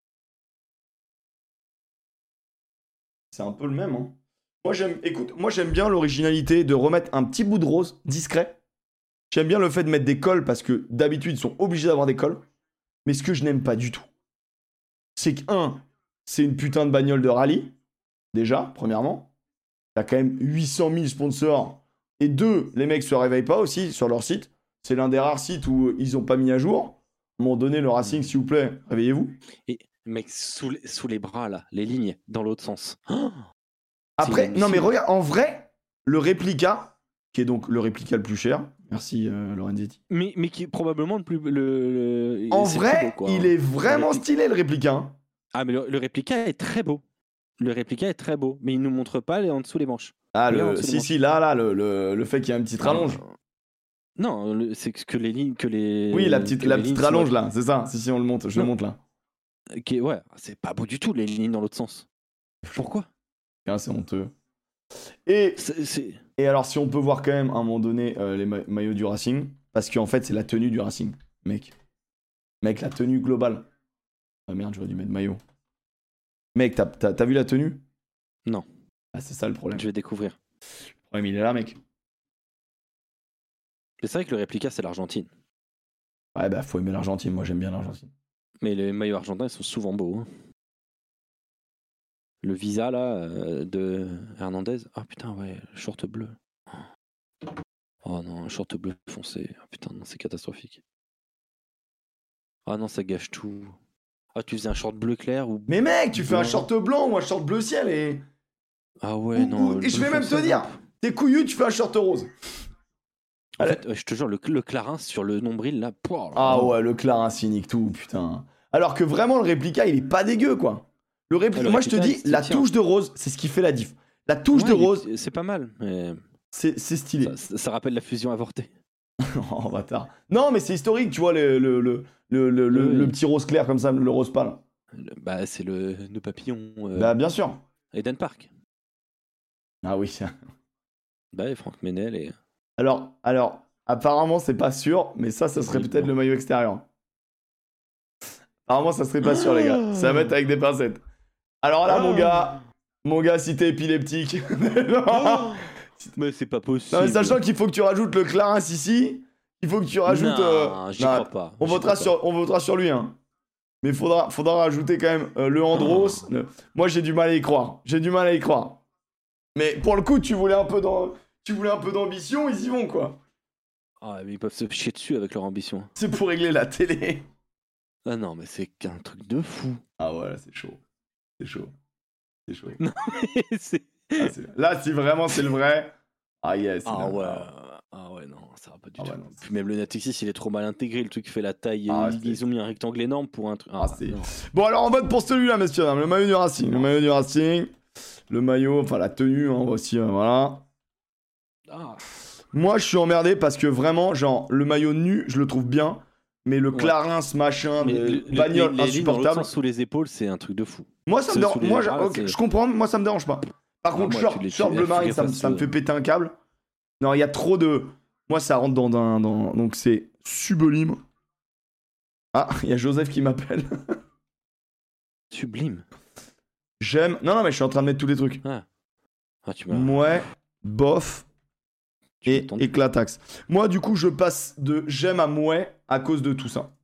C'est un peu le même, hein. Moi j'aime, écoute, moi j'aime bien l'originalité de remettre un petit bout de rose discret. J'aime bien le fait de mettre des cols parce que d'habitude ils sont obligés d'avoir des cols. Mais ce que je n'aime pas du tout, c'est que un, c'est une putain de bagnole de rallye. Déjà, premièrement. T'as quand même huit cent mille sponsors. Et deux, les mecs se réveillent pas aussi sur leur site. C'est l'un des rares sites où ils ont pas mis à jour. À un moment donné, le Racing, s'il vous plaît, réveillez-vous. Et mec, sous les, sous les bras là, les lignes dans l'autre sens. Oh Après, non mais regarde, en vrai, le réplica, qui est donc le réplica le plus cher. Merci euh, Lorenzetti. Mais, mais qui est probablement le plus. Le, le... En vrai, beau, il est vraiment le stylé le réplica. Hein. Ah, mais le, le réplica est très beau. Le réplica est très beau, mais il nous montre pas les en dessous les manches. Ah, le, si, si, là, là, le, le, le fait qu'il y a une petite rallonge. Non, le, c'est que les lignes, que les. Oui, la petite, la petite rallonge soient... là, c'est ça. Si, si, on le monte, je non. le monte là. Okay, ouais, c'est pas beau du tout les lignes dans l'autre sens. Pourquoi? Ah, c'est honteux. Et, c'est, c'est... et alors, si on peut voir quand même à un moment donné euh, les ma- maillots du Racing, parce qu'en fait, c'est la tenue du Racing, mec. Mec, la tenue globale. Ah merde, j'aurais dû mettre maillot. Mec, t'as, t'as, t'as vu la tenue? Non. Ah, c'est ça le problème. Je vais découvrir. Le problème, il est là, mec. Mais c'est vrai que le réplica, c'est l'Argentine. Ouais, bah, faut aimer l'Argentine. Moi, j'aime bien l'Argentine. Mais les maillots argentins, ils sont souvent beaux. Hein. Le Visa, là, euh, de Hernandez. Ah, oh, putain, ouais, le short bleu. Oh non, un short bleu foncé. Oh, putain, non, c'est catastrophique. Ah non, ça gâche tout. Ah, tu faisais un short bleu clair ou... Mais mec, tu fais un short blanc ou un short bleu ciel et... Ah ouais, ou, non. Ou... Et je vais même te dire, t'es couillu, tu fais un short rose. En fait, ouais, je te jure, le, le Clarins sur le nombril, là... Pouah, là ah ouais, le Clarins cynique tout, putain. Alors que vraiment, le réplica, il est pas dégueu, quoi. Le réplica, ah, le moi réplica, je te dis, la touche de rose, c'est ce qui fait la diff. La touche ouais, de rose... Est... C'est pas mal, mais... C'est, c'est stylé. Ça, ça rappelle la fusion avortée. Oh, bâtard. Non, mais c'est historique, tu vois, le, le, le, le, le, oui. le, le petit rose clair comme ça, le rose pâle. Le, bah, c'est le nœud papillon. Euh, bah, bien sûr. Eden Park. Ah oui. Bah, et Franck Ménel et... Alors, alors, apparemment, c'est pas sûr, mais ça, ça serait oui, peut-être bon. le maillot extérieur. Apparemment, ça serait pas sûr, les gars. Ça va mettre avec des pincettes. Alors là, oh. mon gars, mon gars, si t'es épileptique... oh. Mais c'est pas possible. Non, mais sachant qu'il faut que tu rajoutes le Clarins ici, il faut que tu rajoutes... Non, euh... j'y non, crois pas. On, j'y votera crois sur, pas. on votera sur lui, hein. Mais il faudra, faudra rajouter quand même euh, le Andros. Oh. Le... Moi, j'ai du mal à y croire. J'ai du mal à y croire. Mais pour le coup, tu voulais un peu, d'am... tu voulais un peu d'ambition, ils y vont, quoi. Ah, mais ils peuvent se chier dessus avec leur ambition. C'est pour régler la télé. Ah non, mais c'est qu'un truc de fou. Ah ouais, là, c'est chaud. C'est chaud. C'est chaud. Non, mais c'est... Ah, c'est... Là, si vraiment c'est le vrai... Ah yes. Ah ouais. Ah ouais, non, ça va pas du ah tout. Ouais, non, Puis même le Natixis, il est trop mal intégré. Le truc fait la taille. Ah, ils, ils ont mis un rectangle énorme pour un truc. Ah, ah, c'est... Bon, alors on vote pour celui-là, messieurs. Le maillot du Racing. Le maillot du Racing. Le maillot, enfin la tenue, hein, voici, euh, voilà. Ah. Moi, je suis emmerdé parce que vraiment, genre, le maillot nu, je le trouve bien. Mais le ouais. Clarins, machin, de bagnole insupportable. Sous les épaules, c'est un truc de fou. Moi, ça me dérange. Moi, bras, okay, je comprends, moi, ça me dérange pas. Par ah, contre, moi, short, short bleu marine, ça, ça me fait péter un câble. Non, il y a trop de... Moi, ça rentre dans un... Dans... Donc, c'est sublime. Ah, il y a Joseph qui m'appelle. Sublime. J'aime... Non, non, mais je suis en train de mettre tous les trucs. Ah. Ah, tu m'as... Mouais, bof et éclataxe. Moi, du coup, je passe de j'aime à mouais à cause de tout ça.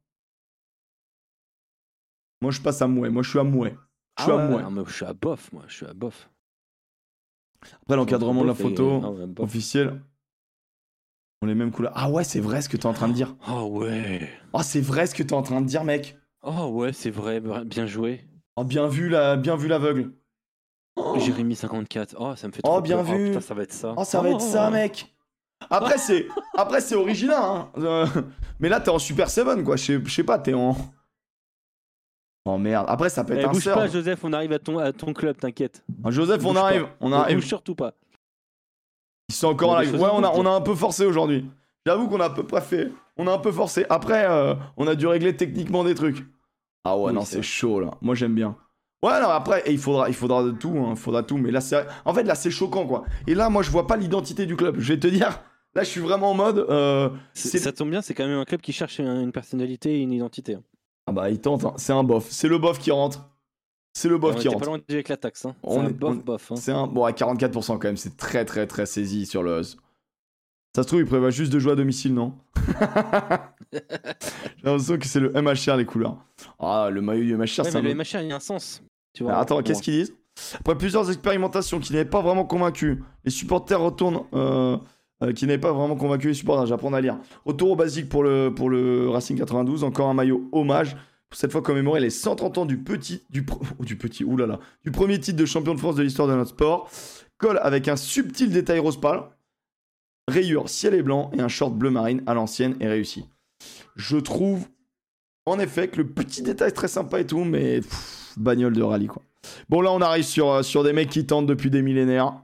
Moi, je passe à mouais. Moi, je suis à mouais. Je suis ah ouais, à mouais. Non, mais je suis à bof, moi. Je suis à bof. Après, l'encadrement de la photo non, officielle, on les mêmes couleurs. Ah ouais, c'est vrai ce que t'es en train de dire. Ah oh ouais. Oh, c'est vrai ce que t'es en train de dire, mec. Oh ouais, c'est vrai, bien joué. Oh, bien vu la, bien vu l'aveugle. Oh. Jérémy cinquante-quatre. Oh, ça me fait trop Oh, bien peur. vu. Oh, putain, ça va être ça. Oh, ça va oh. être ça, mec. Après, c'est, après, c'est original, hein. Euh, mais là, t'es en Super seven, quoi. Je sais pas, t'es en. Oh merde. Après, ça peut être eh, un bouge surf. pas, Joseph, on arrive à ton, à ton club, t'inquiète. Ah, Joseph, bouge on arrive. Pas. On arrive. Bouge surtout pas. Ils sont encore en live. Ouais, on a, on a un peu forcé aujourd'hui. J'avoue qu'on a à peu près fait. On a un peu forcé. Après, euh, on a dû régler techniquement des trucs. Ah ouais, oui, non, c'est, c'est chaud là. Moi, j'aime bien. Ouais, non, après, il faudra, il faudra de tout. Hein, il faudra tout. Mais là, c'est. En fait, là, c'est choquant, quoi. Et là, moi, je vois pas l'identité du club. Je vais te dire. Là, je suis vraiment en mode. Euh, c'est... Ça tombe bien, c'est quand même un club qui cherche une personnalité et une identité. Ah bah, il tente. Hein. C'est un bof. C'est le bof qui rentre. C'est le bof ouais, qui rentre. Pas loin de dire avec la taxe. Hein. C'est on un est, bof, on... bof. Hein. C'est un. Bon, à quarante-quatre pour cent quand même. C'est très, très, très saisi sur le. Ça se trouve, il prévoit juste de jouer à domicile, non? J'ai l'impression que c'est le M H R, les couleurs. Ah, le maillot du M H R, ouais, ça mais me... le M H R, il y a un sens. Tu vois, Alors, attends, bon. Qu'est-ce qu'ils disent? Après plusieurs expérimentations qui n'avaient pas vraiment convaincu, les supporters retournent... Euh, euh, qui n'avaient pas vraiment convaincu les supporters, j'apprends à lire. Retour au basique pour le, pour le Racing quatre-vingt-douze, encore un maillot hommage. Pour cette fois commémorer les cent trente ans du petit... Du, pro... du petit... Oulala. Du premier titre de champion de France de l'histoire de notre sport. Colle avec un subtil détail rose pâle. Rayure ciel et blanc et un short bleu marine à l'ancienne est réussi. Je trouve en effet que le petit détail est très sympa et tout, mais pff, bagnole de rallye quoi. Bon là on arrive sur, sur des mecs qui tentent depuis des millénaires.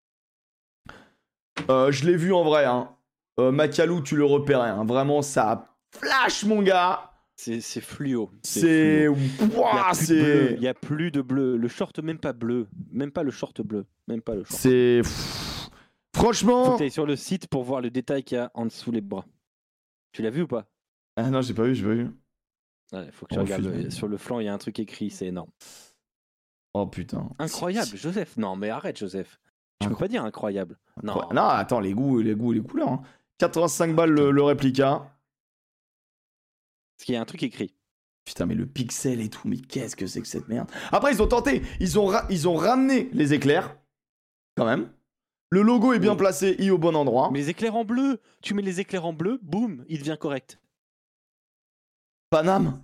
Euh, je l'ai vu en vrai, hein. Euh, Macalou tu le repérais, hein. Vraiment ça flash mon gars. C'est, c'est fluo. C'est... Ouah, c'est... Il n'y a plus de bleu. Le short même pas bleu. Même pas le short bleu. Même pas le short. C'est... Franchement... Faut que t'ailles sur le site pour voir le détail qu'il y a en dessous les bras. Tu l'as vu ou pas? Ah non, j'ai pas vu, j'ai pas vu. Ouais, faut que tu oh, regardes. Le... Sur le flanc, il y a un truc écrit, c'est énorme. Oh putain. Incroyable, Joseph. Non, mais arrête, Joseph. Tu Incroyable. peux pas dire incroyable. Non, non attends, les goûts, les goûts, les couleurs. Hein. quatre-vingt-cinq balles le, le réplica. Parce qu'il y a un truc écrit. Putain, mais le pixel et tout, mais qu'est-ce que c'est que cette merde? Après, ils ont tenté, ils ont, ra- ils ont ramené les éclairs, quand même. Le logo est bien oui. placé et au bon endroit. Mais les éclairs en bleu, tu mets les éclairs en bleu, boum, il devient correct. Paname.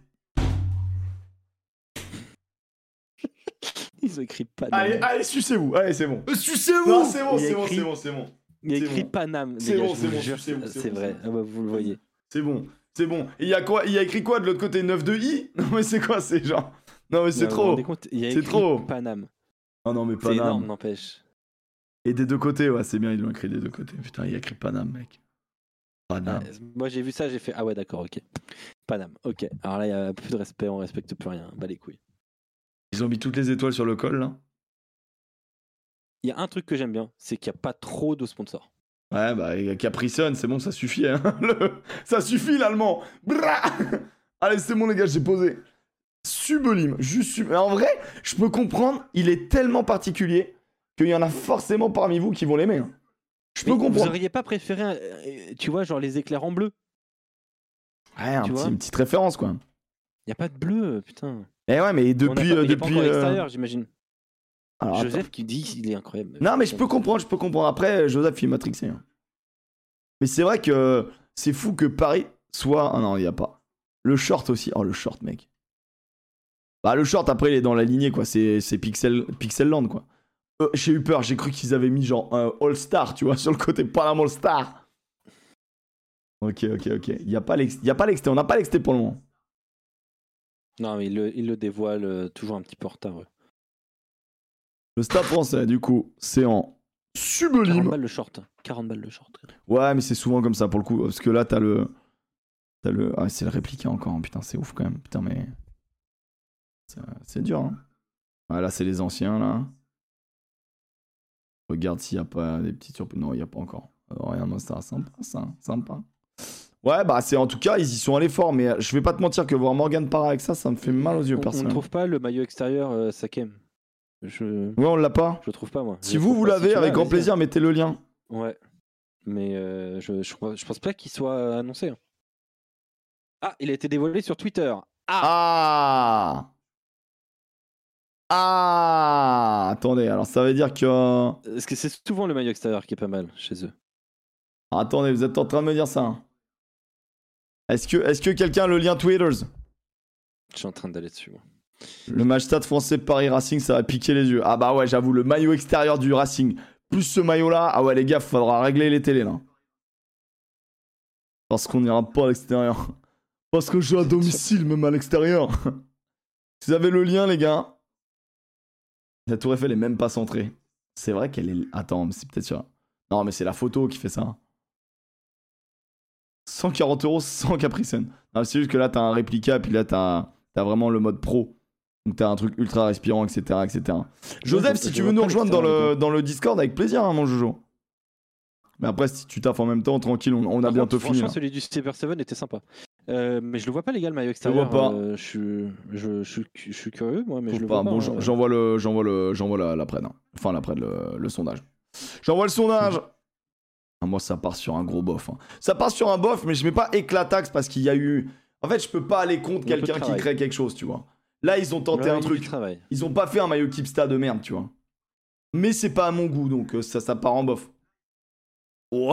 Ils ont écrit Paname. Allez, allez, sucez-vous, allez, c'est bon. Euh, sucez-vous. Non, c'est bon, c'est bon, c'est bon, c'est bon. Il y a écrit Paname. C'est bon, c'est bon, sucez-vous. C'est vrai, ah bah, vous le voyez. C'est bon, c'est bon. Et il y a quoi? Il y a écrit quoi de l'autre côté? neuf de i? Non mais c'est quoi? C'est genre... Non mais c'est trop. C'est trop. Paname. Oh non mais Paname. C'est énorme, n'empêche. Et des deux côtés, ouais, c'est bien, ils l'ont écrit des deux côtés. Putain, il y a écrit Paname, mec. Paname. Ah, moi, j'ai vu ça, j'ai fait ah ouais, d'accord, ok. Paname, ok. Alors là, il n'y a plus de respect, on respecte plus rien. Bah les couilles. Ils ont mis toutes les étoiles sur le col, là. Il y a un truc que j'aime bien, c'est qu'il n'y a pas trop de sponsors. Ouais, bah, Capri Sun, c'est bon, ça suffit, hein. Le... Ça suffit, l'allemand. Bra Allez, c'est bon, les gars, j'ai posé. Sublime, juste sublime. En vrai, je peux comprendre, il est tellement particulier qu'il y en a forcément parmi vous qui vont l'aimer. Hein. Je peux Mais comprendre. Vous auriez pas préféré, un, tu vois, genre les éclairs en bleu? Ouais, un petit, une petite référence, quoi. Il y a pas de bleu, putain. Eh ouais, mais depuis... Pas, euh, il depuis est pas euh... l'extérieur, j'imagine. Alors, Joseph attends. qui dit qu'il est incroyable. Non, mais je peux comprendre, je peux comprendre. Après, Joseph, il est matrixé. Hein. Mais c'est vrai que c'est fou que Paris soit... Ah non, il n'y a pas. Le short aussi. Oh, le short, mec. Bah, le short, après, il est dans la lignée, quoi. C'est, c'est Pixel... Pixelland, quoi. Euh, j'ai eu peur, j'ai cru qu'ils avaient mis genre un All-Star, tu vois, sur le côté. Pas un All-Star. Ok, ok, ok. Il n'y a pas l'exté. On n'a pas l'exté pour le moment. Non, mais il le, il le dévoile euh, toujours un petit peu en retard. Ouais. Le Stade français, du coup, c'est en sublime. quarante balles le short. quarante balles le short. Ouais, mais c'est souvent comme ça pour le coup. Parce que là, t'as le. T'as le. Ah, c'est le répliqué encore. Putain, c'est ouf quand même. Putain, mais. C'est, c'est dur, hein. Ah, là, c'est les anciens, là. Regarde s'il n'y a pas des petites surprises. Non, il n'y a pas encore. Alors, rien, non, ça, sympa, ça. Sympa. Ouais, bah, c'est en tout cas, ils y sont allés fort. Mais je vais pas te mentir que voir Morgan Parra avec ça, ça me fait mal aux yeux, on, personnellement. On ne trouve pas le maillot extérieur euh, Sakem. Je... Ouais, on l'a pas. Je le trouve pas, moi. Si vous, vous l'avez, si avec grand plaisir, mettez le lien. Ouais. Mais euh, je, je, je pense pas qu'il soit annoncé. Ah, il a été dévoilé sur Twitter. Ah, ah Ah, attendez, alors ça veut dire que... Est-ce que c'est souvent le maillot extérieur qui est pas mal chez eux? Ah, attendez, vous êtes en train de me dire ça hein. Est-ce que, est-ce que quelqu'un a le lien Twitters? Je suis en train d'aller dessus, moi. Le match Stade français Paris Racing, ça va piquer les yeux. Ah bah ouais, j'avoue, le maillot extérieur du Racing, plus ce maillot-là, ah ouais les gars, faudra régler les télés là. Parce qu'on n'ira pas à l'extérieur. Parce que je joue à domicile, même à l'extérieur. Vous avez le lien, les gars. La Tour Eiffel est même pas centrée. C'est vrai qu'elle est... Attends, mais c'est peut-être sûr. Non, mais c'est la photo qui fait ça. cent quarante euros sans Capricène. C'est juste que là, t'as un réplica, puis là, t'as as vraiment le mode pro. Donc t'as un truc ultra respirant, et cetera et cetera. Joseph, si tu veux nous rejoindre dans le, dans le Discord, avec plaisir, hein, mon Jojo. Mais après, si tu taffes en même temps, tranquille, on, on a bientôt fini. Franchement, celui du Super sept était sympa. Euh, mais je le vois pas, les gars, le maillot extérieur. Je le vois pas. Euh, je, suis, je, je, je suis curieux, moi, mais Faut je le pas. vois pas. Bon, hein. j'envoie le, j'envoie le, j'envoie la, la prenne. Hein. Enfin, la prenne, le, le sondage. J'envoie le sondage. Ah, moi, ça part sur un gros bof. Hein. Ça part sur un bof, mais je mets pas éclataxe parce qu'il y a eu. En fait, je peux pas aller contre quelqu'un qui crée quelque chose, tu vois. Là, ils ont tenté ouais, un truc. Ils ont pas fait un maillot Kipsta de merde, tu vois. Mais c'est pas à mon goût, donc ça, ça part en bof. Oh,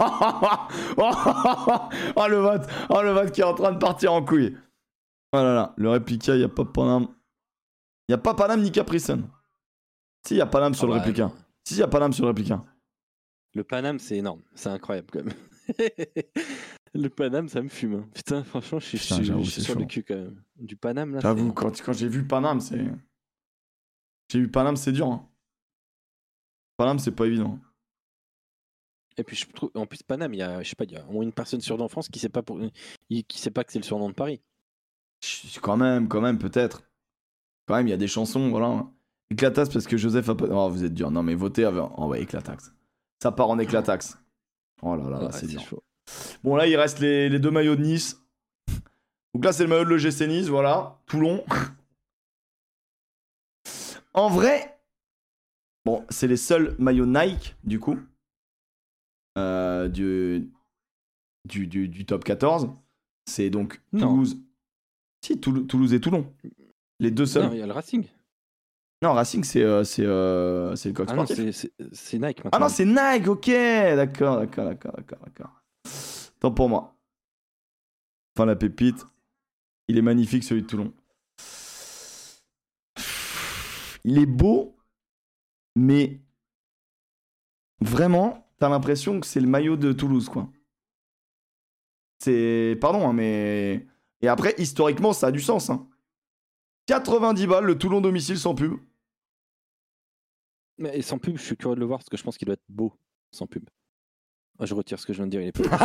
oh le vote, oh le vote qui est en train de partir en couille. Oh là là, le réplica, il y a pas Paname. Il y a pas Paname ni Capricène. Si, il y a Paname sur ah le bah, réplica. Non. Si, il y a Paname sur le réplica. Le Paname, c'est énorme, c'est incroyable quand même. Le Paname, ça me fume. Hein. Putain, franchement, je suis, Putain, je, je suis sur chaud. Le cul quand même. Du Paname, là. J'avoue, quand, quand j'ai vu Paname, c'est. J'ai vu Paname, c'est dur. Hein. Paname, c'est pas évident. Et puis, je trouve, en plus, Paname, il y a, je sais pas, il y a au moins une personne sur en France qui sait pas, pour, qui sait pas que c'est le surnom de Paris. Quand même, quand même, peut-être. Quand même, il y a des chansons, voilà. Éclataxe parce que Joseph a pas. Oh, vous êtes dur. Non, mais votez avec. Oh, ouais, éclataxe. Ça part en éclataxe. Oh là là, là ouais, c'est dur. Chaud. Bon, là, il reste les, les deux maillots de Nice. Donc là, c'est le maillot de l'O G C Nice, voilà. Toulon. En vrai, bon, c'est les seuls maillots Nike, du coup. Euh, du, du, du, du top quatorze. C'est donc Toulouse. Non. Si, Toulouse, Toulouse et Toulon. Les deux seuls. Non, il y a le Racing. Non, Racing, c'est euh, c'est euh, le coq ah sportif. Non, c'est Nike maintenant. Ah non, c'est Nike, ok. D'accord, d'accord, d'accord, d'accord, d'accord. Tant pour moi. Enfin, la pépite. Il est magnifique, celui de Toulon. Il est beau, mais vraiment, t'as l'impression que c'est le maillot de Toulouse, quoi. C'est... Pardon, hein, mais... Et après, historiquement, ça a du sens. Hein. quatre-vingt-dix balles, le Toulon domicile sans pub. Mais sans pub, je suis curieux de le voir, parce que je pense qu'il doit être beau, sans pub. Ah, je retire ce que je viens de dire, il est pas...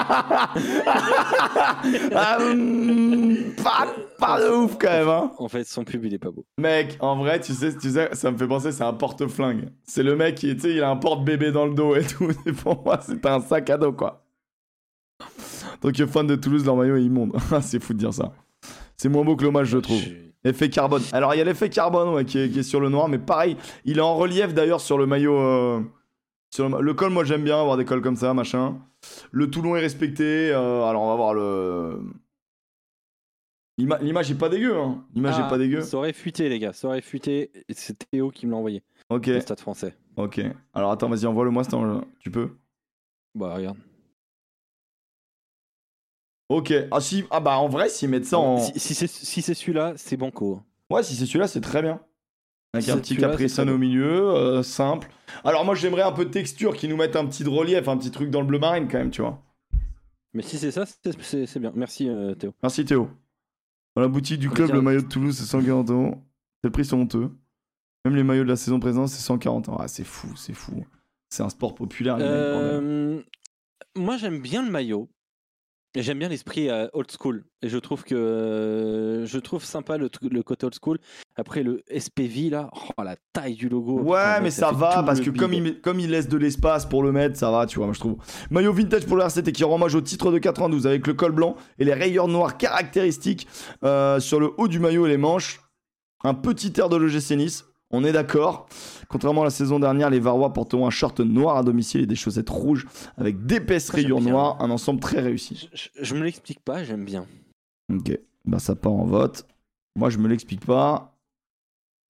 um, pas, pas de ouf, quand même, hein. En fait, sans pub, il est pas beau. Mec, en vrai, tu sais, tu sais ça me fait penser, c'est un porte-flingue. C'est le mec qui, tu sais, il a un porte-bébé dans le dos et tout. Et pour moi, c'est un sac à dos, quoi. Donc, les fans de Toulouse, leur maillot est immonde. C'est fou de dire ça. C'est moins beau que l'hommage, je trouve. Effet carbone. Alors, il y a l'effet carbone, ouais, qui est, qui est sur le noir, mais pareil, il est en relief, d'ailleurs, sur le maillot... Euh... Sur le, le col, moi j'aime bien avoir des cols comme ça, machin. Le Toulon est respecté. Euh, alors on va voir le. L'ima L'image est pas dégueu, hein. L'image ah, est pas dégueu. Ça aurait fuité, les gars. Ça aurait fuité. C'est Théo qui me l'a envoyé. Ok. Le Stade Français. Ok. Alors attends, vas-y, envoie-le-moi. Tu peux. Bah regarde. Ok. Ah si. Ah bah en vrai, s'ils mettent ça en. Si, si c'est si celui-là, c'est banco. Ouais, si c'est celui-là, c'est très bien. Avec un petit Capricène au milieu, euh, simple. Alors moi j'aimerais un peu de texture, qui nous mette un petit de relief, un petit truc dans le bleu marine quand même, tu vois. Mais si c'est ça, c'est bien. Merci euh, Théo. Merci Théo. Dans la boutique du club, le maillot de Toulouse c'est cent quarante euros. Les prix sont honteux. Même les maillots de la saison présente c'est cent quarante euros. Ah c'est fou, c'est fou. C'est un sport populaire. Euh... Moi j'aime bien le maillot. Et j'aime bien l'esprit euh, old school. Et je trouve que euh, je trouve sympa le, le côté old school. Après le S P V là, oh, la taille du logo. Ouais, putain, mais ça, ça va parce que comme il, comme il laisse de l'espace pour le mettre, ça va, tu vois, moi je trouve. Maillot vintage pour le R C T qui rend hommage au titre de quatre-vingt-douze avec le col blanc et les rayures noires caractéristiques euh, sur le haut du maillot et les manches. Un petit air de l'O G C Nice. On est d'accord. Contrairement à la saison dernière, les Varois porteront un short noir à domicile et des chaussettes rouges avec d'épaisses rayures noires. Un ensemble très réussi. Je, je, je me l'explique pas, j'aime bien. Ok, bah ça part en vote. Moi je me l'explique pas.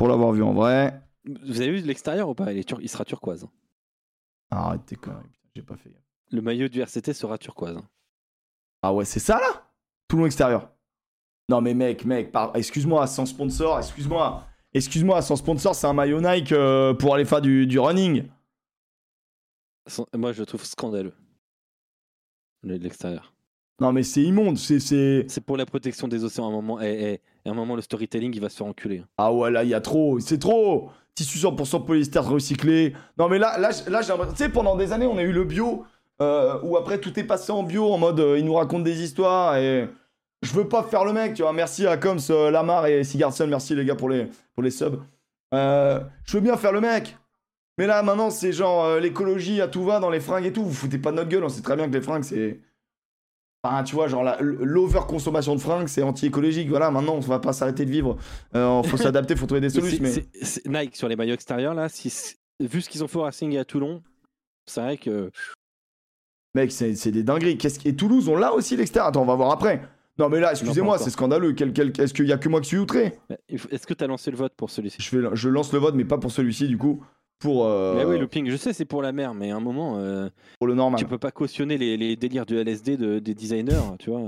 pour l'avoir vu en vrai. Vous avez vu de l'extérieur ou pas? il, est tur... il sera turquoise. Arrête tes conneries, j'ai pas fait. Le maillot du R C T sera turquoise. Ah ouais, c'est ça là? Toulon extérieur. Non mais mec, mec, par... excuse-moi, sans sponsor, excuse-moi. Excuse-moi, sans sponsor, c'est un maillot Nike euh, pour aller faire du, du running. Moi, je le trouve scandaleux. Le, l'extérieur. Non mais c'est immonde, c'est... C'est, c'est pour la protection des océans à un moment. Et, et, et à un moment, le storytelling, il va se faire enculer. Ah ouais, là, il y a trop, c'est trop. Tissu cent pour cent polyester recyclé. Non mais là, là, là j'ai l'impression... Tu sais, pendant des années, on a eu le bio, euh, où après, tout est passé en bio, en mode, euh, ils nous racontent des histoires et... Je veux pas faire le mec, tu vois. Merci à Coms, euh, Lamar et Sigurdsson. Merci les gars pour les, pour les subs. Euh, je veux bien faire le mec. Mais là, maintenant, c'est genre euh, l'écologie à tout va dans les fringues et tout. Vous foutez pas de notre gueule. On sait très bien que les fringues, c'est... Enfin, tu vois, genre la, l'over-consommation de fringues, c'est anti-écologique. Voilà, maintenant, on va pas s'arrêter de vivre. Euh, faut s'adapter, faut trouver des solutions. Mais c'est, c'est, c'est Nike, sur les maillots extérieurs, là, si, vu ce qu'ils ont fait au Racing et à Toulon, c'est vrai que... Mec, c'est, c'est des dingueries. Qu'est-ce... Et Toulouse, on l'a aussi l'extérieur. Attends, on va voir après. Non mais là, excusez-moi, c'est scandaleux. Quel, quel, est-ce qu'il y a que moi qui suis outré? Est-ce que t'as lancé le vote pour celui-ci? je, vais, je lance le vote, mais pas pour celui-ci du coup. Pour. Euh... Mais oui, looping. Je sais, c'est pour la mer, mais à un moment. Euh, pour le normal. Tu peux pas cautionner les, les délires du L S D de, des designers, tu vois.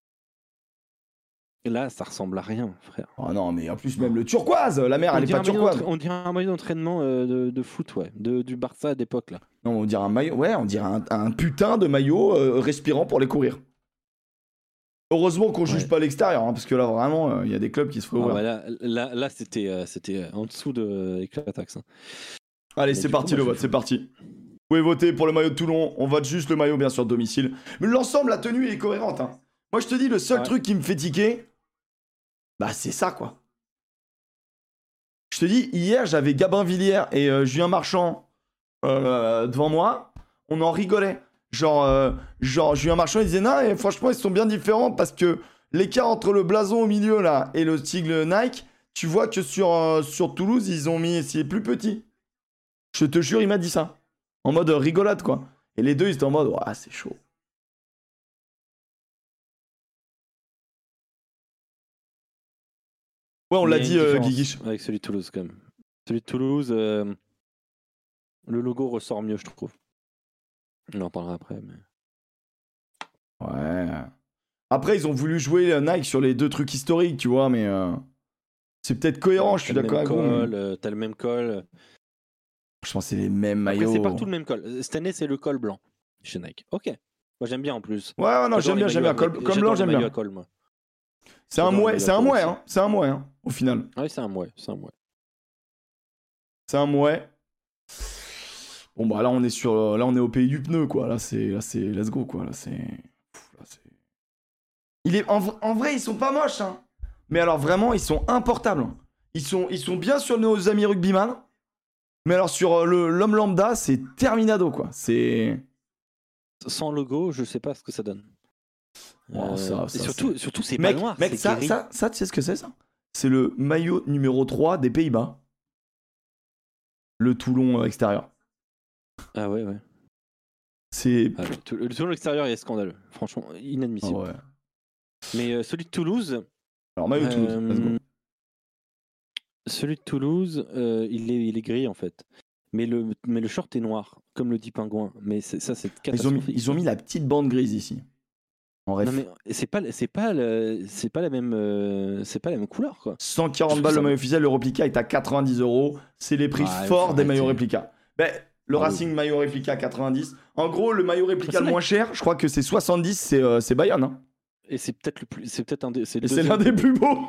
Et là, ça ressemble à rien, frère. Oh non, mais en plus même le turquoise, la mer, on elle est pas turquoise. On dirait un maillot d'entraînement euh, de, de foot, ouais, de, du Barça d'époque là. Non, on dirait un maillot, ouais, on dirait un, un putain de maillot euh, respirant pour les courir. Heureusement qu'on juge ouais. pas l'extérieur, hein, parce que là vraiment, il euh, y a des clubs qui se feraient ouvrir. Ah bah là, là, là, c'était, euh, c'était en dessous de Éclatax. Hein. Allez, mais c'est parti coup, le vote, c'est parti. Vous pouvez voter pour le maillot de Toulon, on vote juste le maillot bien sûr de domicile. Mais l'ensemble, la tenue est cohérente. Hein. Moi je te dis, le seul ouais. truc qui me fait tiquer, bah c'est ça quoi. Je te dis, hier j'avais Gabin Villiers et euh, Julien Marchand euh, devant moi, on en rigolait. Genre, euh, genre, Julien Marchand, il disait, non, et franchement, ils sont bien différents parce que l'écart entre le blason au milieu, là, et le sigle Nike, tu vois que sur, euh, sur Toulouse, ils ont mis, c'est plus petit. Je te jure, il m'a dit ça. En mode rigolade, quoi. Et les deux, ils étaient en mode, ouais, c'est chaud. Ouais, on l'a dit, euh, Guiguiche. Avec celui de Toulouse, quand même. Celui de Toulouse, euh, le logo ressort mieux, je trouve. On en parlera après, mais... Ouais. Après, ils ont voulu jouer Nike sur les deux trucs historiques, tu vois, mais... Euh... C'est peut-être cohérent, ouais, je suis d'accord avec vous. Mais... T'as le même col. Je pense que c'est les mêmes maillots. Après, c'est partout le même col. Cette année, c'est le col blanc chez Nike. Ok. Moi, j'aime bien en plus. Ouais, ouais non, j'aime bien, j'aime bien. Col, comme blanc, j'aime bien. À col, moi. C'est un mouet, c'est un mouet, hein. C'est un mouet, hein, au final. Ouais, c'est un mouet, c'est un mouet. C'est un mouet. Bon bah là on est sur là on est au pays du pneu quoi. Là c'est là c'est let's go quoi. Là c'est là c'est Il est en, en vrai ils sont pas moches hein. Mais alors vraiment ils sont importables. Ils sont ils sont bien sur nos amis rugbyman. Mais alors sur le l'homme lambda c'est terminado quoi. C'est sans logo, je sais pas ce que ça donne. Oh, euh, ça, ça, et surtout c'est... surtout c'est mec, pas noir, mec, c'est ça, ça ça tu sais ce que c'est ça? C'est le maillot numéro trois des Pays-Bas. Le Toulon extérieur. Ah ouais, ouais. C'est... Ah, le, le Toulon extérieur est scandaleux. Franchement, inadmissible. Ah ouais. Mais euh, celui de Toulouse... Alors, maillot de Toulouse, euh, let's go. Celui de Toulouse, euh, il, est, il est gris, en fait. Mais le, mais le short est noir, comme le dit Pingouin. Mais c'est, ça, c'est catastrophique. Ils ont, mis, ils ont mis la petite bande grise ici. En ref. Non, mais c'est pas, c'est pas, le, c'est pas la même, euh, c'est pas la même couleur, quoi. cent quarante balles le maillot officiel, le réplica est à quatre-vingt-dix euros. C'est les prix ah, forts des maillots réplica. Ben, le ah, Racing oui. maillot réplica quatre-vingt-dix. En gros, le maillot réplica le moins cher, je crois que c'est soixante-dix, c'est, euh, c'est Bayonne. Hein. Et c'est peut-être le plus, c'est peut-être un des, c'est, Et c'est l'un des plus beaux.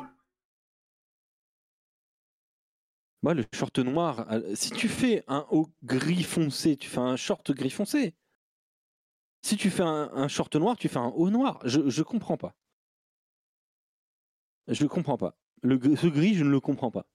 Moi, le short noir, si tu fais un haut gris foncé, tu fais un short gris foncé. Si tu fais un, un short noir, tu fais un haut noir. Je, je comprends pas. Je comprends pas. Le, ce gris, je ne le comprends pas.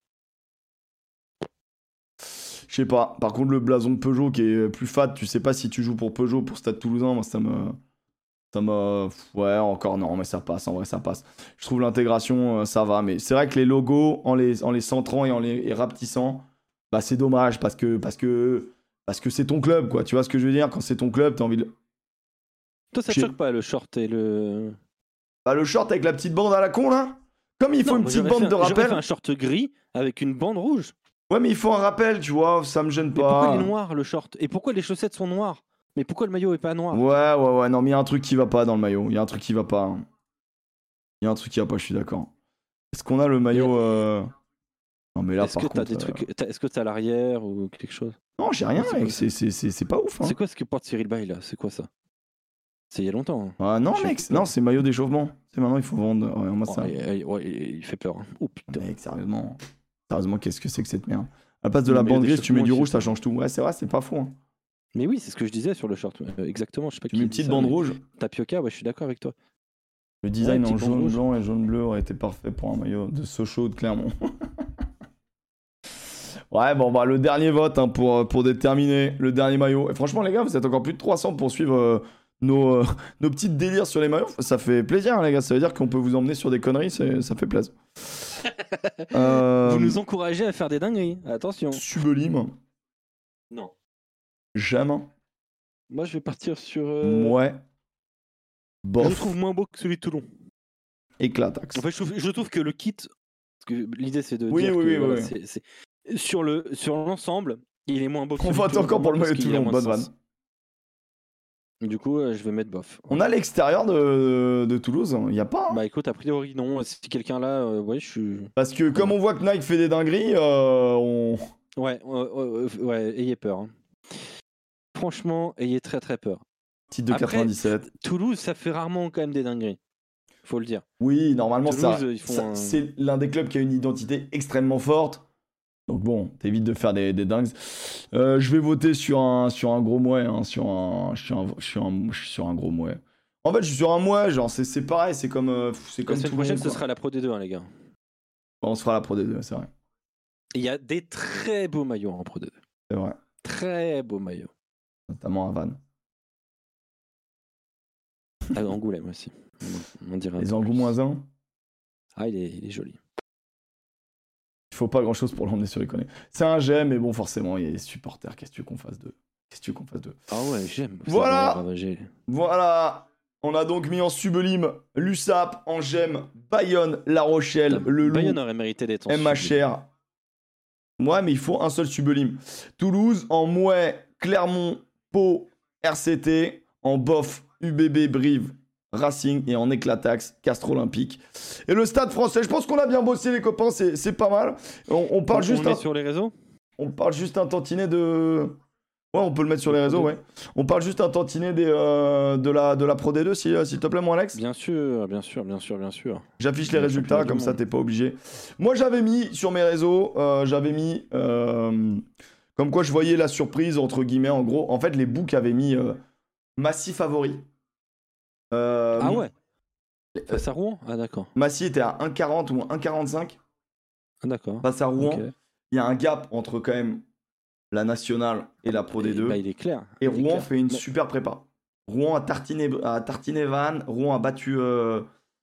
Je sais pas. Par contre, le blason de Peugeot qui est plus fat, tu sais pas si tu joues pour Peugeot, pour Stade Toulousain, moi ça me... Ça me... Ouais, encore non, mais ça passe, en vrai ça passe. Je trouve l'intégration, ça va, mais c'est vrai que les logos, en les, en les centrant et en les et rapetissant, bah c'est dommage parce que, parce que, parce que c'est ton club, quoi. Tu vois ce que je veux dire? Quand c'est ton club, t'as envie de... Toi, ça te choque pas, le short et le... Bah le short avec la petite bande à la con, là? Comme il faut non, une petite bande fait, de rappel. J'aurais fait un short gris avec une bande rouge. Ouais, mais il faut un rappel, tu vois, ça me gêne mais pas. Pourquoi il est noir le short? Et pourquoi les chaussettes sont noires? Mais pourquoi le maillot est pas noir? Ouais, ouais, ouais, non, mais il y a un truc qui va pas dans le maillot. Il y a un truc qui va pas. Hein. Il y a un truc qui va pas, je suis d'accord. Est-ce qu'on a le maillot euh... Non, mais là, Est-ce par que t'as contre, des trucs... Est-ce que t'as l'arrière ou quelque chose? Non, j'ai rien, c'est mec. C'est, c'est, c'est, c'est pas ouf. Hein. C'est quoi ce que porte Cyril Bay là? C'est quoi ça? C'est il y a longtemps. Hein. Ah non, mec, non, c'est maillot d'échauffement. C'est maintenant, il faut vendre. Ouais, moi, ça... oh, et, et, ouais, il fait peur. Hein. Oh putain. Mec, sérieusement. Sérieusement, qu'est-ce que c'est que cette merde? À la place de la bande grise, tu mets du rouge, ça change tout. Ouais, c'est vrai, c'est pas faux. Hein. Mais oui, c'est ce que je disais sur le short. Euh, exactement. Je sais pas tu mets une petite bande rouge. Tapioca, ouais, je suis d'accord avec toi. Le design ouais, en jaune blanc et jaune bleu aurait été parfait pour un maillot de Sochaux de Clermont. Ouais, bon, bah, le dernier vote hein, pour, pour déterminer le dernier maillot. Et franchement, les gars, vous êtes encore plus de trois cents pour suivre euh, nos, euh, nos petites délires sur les maillots. Ça fait plaisir, hein, les gars. Ça veut dire qu'on peut vous emmener sur des conneries. Ça fait plaisir. euh... Vous nous encouragez à faire des dingueries. Attention. Sublime. Non. Jamais. Moi, je vais partir sur. Euh... Ouais. Bof. Je le trouve moins beau que celui de Toulon. Éclatax. En fait, je trouve, je trouve que le kit. Parce que l'idée, c'est de oui, dire oui, que oui, voilà, oui. c'est, c'est... Sur, le, sur l'ensemble, il est moins beau que on celui vote de Toulon. encore pour le maillot de Toulon. Bonne vanne. Du coup, euh, je vais mettre bof. On a l'extérieur de, de Toulouse. Il n'y a pas. Hein. Bah écoute, a priori, non. Si quelqu'un là, euh, ouais, je suis. Parce que comme on voit que Nike fait des dingueries, euh, on. Ouais, euh, euh, ouais, ayez peur. Hein. Franchement, ayez très très peur. Titre de Après, quatre-vingt-dix-sept. Toulouse, ça fait rarement quand même des dingueries. Faut le dire. Oui, normalement, Toulouse, ça, ça un... c'est l'un des clubs qui a une identité extrêmement forte. Donc bon, t'évites de faire des, des dingues. Euh, je vais voter sur un, sur un gros mouet. Hein, sur un, je, suis un, je, suis un, je suis sur un gros mouet. En fait, je suis sur un mouet. Genre, c'est, c'est pareil. C'est comme, euh, c'est comme la semaine prochaine, ce sera la Pro D deux, hein, les gars. On se fera la Pro D deux, c'est vrai. Il y a des très beaux maillots en Pro D deux. C'est vrai. Très beaux maillots. Notamment à Vannes. À Angoulême aussi. On, on dirait les Angou moins un. Ah, il est, il est joli. Il faut pas grand chose pour l'emmener sur les conneries. C'est un j'aime, mais bon, forcément, il y a les supporters. Qu'est-ce que tu veux qu'on fasse d'eux? Qu'est-ce que tu veux qu'on fasse d'eux? Ah ouais, j'aime. Voilà. Voilà. On a donc mis en sublime l'U S A P, en gemme, Bayonne, La Rochelle, Putain, le Loup. Bayonne aurait mérité d'être en M H R. Ouais, mais il faut un seul sublime. Toulouse, en mouet, Clermont, Pau, R C T, en bof, U B B, Brive, Racing et en éclataxe, Castres Olympique. Et le Stade Français, je pense qu'on a bien bossé les copains, c'est, c'est pas mal. On, on parle on, juste... On est un... sur les réseaux ? On parle juste un tantinet de... Ouais, on peut le mettre sur les réseaux, ouais. On parle juste un tantinet des, euh, de, la, de la Pro D deux, s'il, s'il te plaît, mon Alex. Bien sûr, bien sûr, bien sûr, bien sûr. J'affiche les résultats, comme ça, t'es pas obligé. Moi, j'avais mis sur mes réseaux, euh, j'avais mis... Euh, comme quoi, je voyais la surprise, entre guillemets, en gros. En fait, les books avaient mis euh, Massy favori. Euh, ah ouais Face à Rouen ? Ah d'accord. Massy était à un virgule quarante ou un virgule quarante-cinq. Ah d'accord. Face à Rouen, okay. Il y a un gap entre quand même la nationale et la Pro D deux. Bah, il est clair. Et il Rouen clair. fait une Mais... super prépa. Rouen a tartiné, a tartiné Vannes. Rouen a battu, euh,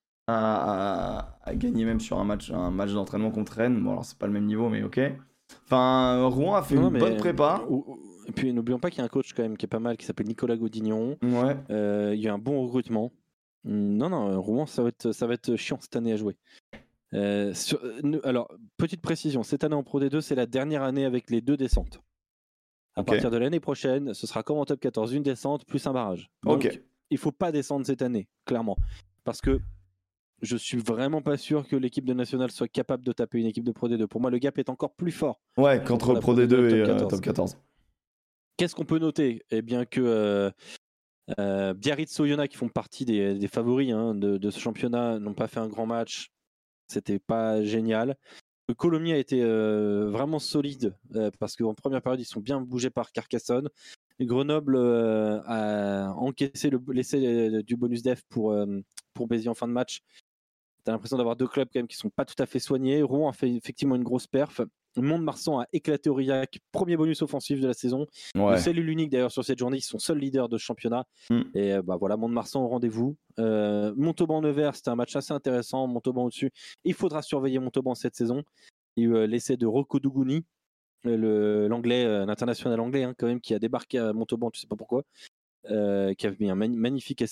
a, a, a gagné même sur un match, un match d'entraînement contre Rennes. Bon alors c'est pas le même niveau, mais ok. Enfin, Rouen a fait non, une bonne prépa. Et puis n'oublions pas qu'il y a un coach quand même qui est pas mal, qui s'appelle Nicolas Godignon. Ouais. Euh, il y a un bon recrutement. Non, non, Rouen, ça va être, ça va être chiant cette année à jouer. Euh, sur, alors, petite précision, cette année en Pro D deux, c'est la dernière année avec les deux descentes. À okay. partir de l'année prochaine, ce sera comme en top quatorze, une descente plus un barrage. Donc, okay. il ne faut pas descendre cette année, clairement. Parce que je suis vraiment pas sûr que l'équipe de nationale soit capable de taper une équipe de Pro D deux. Pour moi, le gap est encore plus fort. Ouais, qu'entre Pro D deux et, et top quatorze. Qu'est-ce qu'on peut noter ? Eh bien que euh, euh, Biarritz, Oyonnax, qui font partie des, des favoris hein, de, de ce championnat, n'ont pas fait un grand match. C'était pas génial. Le Colomiers a été euh, vraiment solide euh, parce qu'en première période, ils sont bien bougés par Carcassonne. Et Grenoble euh, a encaissé le, l'essai du bonus def pour, euh, pour Béziers en fin de match. T'as l'impression d'avoir deux clubs quand même qui sont pas tout à fait soignés. Rouen a fait effectivement une grosse perf. Mont-de-Marsan a éclaté Aurillac, premier bonus offensif de la saison. Ouais. Le seul et l'unique d'ailleurs sur cette journée, ils sont seuls leaders de ce championnat. Mm. Et euh, bah voilà, Mont-de-Marsan au rendez-vous. Euh, Montauban-Nevers, c'était un match assez intéressant. Montauban au-dessus. Il faudra surveiller Montauban cette saison. Il y a eu euh, l'essai de Rocco Duguni, le, l'anglais, euh, l'international anglais hein, quand même, qui a débarqué à Montauban, tu sais pas pourquoi, euh, qui a mis un man- magnifique essai.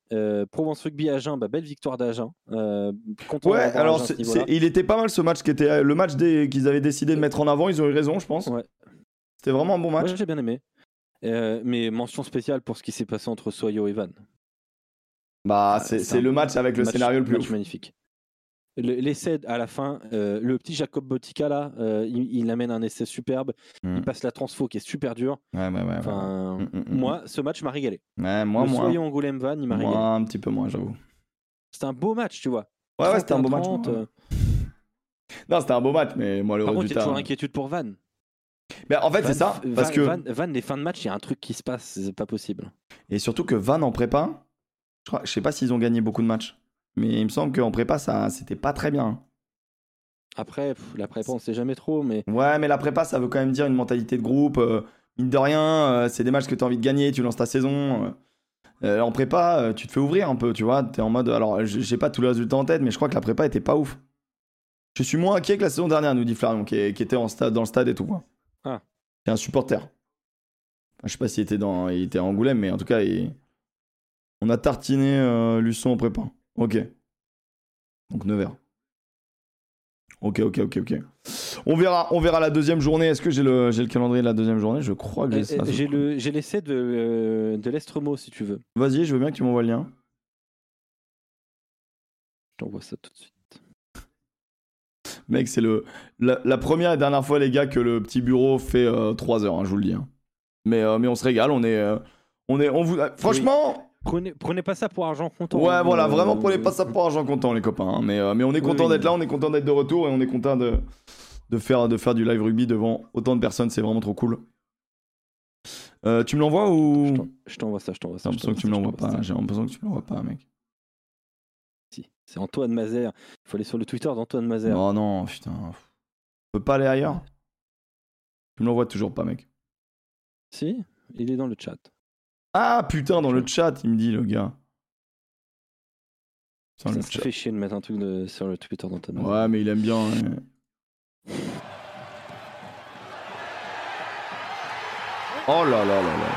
Euh, Provence Rugby Agen, bah, belle victoire d'Agen. Euh, ouais, alors c'est, c'est, il était pas mal ce match qui était le match des, qu'ils avaient décidé de mettre en avant. Ils ont eu raison, je pense. Ouais. C'était vraiment un bon match. Ouais, j'ai bien aimé. Euh, mais mention spéciale pour ce qui s'est passé entre Soyo et Van. Bah, ah, c'est, c'est, c'est un, le match avec le match, scénario le plus match ouf. Magnifique. Le, l'essai à la fin, euh, le petit Jacob Botica là, euh, il, il amène un essai superbe. Mm. Il passe la transfo qui est super dure. Ouais, ouais, ouais. Enfin, ouais. Mm, mm, moi, ce match m'a régalé. Ouais, moi, le moi. Soyo Angoulême Van, il m'a moi, régalé. Un petit peu moins, j'avoue. C'était un beau match, tu vois. Ouais, ouais, c'était un beau match. trente, euh... Non, c'était un beau match, mais moi, le Par contre, résultat. il y a toujours inquiétude pour Van. Mais en fait, Van, c'est ça. Van, parce que Van, Van, les fins de match, il y a un truc qui se passe, c'est pas possible. Et surtout que Van en prépa, je, crois, je sais pas s'ils ont gagné beaucoup de matchs, mais il me semble qu'en prépa, ça, c'était pas très bien. Après, pff, la prépa, on sait jamais trop, mais. Ouais, mais la prépa, ça veut quand même dire une mentalité de groupe. Euh, mine de rien, euh, c'est des matchs que tu as envie de gagner, tu lances ta saison. Euh, en prépa, euh, tu te fais ouvrir un peu, tu vois. T'es en mode. Alors, j'ai pas tous les résultats en tête, mais je crois que la prépa était pas ouf. Je suis moins inquiet que la saison dernière, nous dit Flarion, qui, qui était en stade, dans le stade et tout, quoi. Ah. C'est un supporter. Enfin, je sais pas s'il était, dans, il était à Angoulême, mais en tout cas, il... on a tartiné euh, Luçon en prépa. Ok. Donc Nevers. Ok, ok, ok, ok. On verra, on verra la deuxième journée. Est-ce que j'ai le, j'ai le calendrier de la deuxième journée? Je crois que j'ai ça. J'ai, le, j'ai l'essai de, euh, de l'Estremo, si tu veux. Vas-y, je veux bien que tu m'envoies le lien. Je t'envoie ça tout de suite. Mec, c'est le, la, la première et dernière fois, les gars, que le petit bureau fait euh, trois heures, hein, je vous le dis. Hein. Mais, euh, mais on se régale, on est... Euh, on est on vous, euh, franchement... Oui. Prenez, prenez pas ça pour argent comptant. Ouais, hein, voilà, euh, vraiment, prenez euh, pas ça pour argent comptant, les copains. Hein. Mais, euh, mais on est content oui, d'être oui. là, on est content d'être de retour et on est content de, de, faire, de faire du live rugby devant autant de personnes, c'est vraiment trop cool. Euh, tu me l'envoies ou... Je, t'en, je t'envoie ça, je t'envoie ça. J'ai l'impression que tu me l'envoies pas, j'ai l'impression que tu me l'envoies pas, mec. Si, c'est Antoine Mazer. Il faut aller sur le Twitter d'Antoine Mazer. Oh non, putain. On peut pas aller ailleurs? Tu me l'envoies toujours pas, mec. Si, il est dans le chat. Ah putain, dans le chat, il me dit le gars. Ça, le ça chat. Fait chier de mettre un truc de... sur le Twitter d'Antoine. Ouais, mais il aime bien. Hein. Oh là là là là.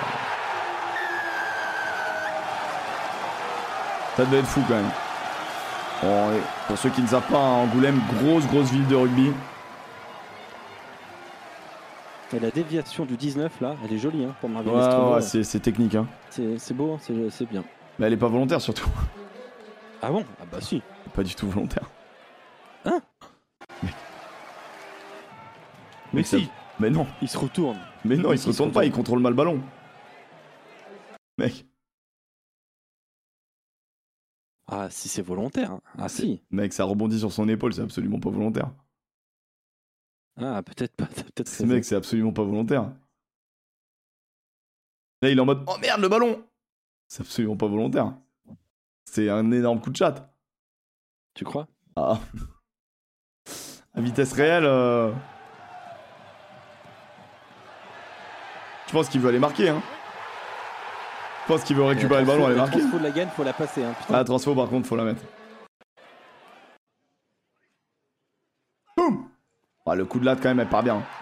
Ça devait être fou quand même. Bon, et pour ceux qui ne savent pas, Angoulême, grosse grosse ville de rugby. Et la déviation du dix-neuf là, elle est jolie hein, pour Marvin ouais, Estremo. Ouais, c'est, c'est technique. Hein. C'est, c'est beau, c'est, c'est bien. Mais elle est pas volontaire surtout. Ah bon? Ah bah si. Pas du tout volontaire. Hein? Mais, Mais si. Ça... Mais non. Il se retourne. Mais non, il, il se retourne pas, il contrôle mal le ballon. Mec. Ah si c'est volontaire. Hein. Ah c'est... si. Mec, ça rebondit sur son épaule, c'est absolument pas volontaire. Ah, peut-être pas. Peut-être Ce mec, c'est absolument pas volontaire. Là, il est en mode oh merde, le ballon! C'est absolument pas volontaire. C'est un énorme coup de chatte. Tu crois? Ah. À vitesse réelle. Euh... Je pense qu'il veut aller marquer. Hein. Je pense qu'il veut récupérer le ballon et aller marquer. La transfo de la gagne, faut la passer. Hein, ah, la transfo, par contre, faut la mettre. Boum! Ah, le coup de latte, quand même, elle part bien.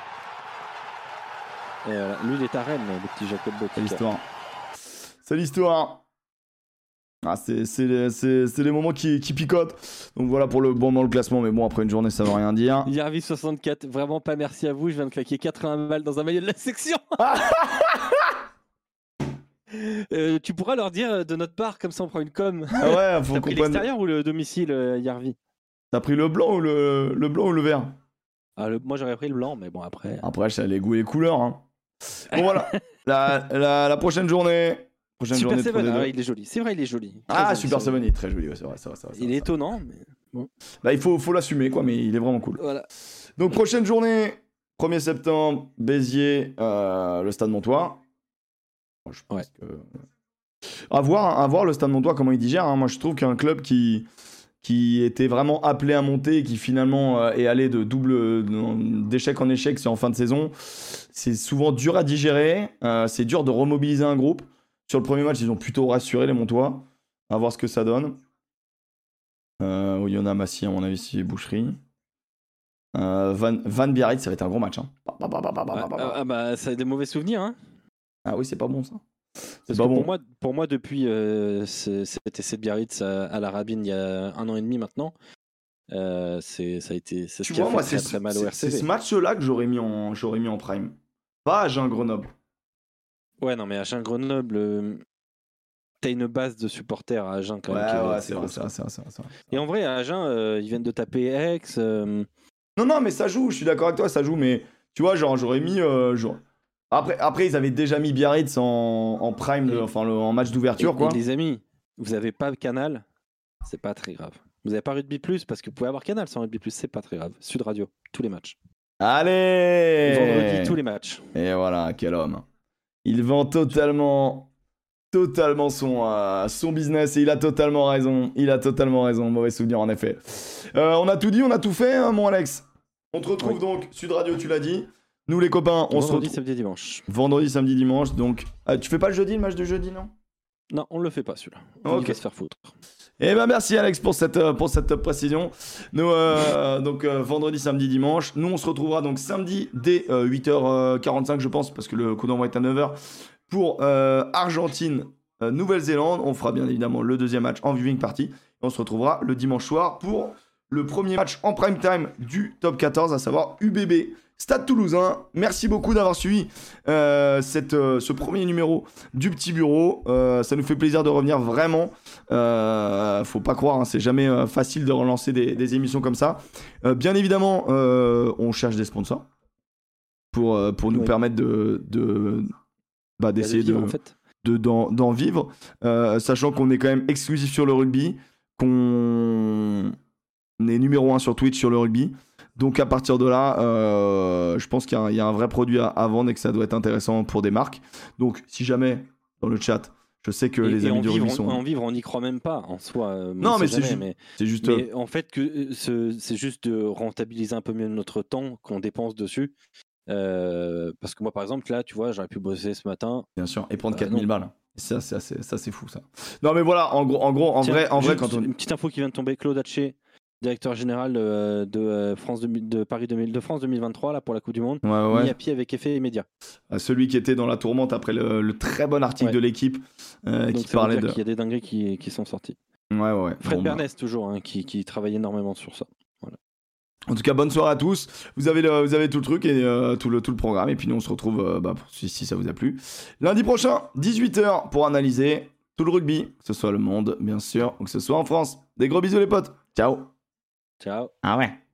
Et euh, lui, il est à Rennes, le petit Jacob Botica. C'est l'histoire. C'est l'histoire. Ah, c'est, c'est, c'est, c'est les moments qui, qui picotent. Donc voilà pour le bon dans le classement. Mais bon, après une journée, ça veut rien dire. Yarvi soixante-quatre, vraiment pas merci à vous. Je viens de claquer quatre-vingts balles dans un maillot de la section. euh, tu pourras leur dire de notre part, comme ça on prend une com. Ah ouais, faut T'as pris prenne... l'extérieur ou le domicile, euh, Yarvi? T'as pris le blanc ou le, le blanc ou le vert? Ah, le... Moi j'aurais pris le blanc, mais bon après. Après, c'est les goûts et les couleurs. Hein. Bon voilà, la, la, la prochaine journée. Prochaine Super journée de Seven, ah, il est joli. C'est vrai, il est joli. Très ah, joli, Super Seven, il est très joli. Ouais, c'est vrai, c'est vrai, c'est vrai, il est, est étonnant, mais bon. Bah, il faut, faut l'assumer, quoi, mais il est vraiment cool. Voilà. Donc, prochaine journée, premier septembre, Béziers, euh, le Stade Montois. Je pense ouais. que... À voir, à voir le Stade Montois, comment il digère. Hein. Moi, je trouve qu'un club qui, qui était vraiment appelé à monter, qui finalement euh, est allé de double, d'échec en échec, c'est en fin de saison, c'est souvent dur à digérer. Euh, c'est dur de remobiliser un groupe. Sur le premier match, ils ont plutôt rassuré les Montois. À voir ce que ça donne. Euh, Oyonnax, Massy, à mon avis, c'est Boucherie. Euh, Van, Van Biarritz, ça va être un gros match. Hein. Ah, ah bah, ça a des mauvais souvenirs. Hein. Ah oui, c'est pas bon ça. Parce que bon. pour, moi, pour moi, depuis euh, ce, cet essai de Biarritz à, à la Rabine il y a un an et demi maintenant, euh, c'est, ça a été c'est tu ce vois, qui a moi, fait c'est, très, très mal c'est, au R C V. C'est ce match-là que j'aurais mis en, j'aurais mis en prime. Pas Agen-Grenoble. Ouais, non, mais Agen-Grenoble, euh, t'as une base de supporters à Agen quand ouais, même. Ouais, ouais, c'est vrai, c'est vrai, c'est vrai, c'est vrai, c'est vrai. Et en vrai, à Agen, euh, ils viennent de taper Aix. Euh... Non, non, mais ça joue, je suis d'accord avec toi, ça joue, mais tu vois, genre, j'aurais mis. Euh, genre... Après, après, ils avaient déjà mis Biarritz en, en prime, et, enfin, le, en match d'ouverture, et, quoi. Et les amis, vous avez pas Canal, c'est pas très grave. Vous avez pas Rugby Plus, parce que vous pouvez avoir Canal sans Rugby Plus, c'est pas très grave. Sud Radio, tous les matchs. Allez! Vendredi, tous les matchs. Et voilà, quel homme. Il vend totalement, totalement son, euh, son business et il a totalement raison. Il a totalement raison. Mauvais souvenir, en effet. Euh, on a tout dit, on a tout fait, hein, mon Alex. On te retrouve oui. donc, Sud Radio, tu l'as dit. Nous, les copains, on Vendredi, se retrouve. Vendredi, samedi, dimanche. Vendredi, samedi, dimanche. Donc, euh, tu fais pas le jeudi, le match de jeudi, non? Non, on le fait pas, celui-là. On okay. va se faire foutre. Eh ben merci Alex pour cette, pour cette précision. Nous, euh, donc euh, vendredi, samedi, dimanche. Nous on se retrouvera donc samedi dès euh, huit heures quarante-cinq je pense, parce que le coup d'envoi est à neuf heures, pour euh, Argentine, euh, Nouvelle-Zélande. On fera bien évidemment le deuxième match en viewing party. Et on se retrouvera le dimanche soir pour le premier match en prime time du top quatorze, à savoir U B B Stade Toulousain. Merci beaucoup d'avoir suivi euh, cette, euh, ce premier numéro du Petit Bureau. Euh, ça nous fait plaisir de revenir vraiment. Euh, faut pas croire, hein, c'est jamais euh, facile de relancer des, des émissions comme ça. Euh, bien évidemment, euh, on cherche des sponsors pour, euh, pour nous oui. permettre de, de, bah, d'essayer de, vivre, de, en fait. de, d'en, d'en vivre. Euh, sachant qu'on est quand même exclusif sur le rugby, qu'on est numéro un sur Twitch sur le rugby. Donc à partir de là, euh, je pense qu'il y a, un, il y a un vrai produit à, à vendre et que ça doit être intéressant pour des marques. Donc si jamais, dans le chat, je sais que et, les et amis du rugby sont... En vivre, on n'y croit même pas en soi. Euh, non, mais c'est, jamais, ju- mais c'est juste... Mais en fait, que ce, c'est juste de rentabiliser un peu mieux notre temps qu'on dépense dessus. Euh, parce que moi, par exemple, là, tu vois, j'aurais pu bosser ce matin. Bien sûr, et prendre quatre mille euh, balles. Ça c'est, assez, ça, c'est fou, ça. Non, mais voilà, en gros, en, gros, en Tiens, vrai... En vrai quand on... Une petite info qui vient de tomber, Claude Haché, directeur général euh, de, euh, France de, de Paris deux mille, de France deux mille vingt-trois là, pour la Coupe du Monde, ouais, ouais. mis à pied avec effet immédiat. Euh, celui qui était dans la tourmente après le, le très bon article ouais. de l'équipe euh, qui parlait de... Il y a des dingueries qui, qui sont sorties. Ouais, ouais. Fred bon, Bernès, bah... toujours, hein, qui, qui travaille énormément sur ça. Voilà. En tout cas, bonne soirée à tous. Vous avez, le, vous avez tout le truc et euh, tout, le, tout le programme. Et puis nous, on se retrouve, euh, bah, si, si ça vous a plu, lundi prochain, dix-huit heures, pour analyser tout le rugby, que ce soit le monde, bien sûr, ou que ce soit en France. Des gros bisous, les potes. Ciao. Ciao. Ah ouais.